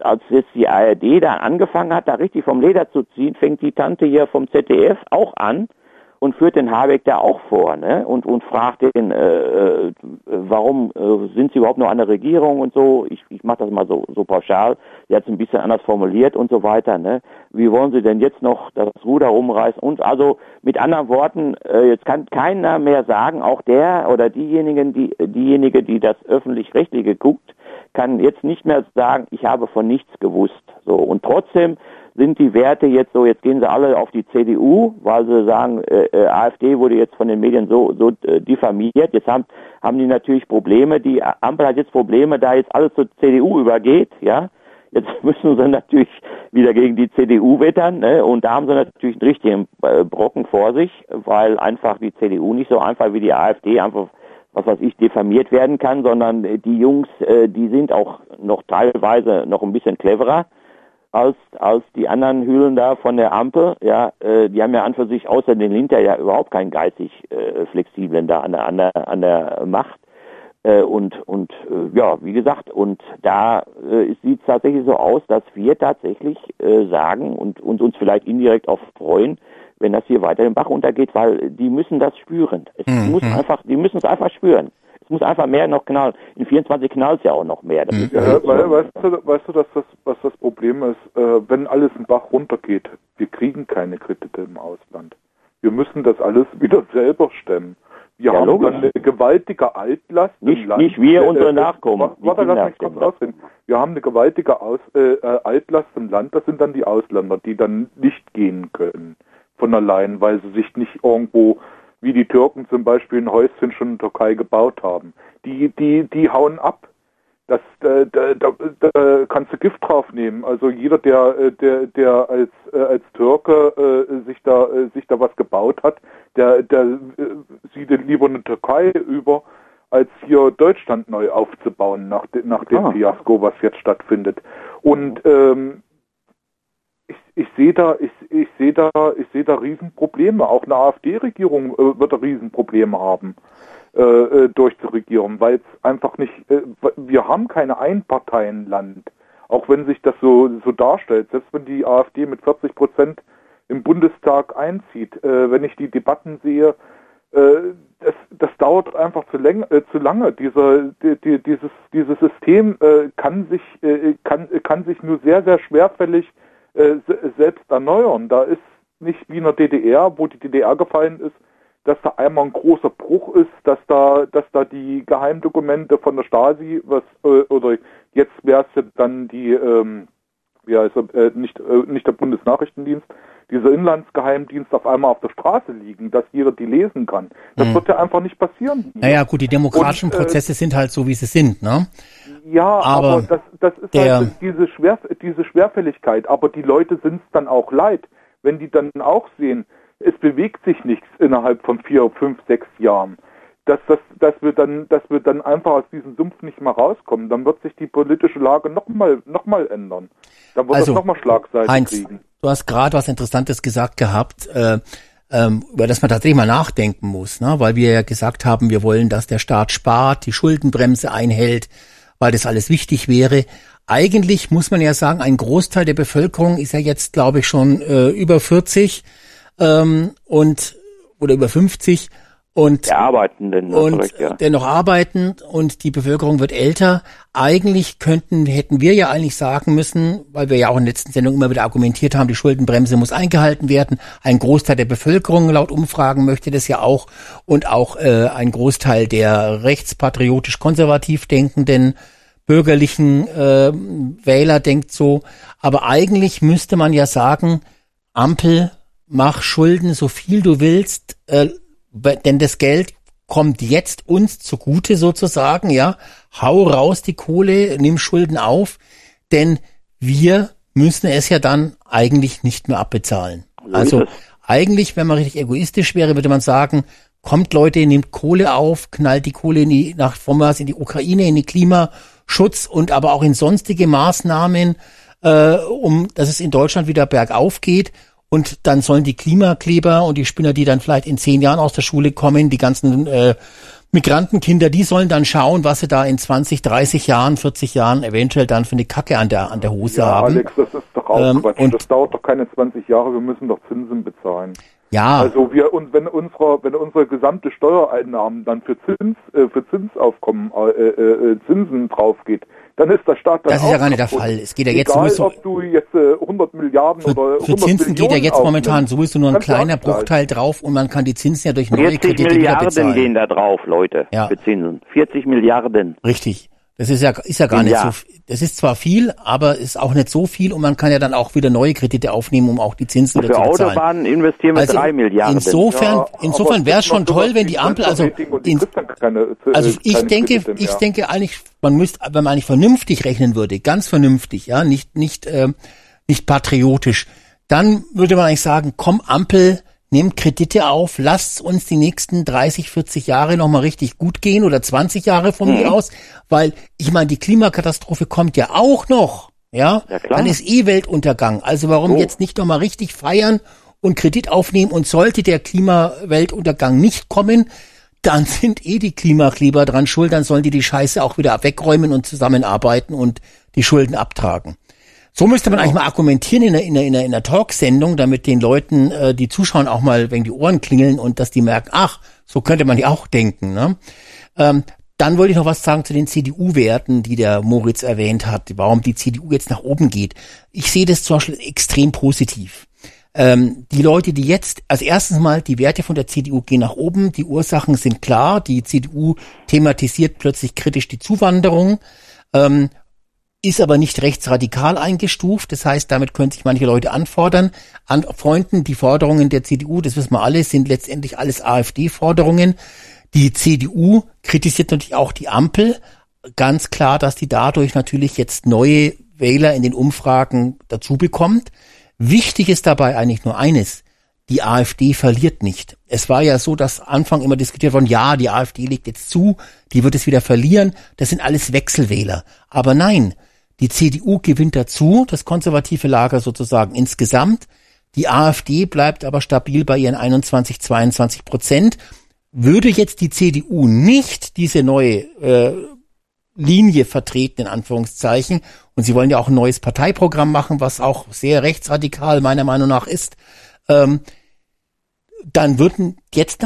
als jetzt die ARD da angefangen hat, da richtig vom Leder zu ziehen, fängt die Tante hier vom ZDF auch an und führt den Habeck da auch vor, ne? Und fragt den, warum sind sie überhaupt noch an der Regierung und so. Ich mache das mal so pauschal. Sie hat es ein bisschen anders formuliert und so weiter, ne? Wie wollen sie denn jetzt noch das Ruder rumreißen? Und also mit anderen Worten, jetzt kann keiner mehr sagen, auch der oder diejenige, die das Öffentlich-Rechtliche guckt, kann jetzt nicht mehr sagen, ich habe von nichts gewusst. So, und trotzdem sind die Werte jetzt so, jetzt gehen sie alle auf die CDU, weil sie sagen, AfD wurde jetzt von den Medien so diffamiert. Jetzt haben die natürlich Probleme, die Ampel hat jetzt Probleme, da jetzt alles zur CDU übergeht, ja. Jetzt müssen sie natürlich wieder gegen die CDU wettern, ne? Und da haben sie natürlich einen richtigen Brocken vor sich, weil einfach die CDU nicht so einfach wie die AfD einfach, was weiß ich, diffamiert werden kann, sondern die Jungs, die sind auch noch teilweise noch ein bisschen cleverer als die anderen Hühlen da von der Ampel, ja, die haben ja an für sich außer den Linter ja überhaupt keinen geistig flexiblen da an der Macht. Ja, wie gesagt, und da sieht es tatsächlich so aus, dass wir tatsächlich sagen und uns vielleicht indirekt auch freuen, wenn das hier weiter den Bach runtergeht, weil die müssen das spüren. Die müssen es einfach spüren. Es muss einfach mehr noch knallen. In 24 knallt es ja auch noch mehr. Das ist weißt du, was das Problem ist? Wenn alles den Bach runtergeht, wir kriegen keine Kredite im Ausland. Wir müssen das alles wieder selber stemmen. Wir haben dann eine gewaltige Altlast im Land. Nicht wir, unsere Nachkommen. Warte, lass mich kurz ausreden. Wir haben eine gewaltige Altlast im Land, das sind dann die Ausländer, die dann nicht gehen können von allein, weil sie sich nicht irgendwo, wie die Türken zum Beispiel, ein Häuschen schon in der Türkei gebaut haben. Die hauen ab. Da kannst du Gift drauf nehmen. Also jeder, der als Türke sich da was gebaut hat, der sieht lieber eine Türkei über, als hier Deutschland neu aufzubauen nach dem Fiasko, was jetzt stattfindet. Und ich sehe da Riesenprobleme. Auch eine AfD-Regierung wird da Riesenprobleme haben, durchzuregieren, weil es einfach nicht, wir haben keine Einparteienland. Auch wenn sich das so darstellt, selbst wenn die AfD mit 40% im Bundestag einzieht, wenn ich die Debatten sehe, das dauert einfach zu lange. Dieses System kann sich nur sehr, sehr schwerfällig selbst erneuern. Da ist nicht wie in der DDR, wo die DDR gefallen ist, dass da einmal ein großer Bruch ist, dass da die Geheimdokumente von der Stasi, oder jetzt wäre es dann die, nicht der Bundesnachrichtendienst, dieser Inlandsgeheimdienst auf einmal auf der Straße liegen, dass jeder die lesen kann. Das wird ja einfach nicht passieren. Naja, gut, die demokratischen Prozesse sind halt so, wie sie sind, ne? Ja, aber das ist halt diese Schwerfälligkeit. Aber die Leute sind es dann auch leid, wenn die dann auch sehen, es bewegt sich nichts innerhalb von 4, 5, 6 Jahren. Dass wir dann einfach aus diesem Sumpf nicht mehr rauskommen, dann wird sich die politische Lage noch mal ändern. Dann wird es noch mal Schlagseite Heinz, kriegen. Du hast gerade was Interessantes gesagt gehabt, über das man tatsächlich mal nachdenken muss, ne? Weil wir ja gesagt haben, wir wollen, dass der Staat spart, die Schuldenbremse einhält, weil das alles wichtig wäre. Eigentlich muss man ja sagen, ein Großteil der Bevölkerung ist ja jetzt, glaube ich, schon über 40 oder über 50 und der Arbeitenden der noch arbeiten und die Bevölkerung wird älter. Eigentlich hätten wir ja eigentlich sagen müssen, weil wir ja auch in der letzten Sendung immer wieder argumentiert haben, die Schuldenbremse muss eingehalten werden. Ein Großteil der Bevölkerung laut Umfragen möchte das ja auch und auch ein Großteil der rechtspatriotisch-konservativ denkenden bürgerlichen Wähler denkt so. Aber eigentlich müsste man ja sagen, Ampel, mach Schulden so viel du willst, denn das Geld kommt jetzt uns zugute sozusagen, ja. Hau raus die Kohle, nimm Schulden auf, denn wir müssen es ja dann eigentlich nicht mehr abbezahlen. Also eigentlich, wenn man richtig egoistisch wäre, würde man sagen, kommt Leute, nehmt Kohle auf, knallt die Kohle in die Ukraine, in die Klimaschutz und aber auch in sonstige Maßnahmen, dass es in Deutschland wieder bergauf geht. Und dann sollen die Klimakleber und die Spinner, die dann vielleicht in 10 Jahren aus der Schule kommen, die ganzen Migrantenkinder, die sollen dann schauen, was sie da in 20, 30 Jahren, 40 Jahren eventuell dann für eine Kacke an der Hose haben. Alex, das ist doch auch Quatsch. Und das dauert doch keine 20 Jahre, wir müssen doch Zinsen bezahlen. Ja. Also wenn unsere gesamte Steuereinnahmen dann für Zinsaufkommen Zinsen drauf geht, dann ist der Staat dann das ist ja gar nicht der Fall. Es geht ja jetzt egal, sowieso. Ob du jetzt 100 Milliarden oder 100 Für Zinsen Millionen geht ja jetzt momentan sowieso nur ein kleiner Bruchteil Bruchteil drauf und man kann die Zinsen ja durch neue 40 Kredite wieder Milliarden bezahlen. gehen da drauf, Leute, Ja. für Zinsen. 40 Milliarden. Richtig. Das ist ja gar nicht so viel. Das ist zwar viel, aber ist auch nicht so viel und man kann ja dann auch wieder neue Kredite aufnehmen, um auch die Zinsen wieder zu bezahlen. Für Autobahnen investieren wir 3 Milliarden. Insofern wäre es schon toll, wenn die Ampel, ich denke eigentlich, wenn man eigentlich vernünftig rechnen würde, ganz vernünftig, ja, nicht patriotisch, dann würde man eigentlich sagen, komm Ampel, nehmt Kredite auf, lasst uns die nächsten 30, 40 Jahre nochmal richtig gut gehen oder 20 Jahre von mir aus, weil ich meine, die Klimakatastrophe kommt ja auch noch, ja klar. Dann ist Weltuntergang. Also warum jetzt nicht nochmal richtig feiern und Kredit aufnehmen und sollte der Klimaweltuntergang nicht kommen, dann sind die Klimakleber dran schuld, dann sollen die Scheiße auch wieder wegräumen und zusammenarbeiten und die Schulden abtragen. So müsste man eigentlich mal argumentieren in einer Talksendung, damit den Leuten, die zuschauen, auch mal wegen die Ohren klingeln und dass die merken, ach, so könnte man ja auch denken. Ne? Dann wollte ich noch was sagen zu den CDU-Werten, die der Moritz erwähnt hat, warum die CDU jetzt nach oben geht. Ich sehe das zum Beispiel extrem positiv. Die Leute, die jetzt, also erstens mal, die Werte von der CDU gehen nach oben, die Ursachen sind klar, die CDU thematisiert plötzlich kritisch die Zuwanderung, ist aber nicht rechtsradikal eingestuft. Das heißt, damit können sich manche Leute anfreunden. Die Forderungen der CDU, das wissen wir alle, sind letztendlich alles AfD-Forderungen. Die CDU kritisiert natürlich auch die Ampel. Ganz klar, dass die dadurch natürlich jetzt neue Wähler in den Umfragen dazu bekommt. Wichtig ist dabei eigentlich nur eines. Die AfD verliert nicht. Es war ja so, dass Anfang immer diskutiert worden, ja, die AfD legt jetzt zu, die wird es wieder verlieren. Das sind alles Wechselwähler. Aber nein, die CDU gewinnt dazu, das konservative Lager sozusagen insgesamt. Die AfD bleibt aber stabil bei ihren 21-22%. Würde jetzt die CDU nicht diese neue Linie vertreten, in Anführungszeichen, und sie wollen ja auch ein neues Parteiprogramm machen, was auch sehr rechtsradikal meiner Meinung nach ist, dann würden jetzt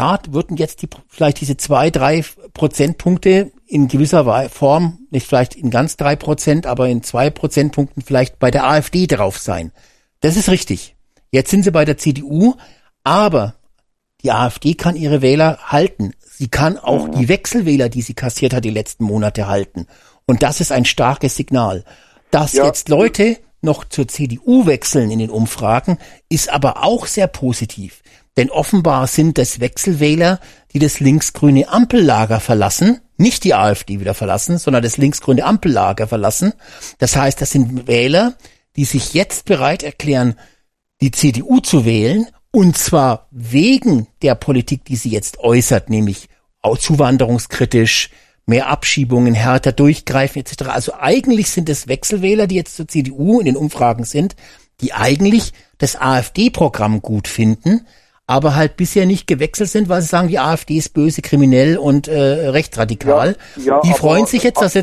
vielleicht diese 2-3 Prozentpunkte in gewisser Form, nicht vielleicht in ganz 3%, aber in 2 Prozentpunkten vielleicht bei der AfD drauf sein. Das ist richtig. Jetzt sind sie bei der CDU, aber die AfD kann ihre Wähler halten. Sie kann auch die Wechselwähler, die sie kassiert hat, die letzten Monate halten. Und das ist ein starkes Signal. Dass jetzt Leute noch zur CDU wechseln in den Umfragen, ist aber auch sehr positiv. Denn offenbar sind das Wechselwähler, die das linksgrüne Ampellager verlassen, nicht die AfD wieder verlassen, sondern das linksgrüne Ampellager verlassen. Das heißt, das sind Wähler, die sich jetzt bereit erklären, die CDU zu wählen, und zwar wegen der Politik, die sie jetzt äußert, nämlich auch zuwanderungskritisch, mehr Abschiebungen, härter durchgreifen etc. Also eigentlich sind es Wechselwähler, die jetzt zur CDU in den Umfragen sind, die eigentlich das AfD-Programm gut finden, aber halt bisher nicht gewechselt sind, weil sie sagen, die AfD ist böse, kriminell und rechtsradikal. Die freuen sich jetzt, dass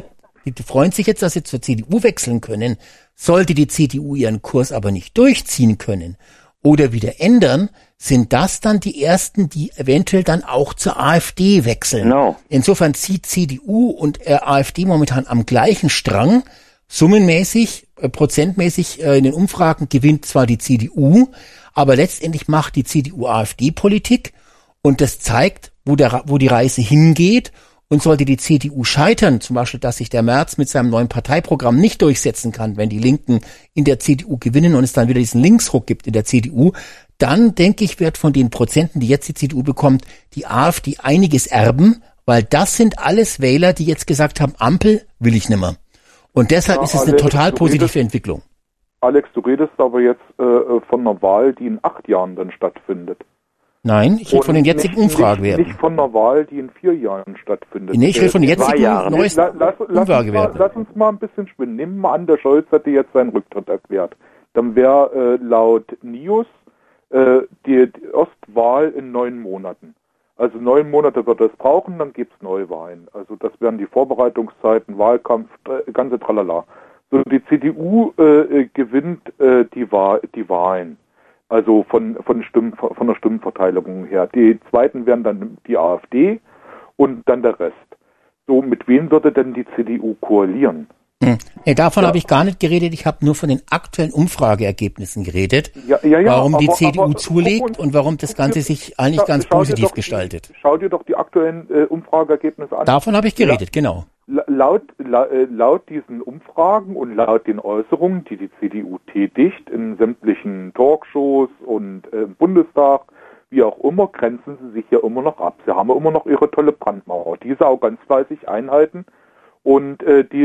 sie zur CDU wechseln können. Sollte die CDU ihren Kurs aber nicht durchziehen können oder wieder ändern, sind das dann die Ersten, die eventuell dann auch zur AfD wechseln. No. Insofern zieht CDU und AfD momentan am gleichen Strang. Summenmäßig, prozentmäßig in den Umfragen gewinnt zwar die CDU, aber letztendlich macht die CDU AfD-Politik und das zeigt, wo die Reise hingeht. Und sollte die CDU scheitern, zum Beispiel, dass sich der Merz mit seinem neuen Parteiprogramm nicht durchsetzen kann, wenn die Linken in der CDU gewinnen und es dann wieder diesen Linksruck gibt in der CDU, dann, denke ich, wird von den Prozenten, die jetzt die CDU bekommt, die AfD einiges erben, weil das sind alles Wähler, die jetzt gesagt haben, Ampel will ich nimmer. Und deshalb ist es eine total positive Entwicklung. Alex, du redest aber jetzt von einer Wahl, die in 8 Jahren dann stattfindet. Nein, ich rede von den jetzigen Umfragewerten. Nicht von einer Wahl, die in 4 Jahren stattfindet. Nee, ich rede von den jetzigen neuesten Umfragewerten. Lass uns mal ein bisschen spinnen. Nehmen wir an, der Scholz hätte jetzt seinen Rücktritt erklärt. Dann wäre laut NIOS die Ostwahl in 9 Monaten. Also 9 Monate wird es brauchen, dann gibt's Neuwahlen. Also das wären die Vorbereitungszeiten, Wahlkampf, ganze Tralala. So, die CDU gewinnt die Wahlen. Also von der Stimmenverteilung her. Die zweiten wären dann die AfD und dann der Rest. So, mit wem würde denn die CDU koalieren? Nee, davon habe ich gar nicht geredet. Ich habe nur von den aktuellen Umfrageergebnissen geredet. Warum die CDU zulegt und warum das Ganze sich eigentlich ganz positiv gestaltet. Schau dir doch die aktuellen Umfrageergebnisse an. Davon habe ich geredet, genau. Laut diesen Umfragen und laut den Äußerungen, die CDU tätigt in sämtlichen Talkshows und im Bundestag, wie auch immer, grenzen sie sich ja immer noch ab. Sie haben immer noch ihre tolle Brandmauer, die sie auch ganz fleißig einhalten und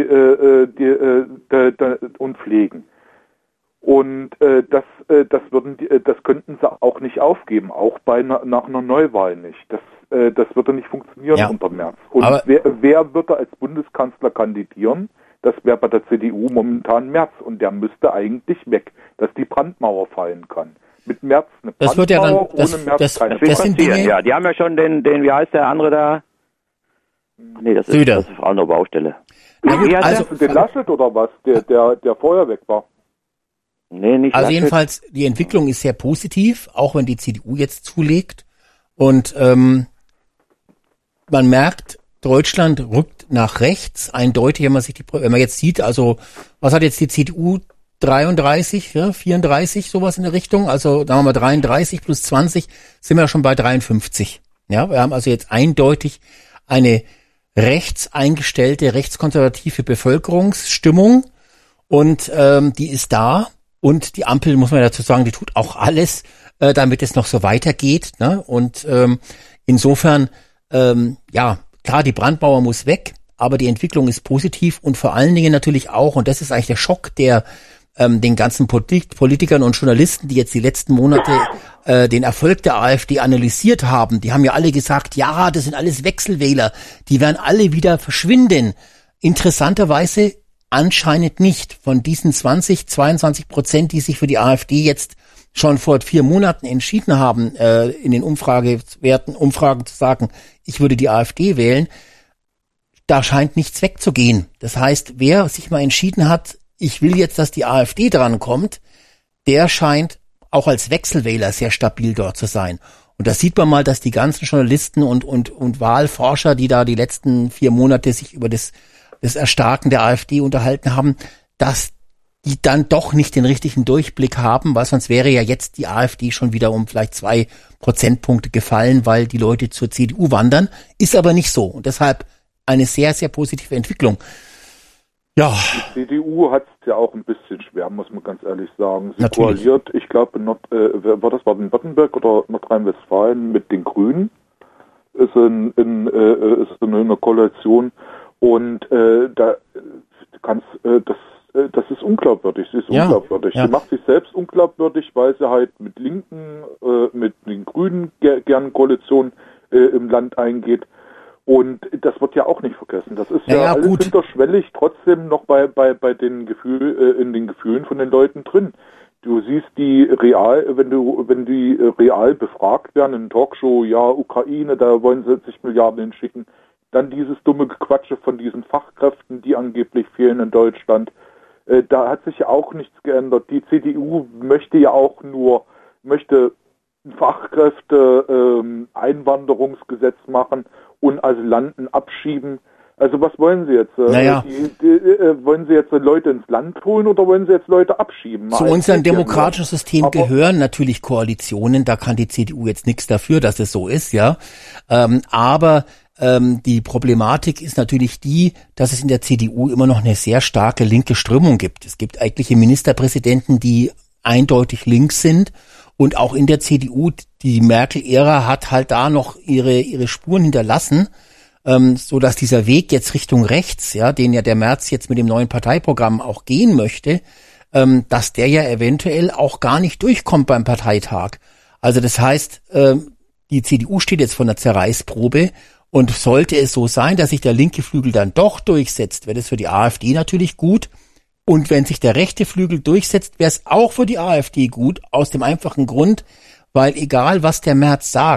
und pflegen. Und das könnten sie auch nicht aufgeben, auch nach einer Neuwahl nicht. Das würde nicht funktionieren unter Merz. Und wer würde als Bundeskanzler kandidieren? Das wäre bei der CDU momentan Merz und der müsste eigentlich weg, dass die Brandmauer fallen kann. Mit Merz eine das wird ja dann, ohne Merz keine. Das sind Dinge. Ja, die haben ja schon den, wie heißt der andere da? Nee, das ist eine andere Baustelle. Ja, gut, also den Laschet oder was? Der vorher weg war. Nee, nicht Also Laschet. jedenfalls, die Entwicklung ist sehr positiv, auch wenn die CDU jetzt zulegt. Und man merkt, Deutschland rückt nach rechts eindeutig, wenn man jetzt sieht, also was hat jetzt die CDU 33, 34, sowas in der Richtung, also sagen wir mal 33 plus 20 sind wir schon bei 53. Ja, wir haben also jetzt eindeutig eine rechts eingestellte, rechtskonservative Bevölkerungsstimmung und die ist da und die Ampel, muss man dazu sagen, die tut auch alles, damit es noch so weitergeht, ne? Und insofern, klar, die Brandmauer muss weg, aber die Entwicklung ist positiv und vor allen Dingen natürlich auch, und das ist eigentlich der Schock, der den ganzen Politikern und Journalisten, die jetzt die letzten Monate den Erfolg der AfD analysiert haben, die haben ja alle gesagt, ja, das sind alles Wechselwähler, die werden alle wieder verschwinden. Interessanterweise anscheinend nicht. Von diesen 22%, die sich für die AfD jetzt schon vor 4 Monaten entschieden haben, in den Umfragen zu sagen, ich würde die AfD wählen, da scheint nichts wegzugehen. Das heißt, wer sich mal entschieden hat, ich will jetzt, dass die AfD drankommt, der scheint auch als Wechselwähler sehr stabil dort zu sein. Und da sieht man mal, dass die ganzen Journalisten und Wahlforscher, die da die letzten 4 Monate sich über das Erstarken der AfD unterhalten haben, dass die dann doch nicht den richtigen Durchblick haben, weil sonst wäre ja jetzt die AfD schon wieder um vielleicht 2 Prozentpunkte gefallen, weil die Leute zur CDU wandern. Ist aber nicht so. Und deshalb eine sehr, sehr positive Entwicklung. Ja. Die CDU hat es ja auch ein bisschen schwer, muss man ganz ehrlich sagen. Sie Natürlich. koaliert, ich glaube, war das Baden-Württemberg oder Nordrhein-Westfalen mit den Grünen. Ist in einer Koalition und das ist unglaubwürdig. Sie ist unglaubwürdig. Ja. Sie macht sich selbst unglaubwürdig, weil sie halt mit Linken, mit den Grünen gern Koalition im Land eingeht. Und das wird ja auch nicht vergessen. Das ist ja alles gut. hinterschwellig trotzdem noch bei den in den Gefühlen von den Leuten drin. Du siehst wenn die real befragt werden in Talkshow, ja, Ukraine, da wollen sie 60 Milliarden hinschicken. Dann dieses dumme Gequatsche von diesen Fachkräften, die angeblich fehlen in Deutschland. Da hat sich ja auch nichts geändert. Die CDU möchte ja auch nur ein Fachkräfte-Einwanderungsgesetz machen und Asylanten abschieben. Also was wollen Sie jetzt? Wollen Sie jetzt Leute ins Land holen oder wollen Sie jetzt Leute abschieben? Zu unserem demokratischen System gehören natürlich Koalitionen, da kann die CDU jetzt nichts dafür, dass es so ist, ja. Aber die Problematik ist natürlich die, dass es in der CDU immer noch eine sehr starke linke Strömung gibt. Es gibt eigentliche Ministerpräsidenten, die eindeutig links sind. Und auch in der CDU, die Merkel-Ära hat halt da noch ihre Spuren hinterlassen, so dass dieser Weg jetzt Richtung rechts, ja, den ja der Merz jetzt mit dem neuen Parteiprogramm auch gehen möchte, dass der ja eventuell auch gar nicht durchkommt beim Parteitag. Also das heißt, die CDU steht jetzt vor einer Zerreißprobe und sollte es so sein, dass sich der linke Flügel dann doch durchsetzt, wäre das für die AfD natürlich gut. Und wenn sich der rechte Flügel durchsetzt, wäre es auch für die AfD gut, aus dem einfachen Grund, weil egal was der Merz sagt,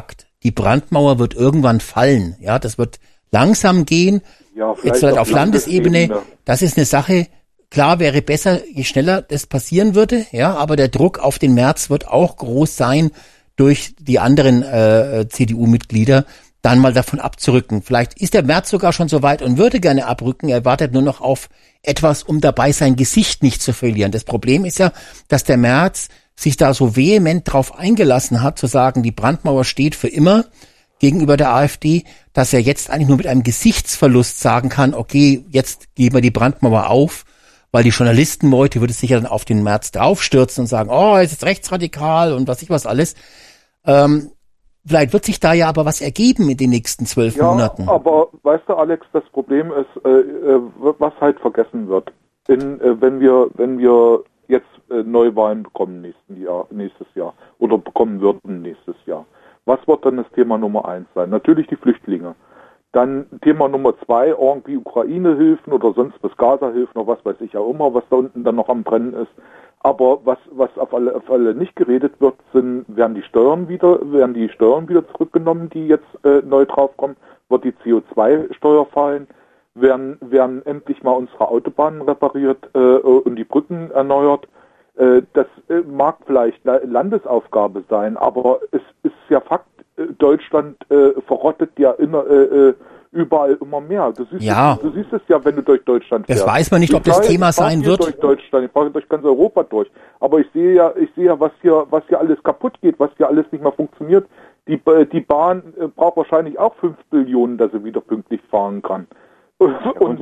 die Brandmauer wird irgendwann fallen. Ja, das wird langsam gehen. Ja, jetzt vielleicht auf Landesebene. Das ist eine Sache. Klar wäre besser, je schneller das passieren würde. Ja, aber der Druck auf den Merz wird auch groß sein, durch die anderen CDU-Mitglieder dann mal davon abzurücken. Vielleicht ist der Merz sogar schon so weit und würde gerne abrücken. Er wartet nur noch auf etwas, um dabei sein Gesicht nicht zu verlieren. Das Problem ist ja, dass der Merz sich da so vehement drauf eingelassen hat, zu sagen, die Brandmauer steht für immer gegenüber der AfD, dass er jetzt eigentlich nur mit einem Gesichtsverlust sagen kann, okay, jetzt geben wir die Brandmauer auf, weil die Journalistenmeute würde sich ja dann auf den Merz draufstürzen und sagen, oh, es ist rechtsradikal und was alles. Vielleicht wird sich da ja aber was ergeben in den nächsten 12 Monaten. Ja, aber weißt du, Alex, das Problem ist, was halt vergessen wird, wenn wir jetzt Neuwahlen bekommen nächstes Jahr oder bekommen würden nächstes Jahr. Was wird dann das Thema Nummer 1 sein? Natürlich die Flüchtlinge. Dann Thema Nummer 2, irgendwie Ukraine-Hilfen oder sonst was, Gaza-Hilfen oder was weiß ich ja immer, was da unten dann noch am Brennen ist. Aber was auf alle nicht geredet wird, werden die Steuern wieder zurückgenommen, die jetzt neu draufkommen, wird die CO2-Steuer fallen, werden endlich mal unsere Autobahnen repariert und die Brücken erneuert. Das mag vielleicht Landesaufgabe sein, aber es ist ja Fakt, Deutschland verrottet ja überall immer mehr. Du siehst es ja, wenn du durch Deutschland fährst. Das weiß man nicht, ob das Thema sein wird. Durch Deutschland, ich fahre durch ganz Europa durch. Aber ich sehe ja, was hier alles kaputt geht, was hier alles nicht mehr funktioniert. Die Bahn braucht wahrscheinlich auch 5 Billionen, dass sie wieder pünktlich fahren kann. Und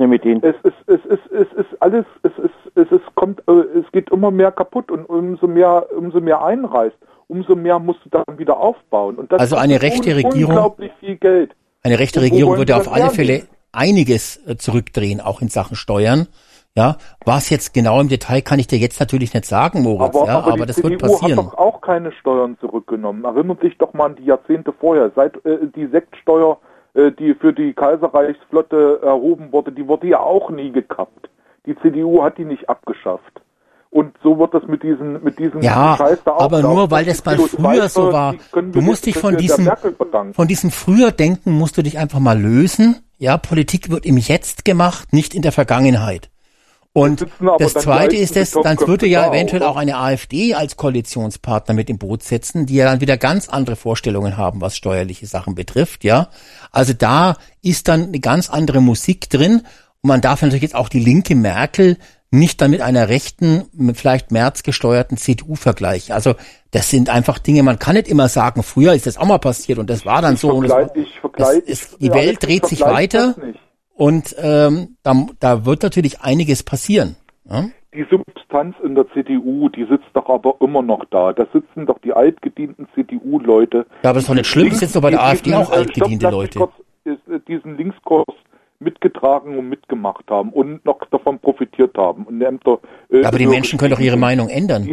es geht immer mehr kaputt und umso mehr einreißt, umso mehr musst du dann wieder aufbauen. Und das also eine rechte Regierung, unglaublich viel Geld. Eine rechte Regierung würde auf alle Fälle einiges zurückdrehen, auch in Sachen Steuern. Ja, was jetzt genau im Detail kann ich dir jetzt natürlich nicht sagen, Moritz, aber das wird passieren. Die CDU hat doch auch keine Steuern zurückgenommen. Erinnert dich doch mal an die Jahrzehnte vorher. Seit die Sektsteuer, die für die Kaiserreichsflotte erhoben wurde, die wurde ja auch nie gekappt. Die CDU hat die nicht abgeschafft. Und so wird das mit diesem Scheiß da auch. Aber nur weil das mal früher so war. Du musst dich von diesem früher Denken musst du dich einfach mal lösen. Ja, Politik wird im Jetzt gemacht, nicht in der Vergangenheit. Und das Zweite ist dann würde ja eventuell auch eine AfD als Koalitionspartner mit im Boot setzen, die ja dann wieder ganz andere Vorstellungen haben, was steuerliche Sachen betrifft, ja. Also da ist dann eine ganz andere Musik drin. Und man darf natürlich jetzt auch die linke Merkel nicht dann mit einer rechten, vielleicht Merz gesteuerten CDU vergleichen. Also das sind einfach Dinge, man kann nicht immer sagen, früher ist das auch mal passiert und das war dann so. Und die Welt dreht sich weiter und da wird natürlich einiges passieren. Ja? Die Substanz in der CDU, die sitzt doch aber immer noch da. Da sitzen doch die altgedienten CDU-Leute. Ja, aber das ist doch nicht schlimm, es sitzen doch bei der AfD auch altgediente Leute. Diesen Linkskurs mitgetragen und mitgemacht haben und noch davon profitiert haben. Und Ämter, aber die Menschen können doch ihre Meinung ändern.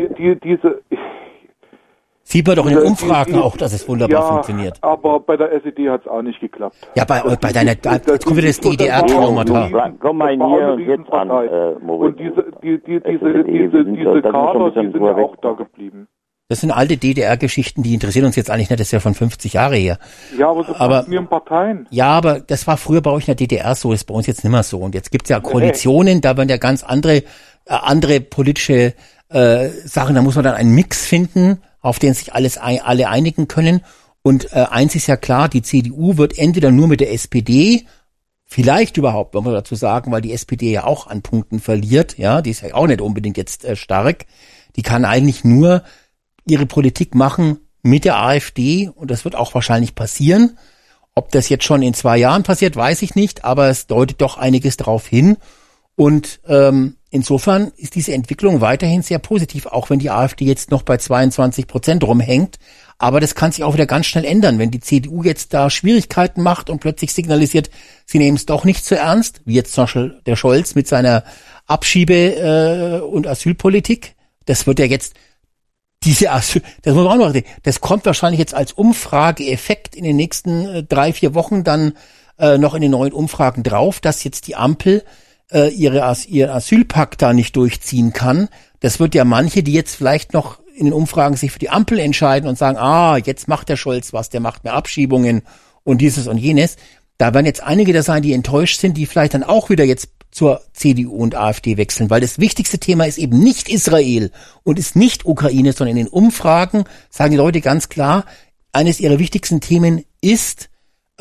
Sieht man doch in den Umfragen auch, dass es wunderbar funktioniert. Aber bei der SED hat es auch nicht geklappt. Ja, bei deiner, jetzt kommt wieder das DDR-Traumata. Komm mal hier und jetzt an, Moritz. Und diese Kader, die sind ja auch da geblieben. Das sind alte DDR-Geschichten, die interessieren uns jetzt eigentlich nicht, das ist ja von 50 Jahre her. Ja, aber so funktionieren Parteien. Ja, aber das war früher bei euch in der DDR so, ist bei uns jetzt nicht mehr so. Und jetzt gibt's ja Koalitionen, da werden ja ganz andere politische Sachen, da muss man dann einen Mix finden, auf den sich alle einigen können. Und eins ist ja klar, die CDU wird entweder nur mit der SPD, vielleicht überhaupt, wenn wir dazu sagen, weil die SPD ja auch an Punkten verliert, ja, die ist ja auch nicht unbedingt jetzt stark, die kann eigentlich nur ihre Politik machen mit der AfD und das wird auch wahrscheinlich passieren. Ob das jetzt schon in 2 Jahren passiert, weiß ich nicht, aber es deutet doch einiges darauf hin und insofern ist diese Entwicklung weiterhin sehr positiv, auch wenn die AfD jetzt noch bei 22% rumhängt, aber das kann sich auch wieder ganz schnell ändern, wenn die CDU jetzt da Schwierigkeiten macht und plötzlich signalisiert, sie nehmen es doch nicht so ernst, wie jetzt zum Beispiel der Scholz mit seiner Abschiebe- und Asylpolitik. Das wird ja jetzt das muss man auch noch sehen. Das kommt wahrscheinlich jetzt als Umfrageeffekt in den nächsten 3-4 Wochen dann noch in den neuen Umfragen drauf, dass jetzt die Ampel ihren Asylpakt da nicht durchziehen kann. Das wird ja manche, die jetzt vielleicht noch in den Umfragen sich für die Ampel entscheiden und sagen, jetzt macht der Scholz was, der macht mehr Abschiebungen und dieses und jenes. Da werden jetzt einige da sein, die enttäuscht sind, die vielleicht dann auch wieder jetzt zur CDU und AfD wechseln, weil das wichtigste Thema ist eben nicht Israel und ist nicht Ukraine, sondern in den Umfragen sagen die Leute ganz klar, eines ihrer wichtigsten Themen ist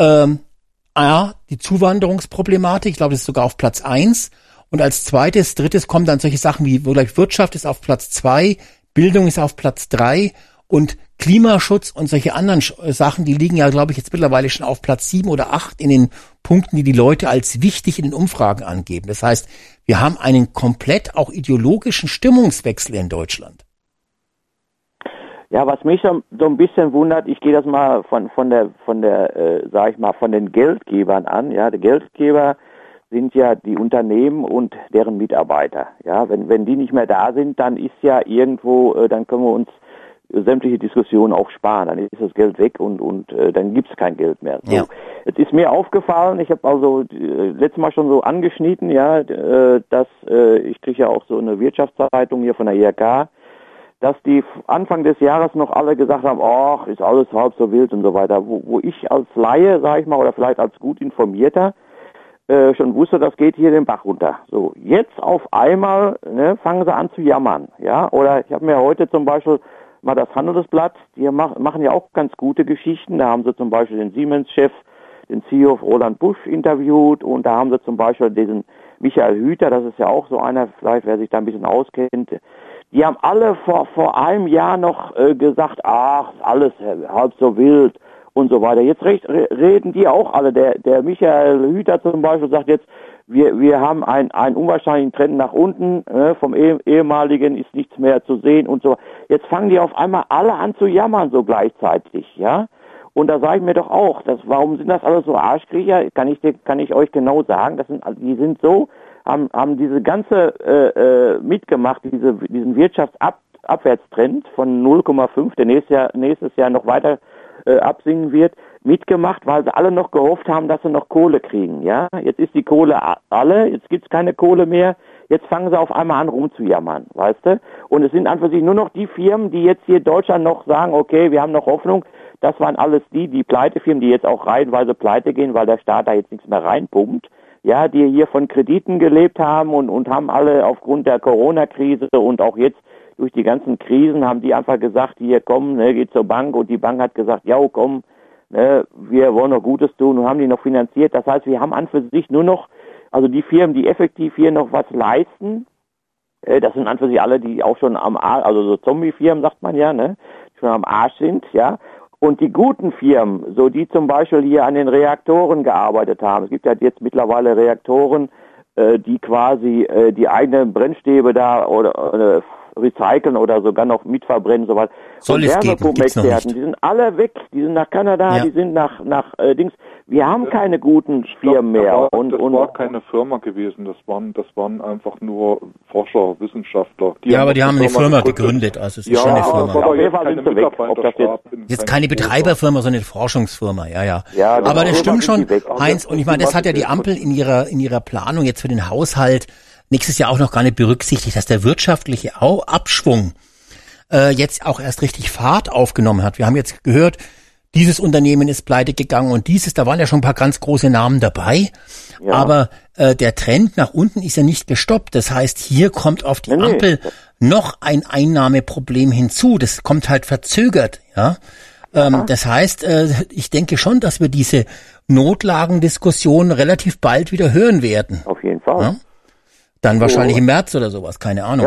die Zuwanderungsproblematik. Ich glaube, das ist sogar auf Platz 1. Und als drittes kommen dann solche Sachen wie Wirtschaft ist auf Platz 2, Bildung ist auf Platz 3 und Klimaschutz und solche anderen Sachen, die liegen ja, glaube ich, jetzt mittlerweile schon auf Platz 7 oder 8 in den Punkten, die Leute als wichtig in den Umfragen angeben. Das heißt, wir haben einen komplett auch ideologischen Stimmungswechsel in Deutschland. Ja, was mich so ein bisschen wundert, ich gehe das mal von den Geldgebern an. Ja, die Geldgeber sind ja die Unternehmen und deren Mitarbeiter. Ja, wenn die nicht mehr da sind, dann ist ja irgendwo, dann können wir uns sämtliche Diskussionen auch sparen. Dann ist das Geld weg und dann gibt's kein Geld mehr. So. Ja. Jetzt ist mir aufgefallen, ich habe also letztes Mal schon so angeschnitten, ja, dass ich kriege ja auch so eine Wirtschaftszeitung hier von der IHK, dass die Anfang des Jahres noch alle gesagt haben, ist alles halb so wild und so weiter. Wo ich als Laie, sag ich mal, oder vielleicht als gut Informierter schon wusste, das geht hier den Bach runter. So, jetzt auf einmal fangen sie an zu jammern, ja. Oder ich habe mir heute zum Beispiel mal das Handelsblatt, die machen ja auch ganz gute Geschichten. Da haben sie zum Beispiel den Siemens-Chef, den CEO Roland Busch interviewt und da haben sie zum Beispiel diesen Michael Hüter, das ist ja auch so einer, vielleicht wer sich da ein bisschen auskennt. Die haben alle vor einem Jahr noch gesagt, alles halb so wild und so weiter. Jetzt reden die auch alle. Der Michael Hüter zum Beispiel sagt jetzt, wir haben einen unwahrscheinlichen Trend nach unten, vom ehemaligen ist nichts mehr zu sehen und so. Jetzt fangen die auf einmal alle an zu jammern so gleichzeitig, ja. Und da sage ich mir doch auch, warum sind das alles so Arschkriecher? Kann ich euch genau sagen, die sind so, haben diese ganze mitgemacht, diesen Wirtschaftsabwärtstrend von 0,5, der nächstes Jahr noch weiter absinken wird, mitgemacht, weil sie alle noch gehofft haben, dass sie noch Kohle kriegen, ja. Jetzt ist die Kohle alle, jetzt gibt's keine Kohle mehr, jetzt fangen sie auf einmal an rumzujammern, weißt du? Und es sind einfach nur noch die Firmen, die jetzt hier in Deutschland noch sagen, okay, wir haben noch Hoffnung, das waren alles die Pleitefirmen, die jetzt auch reihenweise pleite gehen, weil der Staat da jetzt nichts mehr reinpumpt, ja, die hier von Krediten gelebt haben und haben alle aufgrund der Corona-Krise und auch jetzt durch die ganzen Krisen haben die einfach gesagt, hier komm, geht zur Bank und die Bank hat gesagt, ja komm, wir wollen noch Gutes tun und haben die noch finanziert. Das heißt, wir haben an für sich nur noch, also die Firmen, die effektiv hier noch was leisten, das sind an für sich alle, die auch schon am Arsch, also so Zombie-Firmen sagt man ja, die schon am Arsch sind, ja. Und die guten Firmen, so die zum Beispiel hier an den Reaktoren gearbeitet haben, es gibt ja jetzt mittlerweile Reaktoren, die quasi die eigenen Brennstäbe da oder recyceln oder sogar noch mitverbrennen, so was. Soll es geben, gibt's noch nicht. Die sind alle weg, die sind nach Kanada, die sind nach Dings. Wir haben keine guten Firmen mehr. Das war keine Firma gewesen, das waren einfach nur Forscher, Wissenschaftler. Aber die haben eine Firma gegründet, also es ist schon eine Firma. Jetzt keine Betreiberfirma, sondern eine Forschungsfirma, ja. Aber das stimmt schon, Heinz, und ich meine, das hat ja die Ampel in ihrer Planung jetzt für den Haushalt nächstes Jahr auch noch gar nicht berücksichtigt, dass der wirtschaftliche Abschwung jetzt auch erst richtig Fahrt aufgenommen hat. Wir haben jetzt gehört, dieses Unternehmen ist pleite gegangen und da waren ja schon ein paar ganz große Namen dabei. Ja. Aber der Trend nach unten ist ja nicht gestoppt. Das heißt, hier kommt auf die Ampel noch ein Einnahmeproblem hinzu. Das kommt halt verzögert, ja. Das heißt, ich denke schon, dass wir diese Notlagendiskussion relativ bald wieder hören werden. Auf jeden Fall. Ja? Dann wahrscheinlich im März oder sowas, keine Ahnung.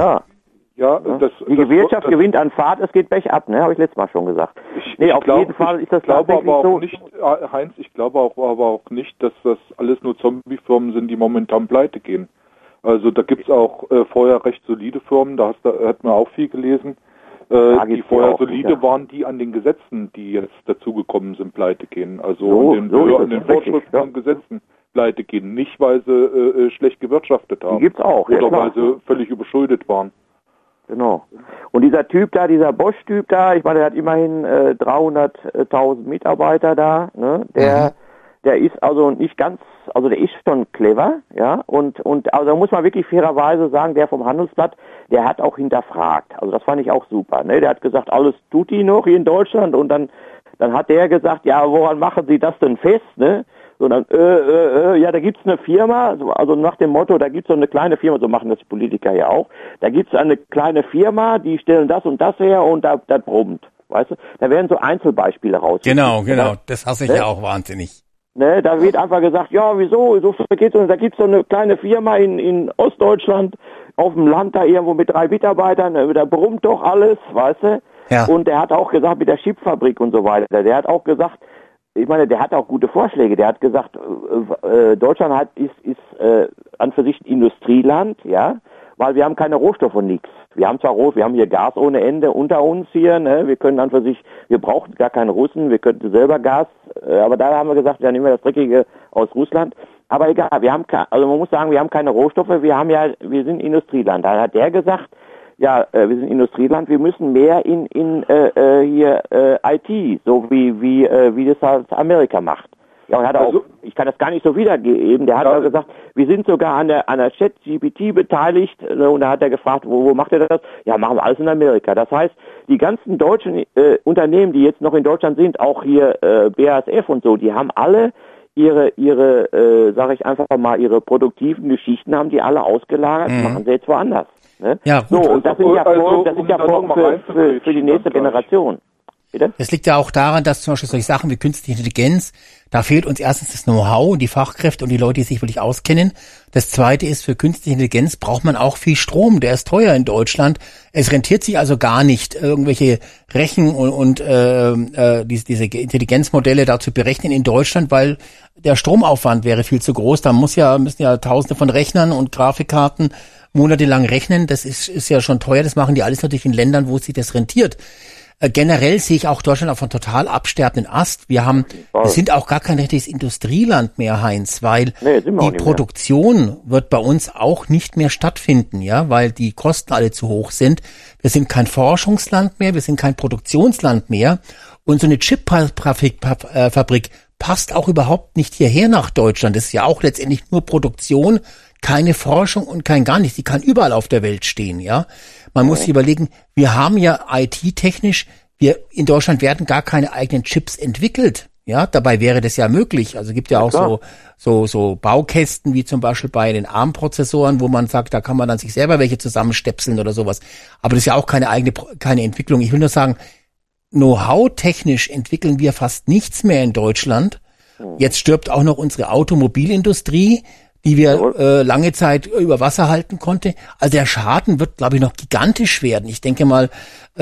Die Wirtschaft gewinnt an Fahrt, es geht bergab, habe ich letztes Mal schon gesagt. Jeden Fall ist das tatsächlich so. Heinz, ich glaube aber auch nicht, dass das alles nur Zombie-Firmen sind, die momentan pleite gehen. Also da gibt's auch vorher recht solide Firmen, da hat man auch viel gelesen, die vorher solide waren, die an den Gesetzen, die jetzt dazugekommen sind, pleite gehen. Also an den Vorschriften und Gesetzen pleite gehen. Nicht, weil sie schlecht gewirtschaftet haben. Die gibt's auch. Oder weil sie völlig überschuldet waren. Genau. Und dieser Typ da, dieser Bosch-Typ da, ich meine, der hat immerhin 300.000 Mitarbeiter da, der der ist also nicht ganz, also der ist schon clever, ja, und also muss man wirklich fairerweise sagen, der vom Handelsblatt, der hat auch hinterfragt. Also das fand ich auch super, ne? Der hat gesagt, alles tut die noch hier in Deutschland, und dann hat der gesagt, ja, woran machen Sie das denn fest, ne? So, dann, ja, da gibt's eine Firma, also nach dem Motto, da gibt's so eine kleine Firma, so machen das die Politiker ja auch, da gibt's eine kleine Firma, die stellen das und das her, und das brummt, weißt du? Da werden so Einzelbeispiele raus. Genau, das hasse ich ja auch wahnsinnig. Ne, da wird einfach gesagt, ja, wieso, so geht's, und da gibt's so eine kleine Firma in Ostdeutschland, auf dem Land da irgendwo mit 3 Mitarbeitern, da brummt doch alles, weißt du? Ja. Und der hat auch gesagt, mit der Chipfabrik und so weiter, der hat auch gesagt, ich meine, der hat auch gute Vorschläge. Der hat gesagt, Deutschland ist an für sich ein Industrieland, ja, weil wir haben keine Rohstoffe und nichts. Wir haben hier Gas ohne Ende unter uns hier, ne? Wir können an für sich, wir brauchen gar keine Russen, wir könnten selber Gas, aber da haben wir gesagt, ja, nehmen wir das Dreckige aus Russland. Aber egal, also man muss sagen, wir haben keine Rohstoffe, wir sind Industrieland. Da hat der gesagt, ja, wir sind Industrieland, wir müssen mehr in IT, so wie das halt Amerika macht. Ja, und hat er auch, ich kann das gar nicht so wiedergeben, der hat auch gesagt, wir sind sogar an der Chat-GPT beteiligt, und da hat er gefragt, wo macht er das? Ja, machen wir alles in Amerika. Das heißt, die ganzen deutschen Unternehmen, die jetzt noch in Deutschland sind, auch hier BASF und so, die haben alle sage ich einfach mal, ihre produktiven Geschichten haben die alle ausgelagert, machen sie jetzt woanders. Ne? Ja, gut. So, und das sind ja Folgen für die nächste Generation. Bitte? Das liegt ja auch daran, dass zum Beispiel solche Sachen wie künstliche Intelligenz, da fehlt uns erstens das Know-how, die Fachkräfte und die Leute, die sich wirklich auskennen. Das Zweite ist, für künstliche Intelligenz braucht man auch viel Strom, der ist teuer in Deutschland. Es rentiert sich also gar nicht, irgendwelche Rechen und diese Intelligenzmodelle da zu berechnen in Deutschland, weil der Stromaufwand wäre viel zu groß. Da müssen ja Tausende von Rechnern und Grafikkarten monatelang rechnen. Das ist ja schon teuer. Das machen die alles natürlich in Ländern, wo sich das rentiert. Generell sehe ich auch Deutschland auf einen total absterbenden Ast. Wir sind auch gar kein richtiges Industrieland mehr, Heinz, weil die Produktion wird bei uns auch nicht mehr stattfinden, ja, weil die Kosten alle zu hoch sind. Wir sind kein Forschungsland mehr, wir sind kein Produktionsland mehr, und so eine Chipfabrik passt auch überhaupt nicht hierher nach Deutschland. Das ist ja auch letztendlich nur Produktion, keine Forschung und kein gar nichts. Die kann überall auf der Welt stehen, ja. Man muss sich überlegen, wir haben ja IT-technisch, in Deutschland werden gar keine eigenen Chips entwickelt, ja. Dabei wäre das ja möglich. Also gibt ja auch so Baukästen, wie zum Beispiel bei den ARM-Prozessoren, wo man sagt, da kann man dann sich selber welche zusammenstöpseln oder sowas. Aber das ist ja auch keine Entwicklung. Ich will nur sagen, Know-how-technisch entwickeln wir fast nichts mehr in Deutschland. Jetzt stirbt auch noch unsere Automobilindustrie, die wir lange Zeit über Wasser halten konnte. Also der Schaden wird, glaube ich, noch gigantisch werden. Ich denke mal,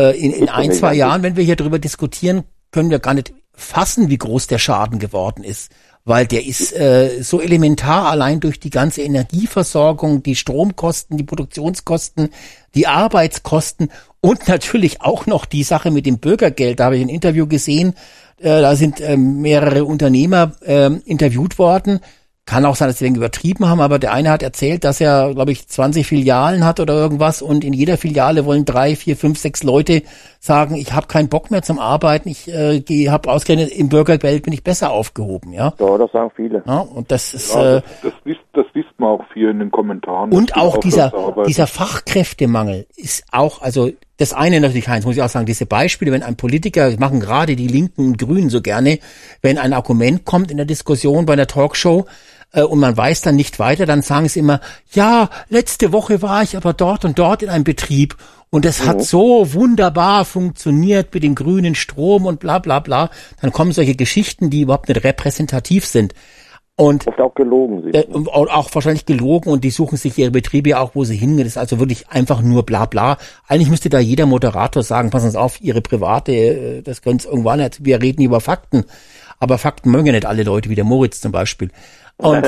in 1-2 Jahren, wenn wir hier drüber diskutieren, können wir gar nicht fassen, wie groß der Schaden geworden ist. Weil der ist so elementar, allein durch die ganze Energieversorgung, die Stromkosten, die Produktionskosten, die Arbeitskosten und natürlich auch noch die Sache mit dem Bürgergeld. Da habe ich ein Interview gesehen, da sind mehrere Unternehmer interviewt worden. Kann auch sein, dass sie den übertrieben haben, aber der eine hat erzählt, dass er, glaube ich, 20 Filialen hat oder irgendwas, und in jeder Filiale wollen 3, 4, 5, 6 Leute sagen, ich habe keinen Bock mehr zum Arbeiten, ich habe ausgerechnet, im Bürgergeld bin ich besser aufgehoben, ja. Ja, das sagen viele. Ja, und das ist das liest man auch viel in den Kommentaren. Und auch dieser Fachkräftemangel ist auch, also das eine natürlich, Heinz, muss ich auch sagen, diese Beispiele, wenn ein Politiker, das machen gerade die Linken und Grünen so gerne, wenn ein Argument kommt in der Diskussion bei einer Talkshow, und man weiß dann nicht weiter, dann sagen sie immer, ja, letzte Woche war ich aber dort und dort in einem Betrieb und es hat so wunderbar funktioniert mit dem grünen Strom und bla bla bla. Dann kommen solche Geschichten, die überhaupt nicht repräsentativ sind. Und oft auch gelogen sind. Und auch wahrscheinlich gelogen, und die suchen sich ihre Betriebe auch, wo sie hingehen. Das ist also wirklich einfach nur bla bla. Eigentlich müsste da jeder Moderator sagen, passen Sie auf, Ihre private, das können Sie irgendwann nicht, wir reden über Fakten. Aber Fakten mögen ja nicht alle Leute, wie der Moritz zum Beispiel. Und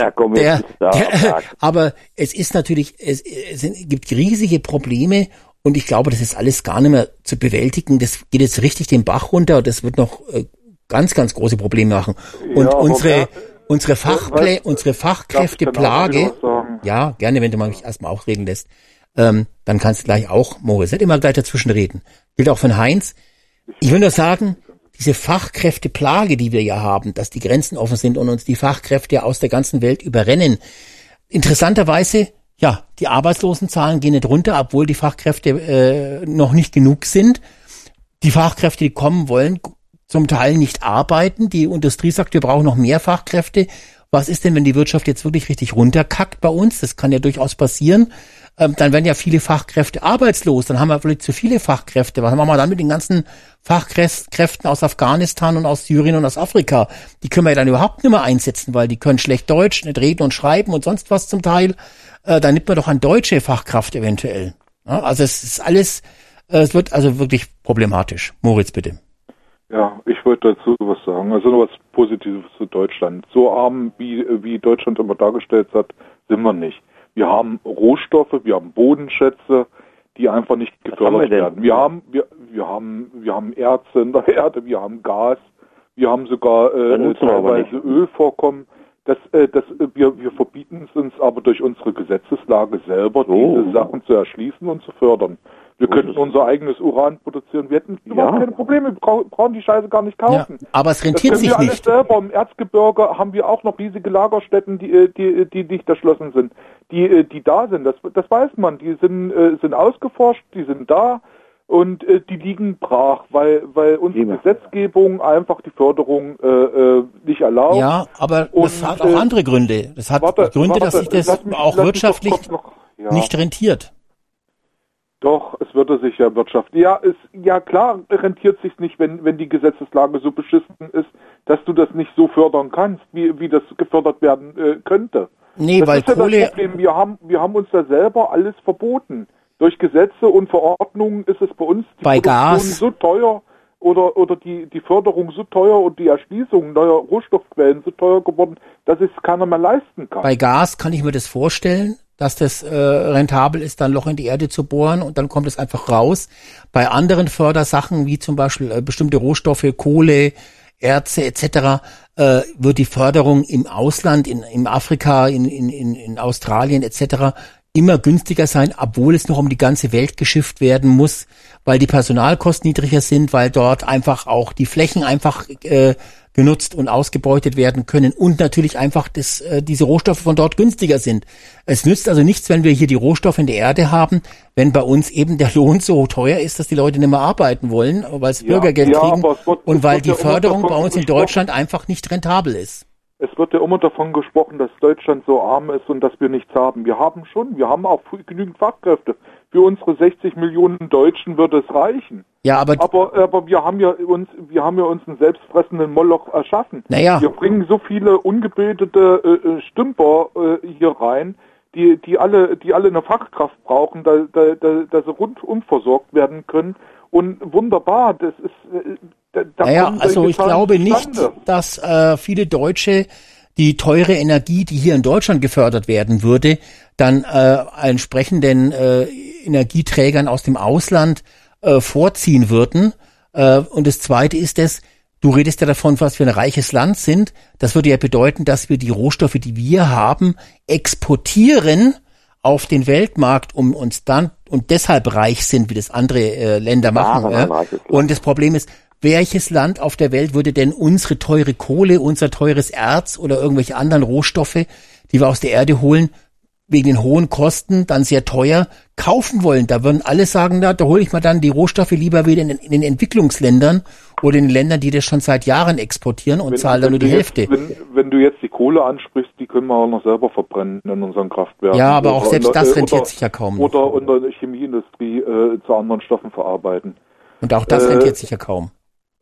aber es ist natürlich, es gibt riesige Probleme, und ich glaube, das ist alles gar nicht mehr zu bewältigen. Das geht jetzt richtig den Bach runter, und das wird noch ganz, ganz große Probleme machen. Und ja, unsere Fachkräfteplage, ja, gerne, wenn du mich erstmal ausreden lässt, dann kannst du gleich auch, Moritz, nicht immer gleich dazwischen reden. Gilt auch von Heinz. Ich will nur sagen, diese Fachkräfteplage, die wir ja haben, dass die Grenzen offen sind und uns die Fachkräfte aus der ganzen Welt überrennen. Interessanterweise, ja, die Arbeitslosenzahlen gehen nicht runter, obwohl die Fachkräfte noch nicht genug sind. Die Fachkräfte, die kommen wollen, zum Teil nicht arbeiten. Die Industrie sagt, wir brauchen noch mehr Fachkräfte. Was ist denn, wenn die Wirtschaft jetzt wirklich richtig runterkackt bei uns? Das kann ja durchaus passieren. Dann werden ja viele Fachkräfte arbeitslos. Dann haben wir vielleicht zu viele Fachkräfte. Was machen wir dann mit den ganzen Fachkräften aus Afghanistan und aus Syrien und aus Afrika? Die können wir ja dann überhaupt nicht mehr einsetzen, weil die können schlecht Deutsch, nicht reden und schreiben und sonst was zum Teil. Dann nimmt man doch an deutsche Fachkraft eventuell. Ja, also es ist alles, es wird also wirklich problematisch. Moritz, bitte. Ja, ich wollte dazu was sagen. Also noch was Positives zu Deutschland. So arm, wie Deutschland immer dargestellt hat, sind wir nicht. Wir haben Rohstoffe, wir haben Bodenschätze, die einfach nicht gefördert werden. Wir haben Erze in der Erde, wir haben Gas, wir haben sogar teilweise Ölvorkommen. Wir verbieten es uns aber durch unsere Gesetzeslage selber, diese Sachen zu erschließen und zu fördern. Wir könnten unser eigenes Uran produzieren. Wir hätten überhaupt keine Probleme. Wir brauchen die Scheiße gar nicht kaufen. Ja, aber es rentiert sich nicht. Alles selber. Im Erzgebirge haben wir auch noch riesige Lagerstätten, die nicht erschlossen sind, die da sind. Das weiß man. Die sind ausgeforscht, die sind da und die liegen brach, weil unsere Gesetzgebung einfach die Förderung nicht erlaubt. Ja, aber das hat auch andere Gründe. Das hat Gründe, dass sich das auch wirtschaftlich nicht rentiert. Doch, es würde sich ja wirtschaften. Ja, klar rentiert sich's nicht, wenn die Gesetzeslage so beschissen ist, dass du das nicht so fördern kannst, wie das gefördert werden könnte. Nee, weil das ist Kohle... Ja das Problem. Wir haben uns da selber alles verboten. Durch Gesetze und Verordnungen ist es bei uns die bei Produktion Gas so teuer oder die Förderung so teuer und die Erschließung neuer Rohstoffquellen so teuer geworden, dass es keiner mehr leisten kann. Bei Gas kann ich mir das vorstellen, dass das rentabel ist, dann ein Loch in die Erde zu bohren und dann kommt es einfach raus. Bei anderen Fördersachen, wie zum Beispiel bestimmte Rohstoffe, Kohle, Erze etc., wird die Förderung im Ausland, in Afrika, in Australien etc., immer günstiger sein, obwohl es noch um die ganze Welt geschifft werden muss, weil die Personalkosten niedriger sind, weil dort einfach auch die Flächen einfach genutzt und ausgebeutet werden können und natürlich einfach diese Rohstoffe von dort günstiger sind. Es nützt also nichts, wenn wir hier die Rohstoffe in der Erde haben, wenn bei uns eben der Lohn so teuer ist, dass die Leute nicht mehr arbeiten wollen, weil sie Bürgergeld kriegen und weil die Förderung bei uns in Deutschland einfach nicht rentabel ist. Es wird ja immer davon gesprochen, dass Deutschland so arm ist und dass wir nichts haben. Wir haben auch genügend Fachkräfte. Für unsere 60 Millionen Deutschen wird es reichen. Ja, aber wir haben ja uns einen selbstfressenden Moloch erschaffen. Naja. Wir bringen so viele ungebildete Stümper hier rein, die alle eine Fachkraft brauchen, dass sie rundum versorgt werden können. Und wunderbar, das ist also ich glaube nicht, dass viele Deutsche die teure Energie, die hier in Deutschland gefördert werden würde, dann entsprechenden Energieträgern aus dem Ausland vorziehen würden. Und das Zweite ist du redest ja davon, was wir ein reiches Land sind. Das würde ja bedeuten, dass wir die Rohstoffe, die wir haben, exportieren auf den Weltmarkt, um uns dann und deshalb reich sind, wie das andere Länder machen. Und das Problem ist, welches Land auf der Welt würde denn unsere teure Kohle, unser teures Erz oder irgendwelche anderen Rohstoffe, die wir aus der Erde holen, wegen den hohen Kosten, dann sehr teuer, kaufen wollen? Da würden alle sagen, da hole ich mal dann die Rohstoffe lieber wieder in den Entwicklungsländern oder in den Ländern, die das schon seit Jahren exportieren und zahlen dann nur die Hälfte. Wenn du jetzt die Kohle ansprichst, die können wir auch noch selber verbrennen in unseren Kraftwerken. Ja, aber auch selbst das rentiert sich ja kaum noch. Oder in der Chemieindustrie zu anderen Stoffen verarbeiten. Und auch das rentiert sich ja kaum.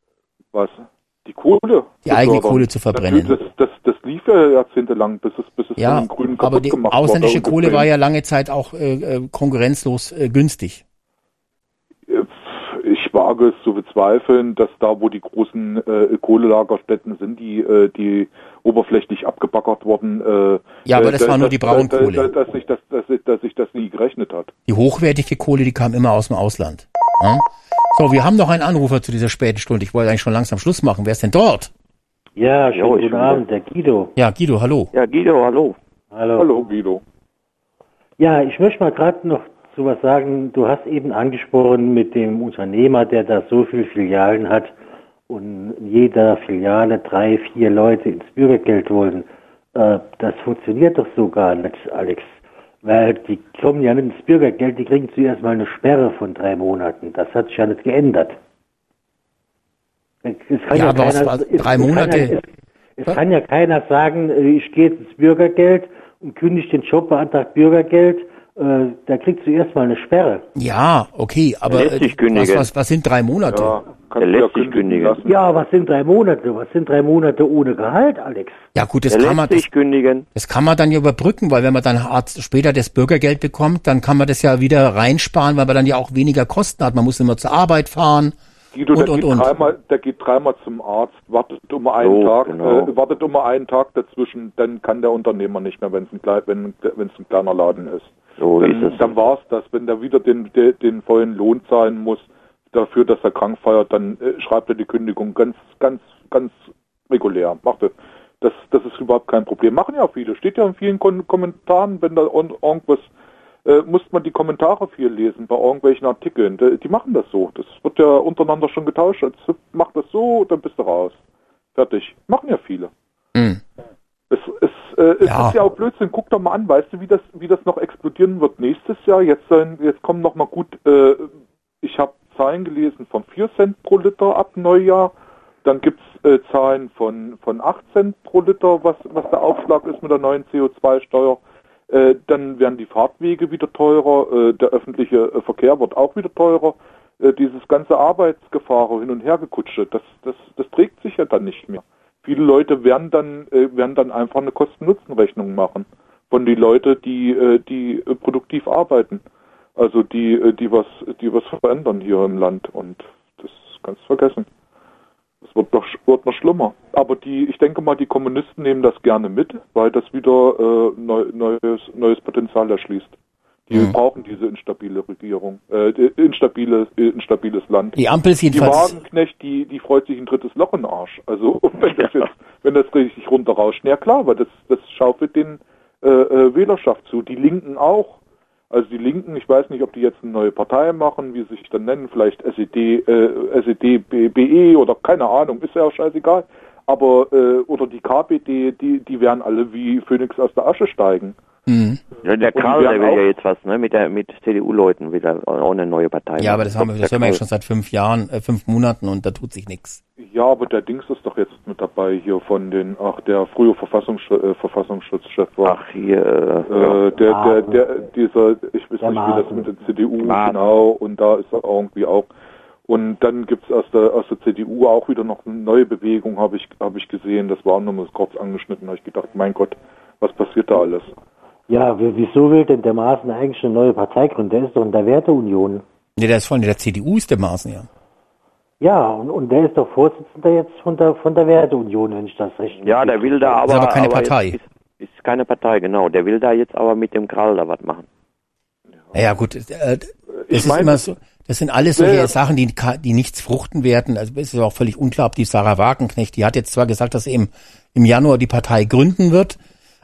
Was? Die Kohle? Die eigene Kohle zu verbrennen. Das lief ja jahrzehntelang, bis es von den Grünen kaputt gemacht wurde. Aber die ausländische Kohle war ja lange Zeit auch konkurrenzlos günstig. Ich wage es zu bezweifeln, dass da, wo die großen Kohlelagerstätten sind, die oberflächlich abgebaggert wurden. Aber das war nur die Braunkohle. Dass sich das nie gerechnet hat. Die hochwertige Kohle, die kam immer aus dem Ausland. Ja? So, wir haben noch einen Anrufer zu dieser späten Stunde. Ich wollte eigentlich schon langsam Schluss machen. Wer ist denn dort? Ja, schönen guten Abend, der Guido. Ja, Guido, hallo. Ja, Guido, hallo. Hallo, Guido. Ja, ich möchte mal gerade noch zu was sagen. Du hast eben angesprochen mit dem Unternehmer, der da so viele Filialen hat und in jeder Filiale 3, 4 Leute ins Bürgergeld wollen, das funktioniert doch so gar nicht, Alex. Weil die kommen ja nicht ins Bürgergeld, die kriegen zuerst mal eine Sperre von 3 Monaten. Das hat sich ja nicht geändert. Es kann ja keiner, 3 Monate? Es kann ja keiner sagen, ich gehe jetzt ins Bürgergeld und kündige den Job, beantragt Bürgergeld. Da kriegt zuerst mal eine Sperre. Ja, okay, aber was sind 3 Monate? Ja, Der lässt sich kündigen. Ja, was sind 3 Monate? Was sind 3 Monate ohne Gehalt, Alex? Ja gut, das Der kann man lässt sich kündigen. Das kann man dann ja überbrücken, weil wenn man dann später das Bürgergeld bekommt, dann kann man das ja wieder reinsparen, weil man dann ja auch weniger Kosten hat. Man muss immer zur Arbeit fahren. Guido, der geht dreimal zum Arzt, wartet um einen Tag dazwischen, dann kann der Unternehmer nicht mehr, wenn es ein kleiner Laden ist. So ist es. Dann war's das. Wenn der wieder den vollen Lohn zahlen muss dafür, dass er krank feiert, dann schreibt er die Kündigung ganz regulär. Macht er. Das ist überhaupt kein Problem. Machen ja viele. Steht ja in vielen Kommentaren, wenn da irgendwas muss man die Kommentare viel lesen bei irgendwelchen Artikeln. Die machen das so. Das wird ja untereinander schon getauscht. Also, mach das so, dann bist du raus. Fertig. Machen ja viele. Mhm. Es ist ja auch Blödsinn. Guck doch mal an, weißt du, wie das noch explodieren wird nächstes Jahr? Jetzt kommen noch mal gut, ich habe Zahlen gelesen von 4 Cent pro Liter ab Neujahr. Dann gibt's Zahlen von 8 Cent pro Liter, was der Aufschlag ist mit der neuen CO2-Steuer. Dann werden die Fahrtwege wieder teurer, der öffentliche Verkehr wird auch wieder teurer. Dieses ganze Arbeitsgefahre hin und her gekutsche, das trägt sich ja dann nicht mehr. Viele Leute werden dann einfach eine Kosten-Nutzen-Rechnung machen von die Leute, die produktiv arbeiten, also die was verändern hier im Land, und das kannst du vergessen. Es wird noch schlimmer. Aber ich denke mal, die Kommunisten nehmen das gerne mit, weil das wieder neues Potenzial erschließt. Die brauchen diese instabile Regierung, instabiles Land. Die Ampel ist jedenfalls... Die Wagenknecht, die freut sich ein drittes Loch in den Arsch. Also wenn das richtig runterrauscht. Ja klar, weil das schaufelt den Wählerschaft zu. Die Linken auch. Also die Linken, ich weiß nicht, ob die jetzt eine neue Partei machen, wie sie sich dann nennen, vielleicht SED-BE oder keine Ahnung, ist ja auch scheißegal. Aber, oder die KPD, die werden alle wie Phönix aus der Asche steigen. Mhm. Ja, der Karl, der will ja jetzt was, ne, mit CDU-Leuten wieder auch eine neue Partei. Ja, aber das hören wir ja schon seit 5 Monaten und da tut sich nichts. Ja, aber der Dings ist doch jetzt mit dabei hier von der frühe Verfassungsschutzchef war. Ach, hier, dieser, ich weiß nicht, wie das mit der CDU, genau, und da ist er irgendwie auch. Und dann gibt's aus der CDU auch wieder noch eine neue Bewegung, habe ich gesehen, das war nur mal kurz angeschnitten, habe ich gedacht, mein Gott, was passiert da alles? Ja, wieso will denn der Maaßen eigentlich eine neue Partei gründen? Der ist doch in der Werteunion. Nee, der ist von der CDU, ist der Maaßen, ja. Ja, und der ist doch Vorsitzender jetzt von der Werteunion, wenn ich das richtig... Ja, der will da aber... Ist aber keine Partei. Ist keine Partei, genau. Der will da jetzt aber mit dem Karl da was machen. Ja gut, das ist immer so... Das sind alles solche Sachen, die nichts fruchten werden. Also es ist auch völlig unklar, ob die Sarah Wagenknecht, die hat jetzt zwar gesagt, dass sie im Januar die Partei gründen wird,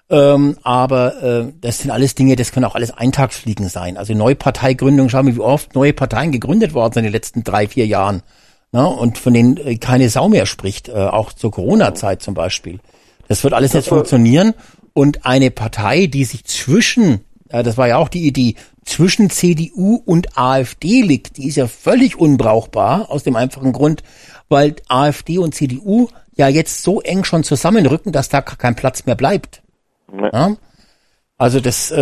aber das sind alles Dinge, das können auch alles Eintagsfliegen sein. Also Neuparteigründung, schauen wir, wie oft neue Parteien gegründet worden sind in den letzten 3-4 Jahren. Ne? Und von denen keine Sau mehr spricht, auch zur Corona-Zeit zum Beispiel. Das wird alles jetzt funktionieren. Und eine Partei, die sich das war ja auch die Idee, zwischen CDU und AfD liegt, die ist ja völlig unbrauchbar, aus dem einfachen Grund, weil AfD und CDU ja jetzt so eng schon zusammenrücken, dass da kein Platz mehr bleibt. Ja? Also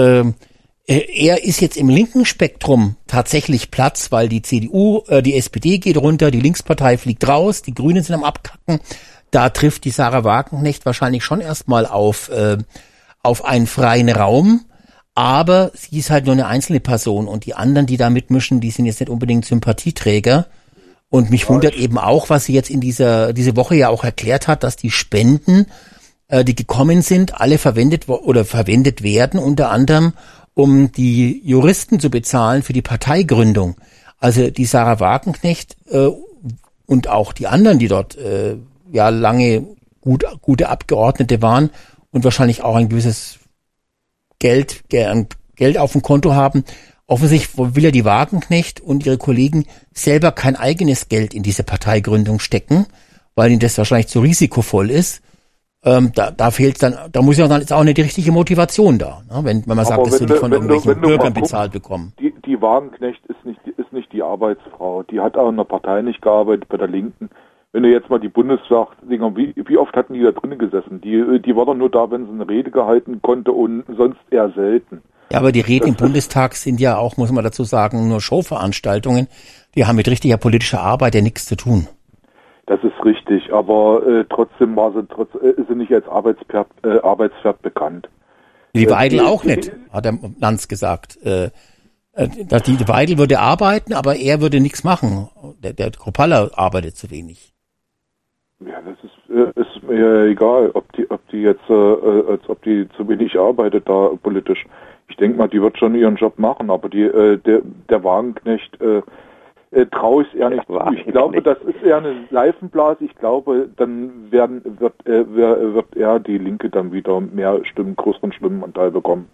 er ist jetzt im linken Spektrum tatsächlich Platz, weil die CDU, die SPD geht runter, die Linkspartei fliegt raus, die Grünen sind am Abkacken. Da trifft die Sarah Wagenknecht wahrscheinlich schon erstmal auf einen freien Raum. Aber sie ist halt nur eine einzelne Person und die anderen, die da mitmischen, die sind jetzt nicht unbedingt Sympathieträger. Und mich wundert eben auch, was sie jetzt in diese Woche ja auch erklärt hat, dass die Spenden, die gekommen sind, alle verwendet werden, unter anderem, um die Juristen zu bezahlen für die Parteigründung. Also die Sarah Wagenknecht und auch die anderen, die dort lange gute Abgeordnete waren und wahrscheinlich auch ein gewisses Geld auf dem Konto haben. Offensichtlich will ja die Wagenknecht und ihre Kollegen selber kein eigenes Geld in diese Parteigründung stecken, weil ihnen das wahrscheinlich zu risikovoll ist. Da fehlt dann, da muss ja dann ist auch nicht die richtige Motivation da, ne? Wenn man sagt, das soll nicht von irgendwelchen Bürgern bezahlt bekommen. Die Wagenknecht ist nicht die Arbeitsfrau. Die hat auch in der Partei nicht gearbeitet, bei der Linken. Wenn du jetzt mal die Bundestagsdinger, wie oft hatten die da drinnen gesessen? Die war doch nur da, wenn sie eine Rede gehalten konnte und sonst eher selten. Ja, aber die Reden im Bundestag sind ja auch, muss man dazu sagen, nur Showveranstaltungen. Die haben mit richtiger politischer Arbeit ja nichts zu tun. Das ist richtig, aber trotzdem ist sie nicht als Arbeitspferd bekannt. Die Weidel auch nicht, hat der Lanz gesagt. Die Weidel würde arbeiten, aber er würde nichts machen. Der Kropalla arbeitet zu wenig. Ja, das ist mir egal, ob die jetzt, als ob die zu wenig arbeitet da politisch. Ich denke mal, die wird schon ihren Job machen, aber der Wagenknecht traue ich eher nicht zu. Ich glaube, das ist eher eine Seifenblase. Ich glaube, dann wird eher die Linke dann wieder mehr Stimmen, größeren Stimmenanteil bekommen.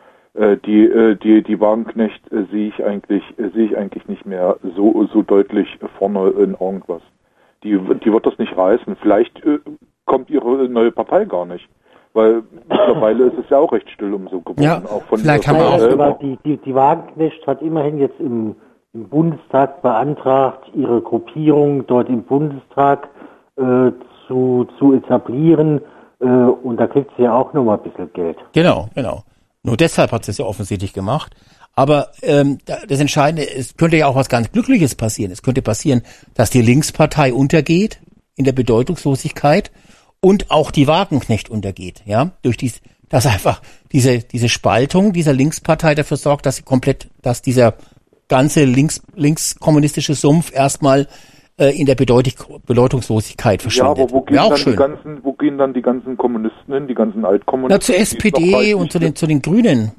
Die Wagenknecht sehe ich eigentlich nicht mehr so deutlich vorne in irgendwas. Die wird das nicht reißen. Vielleicht kommt ihre neue Partei gar nicht. Weil mittlerweile ist es ja auch recht still um so geworden. Ja, auch von vielleicht haben wir auch aber die Wagenknecht hat immerhin jetzt im Bundestag beantragt, ihre Gruppierung dort im Bundestag zu etablieren, und da kriegt sie ja auch nochmal ein bisschen Geld. Genau. Nur deshalb hat sie es ja offensichtlich gemacht. Aber das Entscheidende, es könnte ja auch was ganz Glückliches passieren. Es könnte passieren, dass die Linkspartei untergeht in der Bedeutungslosigkeit und auch die Wagenknecht untergeht, ja, dass einfach diese Spaltung dieser Linkspartei dafür sorgt, dass dieser ganze linkskommunistische Sumpf erstmal in der Bedeutungslosigkeit verschwindet. Ja, aber wo gehen dann die ganzen Kommunisten hin, die ganzen Altkommunisten? Na, zur SPD und zu den Grünen.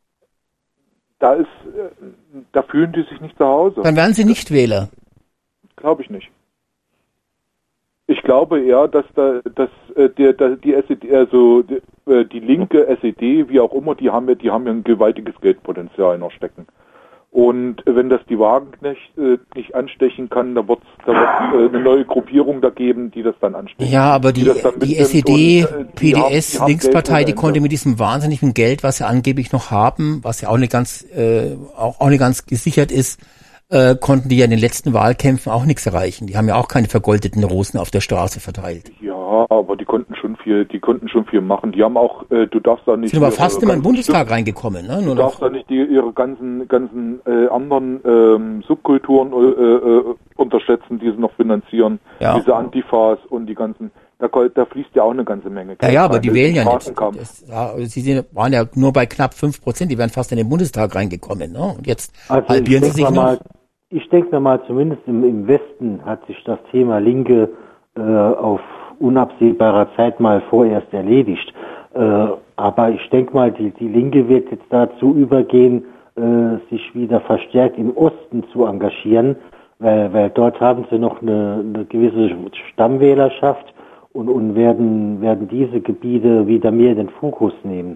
Da fühlen die sich nicht zu Hause. Dann werden sie nicht Wähler. Glaube ich nicht. Ich glaube eher, dass die SED, also die linke SED, wie auch immer, die haben ja ein gewaltiges Geldpotenzial noch stecken. Und wenn das die Wagenknecht nicht anstechen kann, da wird eine neue Gruppierung da geben, die das dann anstechen. Ja, aber die SED, PDS, die Linkspartei, die konnte mit diesem wahnsinnigen Geld, was sie angeblich noch haben, was ja auch nicht ganz gesichert ist, konnten die ja in den letzten Wahlkämpfen auch nichts erreichen. Die haben ja auch keine vergoldeten Rosen auf der Straße verteilt. Ja, aber die konnten schon viel machen. Die haben auch, du darfst da nicht... Sind aber fast in den Bundestag reingekommen, ne? Du darfst da nicht ihre ganzen anderen Subkulturen unterschätzen, die sie noch finanzieren. Ja. Diese Antifas und die ganzen... Da fließt ja auch eine ganze Menge Geld. Ja, aber die wählen ja nicht. Sie waren ja nur bei knapp 5%, die wären fast in den Bundestag reingekommen, ne? Und jetzt halbieren sie sich noch. Ich denke mal, zumindest im Westen hat sich das Thema Linke auf unabsehbarer Zeit mal vorerst erledigt. Aber ich denke mal, die Linke wird jetzt dazu übergehen, sich wieder verstärkt im Osten zu engagieren, weil dort haben sie noch eine gewisse Stammwählerschaft und werden diese Gebiete wieder mehr in den Fokus nehmen.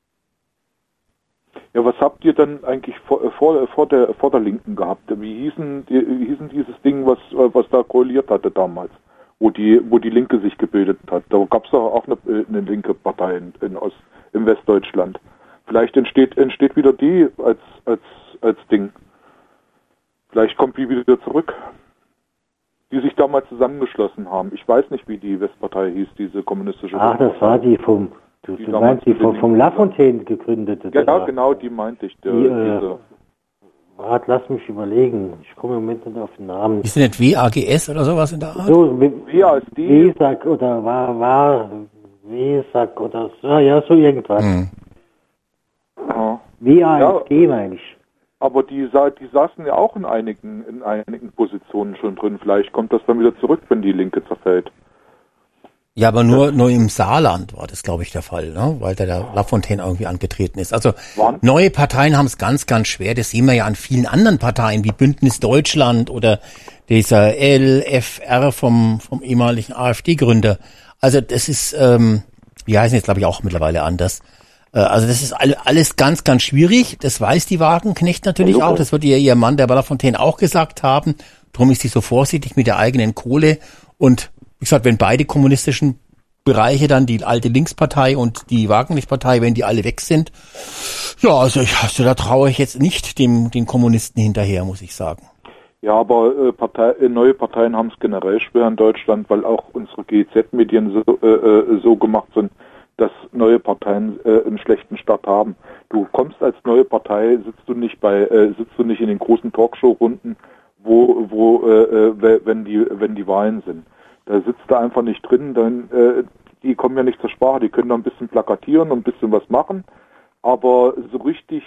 Ja, was habt ihr dann eigentlich vor der Linken gehabt? Wie hießen dieses Ding, was da koaliert hatte damals, wo die Linke sich gebildet hat? Da gab es doch auch eine linke Partei im Westdeutschland. Vielleicht entsteht wieder die als Ding. Vielleicht kommt die wieder zurück, die sich damals zusammengeschlossen haben. Ich weiß nicht, wie die Westpartei hieß, diese kommunistische. Ach, das war die vom Lafontaine gegründete. Ja, genau, die meinte ich. Lass mich überlegen. Ich komme im Moment nicht auf den Namen. Ist das nicht WAGS oder sowas in der Art? So, WSAG oder WSAG oder so, ja, so irgendwas. Ja. WASG meine ich. Aber die saßen ja auch in einigen Positionen schon drin. Vielleicht kommt das dann wieder zurück, wenn die Linke zerfällt. Ja, aber nur im Saarland war das, glaube ich, der Fall, ne? Weil da der Lafontaine irgendwie angetreten ist. Also neue Parteien haben es ganz, ganz schwer. Das sehen wir ja an vielen anderen Parteien, wie Bündnis Deutschland oder dieser LFR vom ehemaligen AfD-Gründer. Also das ist, die heißen jetzt, glaube ich, auch mittlerweile anders. Also das ist alles ganz, ganz schwierig. Das weiß die Wagenknecht natürlich auch. Das wird ihr Mann, der Lafontaine, auch gesagt haben. Darum ist sie so vorsichtig mit der eigenen Kohle. Und wie gesagt, wenn beide kommunistischen Bereiche dann, die alte Linkspartei und die Wagenknecht-Partei, wenn die alle weg sind, ja, also da traue ich jetzt nicht den Kommunisten hinterher, muss ich sagen. Ja, aber neue Parteien haben es generell schwer in Deutschland, weil auch unsere GEZ-Medien so gemacht sind, dass neue Parteien einen schlechten Start haben. Du kommst als neue Partei, sitzt du nicht in den großen Talkshow-Runden, wenn die Wahlen sind. Da sitzt du einfach nicht drin, die kommen ja nicht zur Sprache, die können da ein bisschen plakatieren und ein bisschen was machen, aber so richtig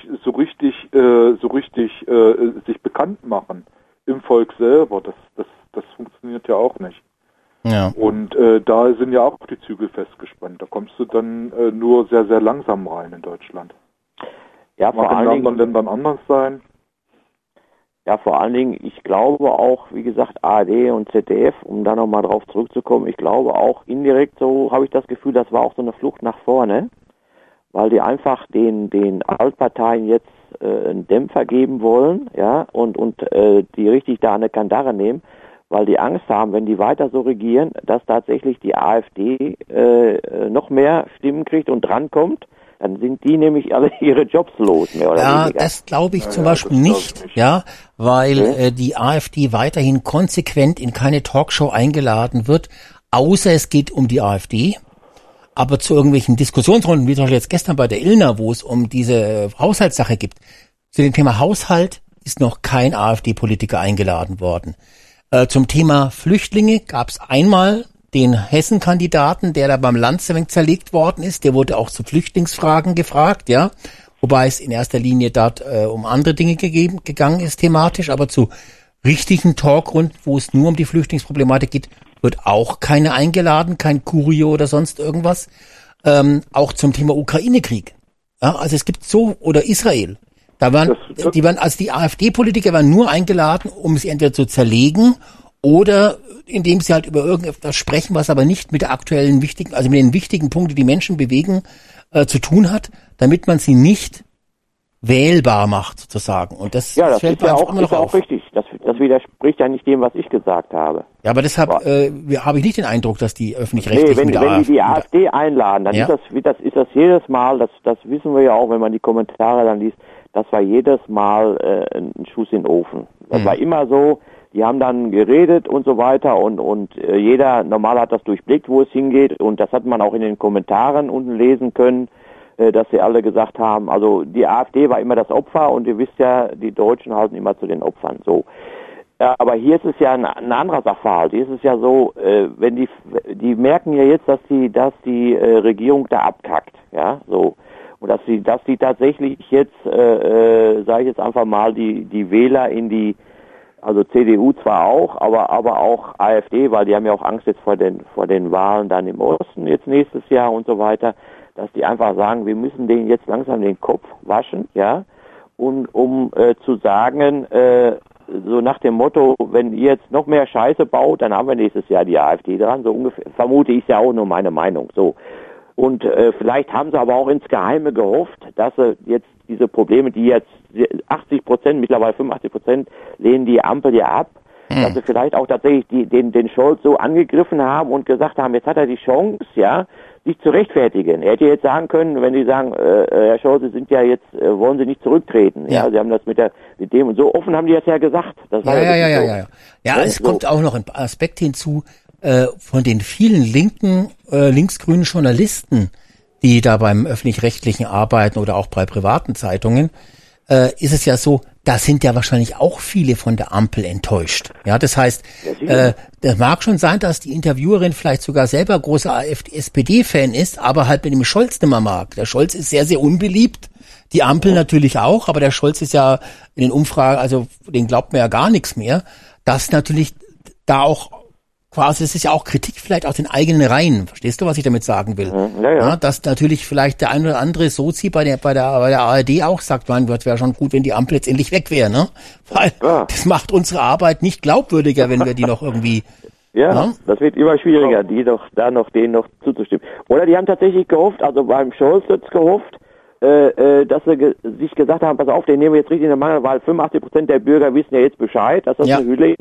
sich bekannt machen im Volk selber, das funktioniert ja auch nicht. Ja. Und da sind ja auch die Zügel festgespannt. Da kommst du dann nur sehr, sehr langsam rein in Deutschland. Ja, Mag in anderen Ländern anders sein. Ja, vor allen Dingen, ich glaube auch, wie gesagt, ARD und ZDF, um da nochmal drauf zurückzukommen, ich glaube auch indirekt, so habe ich das Gefühl, das war auch so eine Flucht nach vorne, weil die einfach den Altparteien jetzt einen Dämpfer geben wollen, ja, und die richtig da eine Kandare nehmen, weil die Angst haben, wenn die weiter so regieren, dass tatsächlich die AfD noch mehr Stimmen kriegt und drankommt. Dann sind die nämlich alle ihre Jobs los, mehr oder weniger. Ja, das glaube ich zum Beispiel nicht, ja, weil die AfD weiterhin konsequent in keine Talkshow eingeladen wird, außer es geht um die AfD. Aber zu irgendwelchen Diskussionsrunden, wie zum Beispiel jetzt gestern bei der Illner, wo es um diese Haushaltssache gibt, zu dem Thema Haushalt ist noch kein AfD-Politiker eingeladen worden. Zum Thema Flüchtlinge gab es einmal den Hessen-Kandidaten, der da beim Landsemming zerlegt worden ist, der wurde auch zu Flüchtlingsfragen gefragt, ja, wobei es in erster Linie dort um andere Dinge gegangen ist thematisch, aber zu richtigen Talkrunden, wo es nur um die Flüchtlingsproblematik geht, wird auch keine eingeladen, kein Curio oder sonst irgendwas. Auch zum Thema Ukraine-Krieg. Ja, also es gibt oder Israel. Die AfD-Politiker waren nur eingeladen, um sie entweder zu zerlegen oder indem sie halt über irgendetwas sprechen, was aber nicht mit der aktuellen mit den wichtigen Punkten, die Menschen bewegen, zu tun hat, damit man sie nicht wählbar macht, sozusagen. Und das fällt mir immer noch auf. Richtig. Das widerspricht ja nicht dem, was ich gesagt habe. Ja, aber deshalb habe ich nicht den Eindruck, dass die öffentlich-rechtlichen wenn die die AfD einladen, dann ist das jedes Mal, das wissen wir ja auch, wenn man die Kommentare dann liest, das war jedes Mal ein Schuss in den Ofen. Das war immer so. Die haben dann geredet und so weiter und jeder normal hat das durchblickt, wo es hingeht und das hat man auch in den Kommentaren unten lesen können, dass sie alle gesagt haben, also die AfD war immer das Opfer und ihr wisst ja, die Deutschen halten immer zu den Opfern, so. Aber hier ist es ja ein anderer Sachverhalt. Hier ist es ja so, wenn die merken ja jetzt, dass die Regierung da abkackt, ja, so. Und dass sie tatsächlich jetzt, sage ich jetzt einfach mal, die Wähler also CDU zwar auch, aber auch AfD, weil die haben ja auch Angst jetzt vor den Wahlen dann im Osten jetzt nächstes Jahr und so weiter, dass die einfach sagen, wir müssen denen jetzt langsam den Kopf waschen, ja, um zu sagen, so nach dem Motto, wenn ihr jetzt noch mehr Scheiße baut, dann haben wir nächstes Jahr die AfD dran, so ungefähr, vermute ich ja auch nur meine Meinung, so. Und vielleicht haben sie aber auch ins Geheime gehofft, dass sie jetzt diese Probleme, die jetzt 80%, mittlerweile 85% lehnen die Ampel ja ab, dass sie vielleicht auch tatsächlich den Scholz so angegriffen haben und gesagt haben, jetzt hat er die Chance, ja, sich zu rechtfertigen. Er hätte jetzt sagen können, wenn die sagen, Herr Scholz, Sie sind ja jetzt, wollen Sie nicht zurücktreten. Ja, Sie haben das mit dem und so offen haben die das ja gesagt. Das war ja. Ja, es kommt auch noch ein Aspekt hinzu, von den vielen linksgrünen Journalisten, die da beim öffentlich-rechtlichen arbeiten oder auch bei privaten Zeitungen, ist es ja so, da sind ja wahrscheinlich auch viele von der Ampel enttäuscht. Ja, das heißt, das mag schon sein, dass die Interviewerin vielleicht sogar selber großer SPD-Fan ist, aber halt mit dem Scholz nicht mehr mag. Der Scholz ist sehr, sehr unbeliebt. Die Ampel natürlich auch, aber der Scholz ist ja in den Umfragen, also den glaubt man ja gar nichts mehr. Das natürlich da auch quasi, es ist ja auch Kritik vielleicht aus den eigenen Reihen. Verstehst du, was ich damit sagen will? Ja, dass natürlich vielleicht der ein oder andere Sozi bei der ARD auch sagt, man, das wäre schon gut, wenn die Ampel jetzt endlich weg wäre, ne? Weil das macht unsere Arbeit nicht glaubwürdiger, wenn wir die noch irgendwie... Ja, das wird immer schwieriger, denen noch zuzustimmen. Oder die haben tatsächlich gehofft, also beim Scholz jetzt gehofft, dass sie sich gesagt haben, pass auf, den nehmen wir jetzt richtig in den Mangel, weil 85% der Bürger wissen ja jetzt Bescheid, dass das eine Hülle ist.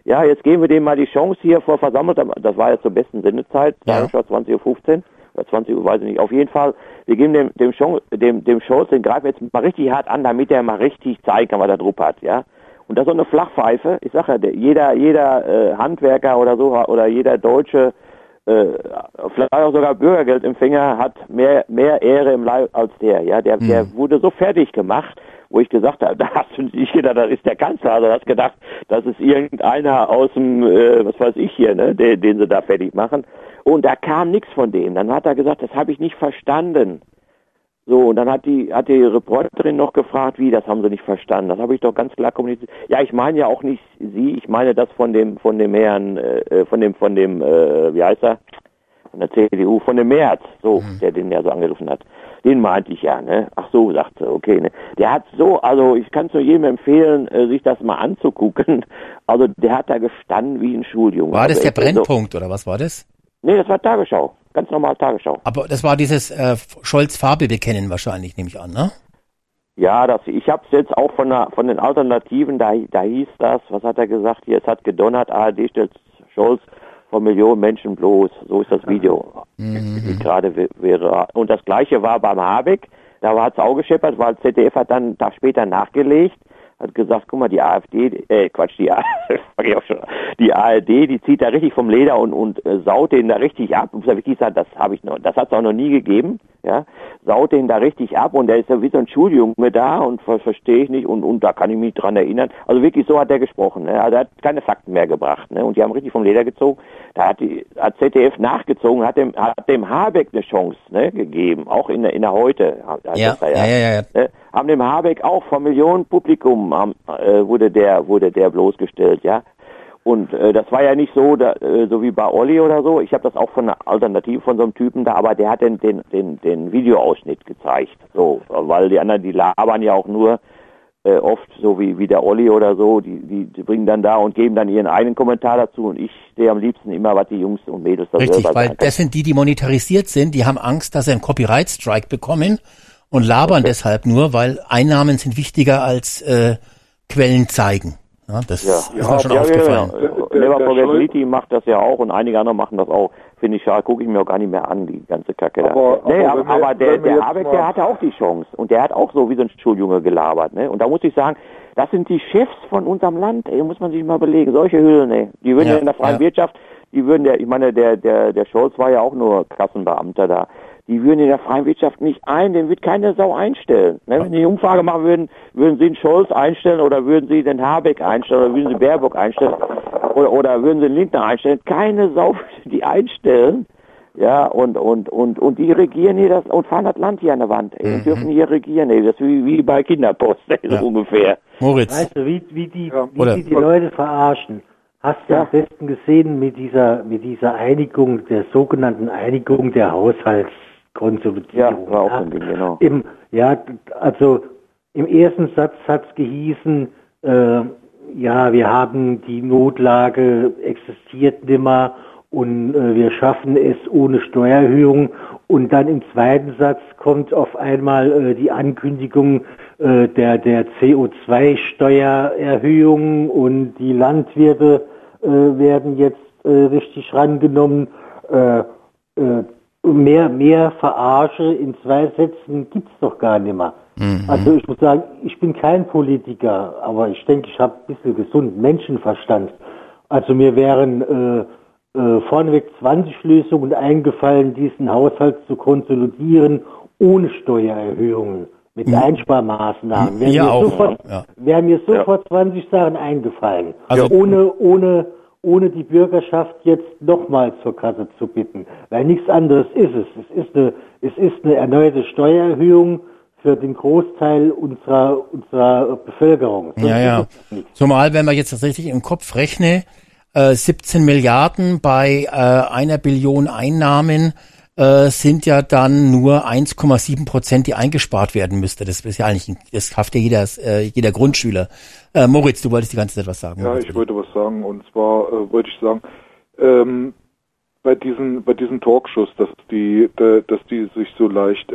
ja, jetzt geben wir dem mal die Chance hier vor versammelter, das war ja zur besten Sendezeit, Ja. 20.15 Uhr oder 20 Uhr, weiß ich nicht, auf jeden Fall, wir geben dem Scholz, den greifen jetzt mal richtig hart an, damit er mal richtig zeigen kann, was er drauf hat, ja. Und das ist so eine Flachpfeife, ich sag ja, jeder Handwerker oder so, oder jeder Deutsche, vielleicht auch sogar Bürgergeldempfänger hat mehr Ehre im Leib als der, ja, der wurde so fertig gemacht, wo ich gesagt habe, da hast du nicht gedacht, das ist der Kanzler, also hast gedacht, das ist irgendeiner aus dem, was weiß ich hier, ne, den sie da fertig machen. Und da kam nichts von dem. Dann hat er gesagt, das habe ich nicht verstanden. So, und dann hat die Reporterin noch gefragt, wie, das haben sie nicht verstanden. Das habe ich doch ganz klar kommuniziert. Ja, ich meine ja auch nicht sie, ich meine das von dem Herrn, wie heißt er? Von der CDU, von dem Merz, so, der den ja so angerufen hat. Den meinte ich ja, ne? Ach so, sagt sie, okay, ne? Der hat so, also ich kann es nur jedem empfehlen, sich das mal anzugucken. Also der hat da gestanden wie ein Schuljunge. War das also, der Brennpunkt oder was war das? Nee, das war Tagesschau. Ganz normal Tagesschau. Aber das war dieses Scholz-Farbe bekennen wahrscheinlich, nehme ich an, ne? Ja, ich habe es jetzt auch von den Alternativen, da hieß das, was hat er gesagt, hier, es hat gedonnert, ARD stellt Scholz vor Millionen Menschen bloß. So ist das Video. Wie gerade wäre. Und das Gleiche war beim Habeck, da hat es auch gescheppert, weil ZDF hat dann einen Tag später nachgelegt, hat gesagt, guck mal, die AfD, die ARD, die zieht da richtig vom Leder und saut den da richtig ab. Ich muss wirklich sagen, das hat es auch noch nie gegeben, ja. Saut den da richtig ab und der ist ja wie so ein Schuljunge da und verstehe ich nicht und da kann ich mich dran erinnern. Also wirklich so hat der gesprochen, ne? Also er hat keine Fakten mehr gebracht, ne? Und die haben richtig vom Leder gezogen. Da hat ZDF nachgezogen, hat dem Habeck eine Chance, ne, gegeben, auch in der Heute. Ja. Ne? Haben dem Habeck auch vor Millionen Publikum wurde der bloßgestellt, ja. Und das war ja nicht so, so wie bei Olli oder so. Ich habe das auch von einer Alternative von so einem Typen da, aber der hat den Videoausschnitt gezeigt. So, weil die anderen, die labern ja auch nur oft so wie der Olli oder so, die bringen dann da und geben dann ihren eigenen Kommentar dazu und ich sehe am liebsten immer, was die Jungs und Mädels da Richtig, selber weil sagen. das sind die monetarisiert sind, die haben Angst, dass sie einen Copyright-Strike bekommen und labern deshalb nur, weil Einnahmen sind wichtiger als Quellen zeigen. Ja, das ist mir schon aufgefallen. Genau. Never Forget City macht das ja auch und einige andere machen das auch. Finde ich schade, gucke ich mir auch gar nicht mehr an, die ganze Kacke da. Aber der Habeck, der hatte auch die Chance und der hat auch so wie so ein Schuljunge gelabert, ne? Und da muss ich sagen, das sind die Chefs von unserem Land, ey, muss man sich mal belegen. Solche Hüllen, ey. Die würden ja in der freien Wirtschaft, ich meine, der Scholz war ja auch nur Kassenbeamter da. Die würden in der freien Wirtschaft nicht den wird keine Sau einstellen. Ne? Wenn die eine Umfrage machen würden sie den Scholz einstellen oder würden sie den Habeck einstellen oder würden sie Baerbock einstellen oder würden sie den Lindner einstellen? Keine Sau würde die einstellen. Ja, und die regieren hier das und fahren das Land hier an der Wand. Ey, und dürfen hier regieren, ey. Das ist wie bei Kinderpost, ey, so ungefähr. Moritz. Weißt du, wie die Leute verarschen? Hast du am besten gesehen mit dieser Einigung, der sogenannten Einigung der Haushaltskonsolidierung. Ja, war auch so ein Ding, genau. Im ersten Satz hat es gehießen, wir haben die Notlage existiert nimmer und wir schaffen es ohne Steuererhöhung. Und dann im zweiten Satz kommt auf einmal die Ankündigung der CO2-Steuererhöhung und die Landwirte werden jetzt richtig rangenommen. Mehr Verarsche in 2 Sätzen gibt's doch gar nicht mehr. Also ich muss sagen, ich bin kein Politiker, aber ich denke, ich habe ein bisschen gesunden Menschenverstand. Also mir wären vorneweg 20 Lösungen eingefallen, diesen Haushalt zu konsolidieren, ohne Steuererhöhungen, mit Einsparmaßnahmen. Wären mir sofort 20 Sachen eingefallen. Also ohne die Bürgerschaft jetzt nochmal zur Kasse zu bitten. Weil nichts anderes ist es. Es ist eine erneute Steuererhöhung für den Großteil unserer Bevölkerung. Ja. Zumal, wenn man jetzt das richtig im Kopf rechne, 17 Milliarden bei 1 Billion Einnahmen sind ja dann nur 1,7%, die eingespart werden müsste. Das ist ja eigentlich, das schafft ja jeder Grundschüler. Moritz, du wolltest die ganze Zeit was sagen. Ja, ich wollte was sagen und zwar wollte ich sagen, bei diesen Talkshows, dass die sich so leicht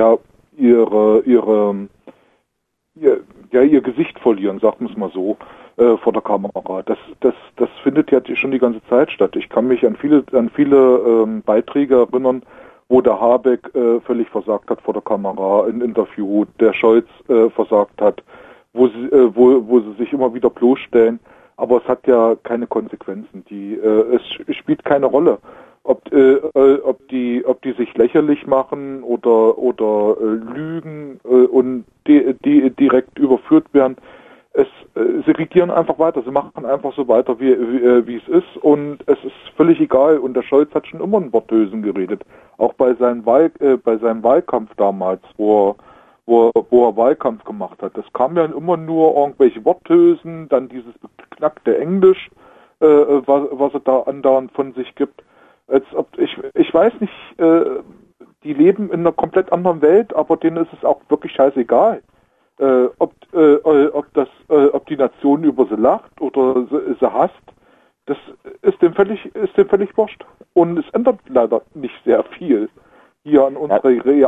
ihr Gesicht verlieren, sagen wir es mal so. vor der Kamera. Das findet ja schon die ganze Zeit statt. Ich kann mich an viele Beiträge erinnern, wo der Habeck völlig versagt hat vor der Kamera, ein Interview, der Scholz versagt hat, wo sie sich immer wieder bloßstellen. Aber es hat ja keine Konsequenzen. Es spielt keine Rolle, ob die sich lächerlich machen oder lügen und die direkt überführt werden. Sie regieren einfach weiter. Sie machen einfach so weiter, wie es ist, und es ist völlig egal. Und der Scholz hat schon immer in Worthülsen geredet, auch bei seinem Wahlkampf damals, wo er Wahlkampf gemacht hat. Das kam ja immer nur irgendwelche Worthülsen, dann dieses beknackte Englisch, was er da andauernd von sich gibt. Ich weiß nicht, die leben in einer komplett anderen Welt, aber denen ist es auch wirklich scheißegal, ob die Nation über sie lacht oder sie hasst. Das ist dem völlig wurscht. Und es ändert leider nicht sehr viel hier an unserer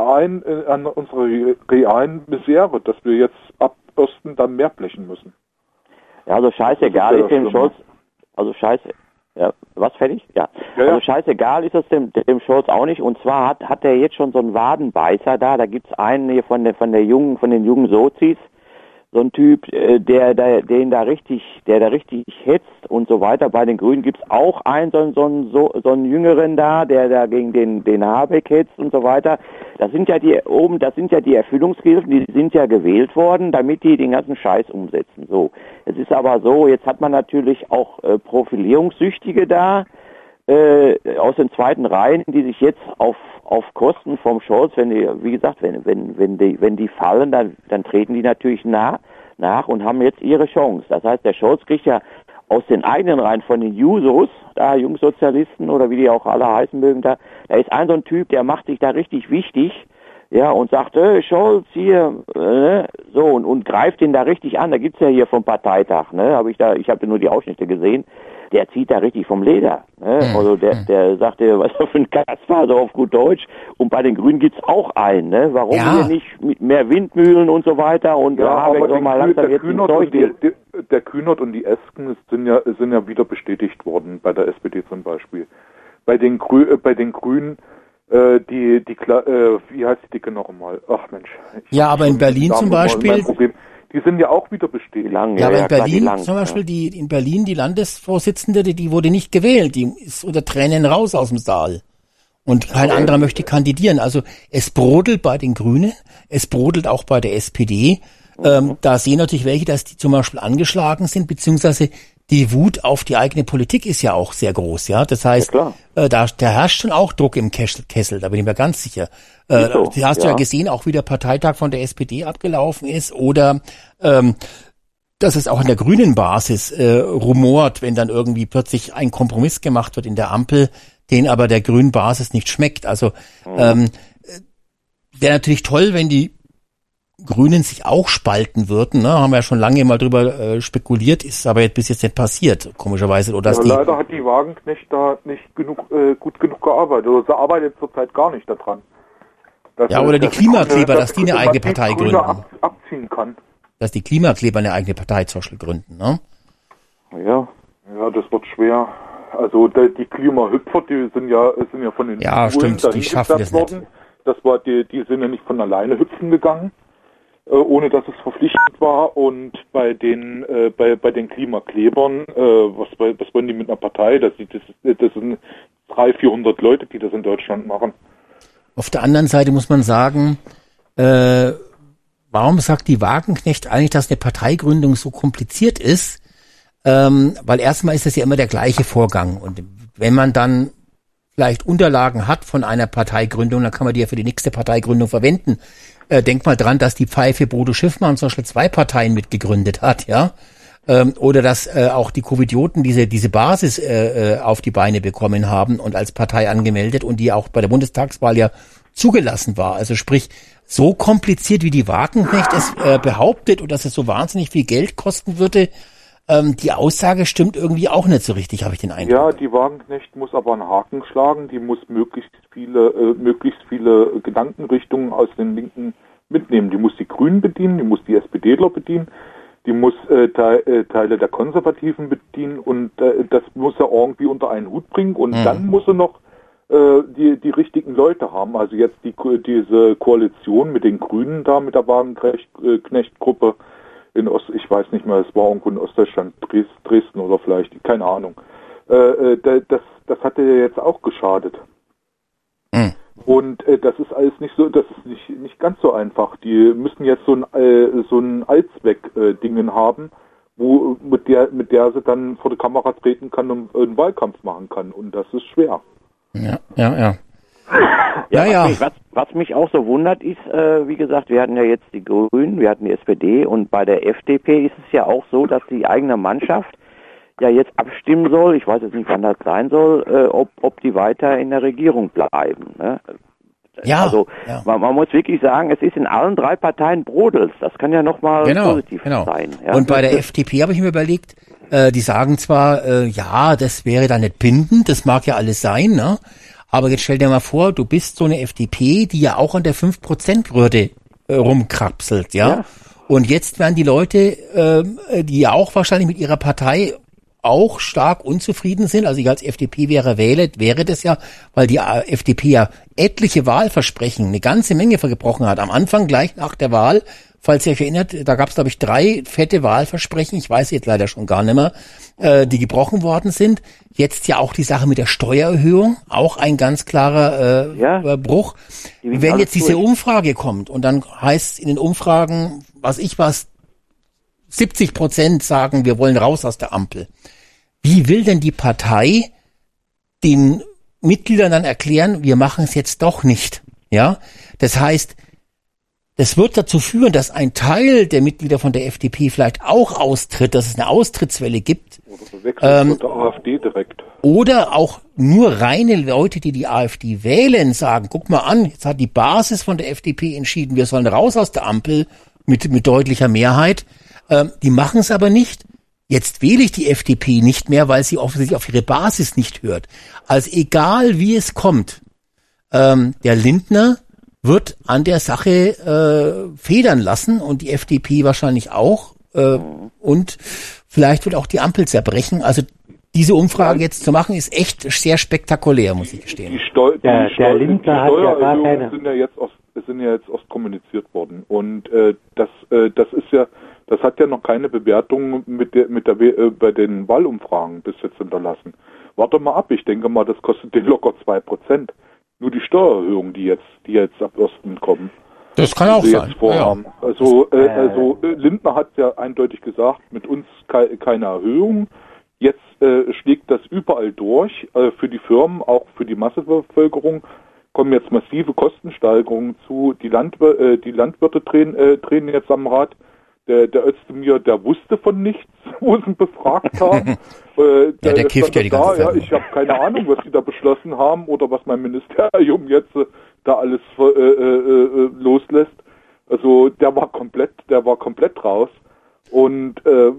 realen Misere, dass wir jetzt ab Osten dann mehr blechen müssen. Ja, also scheißegal ist dem Scholz, ja, was fertig? Ja. Also scheißegal ist es dem Scholz auch nicht. Und zwar hat er jetzt schon so einen Wadenbeißer da gibt's einen hier von den jungen Sozis, so ein Typ, der da richtig hetzt und so weiter. Bei den Grünen gibt's auch einen, so einen Jüngeren da, der da gegen den Habeck hetzt und so weiter. Das sind ja die Erfüllungsgehilfen, die sind ja gewählt worden, damit die den ganzen Scheiß umsetzen. So. Es ist aber so, jetzt hat man natürlich auch Profilierungssüchtige da, aus den zweiten Reihen, die sich jetzt auf Kosten vom Scholz, wenn die fallen, dann treten die natürlich nach und haben jetzt ihre Chance. Das heißt, der Scholz kriegt ja aus den eigenen Reihen von den Jusos, da Jungsozialisten oder wie die auch alle heißen mögen, da ist so ein Typ, der macht sich da richtig wichtig, ja, und sagt, Scholz hier, so, und greift ihn da richtig an. Da gibt's ja hier vom Parteitag, ich habe nur die Ausschnitte gesehen. Der zieht da richtig vom Leder. Ne? Also der sagt, was für ein Kasper, so auf gut Deutsch. Und bei den Grünen gibt's auch einen. Ne? Warum hier nicht mit mehr Windmühlen und so weiter? Und aber der Kühnert und die Esken sind ja wieder bestätigt worden bei der SPD zum Beispiel. Bei den Grünen wie heißt die Dicke noch einmal? Ach Mensch. Ja, aber in Berlin zum Beispiel. Die sind ja auch wieder bestätigt. Ja, aber in Berlin zum Beispiel, die Landesvorsitzende, die wurde nicht gewählt. Die ist unter Tränen raus aus dem Saal. Und kein anderer möchte kandidieren. Also es brodelt bei den Grünen, es brodelt auch bei der SPD. Da sehen natürlich welche, dass die zum Beispiel angeschlagen sind, beziehungsweise die Wut auf die eigene Politik ist ja auch sehr groß, ja. Das heißt, da herrscht schon auch Druck im Kessel, da bin ich mir ganz sicher. Du hast ja gesehen, auch wie der Parteitag von der SPD abgelaufen ist, oder dass es auch an der grünen Basis rumort, wenn dann irgendwie plötzlich ein Kompromiss gemacht wird in der Ampel, den aber der grünen Basis nicht schmeckt. Also wäre natürlich toll, wenn die Grünen sich auch spalten würden, ne? Haben wir ja schon lange mal drüber spekuliert, ist aber bis jetzt nicht passiert, komischerweise. Oder leider hat die Wagenknecht da nicht gut genug gearbeitet, oder sie arbeitet zurzeit gar nicht daran. Oder die Klimakleber, dass die eine eigene Partei gründen. Abziehen kann. Dass die Klimakleber eine eigene Partei zum Beispiel gründen, ne? Ja, das wird schwer. Also die Klimahüpfer, die sind ja von den Schulen die schaffen das worden. Nicht. Die sind ja nicht von alleine hüpfen gegangen, ohne dass es verpflichtend war. Und bei den Klimaklebern, was wollen die mit einer Partei? Das sind 300-400 Leute, die das in Deutschland machen. Auf der anderen Seite muss man sagen, warum sagt die Wagenknecht eigentlich, dass eine Parteigründung so kompliziert ist? Weil erstmal ist das ja immer der gleiche Vorgang. Und wenn man dann vielleicht Unterlagen hat von einer Parteigründung, dann kann man die ja für die nächste Parteigründung verwenden. Denk mal dran, dass die Pfeife Bodo Schiffmann zum Beispiel 2 Parteien mitgegründet hat, ja. Oder dass auch die Covidioten diese Basis auf die Beine bekommen haben und als Partei angemeldet und die auch bei der Bundestagswahl ja zugelassen war. Also sprich, so kompliziert wie die Wagenknecht es behauptet und dass es so wahnsinnig viel Geld kosten würde, die Aussage stimmt irgendwie auch nicht so richtig, habe ich den Eindruck. Ja, die Wagenknecht muss aber einen Haken schlagen, die muss möglichst viele Gedankenrichtungen aus den Linken mitnehmen. Die muss die Grünen bedienen, die muss die SPDler bedienen, die muss Teile der Konservativen bedienen und das muss er irgendwie unter einen Hut bringen und dann muss er noch die richtigen Leute haben. Also jetzt diese Koalition mit den Grünen da, mit der Wagenknecht-Gruppe in ich weiß nicht mehr, es war irgendwo in Ostdeutschland, Dresden oder vielleicht, keine Ahnung. Das hat ja jetzt auch geschadet. Und das ist alles nicht so, das ist nicht ganz so einfach. Die müssen jetzt so ein Allzweck-Dingen haben, mit der sie dann vor die Kamera treten kann und einen Wahlkampf machen kann. Und das ist schwer. Ja. Was mich auch so wundert ist, wie gesagt, wir hatten ja jetzt die Grünen, wir hatten die SPD und bei der FDP ist es ja auch so, dass die eigene Mannschaft ja jetzt abstimmen soll, ich weiß jetzt nicht, wann das sein soll, ob die weiter in der Regierung bleiben. Ne? Man muss wirklich sagen, es ist in allen 3 Parteien brodelt. Das kann ja nochmal positiv sein. Ja? Und bei der FDP habe ich mir überlegt, die sagen zwar, das wäre da nicht bindend, das mag ja alles sein, ne? Aber jetzt stell dir mal vor, du bist so eine FDP, die ja auch an der 5%-Hürde rumkrapselt, ja? Und jetzt werden die Leute, die ja auch wahrscheinlich mit ihrer Partei auch stark unzufrieden sind, also ich als FDP wäre das ja, weil die FDP ja etliche Wahlversprechen, eine ganze Menge verbrochen hat. Am Anfang, gleich nach der Wahl, falls ihr euch erinnert, da gab es, glaube ich, 3 fette Wahlversprechen, ich weiß jetzt leider schon gar nicht mehr, die gebrochen worden sind. Jetzt ja auch die Sache mit der Steuererhöhung, auch ein ganz klarer Bruch. Wenn jetzt diese Umfrage kommt und dann heißt in den Umfragen, 70% sagen, wir wollen raus aus der Ampel. Wie will denn die Partei den Mitgliedern dann erklären, wir machen es jetzt doch nicht? Ja, das heißt, das wird dazu führen, dass ein Teil der Mitglieder von der FDP vielleicht auch austritt, dass es eine Austrittswelle gibt. Oder wechselt zur AfD direkt. Oder auch nur reine Leute, die die AfD wählen, sagen, guck mal an, jetzt hat die Basis von der FDP entschieden, wir sollen raus aus der Ampel mit deutlicher Mehrheit. Die machen es aber nicht. Jetzt wähle ich die FDP nicht mehr, weil sie offensichtlich auf ihre Basis nicht hört. Also egal wie es kommt, der Lindner wird an der Sache federn lassen und die FDP wahrscheinlich auch. Und vielleicht wird auch die Ampel zerbrechen. Also diese Umfrage jetzt zu machen, ist echt sehr spektakulär, muss ich gestehen. Der Lindner hat ja gar keine. Sind ja jetzt oft kommuniziert worden und das hat ja noch keine Bewertung bei den Wahlumfragen bis jetzt hinterlassen. Warte mal ab, ich denke mal, das kostet den locker 2%. Nur die Steuererhöhungen, die jetzt ab Osten kommen. Das kann auch sein. Ja. Also Lindner hat ja eindeutig gesagt, mit uns keine Erhöhung. Jetzt schlägt das überall durch, für die Firmen, auch für die Massebevölkerung kommen jetzt massive Kostensteigerungen zu. Die Landwirte drehen jetzt am Rad. Der Özdemir, der wusste von nichts, wo sie ihn befragt haben. Der kifft ja die ganze Zeit. Ja, ich habe keine Ahnung, was die da beschlossen haben oder was mein Ministerium jetzt da alles loslässt. Also der war komplett raus. Und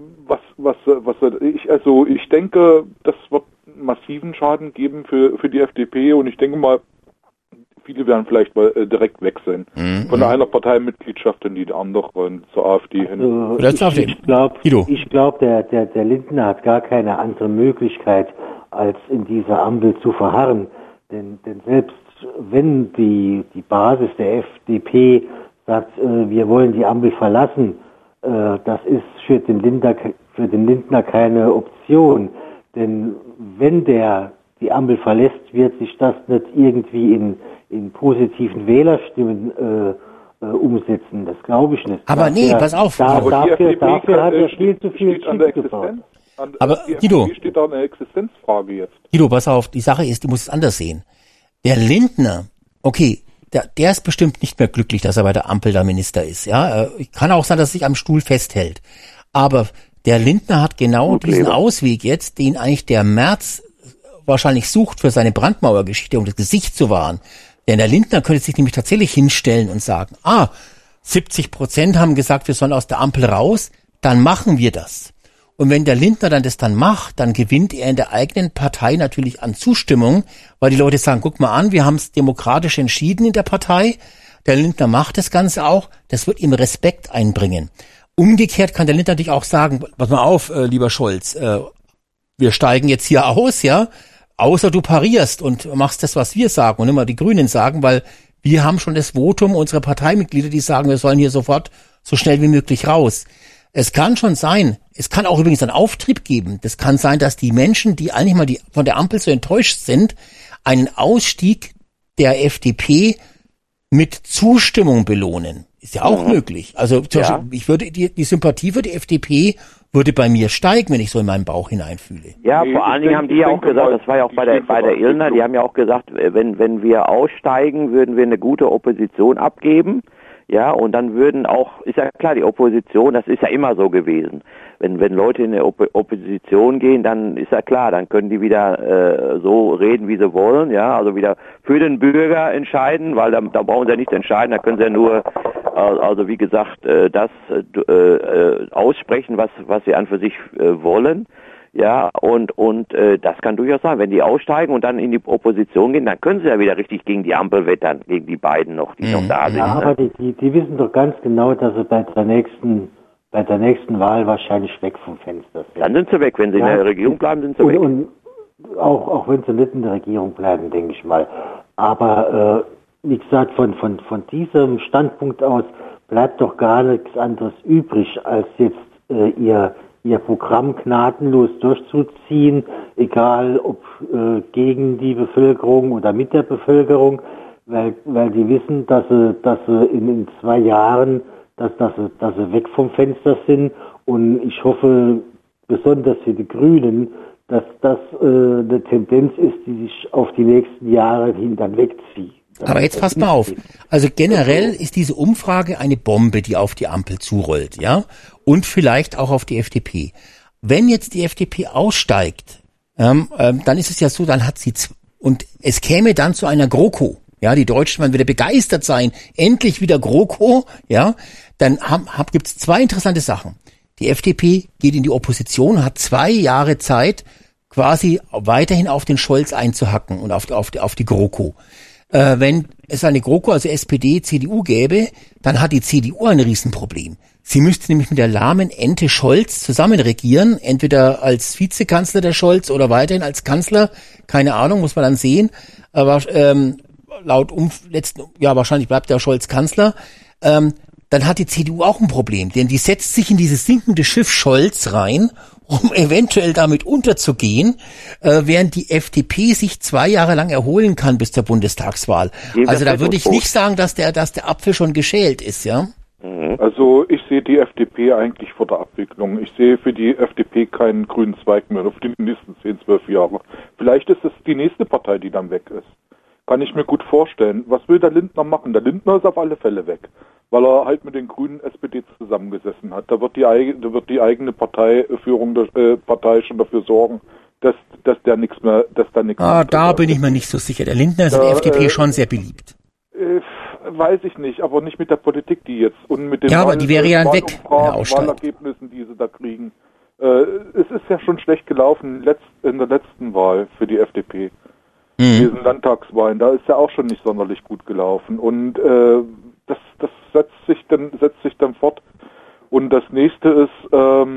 ich denke, das wird massiven Schaden geben für die FDP und ich denke mal, viele werden vielleicht mal direkt wechseln. Von einer Parteimitgliedschaft in die andere und zur AfD hin. Ich glaube, der Lindner hat gar keine andere Möglichkeit, als in dieser Ampel zu verharren. Denn selbst wenn die Basis der FDP sagt, wir wollen die Ampel verlassen, das ist für den Lindner keine Option. Denn wenn der die Ampel verlässt, wird sich das nicht irgendwie in positiven Wählerstimmen umsetzen. Das glaube ich nicht. Aber pass auf. Dafür hat er viel zu viel Chips gebaut. Aber Guido, steht da eine Existenzfrage jetzt. Guido, pass auf, die Sache ist, du musst es anders sehen. Der Lindner, okay, der ist bestimmt nicht mehr glücklich, dass er bei der Ampel da Minister ist. Ja, kann auch sein, dass er sich am Stuhl festhält. Aber der Lindner hat genau diesen Ausweg jetzt, den eigentlich der Merz wahrscheinlich sucht für seine Brandmauergeschichte, um das Gesicht zu wahren. Denn der Lindner könnte sich nämlich tatsächlich hinstellen und sagen, 70% haben gesagt, wir sollen aus der Ampel raus, dann machen wir das. Und wenn der Lindner das dann macht, dann gewinnt er in der eigenen Partei natürlich an Zustimmung, weil die Leute sagen, guck mal an, wir haben es demokratisch entschieden in der Partei. Der Lindner macht das Ganze auch, das wird ihm Respekt einbringen. Umgekehrt kann der Lindner natürlich auch sagen, pass mal auf, lieber Scholz, wir steigen jetzt hier aus, ja, außer du parierst und machst das, was wir sagen und immer die Grünen sagen, weil wir haben schon das Votum unserer Parteimitglieder, die sagen, wir sollen hier sofort so schnell wie möglich raus. Es kann schon sein, es kann auch übrigens einen Auftrieb geben. Das kann sein, dass die Menschen, die eigentlich mal von der Ampel so enttäuscht sind, einen Ausstieg der FDP mit Zustimmung belohnen. Ist ja auch möglich. Also zum Beispiel, ich würde die Sympathie für die FDP würde bei mir steigen, wenn ich so in meinen Bauch hineinfühle. Ja, vor allen Dingen haben die ja auch gesagt, das war ja auch bei der Illner, die haben ja auch gesagt, wenn wir aussteigen, würden wir eine gute Opposition abgeben. Ja, und dann würden auch, ist ja klar, die Opposition, das ist ja immer so gewesen. Wenn Leute in eine Opposition gehen, dann ist ja klar, dann können die wieder so reden, wie sie wollen, ja, also wieder für den Bürger entscheiden, weil da brauchen sie ja nichts entscheiden, da können sie ja nur, also wie gesagt, das aussprechen, was sie an für sich wollen. Ja, und das kann durchaus sein, wenn die aussteigen und dann in die Opposition gehen, dann können sie ja wieder richtig gegen die Ampel wettern, gegen die beiden noch, die noch da sind. Ja, aber die wissen doch ganz genau, dass sie bei der nächsten Wahl wahrscheinlich weg vom Fenster sind. Dann sind sie weg, wenn sie in der Regierung bleiben, sind sie weg. Und auch wenn sie nicht in der Regierung bleiben, denke ich mal. Aber wie gesagt, von diesem Standpunkt aus bleibt doch gar nichts anderes übrig, als jetzt ihr Programm gnadenlos durchzuziehen, egal ob gegen die Bevölkerung oder mit der Bevölkerung, weil die wissen, dass sie in 2 Jahren, dass sie weg vom Fenster sind. Und ich hoffe besonders für die Grünen, dass das eine Tendenz ist, die sich auf die nächsten Jahre hin dann wegzieht. Aber jetzt passt mal auf. Also generell ist diese Umfrage eine Bombe, die auf die Ampel zurollt, ja? Und vielleicht auch auf die FDP. Wenn jetzt die FDP aussteigt, dann ist es ja so, dann hat sie, und es käme dann zu einer GroKo. Ja, die Deutschen werden wieder begeistert sein. Endlich wieder GroKo, ja? Dann gibt's 2 interessante Sachen. Die FDP geht in die Opposition, hat 2 Jahre Zeit, quasi weiterhin auf den Scholz einzuhacken und auf die GroKo. Wenn es eine GroKo, also SPD, CDU gäbe, dann hat die CDU ein Riesenproblem. Sie müsste nämlich mit der lahmen Ente Scholz zusammen regieren, entweder als Vizekanzler der Scholz oder weiterhin als Kanzler, keine Ahnung, muss man dann sehen. Aber wahrscheinlich bleibt der Scholz Kanzler. Dann hat die CDU auch ein Problem, denn die setzt sich in dieses sinkende Schiff Scholz rein, um eventuell damit unterzugehen, während die FDP sich 2 Jahre lang erholen kann bis zur Bundestagswahl. Also da würde ich nicht sagen, dass der Apfel schon geschält ist, ja? Also ich sehe die FDP eigentlich vor der Abwicklung. Ich sehe für die FDP keinen grünen Zweig mehr auf die nächsten 10, 12 Jahre. Vielleicht ist es die nächste Partei, die dann weg ist. Kann ich mir gut vorstellen. Was will der Lindner machen? Der Lindner ist auf alle Fälle weg, weil er halt mit den Grünen SPD zusammengesessen hat. Da wird die eigene Parteiführung der Partei schon dafür sorgen, dass da nichts mehr. Da bin ich mir nicht so sicher. Der Lindner ist in der FDP schon sehr beliebt. Weiß ich nicht, aber nicht mit der Politik, die jetzt und mit den aber die wäre ja dann weg, Wahlergebnissen, die sie da kriegen. Es ist ja schon schlecht gelaufen in der letzten Wahl für die FDP. Diesen Landtagswahlen, da ist ja auch schon nicht sonderlich gut gelaufen. Und das setzt sich dann fort. Und das nächste ist,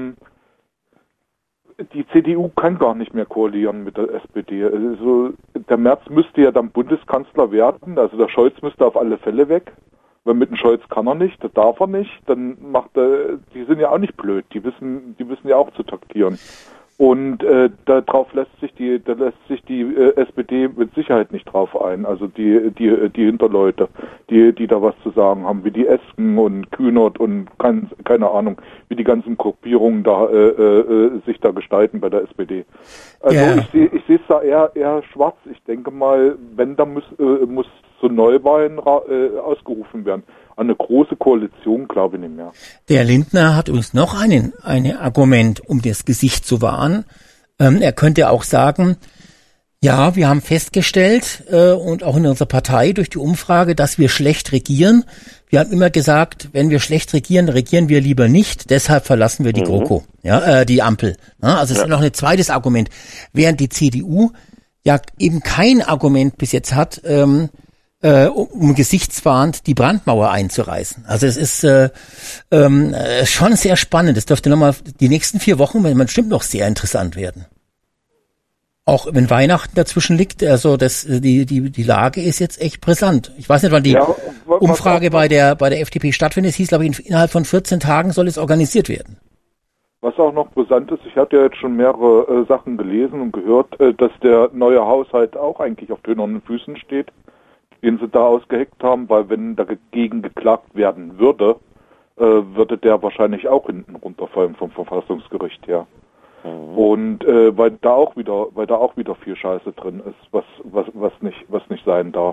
die CDU kann gar nicht mehr koalieren mit der SPD. Also der Merz müsste ja dann Bundeskanzler werden, also der Scholz müsste auf alle Fälle weg. Weil mit dem Scholz kann er nicht, das darf er nicht, dann die sind ja auch nicht blöd, die wissen ja auch zu taktieren. Und darauf lässt sich die SPD mit Sicherheit nicht drauf ein. Also die Hinterleute, die da was zu sagen haben, wie die Esken und Kühnert und keine Ahnung, wie die ganzen Gruppierungen da sich da gestalten bei der SPD. Also ich sehe es da eher schwarz. Ich denke mal, wenn da muss zu Neuwahlen ausgerufen werden. Eine große Koalition glaube ich nicht mehr. Der Lindner hat übrigens noch ein Argument, um das Gesicht zu wahren. Er könnte auch sagen, ja, wir haben festgestellt und auch in unserer Partei durch die Umfrage, dass wir schlecht regieren. Wir haben immer gesagt, wenn wir schlecht regieren, regieren wir lieber nicht. Deshalb verlassen wir die GroKo, die Ampel. Also es ist noch ein zweites Argument. Während die CDU ja eben kein Argument bis jetzt hat, um gesichtswahrend die Brandmauer einzureißen. Also es ist schon sehr spannend. Es dürfte nochmal die nächsten 4 Wochen, wenn man bestimmt noch sehr interessant werden. Auch wenn Weihnachten dazwischen liegt, also die Lage ist jetzt echt brisant. Ich weiß nicht, wann die Umfrage bei der FDP stattfindet. Es hieß, glaube ich, innerhalb von 14 Tagen soll es organisiert werden. Was auch noch brisant ist, ich hatte ja jetzt schon mehrere Sachen gelesen und gehört, dass der neue Haushalt auch eigentlich auf tönernen Füßen steht, den sie da ausgeheckt haben, weil wenn dagegen geklagt werden würde, würde der wahrscheinlich auch hinten runterfallen vom Verfassungsgericht her. Und weil da auch wieder viel Scheiße drin ist, was nicht sein darf.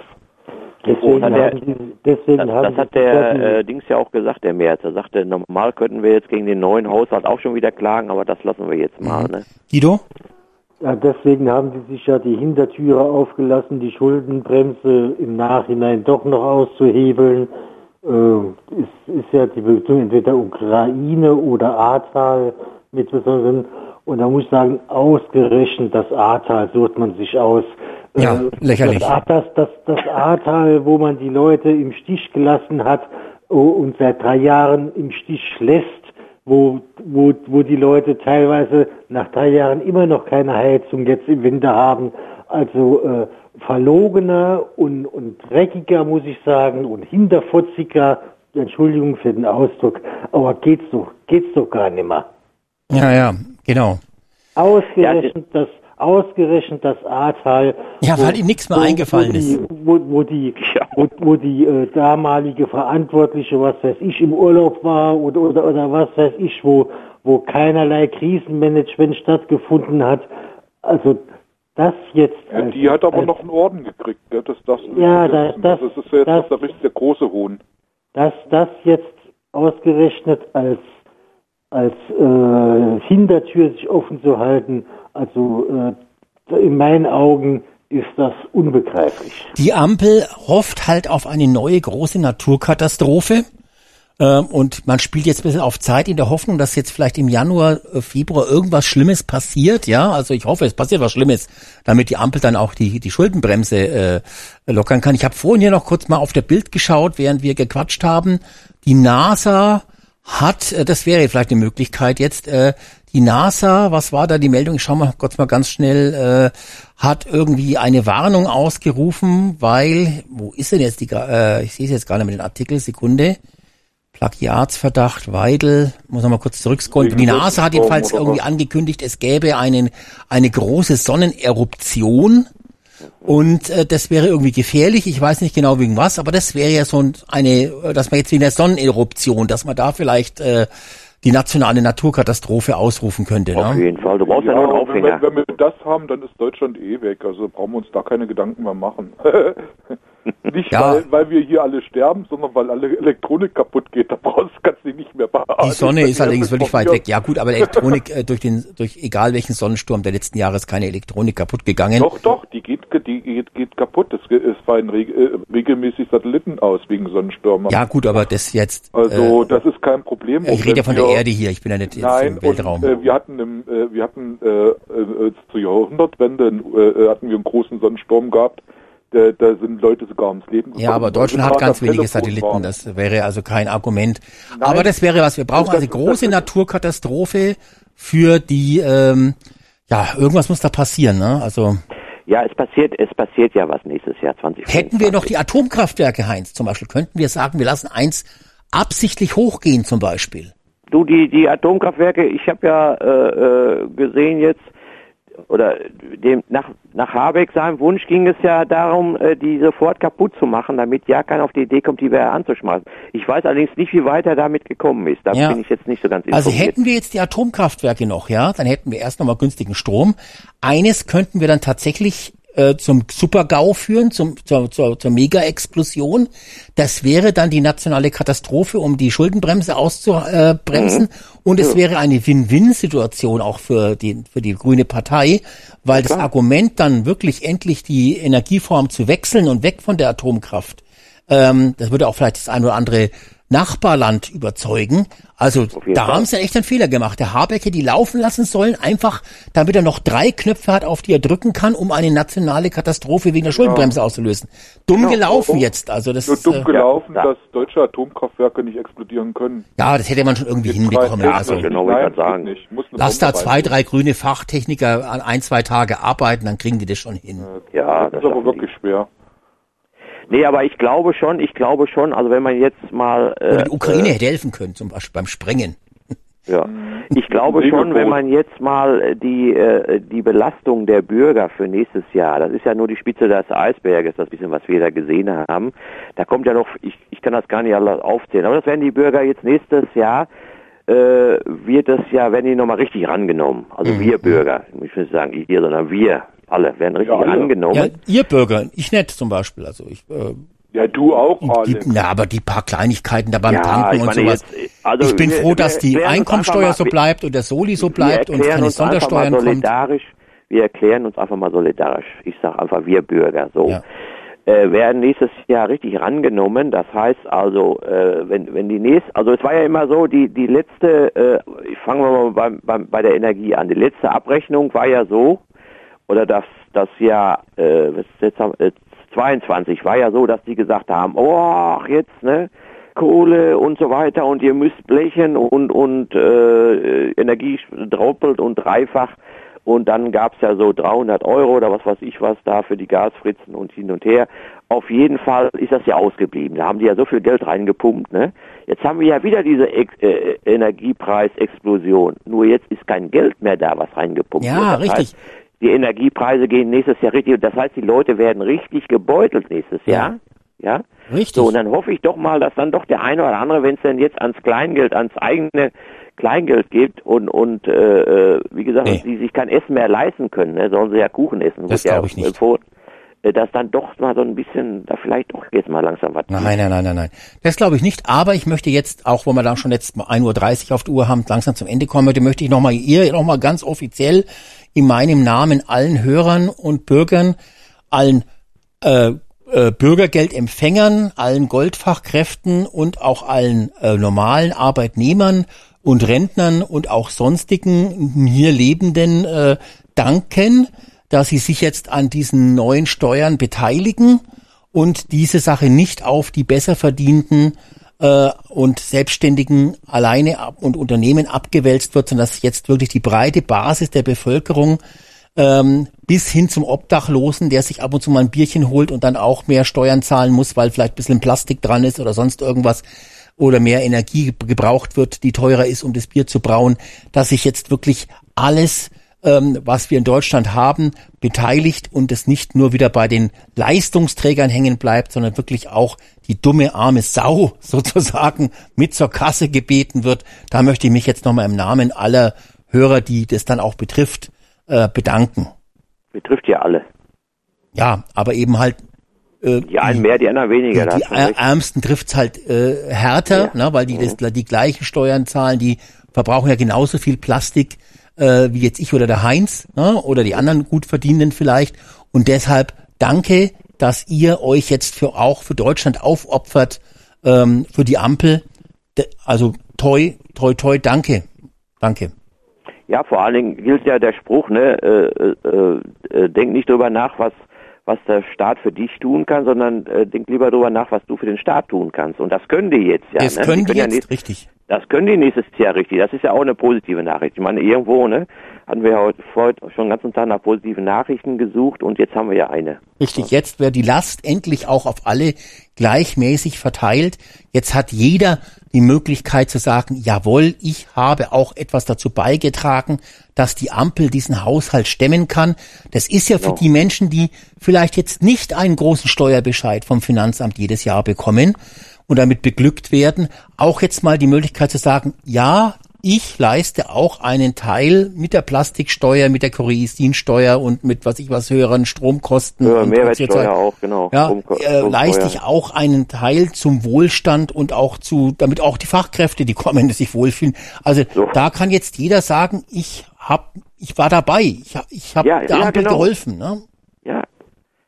Das hat der Dings ja auch gesagt, der Merz. Er sagte, normal könnten wir jetzt gegen den neuen Haushalt auch schon wieder klagen, aber das lassen wir jetzt mal. Ne? Guido? Ja, deswegen haben sie sich ja die Hintertüre aufgelassen, die Schuldenbremse im Nachhinein doch noch auszuhebeln. Ist ja die Beziehung entweder Ukraine oder Ahrtal mit besonderen. Und da muss ich sagen, ausgerechnet das Ahrtal sucht man sich aus. Ja, lächerlich. Das Ahrtal, wo man die Leute im Stich gelassen hat und seit 3 Jahren im Stich lässt, wo die Leute teilweise nach 3 Jahren immer noch keine Heizung jetzt im Winter haben. Also verlogener und dreckiger, muss ich sagen, und hinterfotziger, Entschuldigung für den Ausdruck, aber geht's doch gar nicht mehr. Ja, genau. Ausgerechnet das Ahrtal. Ja, weil ihm nichts mehr eingefallen ist. Wo die damalige Verantwortliche, was weiß ich, im Urlaub war oder was weiß ich, wo keinerlei Krisenmanagement stattgefunden hat. Also das jetzt. Ja, die hat aber noch einen Orden gekriegt. Ja, das ist jetzt der große Hohn. Das jetzt ausgerechnet als Hintertür sich offen zu halten, also in meinen Augen ist das unbegreiflich. Die Ampel hofft halt auf eine neue große Naturkatastrophe und man spielt jetzt ein bisschen auf Zeit in der Hoffnung, dass jetzt vielleicht im Januar, Februar irgendwas Schlimmes passiert. Ja, also ich hoffe, es passiert was Schlimmes, damit die Ampel dann auch die Schuldenbremse lockern kann. Ich habe vorhin hier noch kurz mal auf der Bild geschaut, während wir gequatscht haben. Die NASA hat, das wäre vielleicht eine Möglichkeit jetzt, die NASA, was war da die Meldung? Ich schau mal kurz mal ganz schnell, hat irgendwie eine Warnung ausgerufen, weil, wo ist denn jetzt ich sehe es jetzt gerade mit den Artikel, Sekunde, Plagiatsverdacht, Weidel, muss noch mal kurz zurückscrollen. Die NASA hat jedenfalls irgendwie angekündigt, es gäbe eine große Sonneneruption. Und das wäre irgendwie gefährlich, ich weiß nicht genau wegen was, aber das wäre ja so dass man jetzt wegen der Sonneneruption, dass man da vielleicht die nationale Naturkatastrophe ausrufen könnte. Auf jeden Fall, du brauchst ja nur einen Aufhänger. Wenn wir das haben, dann ist Deutschland weg, also brauchen wir uns da keine Gedanken mehr machen. Nicht, weil wir hier alle sterben, sondern weil alle Elektronik kaputt geht, da kannst du nicht mehr bearbeiten. Die Sonne ist allerdings wirklich weit weg. Ja gut, aber Elektronik, durch egal welchen Sonnensturm der letzten Jahre ist keine Elektronik kaputt gegangen. Doch, die geht kaputt. Es fallen regelmäßig Satelliten aus wegen Sonnenstürmen. Ja gut, aber das jetzt... Also das ist kein Problem. Ich rede ja von der Erde hier, ich bin ja nicht jetzt im Weltraum. Wir hatten zur Jahrhundertwende hatten wir einen großen Sonnensturm gehabt. Da sind Leute sogar ums Leben gekommen. Ja, aber Deutschland hat ganz wenige Satelliten, das wäre also kein Argument. Nein, aber das wäre was, wir brauchen also eine große Naturkatastrophe für die, irgendwas muss da passieren, ne? Also. Ja, es passiert ja was nächstes Jahr 2025. Hätten wir noch die Atomkraftwerke, Heinz, zum Beispiel, könnten wir sagen, wir lassen eins absichtlich hochgehen zum Beispiel. Du, die Atomkraftwerke, ich habe ja gesehen jetzt, oder nach Habeck seinem Wunsch ging es ja darum, die sofort kaputt zu machen, damit ja keiner auf die Idee kommt, die wieder anzuschmeißen. Ich weiß allerdings nicht, wie weit er damit gekommen ist. Da bin ich jetzt nicht so ganz informiert. Also hätten wir jetzt die Atomkraftwerke noch, ja, dann hätten wir erst nochmal günstigen Strom. Eines könnten wir dann tatsächlich zum Super-GAU führen, zur Mega-Explosion. Das wäre dann die nationale Katastrophe, um die Schuldenbremse auszubremsen. Und es wäre eine Win-Win-Situation auch für die Grüne Partei, weil das Argument dann wirklich endlich die Energieform zu wechseln und weg von der Atomkraft, das würde auch vielleicht das ein oder andere Nachbarland überzeugen. Also da haben sie echt einen Fehler gemacht. Der Habeck hätte die laufen lassen sollen, einfach damit er noch 3 Knöpfe hat, auf die er drücken kann, um eine nationale Katastrophe wegen der Schuldenbremse auszulösen. Dumm gelaufen jetzt. Also das ist dumm gelaufen, dass deutsche Atomkraftwerke nicht explodieren können. Ja, das hätte man schon irgendwie hinbekommen. Also genau, ich kann sagen. Lass da 2, 3 grüne Fachtechniker an 1, 2 Tage arbeiten, dann kriegen die das schon hin. Ja, das ist aber wirklich schwer. Nee, aber ich glaube schon, also wenn man jetzt mal... Oder die Ukraine hätte helfen können, zum Beispiel beim Sprengen. Ja, ich glaube schon, wenn man jetzt mal die Belastung der Bürger für nächstes Jahr, das ist ja nur die Spitze des Eisberges, das bisschen, was wir da gesehen haben, da kommt ja noch, ich kann das gar nicht alles aufzählen, aber das werden die Bürger jetzt nächstes Jahr, werden die nochmal richtig rangenommen. Also wir Bürger, ich will nicht sagen ihr, sondern wir alle werden richtig angenommen. Ja, ihr Bürger, ich nicht zum Beispiel. Also ja, du auch, Alex. Aber die paar Kleinigkeiten da beim Tanken und sowas. Ich bin froh, dass die Einkommensteuer so bleibt und der Soli so bleibt und keine Sondersteuern kommt. Wir erklären uns einfach mal solidarisch. Ich sage einfach, wir Bürger, so. Ja. Werden nächstes Jahr richtig rangenommen. Das heißt also, wenn die also es war ja immer so, die letzte, fangen wir mal bei der Energie an. Die letzte Abrechnung war ja so, oder das Jahr 22 war ja so, dass die gesagt haben, oh, jetzt, ne, Kohle und so weiter und ihr müsst blechen und Energie doppelt und dreifach. Und dann gab's ja so 300 € oder was weiß ich was da für die Gasfritzen und hin und her. Auf jeden Fall ist das ja ausgeblieben. Da haben die ja so viel Geld reingepumpt, ne? Jetzt haben wir ja wieder diese Energiepreisexplosion. Nur jetzt ist kein Geld mehr da, was reingepumpt wird. Ja, richtig. Heißt, die Energiepreise gehen nächstes Jahr richtig. Das heißt, die Leute werden richtig gebeutelt nächstes Jahr. Ja? Richtig. So, und dann hoffe ich doch mal, dass dann doch der eine oder andere, wenn es denn jetzt ans eigene Kleingeld gibt und wie gesagt, die sich kein Essen mehr leisten können, ne, sollen sie ja Kuchen essen. Das glaube ich nicht. Dass dann doch mal so ein bisschen, da vielleicht doch jetzt mal langsam was. Nein. Das glaube ich nicht, aber ich möchte jetzt, auch wenn wir da schon jetzt 1:30 Uhr auf der Uhr haben, langsam zum Ende kommen möchte, möchte ich nochmal ganz offiziell in meinem Namen allen Hörern und Bürgern, allen Bürgergeldempfängern, allen Goldfachkräften und auch allen normalen Arbeitnehmern und Rentnern und auch sonstigen hier Lebenden danken, dass sie sich jetzt an diesen neuen Steuern beteiligen und diese Sache nicht auf die besser verdienten und Selbstständigen alleine und Unternehmen abgewälzt wird, sondern dass jetzt wirklich die breite Basis der Bevölkerung bis hin zum Obdachlosen, der sich ab und zu mal ein Bierchen holt und dann auch mehr Steuern zahlen muss, weil vielleicht ein bisschen Plastik dran ist oder sonst irgendwas oder mehr Energie gebraucht wird, die teurer ist, um das Bier zu brauen, dass sich jetzt wirklich alles, was wir in Deutschland haben, beteiligt und es nicht nur wieder bei den Leistungsträgern hängen bleibt, sondern wirklich auch die dumme, arme Sau sozusagen mit zur Kasse gebeten wird. Da möchte ich mich jetzt nochmal im Namen aller Hörer, die das dann auch betrifft, bedanken. Betrifft ja alle. Ja, aber eben halt die einen mehr, die anderen weniger. Die Ärmsten trifft's halt härter, ne, weil die gleichen Steuern zahlen, die verbrauchen ja genauso viel Plastik wie jetzt ich oder der Heinz, ne, oder die anderen gut verdienenden vielleicht. Und deshalb danke, dass ihr euch jetzt auch für Deutschland aufopfert, für die Ampel. Also toi, danke. Ja, vor allen Dingen gilt ja der Spruch, ne, denk nicht drüber nach, was der Staat für dich tun kann, sondern denk lieber drüber nach, was du für den Staat tun kannst. Und das können die jetzt ja. Das können die jetzt, richtig. Das können die nächstes Jahr richtig. Das ist ja auch eine positive Nachricht. Ich meine, irgendwo, ne, hatten wir ja heute schon den ganzen Tag nach positiven Nachrichten gesucht und jetzt haben wir ja eine. Richtig, jetzt wird die Last endlich auch auf alle gleichmäßig verteilt. Jetzt hat jeder die Möglichkeit zu sagen, jawohl, ich habe auch etwas dazu beigetragen, dass die Ampel diesen Haushalt stemmen kann. Das ist ja für die Menschen, die vielleicht jetzt nicht einen großen Steuerbescheid vom Finanzamt jedes Jahr bekommen und damit beglückt werden, auch jetzt mal die Möglichkeit zu sagen, ja, ich leiste auch einen Teil mit der Plastiksteuer, mit der Kerosinsteuer und mit höheren Stromkosten. Ja, Mehrwertsteuer auch, genau. Ja, leiste ich auch einen Teil zum Wohlstand und auch damit auch die Fachkräfte, die kommen, sich wohlfühlen. Also da kann jetzt jeder sagen, ich war dabei, ich hab der Ampel geholfen. Ne? Ja,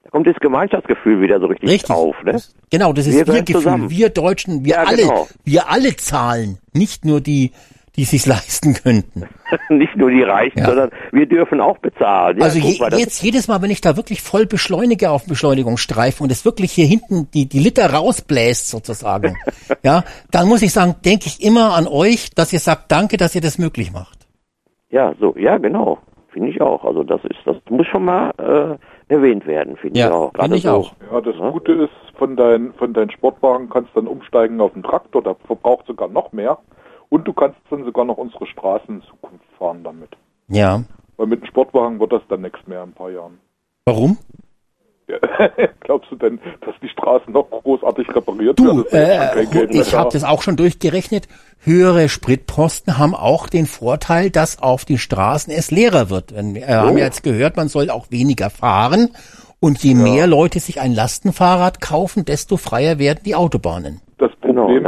Da kommt das Gemeinschaftsgefühl wieder so richtig auf, ne? Genau, das ist Wir gehören Wir-Gefühl. zusammen. Wir Deutschen, wir alle zahlen. Nicht nur die sich's leisten könnten. Nicht nur die Reichen, sondern wir dürfen auch bezahlen. Ja, Also guck mal, jetzt jedes Mal, wenn ich da wirklich voll beschleunige auf dem Beschleunigungsstreifen und es wirklich hier hinten die Liter rausbläst sozusagen, ja, dann muss ich sagen, denke ich immer an euch, dass ihr sagt, danke, dass ihr das möglich macht. Ja, so, ja, genau. Finde ich auch. Also das muss schon mal erwähnt werden, finde ich auch. Finde ich auch. Ja, das Gute ist, von deinen Sportwagen kannst du dann umsteigen auf einen Traktor, der verbraucht sogar noch mehr. Und du kannst dann sogar noch unsere Straßen in Zukunft fahren damit. Ja. Weil mit dem Sportwagen wird das dann nichts mehr in ein paar Jahren. Warum? Ja. Glaubst du denn, dass die Straßen noch großartig repariert werden? Ich habe das auch schon durchgerechnet. Höhere Spritposten haben auch den Vorteil, dass auf den Straßen es leerer wird. Wir haben ja jetzt gehört, man soll auch weniger fahren. Und je mehr Leute sich ein Lastenfahrrad kaufen, desto freier werden die Autobahnen. Das Problem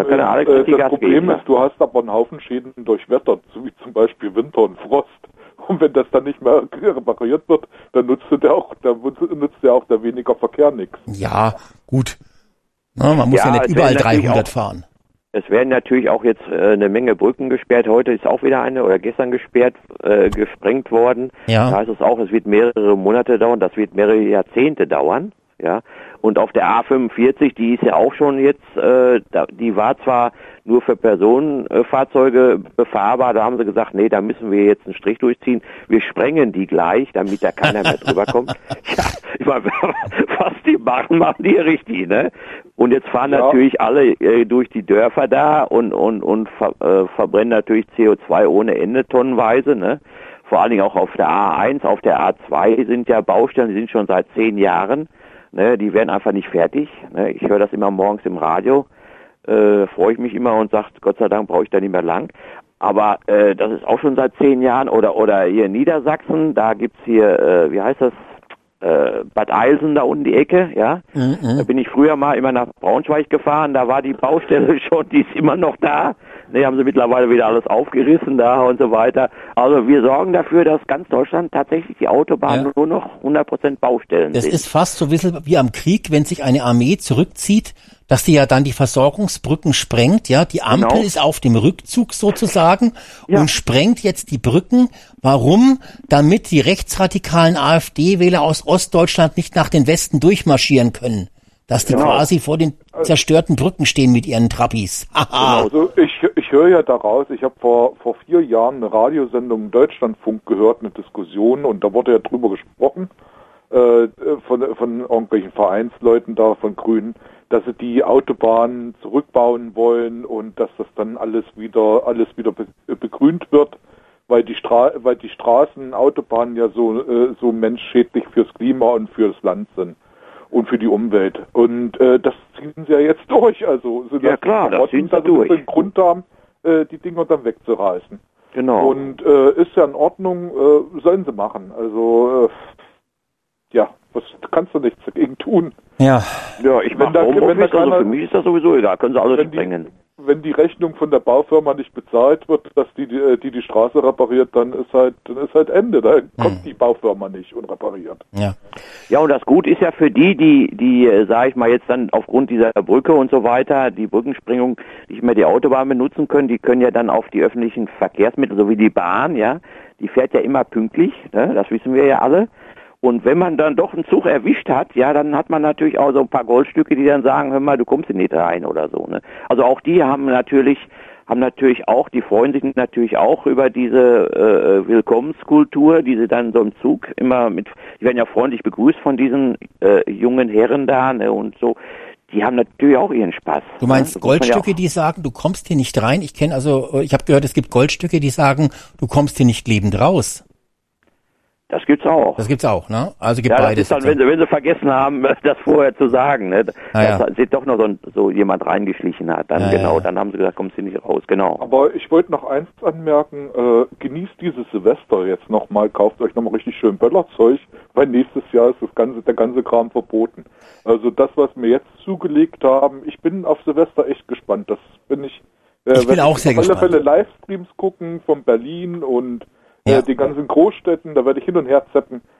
ist, du hast aber einen Haufen Schäden durch Wetter, so wie zum Beispiel Winter und Frost. Und wenn das dann nicht mehr repariert wird, dann nutzt der weniger Verkehr nichts. Ja, gut. Na, man muss ja nicht überall 300 fahren. Es werden natürlich auch jetzt eine Menge Brücken gesperrt. Heute ist auch wieder eine oder gestern gesprengt worden. Ja. Da heißt es auch, es wird mehrere Monate dauern, das wird mehrere Jahrzehnte dauern. Ja. Und auf der A45, die ist ja auch schon jetzt, die war zwar nur für Personenfahrzeuge befahrbar, da haben sie gesagt, nee, da müssen wir jetzt einen Strich durchziehen. Wir sprengen die gleich, damit da keiner mehr drüber kommt. Ja, ich meine, was die machen die richtig, ne? Und jetzt fahren natürlich alle durch die Dörfer da und verbrennen natürlich CO2 ohne Ende tonnenweise, ne? Vor allen Dingen auch auf der A1, auf der A2 sind ja Baustellen, die sind schon seit 10 Jahren. Ne, die werden einfach nicht fertig. Ne, ich höre das immer morgens im Radio, freue ich mich immer und sage, Gott sei Dank brauche ich da nicht mehr lang. Aber das ist auch schon seit 10 Jahren. Oder hier in Niedersachsen, da gibt's hier, wie heißt das, Bad Eilsen da unten die Ecke, ja. Da bin ich früher mal immer nach Braunschweig gefahren, da war die Baustelle schon, die ist immer noch da. Ne, haben sie mittlerweile wieder alles aufgerissen da und so weiter. Also wir sorgen dafür, dass ganz Deutschland tatsächlich die Autobahnen nur noch 100% Baustellen sind. Das ist fast so wie am Krieg, wenn sich eine Armee zurückzieht, dass sie ja dann die Versorgungsbrücken sprengt, ja. Die Ampel ist auf dem Rückzug sozusagen und sprengt jetzt die Brücken. Warum? Damit die rechtsradikalen AfD-Wähler aus Ostdeutschland nicht nach den Westen durchmarschieren können. Dass die quasi vor den zerstörten Brücken stehen mit ihren Trappis. Genau, also ich höre ja daraus, ich habe vor 4 Jahren eine Radiosendung im Deutschlandfunk gehört, eine Diskussion, und da wurde ja drüber gesprochen, von irgendwelchen Vereinsleuten da, von Grünen, dass sie die Autobahnen zurückbauen wollen und dass das dann alles wieder begrünt wird, weil die Straßen, Autobahnen ja so menschschädlich fürs Klima und fürs Land sind. Und für die Umwelt. Und das ziehen sie ja jetzt durch. Also sind ja klar, das ziehen sie durch. Den Grund haben, die Dinger dann wegzureißen. Genau. Und ist ja in Ordnung, sollen sie machen. Also was kannst du nichts dagegen tun. Ja. Ja, ich mache Homeoffice, also für mich ist das sowieso egal, können sie alles sprengen. Wenn die Rechnung von der Baufirma nicht bezahlt wird, dass die Straße repariert, dann ist halt Ende. Da kommt die Baufirma nicht und repariert. Ja. Ja, und das Gut ist ja für die, sage ich mal, jetzt dann aufgrund dieser Brücke und so weiter, die Brückensprengung nicht mehr die Autobahn benutzen können, die können ja dann auf die öffentlichen Verkehrsmittel, so wie die Bahn, ja, die fährt ja immer pünktlich, ne? Das wissen wir ja alle. Und wenn man dann doch einen Zug erwischt hat, ja, dann hat man natürlich auch so ein paar Goldstücke, die dann sagen, hör mal, du kommst hier nicht rein oder so, ne? Also auch die haben natürlich auch, die freuen sich natürlich auch über diese Willkommenskultur, die sie dann so im Zug immer die werden ja freundlich begrüßt von diesen jungen Herren da, ne, und so. Die haben natürlich auch ihren Spaß. Du meinst Goldstücke, die sagen, du kommst hier nicht rein? Ich habe gehört, es gibt Goldstücke, die sagen, du kommst hier nicht lebend raus. Das gibt's auch. Das gibt's auch, ne? Also gibt Das beides. ist dann, wenn sie vergessen haben, das vorher zu sagen, ne? Dass sich doch noch so jemand reingeschlichen hat, dann dann haben sie gesagt, kommst du nicht raus, genau. Aber ich wollte noch eins anmerken, genießt dieses Silvester jetzt nochmal, kauft euch nochmal richtig schön Böllerzeug, weil nächstes Jahr ist der ganze Kram verboten. Also das, was wir jetzt zugelegt haben, ich bin auf Silvester echt gespannt, das bin ich. Ich bin auch sehr gespannt. Auf alle Fälle Livestreams gucken von Berlin und den ganzen Großstädten, da werde ich hin und her zappen.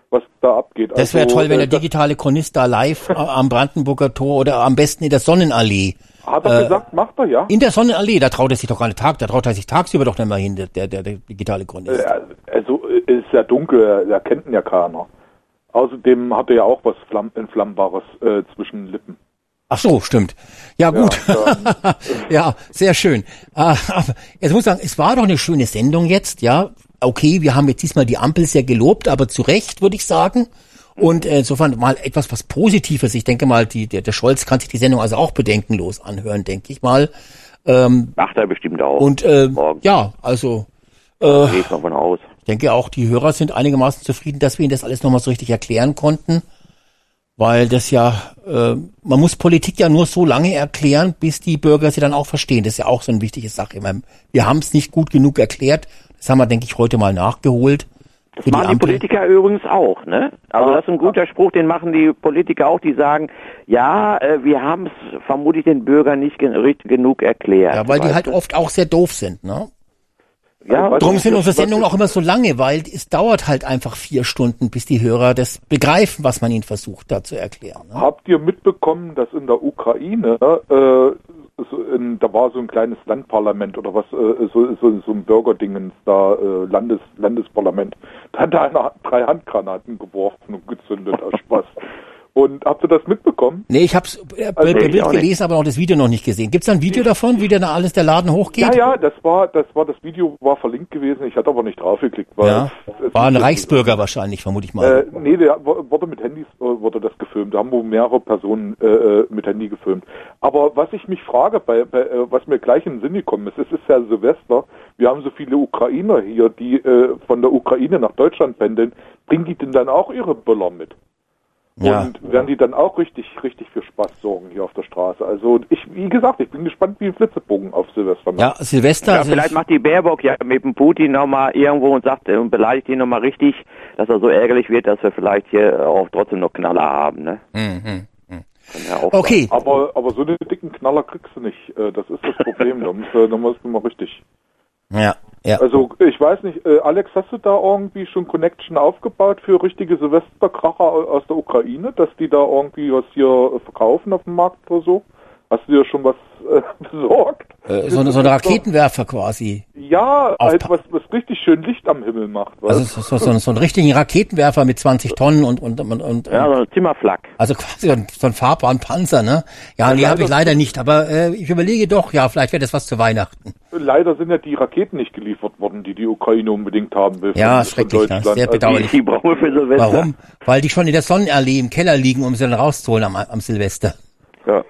was da abgeht. Das wäre also, toll, wenn der digitale Chronist da live am Brandenburger Tor oder am besten in der Sonnenallee. Hat er gesagt, macht er, ja? In der Sonnenallee, da traut er sich doch gar nicht da traut er sich tagsüber doch nicht mal hin, der digitale Chronist. Also ist ja dunkel, da kennt ihn ja keiner. Außerdem hat er ja auch was Entflammbares zwischen den Lippen. Ach so, stimmt. Ja, gut. Ja, sehr schön. Aber jetzt muss ich sagen, es war doch eine schöne Sendung jetzt, ja. Okay, wir haben jetzt diesmal die Ampel sehr gelobt, aber zu Recht, würde ich sagen. Und insofern mal etwas was Positives. Ich denke mal, der Scholz kann sich die Sendung also auch bedenkenlos anhören, denke ich mal. Macht er bestimmt auch. Und morgen. ja, also Gehe ich davon aus. ich denke auch, die Hörer sind einigermaßen zufrieden, dass wir ihnen das alles nochmal so richtig erklären konnten. Weil das ja, man muss Politik ja nur so lange erklären, bis die Bürger sie dann auch verstehen. Das ist ja auch so eine wichtige Sache. Ich meine, wir haben es nicht gut genug erklärt. Das haben wir, denke ich, heute mal nachgeholt. Das machen die Politiker übrigens auch, ne? Also das ist ein guter Spruch, den machen die Politiker auch, die sagen, ja, wir haben es vermutlich den Bürgern nicht richtig genug erklärt. Ja, weil die halt oft auch sehr doof sind, ne? Ja, Darum sind unsere Sendungen auch immer so lange, weil es dauert halt einfach 4 Stunden, bis die Hörer das begreifen, was man ihnen versucht da zu erklären. Ne? Habt ihr mitbekommen, dass in der Ukraine, da war so ein kleines Landparlament oder was, so ein Bürgerdingens da, Landesparlament, da hat einer 3 Handgranaten geworfen und gezündet aus Spaß. Und habt ihr das mitbekommen? Nee, ich hab's Bild gelesen, aber noch das Video noch nicht gesehen. Gibt's da ein Video davon, wie denn da alles der Laden hochgeht? Ja, das Video war verlinkt gewesen, ich hatte aber nicht draufgeklickt. Weil ja, war ein Reichsbürger wahrscheinlich, vermute ich mal. Nee, der wurde mit Handys, wurde das gefilmt. Da haben wohl mehrere Personen mit Handy gefilmt. Aber was ich mich frage, was mir gleich in den Sinn gekommen ist, es ist ja Silvester, wir haben so viele Ukrainer hier, die von der Ukraine nach Deutschland pendeln, bringen die denn dann auch ihre Böller mit? Ja. Und werden die dann auch richtig für Spaß sorgen hier auf der Straße. Also wie gesagt, ich bin gespannt wie ein Flitzebogen auf Silvester. Ja, Silvester. Ja, vielleicht macht die Baerbock ja mit dem Putin nochmal irgendwo und sagt und beleidigt ihn nochmal richtig, dass er so ärgerlich wird, dass wir vielleicht hier auch trotzdem noch Knaller haben, ne? Ja okay. Aber so einen dicken Knaller kriegst du nicht. Das ist das Problem. Da musst du mal richtig. Ja. Also ich weiß nicht, Alex, hast du da irgendwie schon Connection aufgebaut für richtige Silvesterkracher aus der Ukraine, dass die da irgendwie was hier verkaufen auf dem Markt oder so? Hast du dir schon was besorgt? So eine Raketenwerfer quasi. Ja, halt was richtig schön Licht am Himmel macht. Also so einen richtigen Raketenwerfer mit 20 Tonnen und ja, so ein Zimmerflak. Also quasi so ein fahrbaren Panzer, ne? Ja, nee, habe ich leider nicht, aber ich überlege doch, ja, vielleicht wäre das was zu Weihnachten. Leider sind ja die Raketen nicht geliefert worden, die Ukraine unbedingt haben will. Ja, schrecklich, ne? Sehr bedauerlich. Die brauchen wir für Silvester. Warum? Weil die schon in der Sonnenallee im Keller liegen, um sie dann rauszuholen am Silvester. Ja.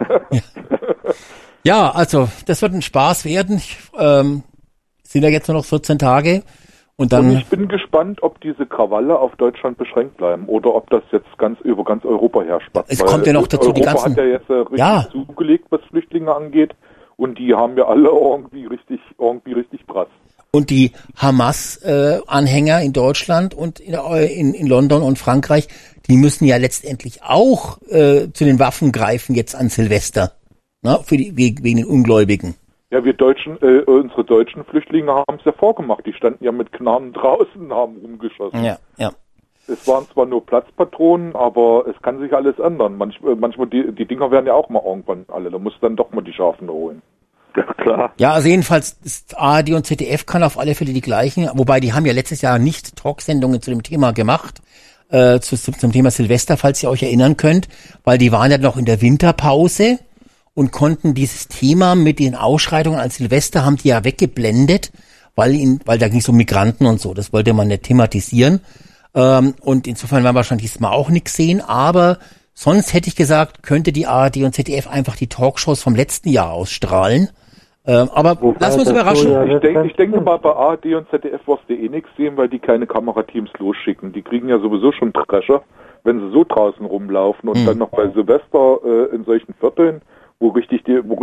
Ja, also das wird ein Spaß werden. Sind ja jetzt nur noch 14 Tage. Und ich bin gespannt, ob diese Krawalle auf Deutschland beschränkt bleiben oder ob das jetzt über ganz Europa herrscht. Es kommt ja noch dazu, die ganzen... Europa hat ja jetzt richtig zugelegt, was Flüchtlinge angeht. Und die haben ja alle irgendwie richtig Prass. Und die Hamas-Anhänger in Deutschland und in London und Frankreich, die müssen ja letztendlich auch zu den Waffen greifen jetzt an Silvester, ne? Wegen den Ungläubigen. Ja, wir Deutschen, unsere deutschen Flüchtlinge haben es ja vorgemacht. Die standen ja mit Knarren draußen und haben rumgeschossen. Ja. Es waren zwar nur Platzpatronen, aber es kann sich alles ändern. Manchmal die Dinger werden ja auch mal irgendwann alle. Da muss dann doch mal die Schafen holen. Ja, klar. Ja, also jedenfalls ist ARD und ZDF kann auf alle Fälle die gleichen, wobei die haben ja letztes Jahr nicht Talksendungen zu dem Thema gemacht, zum Thema Silvester, falls ihr euch erinnern könnt, weil die waren ja noch in der Winterpause und konnten dieses Thema mit den Ausschreitungen an Silvester haben die ja weggeblendet, weil da ging es um Migranten und so, das wollte man nicht thematisieren. Und insofern werden wir wahrscheinlich diesmal auch nichts sehen, aber sonst hätte ich gesagt, könnte die ARD und ZDF einfach die Talkshows vom letzten Jahr ausstrahlen. Aber lassen wir uns überraschen. Ich denke mal, bei ARD und ZDF wirst du eh nichts sehen, weil die keine Kamerateams losschicken. Die kriegen ja sowieso schon Drescher, wenn sie so draußen rumlaufen und dann noch bei Silvester in solchen Vierteln, wo richtig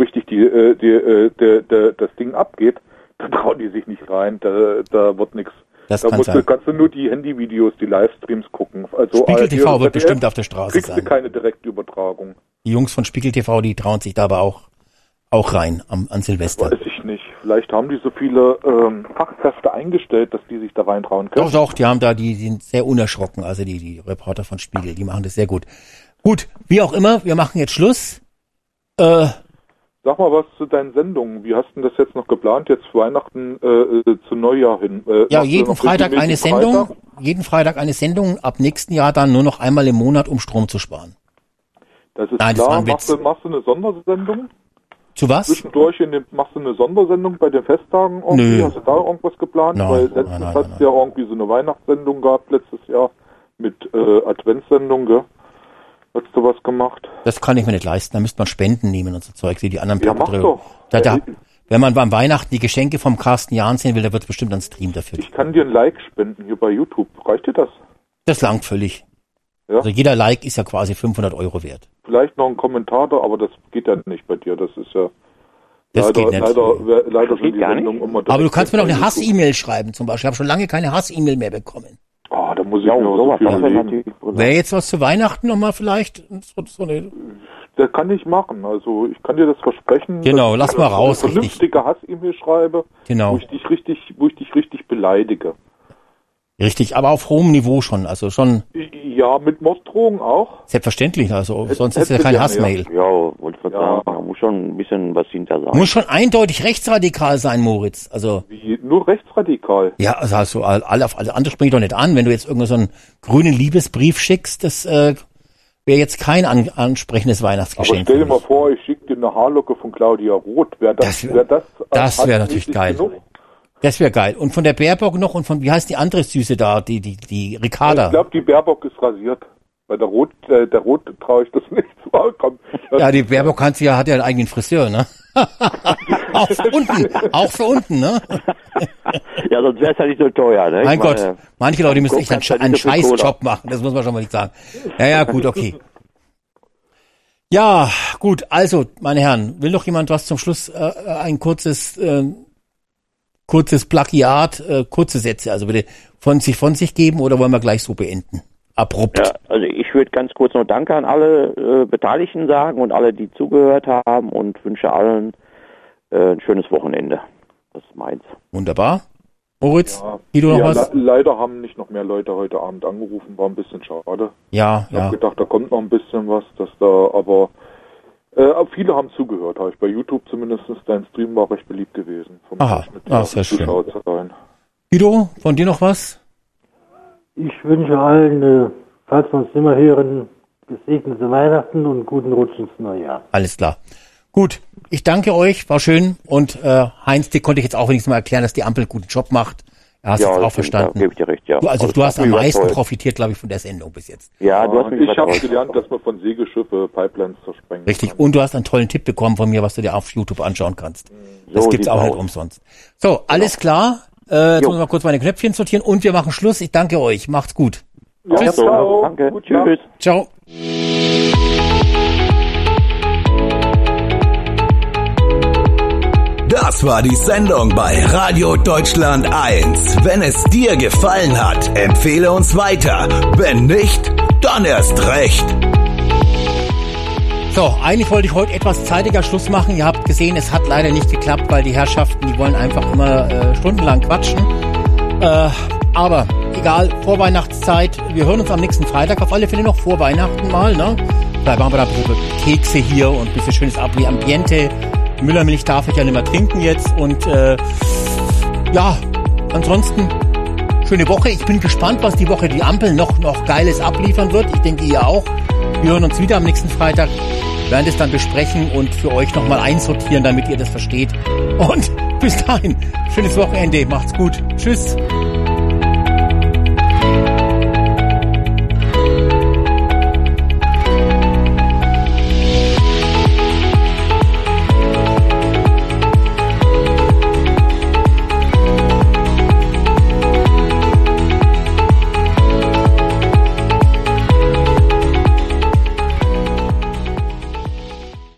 das Ding abgeht, da trauen die sich nicht rein, da wird nichts. Das da kann kannst du nur die Handyvideos, die Livestreams gucken. Also Spiegel TV wird bestimmt auf der Straße kriegst sein. Kriegst du keine Direktübertragung. Die Jungs von Spiegel TV, die trauen sich da aber auch rein an Silvester. Weiß ich nicht. Vielleicht haben die so viele Fachkräfte eingestellt, dass die sich da reintrauen können. Doch, die sind sehr unerschrocken, also die Reporter von Spiegel, die machen das sehr gut. Gut, wie auch immer, wir machen jetzt Schluss. Sag mal was zu deinen Sendungen. Wie hast du das jetzt noch geplant, jetzt Weihnachten zu Neujahr hin? Ja, jeden Freitag eine Sendung. Jeden Freitag eine Sendung, ab nächsten Jahr dann nur noch einmal im Monat, um Strom zu sparen. Das ist klar. Machst du eine Sondersendung? Zu was? Zwischendurch machst du eine Sondersendung bei den Festtagen irgendwie? Nö. Hast du da irgendwas geplant? Nein, weil letztens hat es ja irgendwie so eine Weihnachtssendung gehabt, letztes Jahr, mit Adventssendung, gell? Hast du was gemacht? Das kann ich mir nicht leisten, da müsste man Spenden nehmen und so Zeug, wie die anderen Ja, mach doch. Wenn man beim Weihnachten die Geschenke vom Carsten Jahn sehen will, da wird es bestimmt einen Stream dafür. Ich kann dir ein Like spenden hier bei YouTube. Reicht dir das? Das langt völlig. Ja? Also jeder Like ist ja quasi 500 € wert. Vielleicht noch ein Kommentar da, aber das geht ja nicht bei dir. Das ist ja das geht nicht. Leider sind die Sendungen immer aber du kannst mir doch eine Hass-E-Mail schreiben zum Beispiel. Ich habe schon lange keine Hass-E-Mail mehr bekommen. Ah, da muss ich mir auch so viel überlegen. Wäre jetzt was zu Weihnachten nochmal vielleicht? Das kann ich machen. Also ich kann dir das versprechen. Genau, lass mal raus. Eine vernünftige Hass-E-Mail schreibe, genau. wo ich dich richtig beleidige. Richtig, aber auf hohem Niveau schon, also schon. Ja, mit Morddrohungen auch. Selbstverständlich, also sonst ist ja kein Hassmail. Ja, wollte ich sagen, da muss schon ein bisschen was hinter sein. Muss schon eindeutig rechtsradikal sein, Moritz. Also wie, nur rechtsradikal? Ja, also alle andere spreche ich doch nicht an. Wenn du jetzt irgendeinen so einen grünen Liebesbrief schickst, das wäre jetzt kein ansprechendes Weihnachtsgeschenk. Aber stell dir mal vor, ich schicke dir eine Haarlocke von Claudia Roth. Das wäre natürlich geil. Genug? Das wäre geil. Und von der Baerbock noch und von, wie heißt die andere Süße da, die Ricarda? Ich glaube, die Baerbock ist rasiert. Bei der Roth traue ich das nicht zu. Ja, die Baerbock hat ja einen eigenen Friseur, ne? auch für unten, ne? Ja, sonst wäre es ja nicht so teuer, ne? Mein Gott, manche Leute müssen echt einen Scheißjob machen, das muss man schon mal nicht sagen. Ja, gut, okay. Ja, gut, also, meine Herren, will noch jemand was zum Schluss, ein kurzes Plagiat, kurze Sätze, also bitte von sich geben oder wollen wir gleich so beenden? Abrupt. Ja, also ich würde ganz kurz noch Danke an alle Beteiligten sagen und alle, die zugehört haben und wünsche allen ein schönes Wochenende. Das ist meins. Wunderbar. Moritz, ja, noch was? Leider haben nicht noch mehr Leute heute Abend angerufen, war ein bisschen schade. Ja, ich habe gedacht, da kommt noch ein bisschen was, aber viele haben zugehört, habe ich bei YouTube zumindest. Dein Stream war recht beliebt gewesen. Aha, sehr schön. Guido, von dir noch was? Ich wünsche allen, falls wir uns immer hören, gesegnete Weihnachten und guten Rutsch ins neue Jahr. Alles klar. Gut, ich danke euch, war schön. Und Heinz, dir konnte ich jetzt auch wenigstens mal erklären, dass die Ampel einen guten Job macht. Ja, hast du auch verstanden. Da gebe ich dir recht, ja. Du hast am meisten profitiert, glaube ich, von der Sendung bis jetzt. Ja, ich habe gelernt, dass man von Segelschiffe Pipelines zersprengen Richtig, kann. Und du hast einen tollen Tipp bekommen von mir, was du dir auf YouTube anschauen kannst. Das gibt's auch nicht umsonst. So, alles klar. Jetzt muss ich mal kurz meine Knöpfchen sortieren und wir machen Schluss. Ich danke euch. Macht's gut. Ja, tschüss. Ciao. Danke. Gut, tschüss. Ciao. Das war die Sendung bei Radio Deutschland 1. Wenn es dir gefallen hat, empfehle uns weiter. Wenn nicht, dann erst recht. So, eigentlich wollte ich heute etwas zeitiger Schluss machen. Ihr habt gesehen, es hat leider nicht geklappt, weil die Herrschaften, die wollen einfach immer stundenlang quatschen. Aber egal, Vorweihnachtszeit. Wir hören uns am nächsten Freitag. Auf alle Fälle noch vor Weihnachten mal, ne? Vielleicht machen wir da ein bisschen Kekse hier und ein bisschen schönes Ambiente. Müllermilch darf ich ja nicht mehr trinken jetzt. Und ja, ansonsten schöne Woche. Ich bin gespannt, was die Woche die Ampel noch Geiles abliefern wird. Ich denke, ihr auch. Wir hören uns wieder am nächsten Freitag, werden das dann besprechen und für euch nochmal einsortieren, damit ihr das versteht. Und bis dahin, schönes Wochenende, macht's gut. Tschüss.